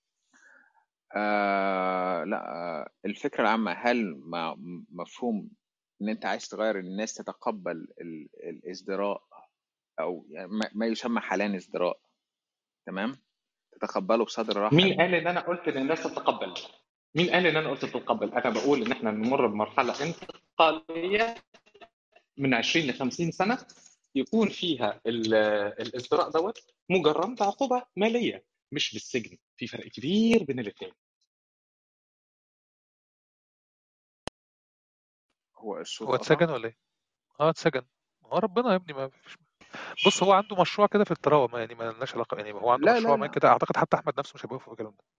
آه لا آه الفكرة العامة، هل مع مفهوم ان انت عايز تغير الناس تتقبل ال- الازدراء، او يعني ما ما يسمى حاليا ازدراء، تمام، تتقبله بصدر مين رحب؟ قال ان انا قلت ان الناس تتقبل؟ مين قال ان انا قلت تتقبل؟ انا بقول ان احنا نمر بمرحله انتقاليه من عشرين ل خمسين سنه يكون فيها ال- الازدراء دوت مجرم بعقوبه ماليه مش بالسجن. في فرق كبير بين الاثنين. هو الصوت هو قطع؟ اتسجن ولا ايه؟ اه اتسجن. هو ربنا يا ابني ما فيش. بص هو عنده مشروع كده في التراوه، ما يعني ما لناش علاقه، يعني هو عنده لا لا مشروع ما لا كده، اعتقد حتى احمد نفسه مش هيوافق في الكلام ده.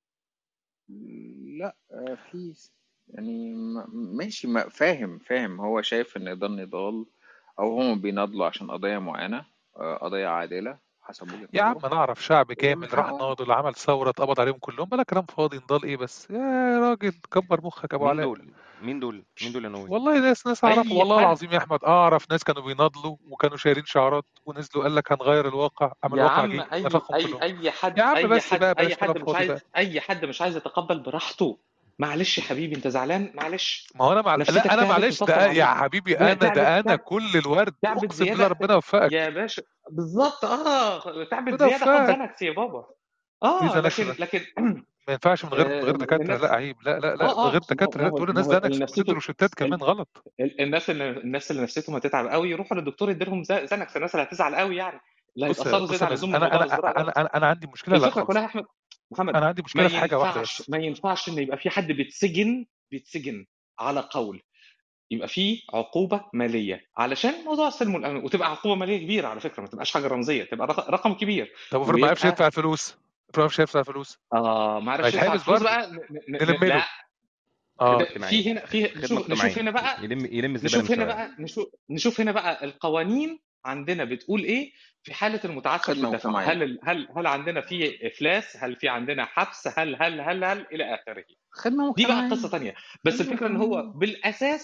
لا آه، في يعني م- ماشي، ما فاهم فاهم هو شايف ان ده نضال، او هم بيناضلوا عشان قضية معينة، آه، قضية عادلة حسب وجهة يا عم نظره، نعرف شعب ومن كامل راح حقه. ناضل عمل ثوره اتقبض عليهم كلهم، بلا كلام فاضي. نضال ايه بس يا راجل؟ كبر مخك ابو مين علاء. دول مين دول مين دول يا نوي؟ والله ناس ناس اعرفهم، اي والله حد العظيم يا احمد اعرف ناس كانوا بيناضلوا وكانوا شايلين شعارات ونزلوا قال لك هنغير الواقع، اما يا الواقع عم، جه اي نفخهم اي كلهم. اي حد يا عم اي بس حد بقى اي بلاش كلام حد مش فاضي عايز بقى. اي حد مش عايز يتقبل براحته. معلش يا حبيبي، انت زعلان؟ معلش، ما هو انا مع... نفسيتك لا انا تعبت معلش، وطبطب ده يا عليه. حبيبي لا، انا تعبت ده انا تعب كل الورد، تعبت اقسم بالله زياده ربنا يوفقك. يا باشا. بالظبط، اه تعبت ربنا زياده، خد يوفقك. زنكس يا بابا. ايه اه زنكس لكن ده؟ لكن ما ينفعش من غير من آه غير دكاتره، لا الناس عيب، لا لا لا من اه غير اه ما هو دكاتره ما لا هو تقول ما الناس هو اللي زنكس وتدي نفسيته روشتات كمان ال- غلط. ال- الناس اللي الناس اللي نفسيتهم هتتعب قوي يروحوا للدكتور يديلهم ز- زنكس. الناس اللي هتزعل قوي يعني اللي بص هيتاثروا بص زياده يا عن مازن، اللزوم من انا موضوع انا الازدراء انا دوت. انا انا عندي مشكله، لا الفكره كلها خالص. يا احمد محمد، انا عندي ما مشكله في حاجه واحده ينفعش بس. ما ينفعش ان يبقى في حد بيتسجن بيتسجن على قول. يبقى في عقوبه ماليه علشان موضوع السلم والامان، وتبقى عقوبه ماليه كبيره على فكره، ما تبقاش حاجه رمزيه، تبقى رق- رقم كبير. طب افرض ما عرفش ويبقى يدفع الفلوس، افرض ما عرفش يدفع الفلوس، اه ما عرفش يدفع هيتحبس الفلوس برضه، بقى. ن... ن... نلم ن... لا، له. اه ده اجتماعيه، في هنا في خدمه نشوف نشوف اجتماعيه، هنا بقى يلم يلم الزباله من نشوف هنا الشوارع. بقى نشوف نشوف هنا بقى القوانين عندنا بتقول ايه في حالة المتعثر في خدمة الدفع. مجتمعية. هل ال- هل هل عندنا في افلاس؟ هل في عندنا حبس؟ هل هل هل هل الى اخره. خدمة دي بقى مجتمعية. قصة تانية. بس خدمة الفكرة ان هو مجتمعية. بالاساس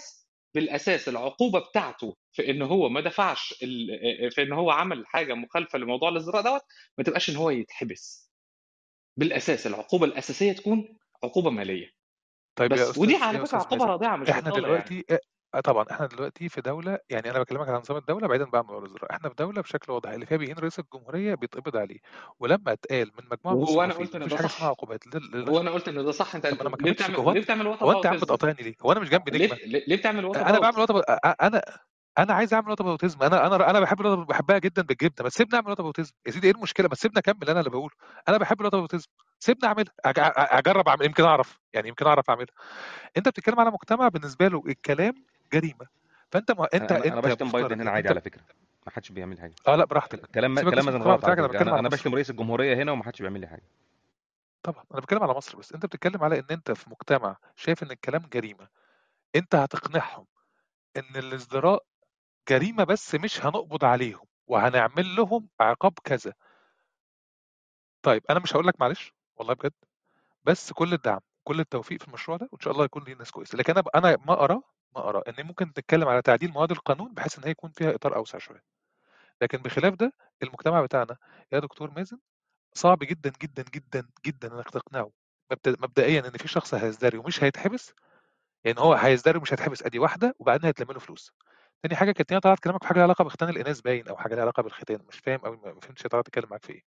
بالاساس العقوبه بتاعته في ان هو ما دفعش ال- في ان هو عمل حاجه مخالفه لموضوع الازدراء دوت ما تبقاش ان هو يتحبس. بالاساس العقوبه الاساسيه تكون عقوبه ماليه طيب يا بس، ودي استاذ على يا فكره استاذ عقوبه مازن، رادعه مش احنا بطاله يعني. دلوقتي آه، طبعا احنا دلوقتي في دوله، يعني انا بكلمك عن نظام الدوله بعيدا بقى عن موضوع الازدراء، احنا في دوله بشكل واضح اللي فيها بيهين رئيس الجمهوريه بيتقبض عليه، ولما اتقال من مجموعه من وانا الصحفيين قلت ان مفيش ده حاجه اسمها صح، عقوبات لل- للنشر. وانا قلت ان ده صح. انت طب انا ما ليه كملتش، بتعمل هو ليه انت بتعمل وات هو انت يا عم اباوتزم؟ بتقاطعني ليه؟ هو انا مش جنب ليه نجمه؟ ليه ليه بتعمل وات انا بعمل اباوت؟ وات انا انا عايز اعمل وات اباوتيزم، انا انا انا بحب الوات بحبها جدا بالجبنه، بس سيبني اعمل وات اباوتيزم يا سيدي، ايه المشكله؟ بس سيبني اكمل انا اللي بقوله. انا بحب الوات اباوتيزم، سيبني اعملها، أج- أ- اجرب اعمل، يمكن اعرف، يعني يمكن اعرف اعملها. انت بتتكلم على مجتمع بالنسبه له الكلام جريمه، فانت ما انت انا انا انا انت بشتم بايدن مفترض هنا ان عادي انت على فكره، ما حدش بيعمل لي حاجه. اه لا براحتك، كلام سيبك كلام بس من مازن المجتمع غلط على بتاعك، انا فكره. بتكلم انا على انا مصر. بشتم رئيس الجمهوريه هنا وما حدش بيعمل لي حاجه. طبعا انا بتكلم على مصر بس، انت بتتكلم على ان انت في مجتمع شايف ان الكلام جريمه، انت هتقنعهم ان الازدراء جريمه بس مش هنقبض عليهم وهنعمل لهم عقاب كذا. طيب انا مش هقول لك معلش والله بجد، بس كل الدعم كل التوفيق في المشروع ده، وان شاء الله يكون ليه ناس كويسه، لكن انا انا ما ارى ما ارى ان ممكن نتكلم على تعديل مواد القانون بحيث ان هي يكون فيها اطار اوسع شويه، لكن بخلاف ده المجتمع بتاعنا يا دكتور مازن صعب جدا جدا جدا جدا انك تقنعه مبت- مبدئيا ان في شخص هيزدري ومش هيتحبس، يعني هو هيزدري ومش هيتحبس ادي واحده، وبعدين هيتلم له فلوس. تاني حاجه كانت هي طلعت كلامك في حاجه لها علاقه بختان الاناث باين، او حاجه لها علاقه بالختان، مش فاهم قوي، ما فهمتش هي طلعت تتكلم معاك في ايه.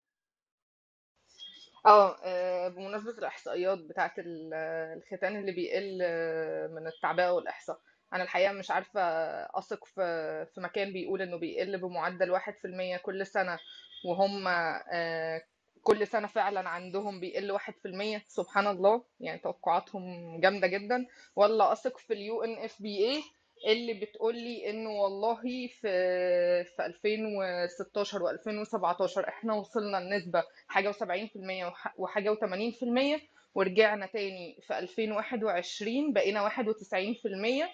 اه آه، بمناسبة الإحصائيات بتاعة ال- الختان اللي بيقل آه، من التعبئة والإحصاء، أنا الحقيقة مش عارفة أثق في في مكان بيقول إنه بيقل بمعدل واحد في المية كل سنة، وهم آه، كل سنة فعلا عندهم بيقل واحد في المية. سبحان الله، يعني توقعاتهم جامدة جدا. ولا أثق في اليو ان اف بي اي اللي بتقول لي انه والله في في ألفين وستاشر و2017 احنا وصلنا لنسبة حاجة و70% وحاجة و80%، ورجعنا تاني في ألفين وواحد وعشرين بقينا واحد وتسعين في المية،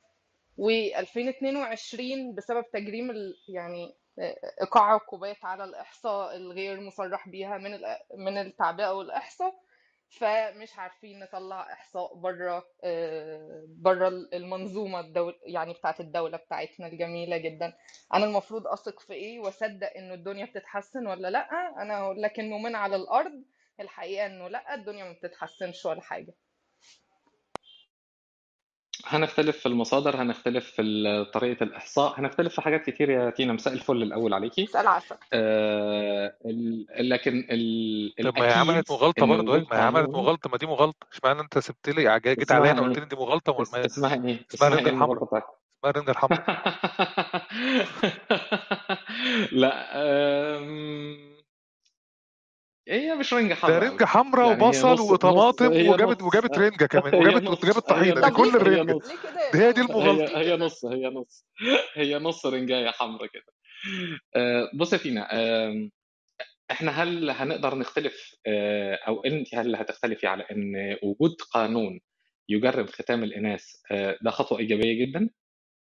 و2022 بسبب تجريم ال... يعني إيقاع عقوبات على الإحصاء الغير مصرح بيها من ال... من التعبئة والإحصاء، فمش عارفين نطلع إحصاء بره بره المنظومة الدول يعني بتاعت الدولة بتاعتنا الجميلة جدا. أنا المفروض أثق في إيه وأصدق إنه الدنيا بتتحسن ولا لأ؟ أنا أقول لك إنه من على الأرض الحقيقة إنه لأ، الدنيا ما بتتحسنش ولا حاجة. هنختلف في المصادر، هنختلف في ال- طريقة الإحصاء، هنختلف في حاجات كتير يا تينا. مساء الفل الأول عليكي. مساء العسل. آه ال- لكن ال- طب ما هي الأكيد عملت مغالطه إن برضه، وجود اهي ما هي عملت قانون. مغالطه، ما دي مغالطه، اشمعنى انت سبت لي جيت عليا اسمها انا قلت لي إيه؟ دي مغالطه وما- اس- ما- اسمها إيه؟ اسمها اسمها الرنجه إيه المغالطة الحمراء، بتاعتك؟ اسمها الرنجه الحمراء. لا أم... هي مش رنجة ده حمراء رنجه قوي، حمراء يعني هي وبصل نص نص، وطماطم هي وجابت نص وجابت رنجه كمان، هي وجابت نص وجابت هي طحينه، دي طب نص ليه كل كده؟ هي الرنجه، نص ليه كده يا دي هي دي تينا؟ هي المغالطه. ليه هي كده؟ نص هي نص هي نص رنجاية حمراء كده. أه، بص يا تينا، أه، احنا هل هنقدر نختلف أه، او انت هل هتختلفي على ان وجود قانون يجرم ختام الاناث أه، ده خطوة ايجابية جدا؟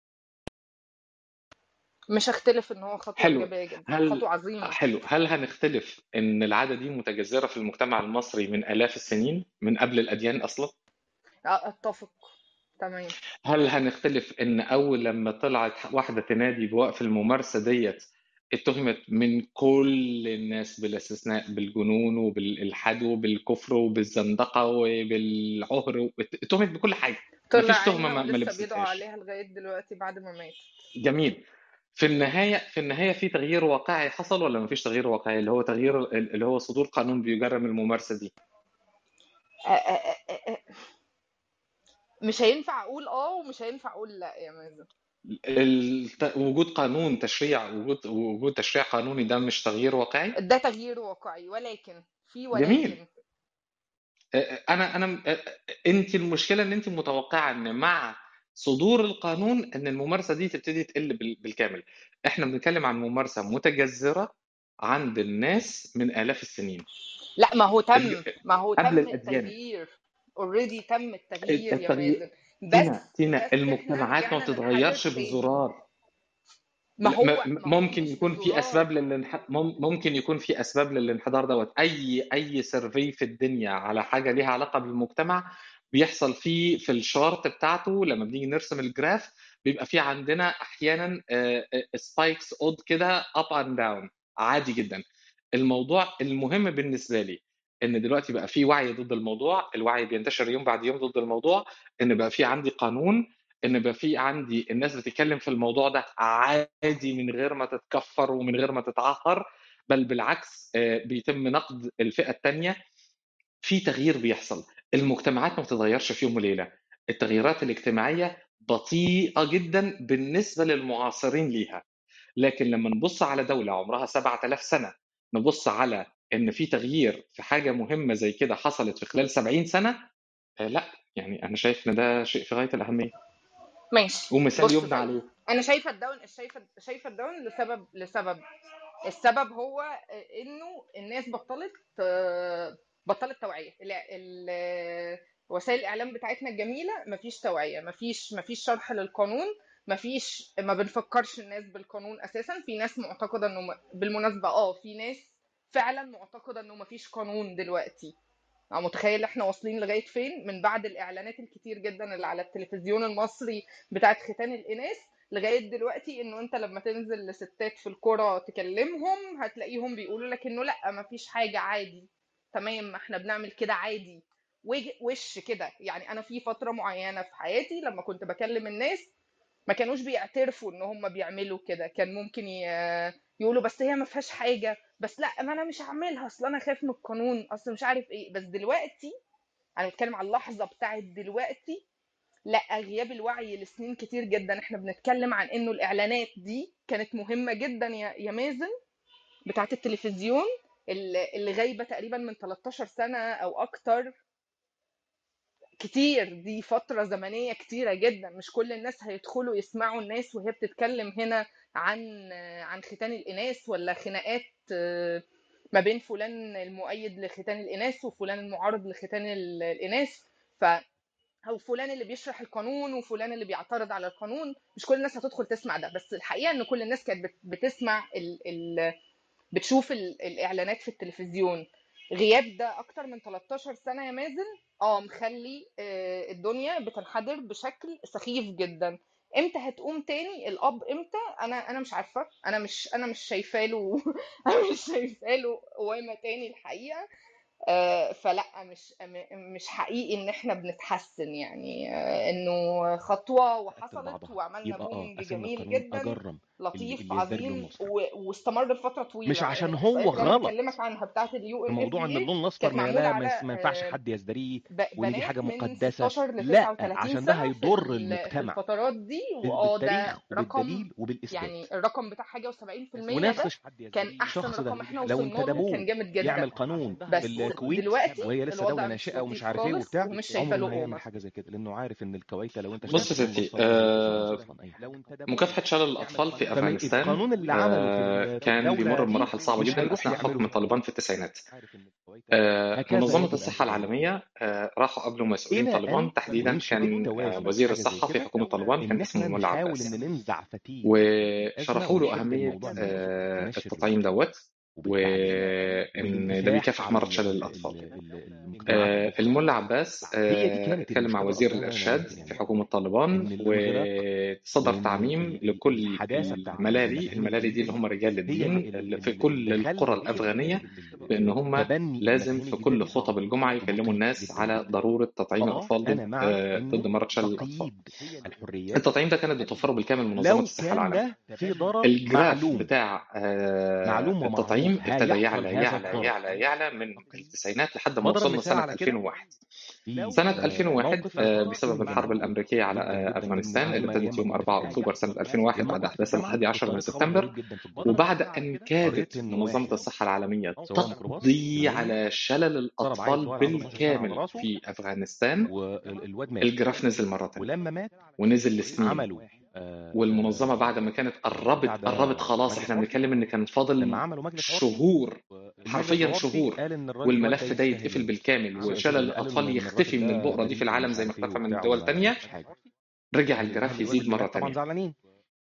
مش هختلف ان هو خطوة حلو. ايجابية جدا، هل خطوة عظيمة. حلو هل هنختلف ان العادة دي متجذرة في المجتمع المصري من آلاف السنين من قبل الأديان أصلا؟ اتفق تمام. هل هنختلف ان اول لما طلعت واحدة تنادي بوقف الممارسة ديت اتهمت من كل الناس بلا استثناء بالجنون وبالإلحاد وبالكفر وبالزندقة وبالعهر، اتهمت بكل حاجة، طلع مفيش تهمة عينها ما ما ولسه بيدعوا لبستهاش. عليها لغاية دلوقتي بعد ما مات. جميل. في النهاية في النهاية في تغيير واقعي حصل ولا مفيش تغيير واقعي، اللي هو تغيير اللي هو صدور قانون بيجرم الممارسة دي؟ أ- أ- أ- أ- مش هينفع اقول اه ومش هينفع اقول لا يا مازن. الت- وجود قانون تشريع وجود وجود تشريع قانوني ده مش تغيير واقعي؟ ده تغيير واقعي، ولكن في جميل. ولكن انا انا انت المشكله ان انت متوقعه ان مع صدور القانون ان الممارسه دي تبتدي تقل بال- بالكامل. احنا بنتكلم عن ممارسه متجذره عند الناس من آلاف السنين. لا، ما هو الج- تم ما هو قبل تم الاديان. التغيير. اوريدي تم التغيير يا التغيير مازن. تينا بس تينا بس احنا المجتمعات ما رجعنا للحاجة بتتغيرش تاني. بالزرار. ما لا، هو م- ما هو ممكن مش يكون في بزرار. اسباب للانح... مم- ممكن يكون في اسباب للانحدار دوت. اي اي سيرفي في الدنيا على حاجه ليها علاقه بالمجتمع بيحصل فيه في الشارت بتاعته لما بنيجي نرسم الجراف بيبقى في عندنا احيانا سبايكس اود كده اب اند داون عادي جدا. الموضوع المهم بالنسبه لي ان دلوقتي بقى في وعي ضد الموضوع، الوعي بينتشر يوم بعد يوم ضد الموضوع، ان بقى في عندي قانون، ان بقى في عندي الناس بتتكلم في الموضوع ده عادي من غير ما تتكفر ومن غير ما تتعهر، بل بالعكس بيتم نقد الفئه الثانيه. في تغيير بيحصل، المجتمعات ما بتتغيرش في يوم وليله، التغييرات الاجتماعيه بطيئه جدا بالنسبه للمعاصرين ليها. لكن لما نبص على دوله عمرها سبعة آلاف سنه، نبص على ان في تغيير في حاجه مهمه زي كده حصلت في خلال سبعين سنه، آه لا يعني انا شايف ان ده شيء في غايه الاهميه ماشي. ومثال بص يبنى طيب، عليه. انا شايفه الداون شايفه شايفه الداون لسبب لسبب السبب هو انه الناس بطلت بطلت توعيه. وسائل الاعلام بتاعتنا الجميله مفيش توعيه، مفيش مفيش شرح للقانون، مفيش ما بنفكرش الناس بالقانون اساسا. في ناس معتقده انه بالمناسبه اه في ناس فعلا معتقده انه مفيش قانون دلوقتي. أنا متخيل احنا واصلين لغايه فين من بعد الاعلانات الكتير جدا اللي على التلفزيون المصري بتاعت ختان الاناث لغايه دلوقتي، انه انت لما تنزل لستات في القرى تكلمهم هتلاقيهم بيقولوا لك انه لا مفيش حاجه عادي تمام، احنا بنعمل كده عادي وش كده. يعني انا في فتره معينه في حياتي لما كنت بكلم الناس ما كانوش بيعترفوا ان هم بيعملوا كده، كان ممكن يقولوا بس هي ما فيهاش حاجه، بس لا ما انا مش هعملها اصل انا خايف من القانون، اصل مش عارف ايه. بس دلوقتي انا بتكلم على اللحظه بتاعت دلوقتي، لا غياب الوعي لسنين كتير جدا. احنا بنتكلم عن انه الاعلانات دي كانت مهمه جدا يا يا مازن بتاعت التلفزيون اللي غايبه تقريبا من تلتاشر سنه او اكتر كتير. دي فترة زمنية كتيرة جدا، مش كل الناس هيدخلوا يسمعوا الناس وهي بتتكلم هنا عن عن ختان الإناث ولا خناقات ما بين فلان المؤيد لختان الإناث وفلان المعارض لختان الإناث، ف أو فلان اللي بيشرح القانون وفلان اللي بيعترض على القانون. مش كل الناس هتدخل تسمع ده، بس الحقيقة إن كل الناس كانت بتسمع ال ال بتشوف الإعلانات في التلفزيون. غياب ده اكتر من تلتاشر سنه يا مازن اه مخلي الدنيا بتنحدر بشكل سخيف جدا. امتى هتقوم تاني الاب امتى؟ انا انا مش عارفه، انا مش انا مش شايفه له انا مش شايفه له قوامه تاني الحقيقه. فلا مش مش حقيقي ان احنا بنتحسن، يعني انه خطوه وحصلت وعملنا بومنج جميل جدا لطيف عظيم واستمر لفتره طويله. مش عشان يعني هو غلط بكلمك عنها بتاعه اليو ان الموضوع ان اللون الاصفر ما, لا ما ينفعش حد يزدريه وان دي حاجه مقدسه، لا عشان ده هيضر المجتمع في الفترات دي. واه ده رقم وبالاثبات، يعني الرقم بتاع حاجه وسبعين في المية ده كان احسن رقم احنا وصلنا له، كان جامد جدا. يعمل قانون بس الكويت دلوقتي وهي لسه دوله ناشئه ومش عارف ايه وبتاع، ومش شايفه له هيعمل حاجه زي كده لانه عارف ان الكويت لو انت بص يا ستي آه مكافحه شلل الاطفال في افغانستان القانون اللي عمله آه كان بيمر بمراحل صعبه جدا اثناء حكم طالبان في التسعينات. آه منظمه الصحه العالميه آه راحوا قابلوا مسؤولين طالبان، تحديدا كان آه وزير الصحه في حكومه طالبان كان اسمه الملا عباس، وشرحوا له اهميه آه التطعيم دوت وان ده بيكافح مرض شلل الاطفال. آه الملا عباس آه اتكلم مع وزير الارشاد في حكومه طالبان وصدر تعميم لكل الملالي الملالي دي اللي هم رجال الدين في كل القرى الافغانيه بان هم لازم في كل خطب الجمعه يكلموا الناس على ضروره تطعيم الاطفال ضد آه ضد مرض شلل الاطفال. التطعيم ده كانت بتوفره بالكامل منظمه الصحه العالميه. الجراف بتاع آه التطعيم ابتدى يعلى يعلى يعلى يعلى من التسعينات لحد ما وصلنا سنه ألفين وواحد. سنه ألفين وواحد آه بسبب الحرب الامريكيه على آه افغانستان اللي ابتدت يوم أربعة أكتوبر سنه ألفين وواحد بعد احداث الحادي عشر من سبتمبر، وبعد ان كادت منظمه الصحه العالميه تقضي على شلل الاطفال بالكامل في افغانستان، الجراف نزل مره ثانيه ونزل لسنين. والمنظمه بعد ما كانت قربت قربت خلاص، احنا بنتكلم ان كان فاضل شهور حرفيا شهور والملف ده يتقفل بالكامل وشلل الاطفال يختفي من البؤره دي في العالم زي ما اختفى من دول تانية، رجع الجراف يزيد مره ثانيه.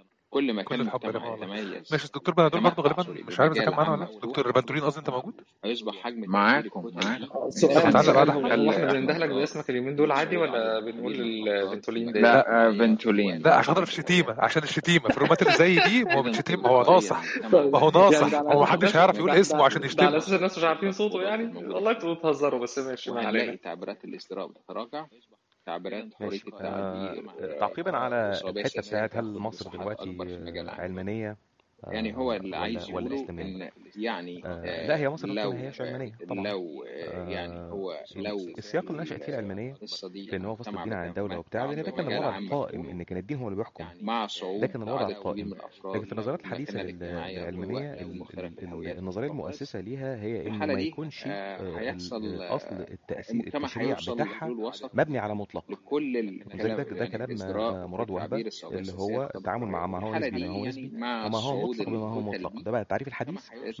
كل ما كل كان الحب يا مجتمع جماعه والله. يتميز ماشي دكتور بنادول برضه تمتع غالبا مش عارف اذا بالرجال كان معانا ولا عن لا. دكتور بنتولين قصدي انت موجود؟ هيصبح حجم معاكم معاكم سؤال طب تعالى سؤال بعد هو, حاجه. هو احنا خلي بننده لك احمد باسمك اليومين دول عادي ولا بنقول الفنتولين ديت؟ لا لا فنتولين لا عشان خاطر الشتيمه، عشان الشتيمه في الرومات اللي زي دي ما هو اذا بتشتم، كل ما هو قضيه ناصح، المجتمع ما هو يعني ناصح، ده على ما هو اساس محدش الناس هيعرف يقول ده, اسمه ده, عشان ده على يشتمه. اساس الناس مش عارفين صوته يعني. الموجوده والله في انتوا بتهزروا بس ماشي، ما وهنلاقي علينا. تعبيرات الازدراء بتتراجع، تعبيرات حريه ماشي. التعبير آه تعقيبا على الاسرابيه الحته السياسيه بتاعت هل بتاخد مصر مساحات اكبر دلوقتي في مجال آه، عام. علمانيه يعني هو آه اللي ولا عايز ولا يقوله استمراريه؟ ان يعني آه لا، آه هي مصر دلوقتي ما لو هياش آه علمانيه طبعا. لو آه يعني آه هو لو السياق اللي نشأت فيه العلمانيه القصه دي في ان هو فصل المجتمع الدين عن الدوله بتتمتع وبتاع، لان ده كان بمجال الوضع عام القائم، مفتوح ان كان الدين هو اللي بيحكم. مع ده صعود كان الوضع عدد كبير من القائم. الافراد لكن في النظريات للمكانه الحديثه لل- الاجتماعيه العلمانيه والولاء ال- لمختلف ال- ال- الهويات النظريه والثقافات. المؤسسه ليها هي في انه الحاله ما دي يكونش آه، آه، ال- هيحصل آه، اصل آه، التأثير المجتمع التشريع هيوصل بتاعها لحلول وسط مبني على مطلق. لكل ولذلك ده الكلام ده يعني كلام الازدراء آه، وفي مراد وهبه، التعبير السوداء اللي السياسيه هو في التعامل مع ما هو الحاله نسبي دي بما هو نسبي مع وما هو صعود مطلق بما هو مطلق. الكتل دي ده بقى التعريف الحديث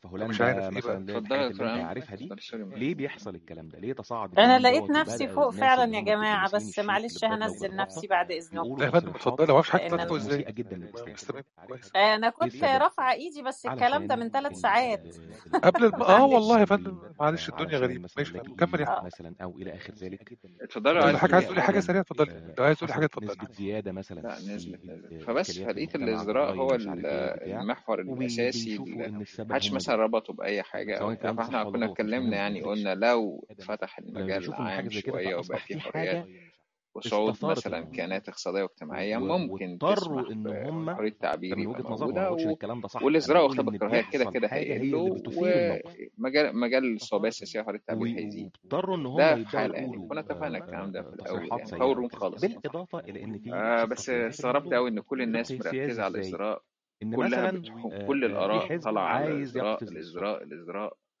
طب مش عارف هولندا ايه مثلا بقى اللي هي اتفضلي يا الحاجات اللي دكتور انت ايمن، عارفها دي، اتفضلي سوري ليه بيحصل الكلام ده؟ ليه تصاعد انا الجنون لقيت دوت نفسي وبدأ فوق الناس فعلا اللي يا هم جماعة، متدرسين بس الشيوخ معلش اللي بدأوا هنزل بالإرهاق نفسي بعد اذنكم يقولوا لا يا فندم تصريحات اتفضلي، ما اعرفش حاجه لان بتاعتكم ازاي مسيئة جدا للإسلام. بس تمام كويس. انا ايه كنت السبب؟ رافعة ايدي، بس الكلام ده علشان من ثلاث ال ساعات ال قبل الم... اه معلش والله يا المتعصبين فندم معلش آه، الدنيا علشان غريبه، مثلا ماشي يا فندم لاجئين كمل يا فندم. مثلا او الى اخر ذلك. اتفضلي تقول لي عايز حاجه عايز تقول لي حاجه فابتداء سريعه اتفضلي، آه، لو عايز تقول لي حاجه حصلت اتفضلي. نسبة زيادة مثلا لا في نزلت نزلت فبس الإشكاليات في فلقيت المجتمع، الازدراء الضرايب هو مش عارف ايه ال- بتاع، المحور الاساسي وبيشوفوا اللي ان السبب محدش هم مثلا دول، ربطه باي حاجه او سواء بتاع. الكلام ده فاحنا صح ولا كنا غلط مش اتكلمنا مهم، ما يعني تفرقش. قلنا لو فتح لما المجال بيشوفوا ان حاجة عام زي كده شويه وبقى فاصبح فيه في حريات حاجة وصعود استثارت مثلا الموضوع، كيانات اقتصاديه واجتماعيه و- ممكن واضطروا تسمح ان هم، بحريه التعبير ده من يبقى وجهة نظرهم، ما موجوده بقولش ان و... الكلام ده صح، انا والازدراء بقول وخطاب ان الكراهيه كده بيحصل كده حاجة هي اللي هيقلوا بتثير الموقف، ومجال مجال الصوابيه السياسيه وحريه التعبير هيزيد. واضطروا ان هم ده في يبداوا حال يعني يقولوا كنا اتفقنا آه، الكلام ده في آه، الاول تصريحات يعني في سيئة اول او روم كذا، خالص يعني. بالاضافة الى ان في آه في بس تصريحات في استغربت الموضوع. قوي ان كل الناس فقه سياسي مركزه على ازاي؟ الازدراء، ان كلها مثلا بتحو... آه، كل آه، في الاراء حزب طالعه على عايز الازدراء يقفز للسلطة، الازدراء الازدراء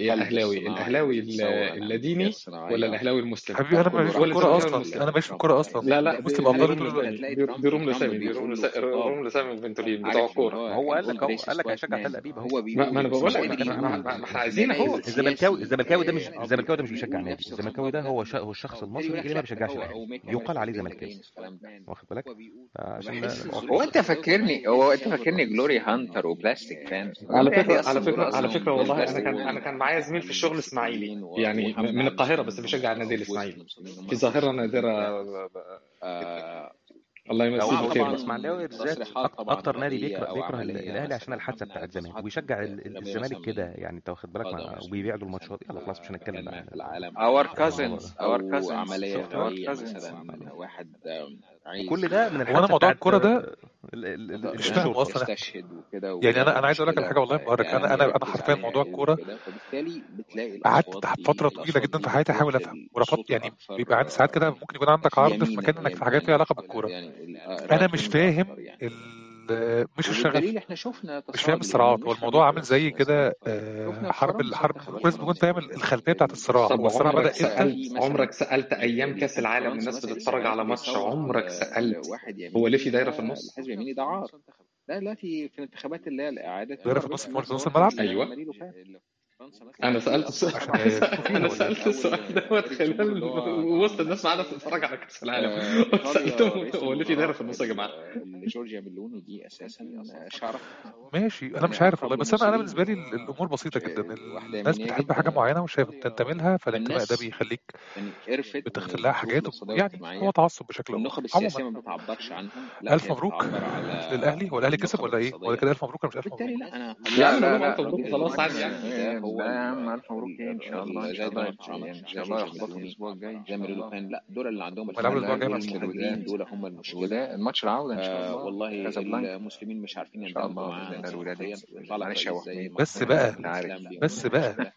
يا اهلاوي، الاهلاوي اللاديني ولا الاهلاوي المسلم؟ حبيبي انا ماليش في ولا الكوره الزملكاوي اصلا، المسلم؟ انا ماليش في الكوره اصلا. لا لا، المسلم دي افضل دي طول الوقت. دي روم لسامي، دي روم لسا- روم لسامي الفنتولين بتوع الكوره. ما هو قال لك، هو قال لك هيشجع تل ابيب اهو. ما ما انا بقول لك، بقول لك ما انا ما- ما احنا عايزين اهو. الزملكاوي الزملكاوي ده مش الزملكاوي ده مش بيشجع نادي، الزملكاوي ده هو شا... هو الشخص المصري اللي ما بيشجعش الاهلي، يقال عليه زملكاوي، واخد بالك؟ عشان نبقى هو واضحين. انت فاكرني هو انت فاكرني جلوري هانتر وبلاستيك فان؟ على الأهلي فكره اصلا على دول فكره على اصلا فكره دول والله انا بلاستيك كان انا كان معايا زميل في الشغل اسماعيلي، يعني من القاهره بس بيشجع النادي الاسماعيلي. في ظاهره نادره، الله هو يمسيه هو بالخير. الاسماعيلاوي بالذات أك- اكتر نادي بيكره بيكره ال- الاهلي عشان الحادثه بتاعت زمان، وبيشجع ال- ال- الزمالك كده، يعني انت واخد بالك مع... وبيبيع له الماتشات. يلا خلاص مش هنتكلم بقى عن اور عن الموضوع كازنز ده. اور كازنز شفت اور بقى؟ كازنز واحد وكل ده من هو انا الحادثه موضوع بتاعت الكوره ده ال- ال- ال- مش الشرطه. فاهمه اصلا. يعني انا انا عايز اقول لك على حاجه والله مبارك، انا انا انا حرفيا موضوع الكوره قعدت فتره طويله جدا في حياتي احاول افهم ورفضت. يعني بيبقى عندي ساعات كده ممكن يكون عندك عرض في مكان انك في حاجات ليها علاقه بالكوره، انا مش فاهم ال- مش الشغف، مش فاهم الصراعات. هو الموضوع عامل زي كده آه، حرب الحرب كويس بتكون فاهم الخلفيه بتاعت الصراع. طب هو الصراع عمرك بدا امتى؟ سألت عمرك سألت أيام كأس العالم الناس بتتفرج على ماتش، عمرك سألت هو ليه في دايرة في النص؟ غير في نص في نص الملعب. أيوه انا سالت السؤال عشان يشوفوا فيها انا ولا سالت السؤال دوت خلال وسط الناس قاعده بتتفرج على كاس العالم سالتهم هو ليه في دايره في النص يا جماعه؟ جورجيا ميلوني دي اساسا شعرها ماشي. انا مش عارف والله، بس انا انا بالنسبه لي الامور بسيطه جدا. الناس بتحب حاجه معينه وشايف بتنتمي لها، فالانتماء ده بيخليك بتغفر لها حاجات، يعني هو تعصب بشكل عام. السياسيه ما بتعبرش عنهم. الف مبروك للاهلي. هو الاهلي كسب ولا ايه؟ ولا كده الف مبروك ولا مش الف مبروك؟ لا انا لا لا لا الف مبروك خلاص عادي يعني. هو لا يا عم الف مبروك ايه ان شاء الله ان شاء الله ان شاء الله يخبطوا الاسبوع الجاي زي ما بيقولوا كان. لا دول اللي عندهم الاسبوع الجاي المشكلتين دول هم المشكله. الماتش العوده ان شاء الله والله المسلمين مش عارفين ينضموا معانا معلش هو بس بقى بس بقى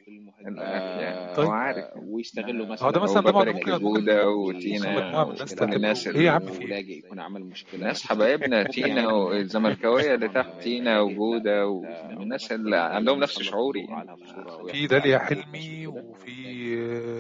طيب عارف ويستغلوا مثلا هو ده مثلا ده ممكن جوده وتينا الناس ايه يا عم في يكون عمل مشكله. ناس حبايبنا تينا والزملكاويه اللي تحت تينا وجوده والناس اللي عندهم نفس شعوري في داليا حلمي وفي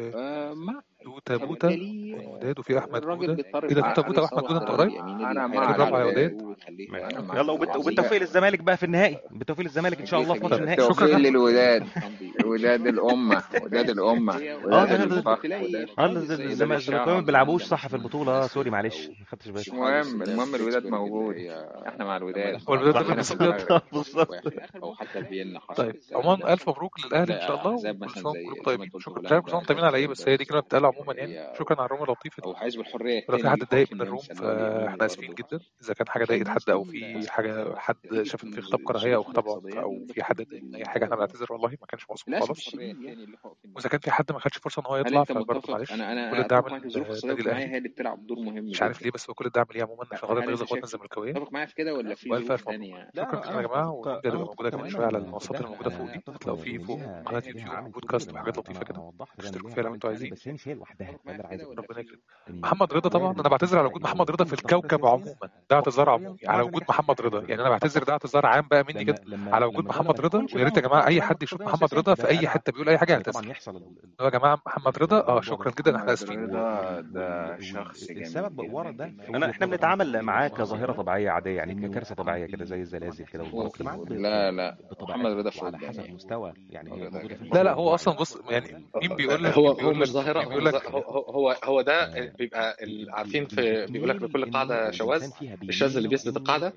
توتا بوتا وداد وفي احمد جوده. ايه ده توتا بوتا واحمد جوده انت قريب؟ انا برافو يا وداد. يلا وبالتوفيق للزمالك بقى في النهائي، بالتوفيق للزمالك ان شاء الله في ماتش النهائي. توفيق للوداد وداد الامه وداد الامه وداد الفخر. اه الزمالكاويه ما بيلعبوش صح في البطوله. اه سوري معلش ما خدتش بالي. المهم المهم الوداد موجود، احنا مع الوداد. والوداد ده بالظبط. او حتى فيينا. طيب عموما الف مبروك للاهلي ان شاء الله، وكل سنه وانتم طيبين. شكرا. مش عارف انتم على ايه، بس هي دي كلمه بتتقال عموما يعني. شكرا على الروم اللطيفه دي. او حزب الحريه ولو في حد اتضايق من الروم فاحنا اسفين جدا اذا كان حاجه ضايقت حد، او في حاجه حد شاف في خطاب كراهيه او خطاب او في حد اتضايق من اي حاجه. احنا بنعتذر والله، ما كانش مقصود خالص. واذا كان في حد ما خدش فرصه ان هو يطلع فبرضه معلش. كل الدعم للنادي الاهلي هي اللي بتلعب دور مهم. مش عارف ليه، بس كل الدعم ليه عموما عشان خاطر نغيظ اخواتنا الزملكاويه. اتفق معايا في كده ولا في والف الف مبروك. شكرا يا جماعه. والفيديو هتبقى موجوده كمان شويه على المنصات اللي موجوده فوق دي. هتلاقوا فيه فوق قناه يوتيوب وبودكاست وحاجات لطيفه كده، اشتركوا فيها لو انتوا عايزين. بس هي مش هي لوحدها. ربنا يكرمك. محمد رضا طبعا انا بعتذر على وجود محمد رضا في الكوكب عموما، ده اعتذار عمومي على وجود محمد رضا. يعني انا بعتذر، ده اعتذار عام بقى مني كده على وجود محمد رضا. ويا ريت يا جماعه اي حد يشوف محمد رضا في اي حته بيقول اي حاجه يعتذر. يا جماعه محمد رضا اه شكرا جدا، احنا اسفين. ده ده شخص جميل. السبب ورا ده انا احنا بنتعامل معاه كظاهره طبيعيه عاديه، يعني ككارثه طبيعيه كده زي الزلازل كده. لا لا محمد رضا على حسب مستوى يعني هي موجوده في لا لا هو اصلا بص يعني مين بيقول لك هو هو مش ظاهره. هو هو هو ده بيبقى عارفين في بيقول لك لكل قاعده شواذ، الشاذ اللي بيثبت القاعده.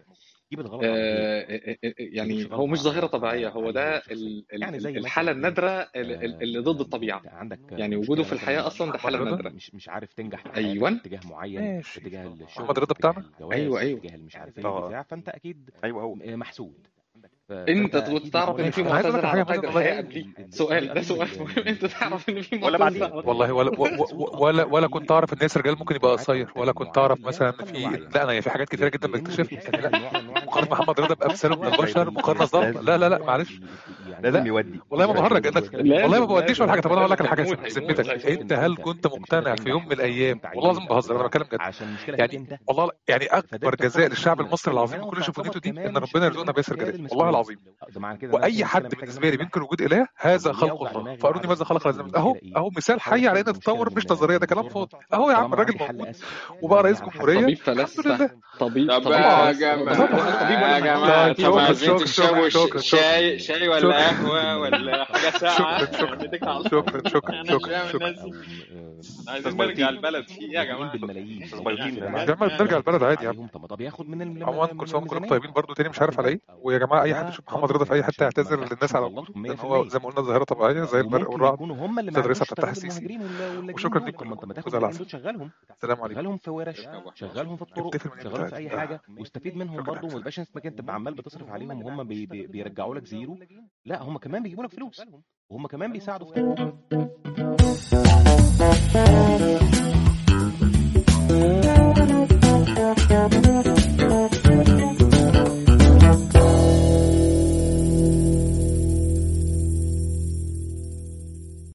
آه يعني هو مش ظاهره طبيعيه، هو ده الحاله النادره اللي ضد الطبيعه. يعني وجوده في الحياه اصلا ده حاله نادره. مش مش عارف تنجح في ايوه اتجاه معين، في اتجاه الشغل، محمد رضا بتاعنا. ايوه ايوه اتجاه مش عارف ايه بتاع، فانت اكيد ايوه هو محسود. انت تعرف ان في معتزل على قيد الحياه قبلي؟ سؤال ده سؤال مهم. انت تعرف ان في معتزل والله ولا ولا ولا كنت اعرف ان ياسر رجال ممكن يبقى قصير، ولا كنت اعرف مثلا ان في لا انا في حاجات كتيره جدا بكتشفها. مقارنه محمد رضا بامثاله من البشر مقارنه ظالمه. لا لا لا معلش لازم يودي. والله ما بهرج انك والله ما بوديش ولا حاجه. طب انا اقول لك على حاجه ذمتك، انت هل كنت مقتنع في يوم من الايام، والله لازم بهزر انا بتكلم جد يعني والله يعني اكبر جزاء للشعب المصري العظيم بكل شفافيته دي ان ربنا يرزقنا بياسر جلال والله العظيم. واي حد بالنسبه لي بينكر وجود اله هذا خلق الله، فاروني ماذا خلق الذين. اهو اهو مثال حي على ان التطور مش نظريه، ده كلام فاضي. اهو يا عم الراجل موجود وبقى رئيس جمهوريه. طبيب فلسفه طبيب طب يا جماعه يا جماعه طب عايزين تشربوا شاي شاي ولا قهوه ولا حاجه ساقعه؟ شكرا شكرا شكرا شكرا. عايزين نرجع البلد في ايه يا جماعه؟ يا جماعه نرجع البلد عادي يا عم. طب ياخد من عموما كل سنه كلكم طيبين برضو تاني مش عارف على ايه. ويا جماعه اي حد يشوف محمد رضا في اي حته يعتذر للناس على وجوده، لان هو زي ما قلنا ظاهره طبيعيه زي البرق والرعد. تدريسها بتفتح السيسي. وشكرا لكم. شغلهم السلام عليكم. شغلهم في ورش، شغلهم في الطرق، شغلهم في اي حاجه واستفيد منهم برضه. ما تبقاش انك انت عمال بتصرف عليهم وهم بي بي بيرجعوا لك زيرو. لا هم كمان بيجيبوا لك فلوس، وهم كمان بيساعدوا في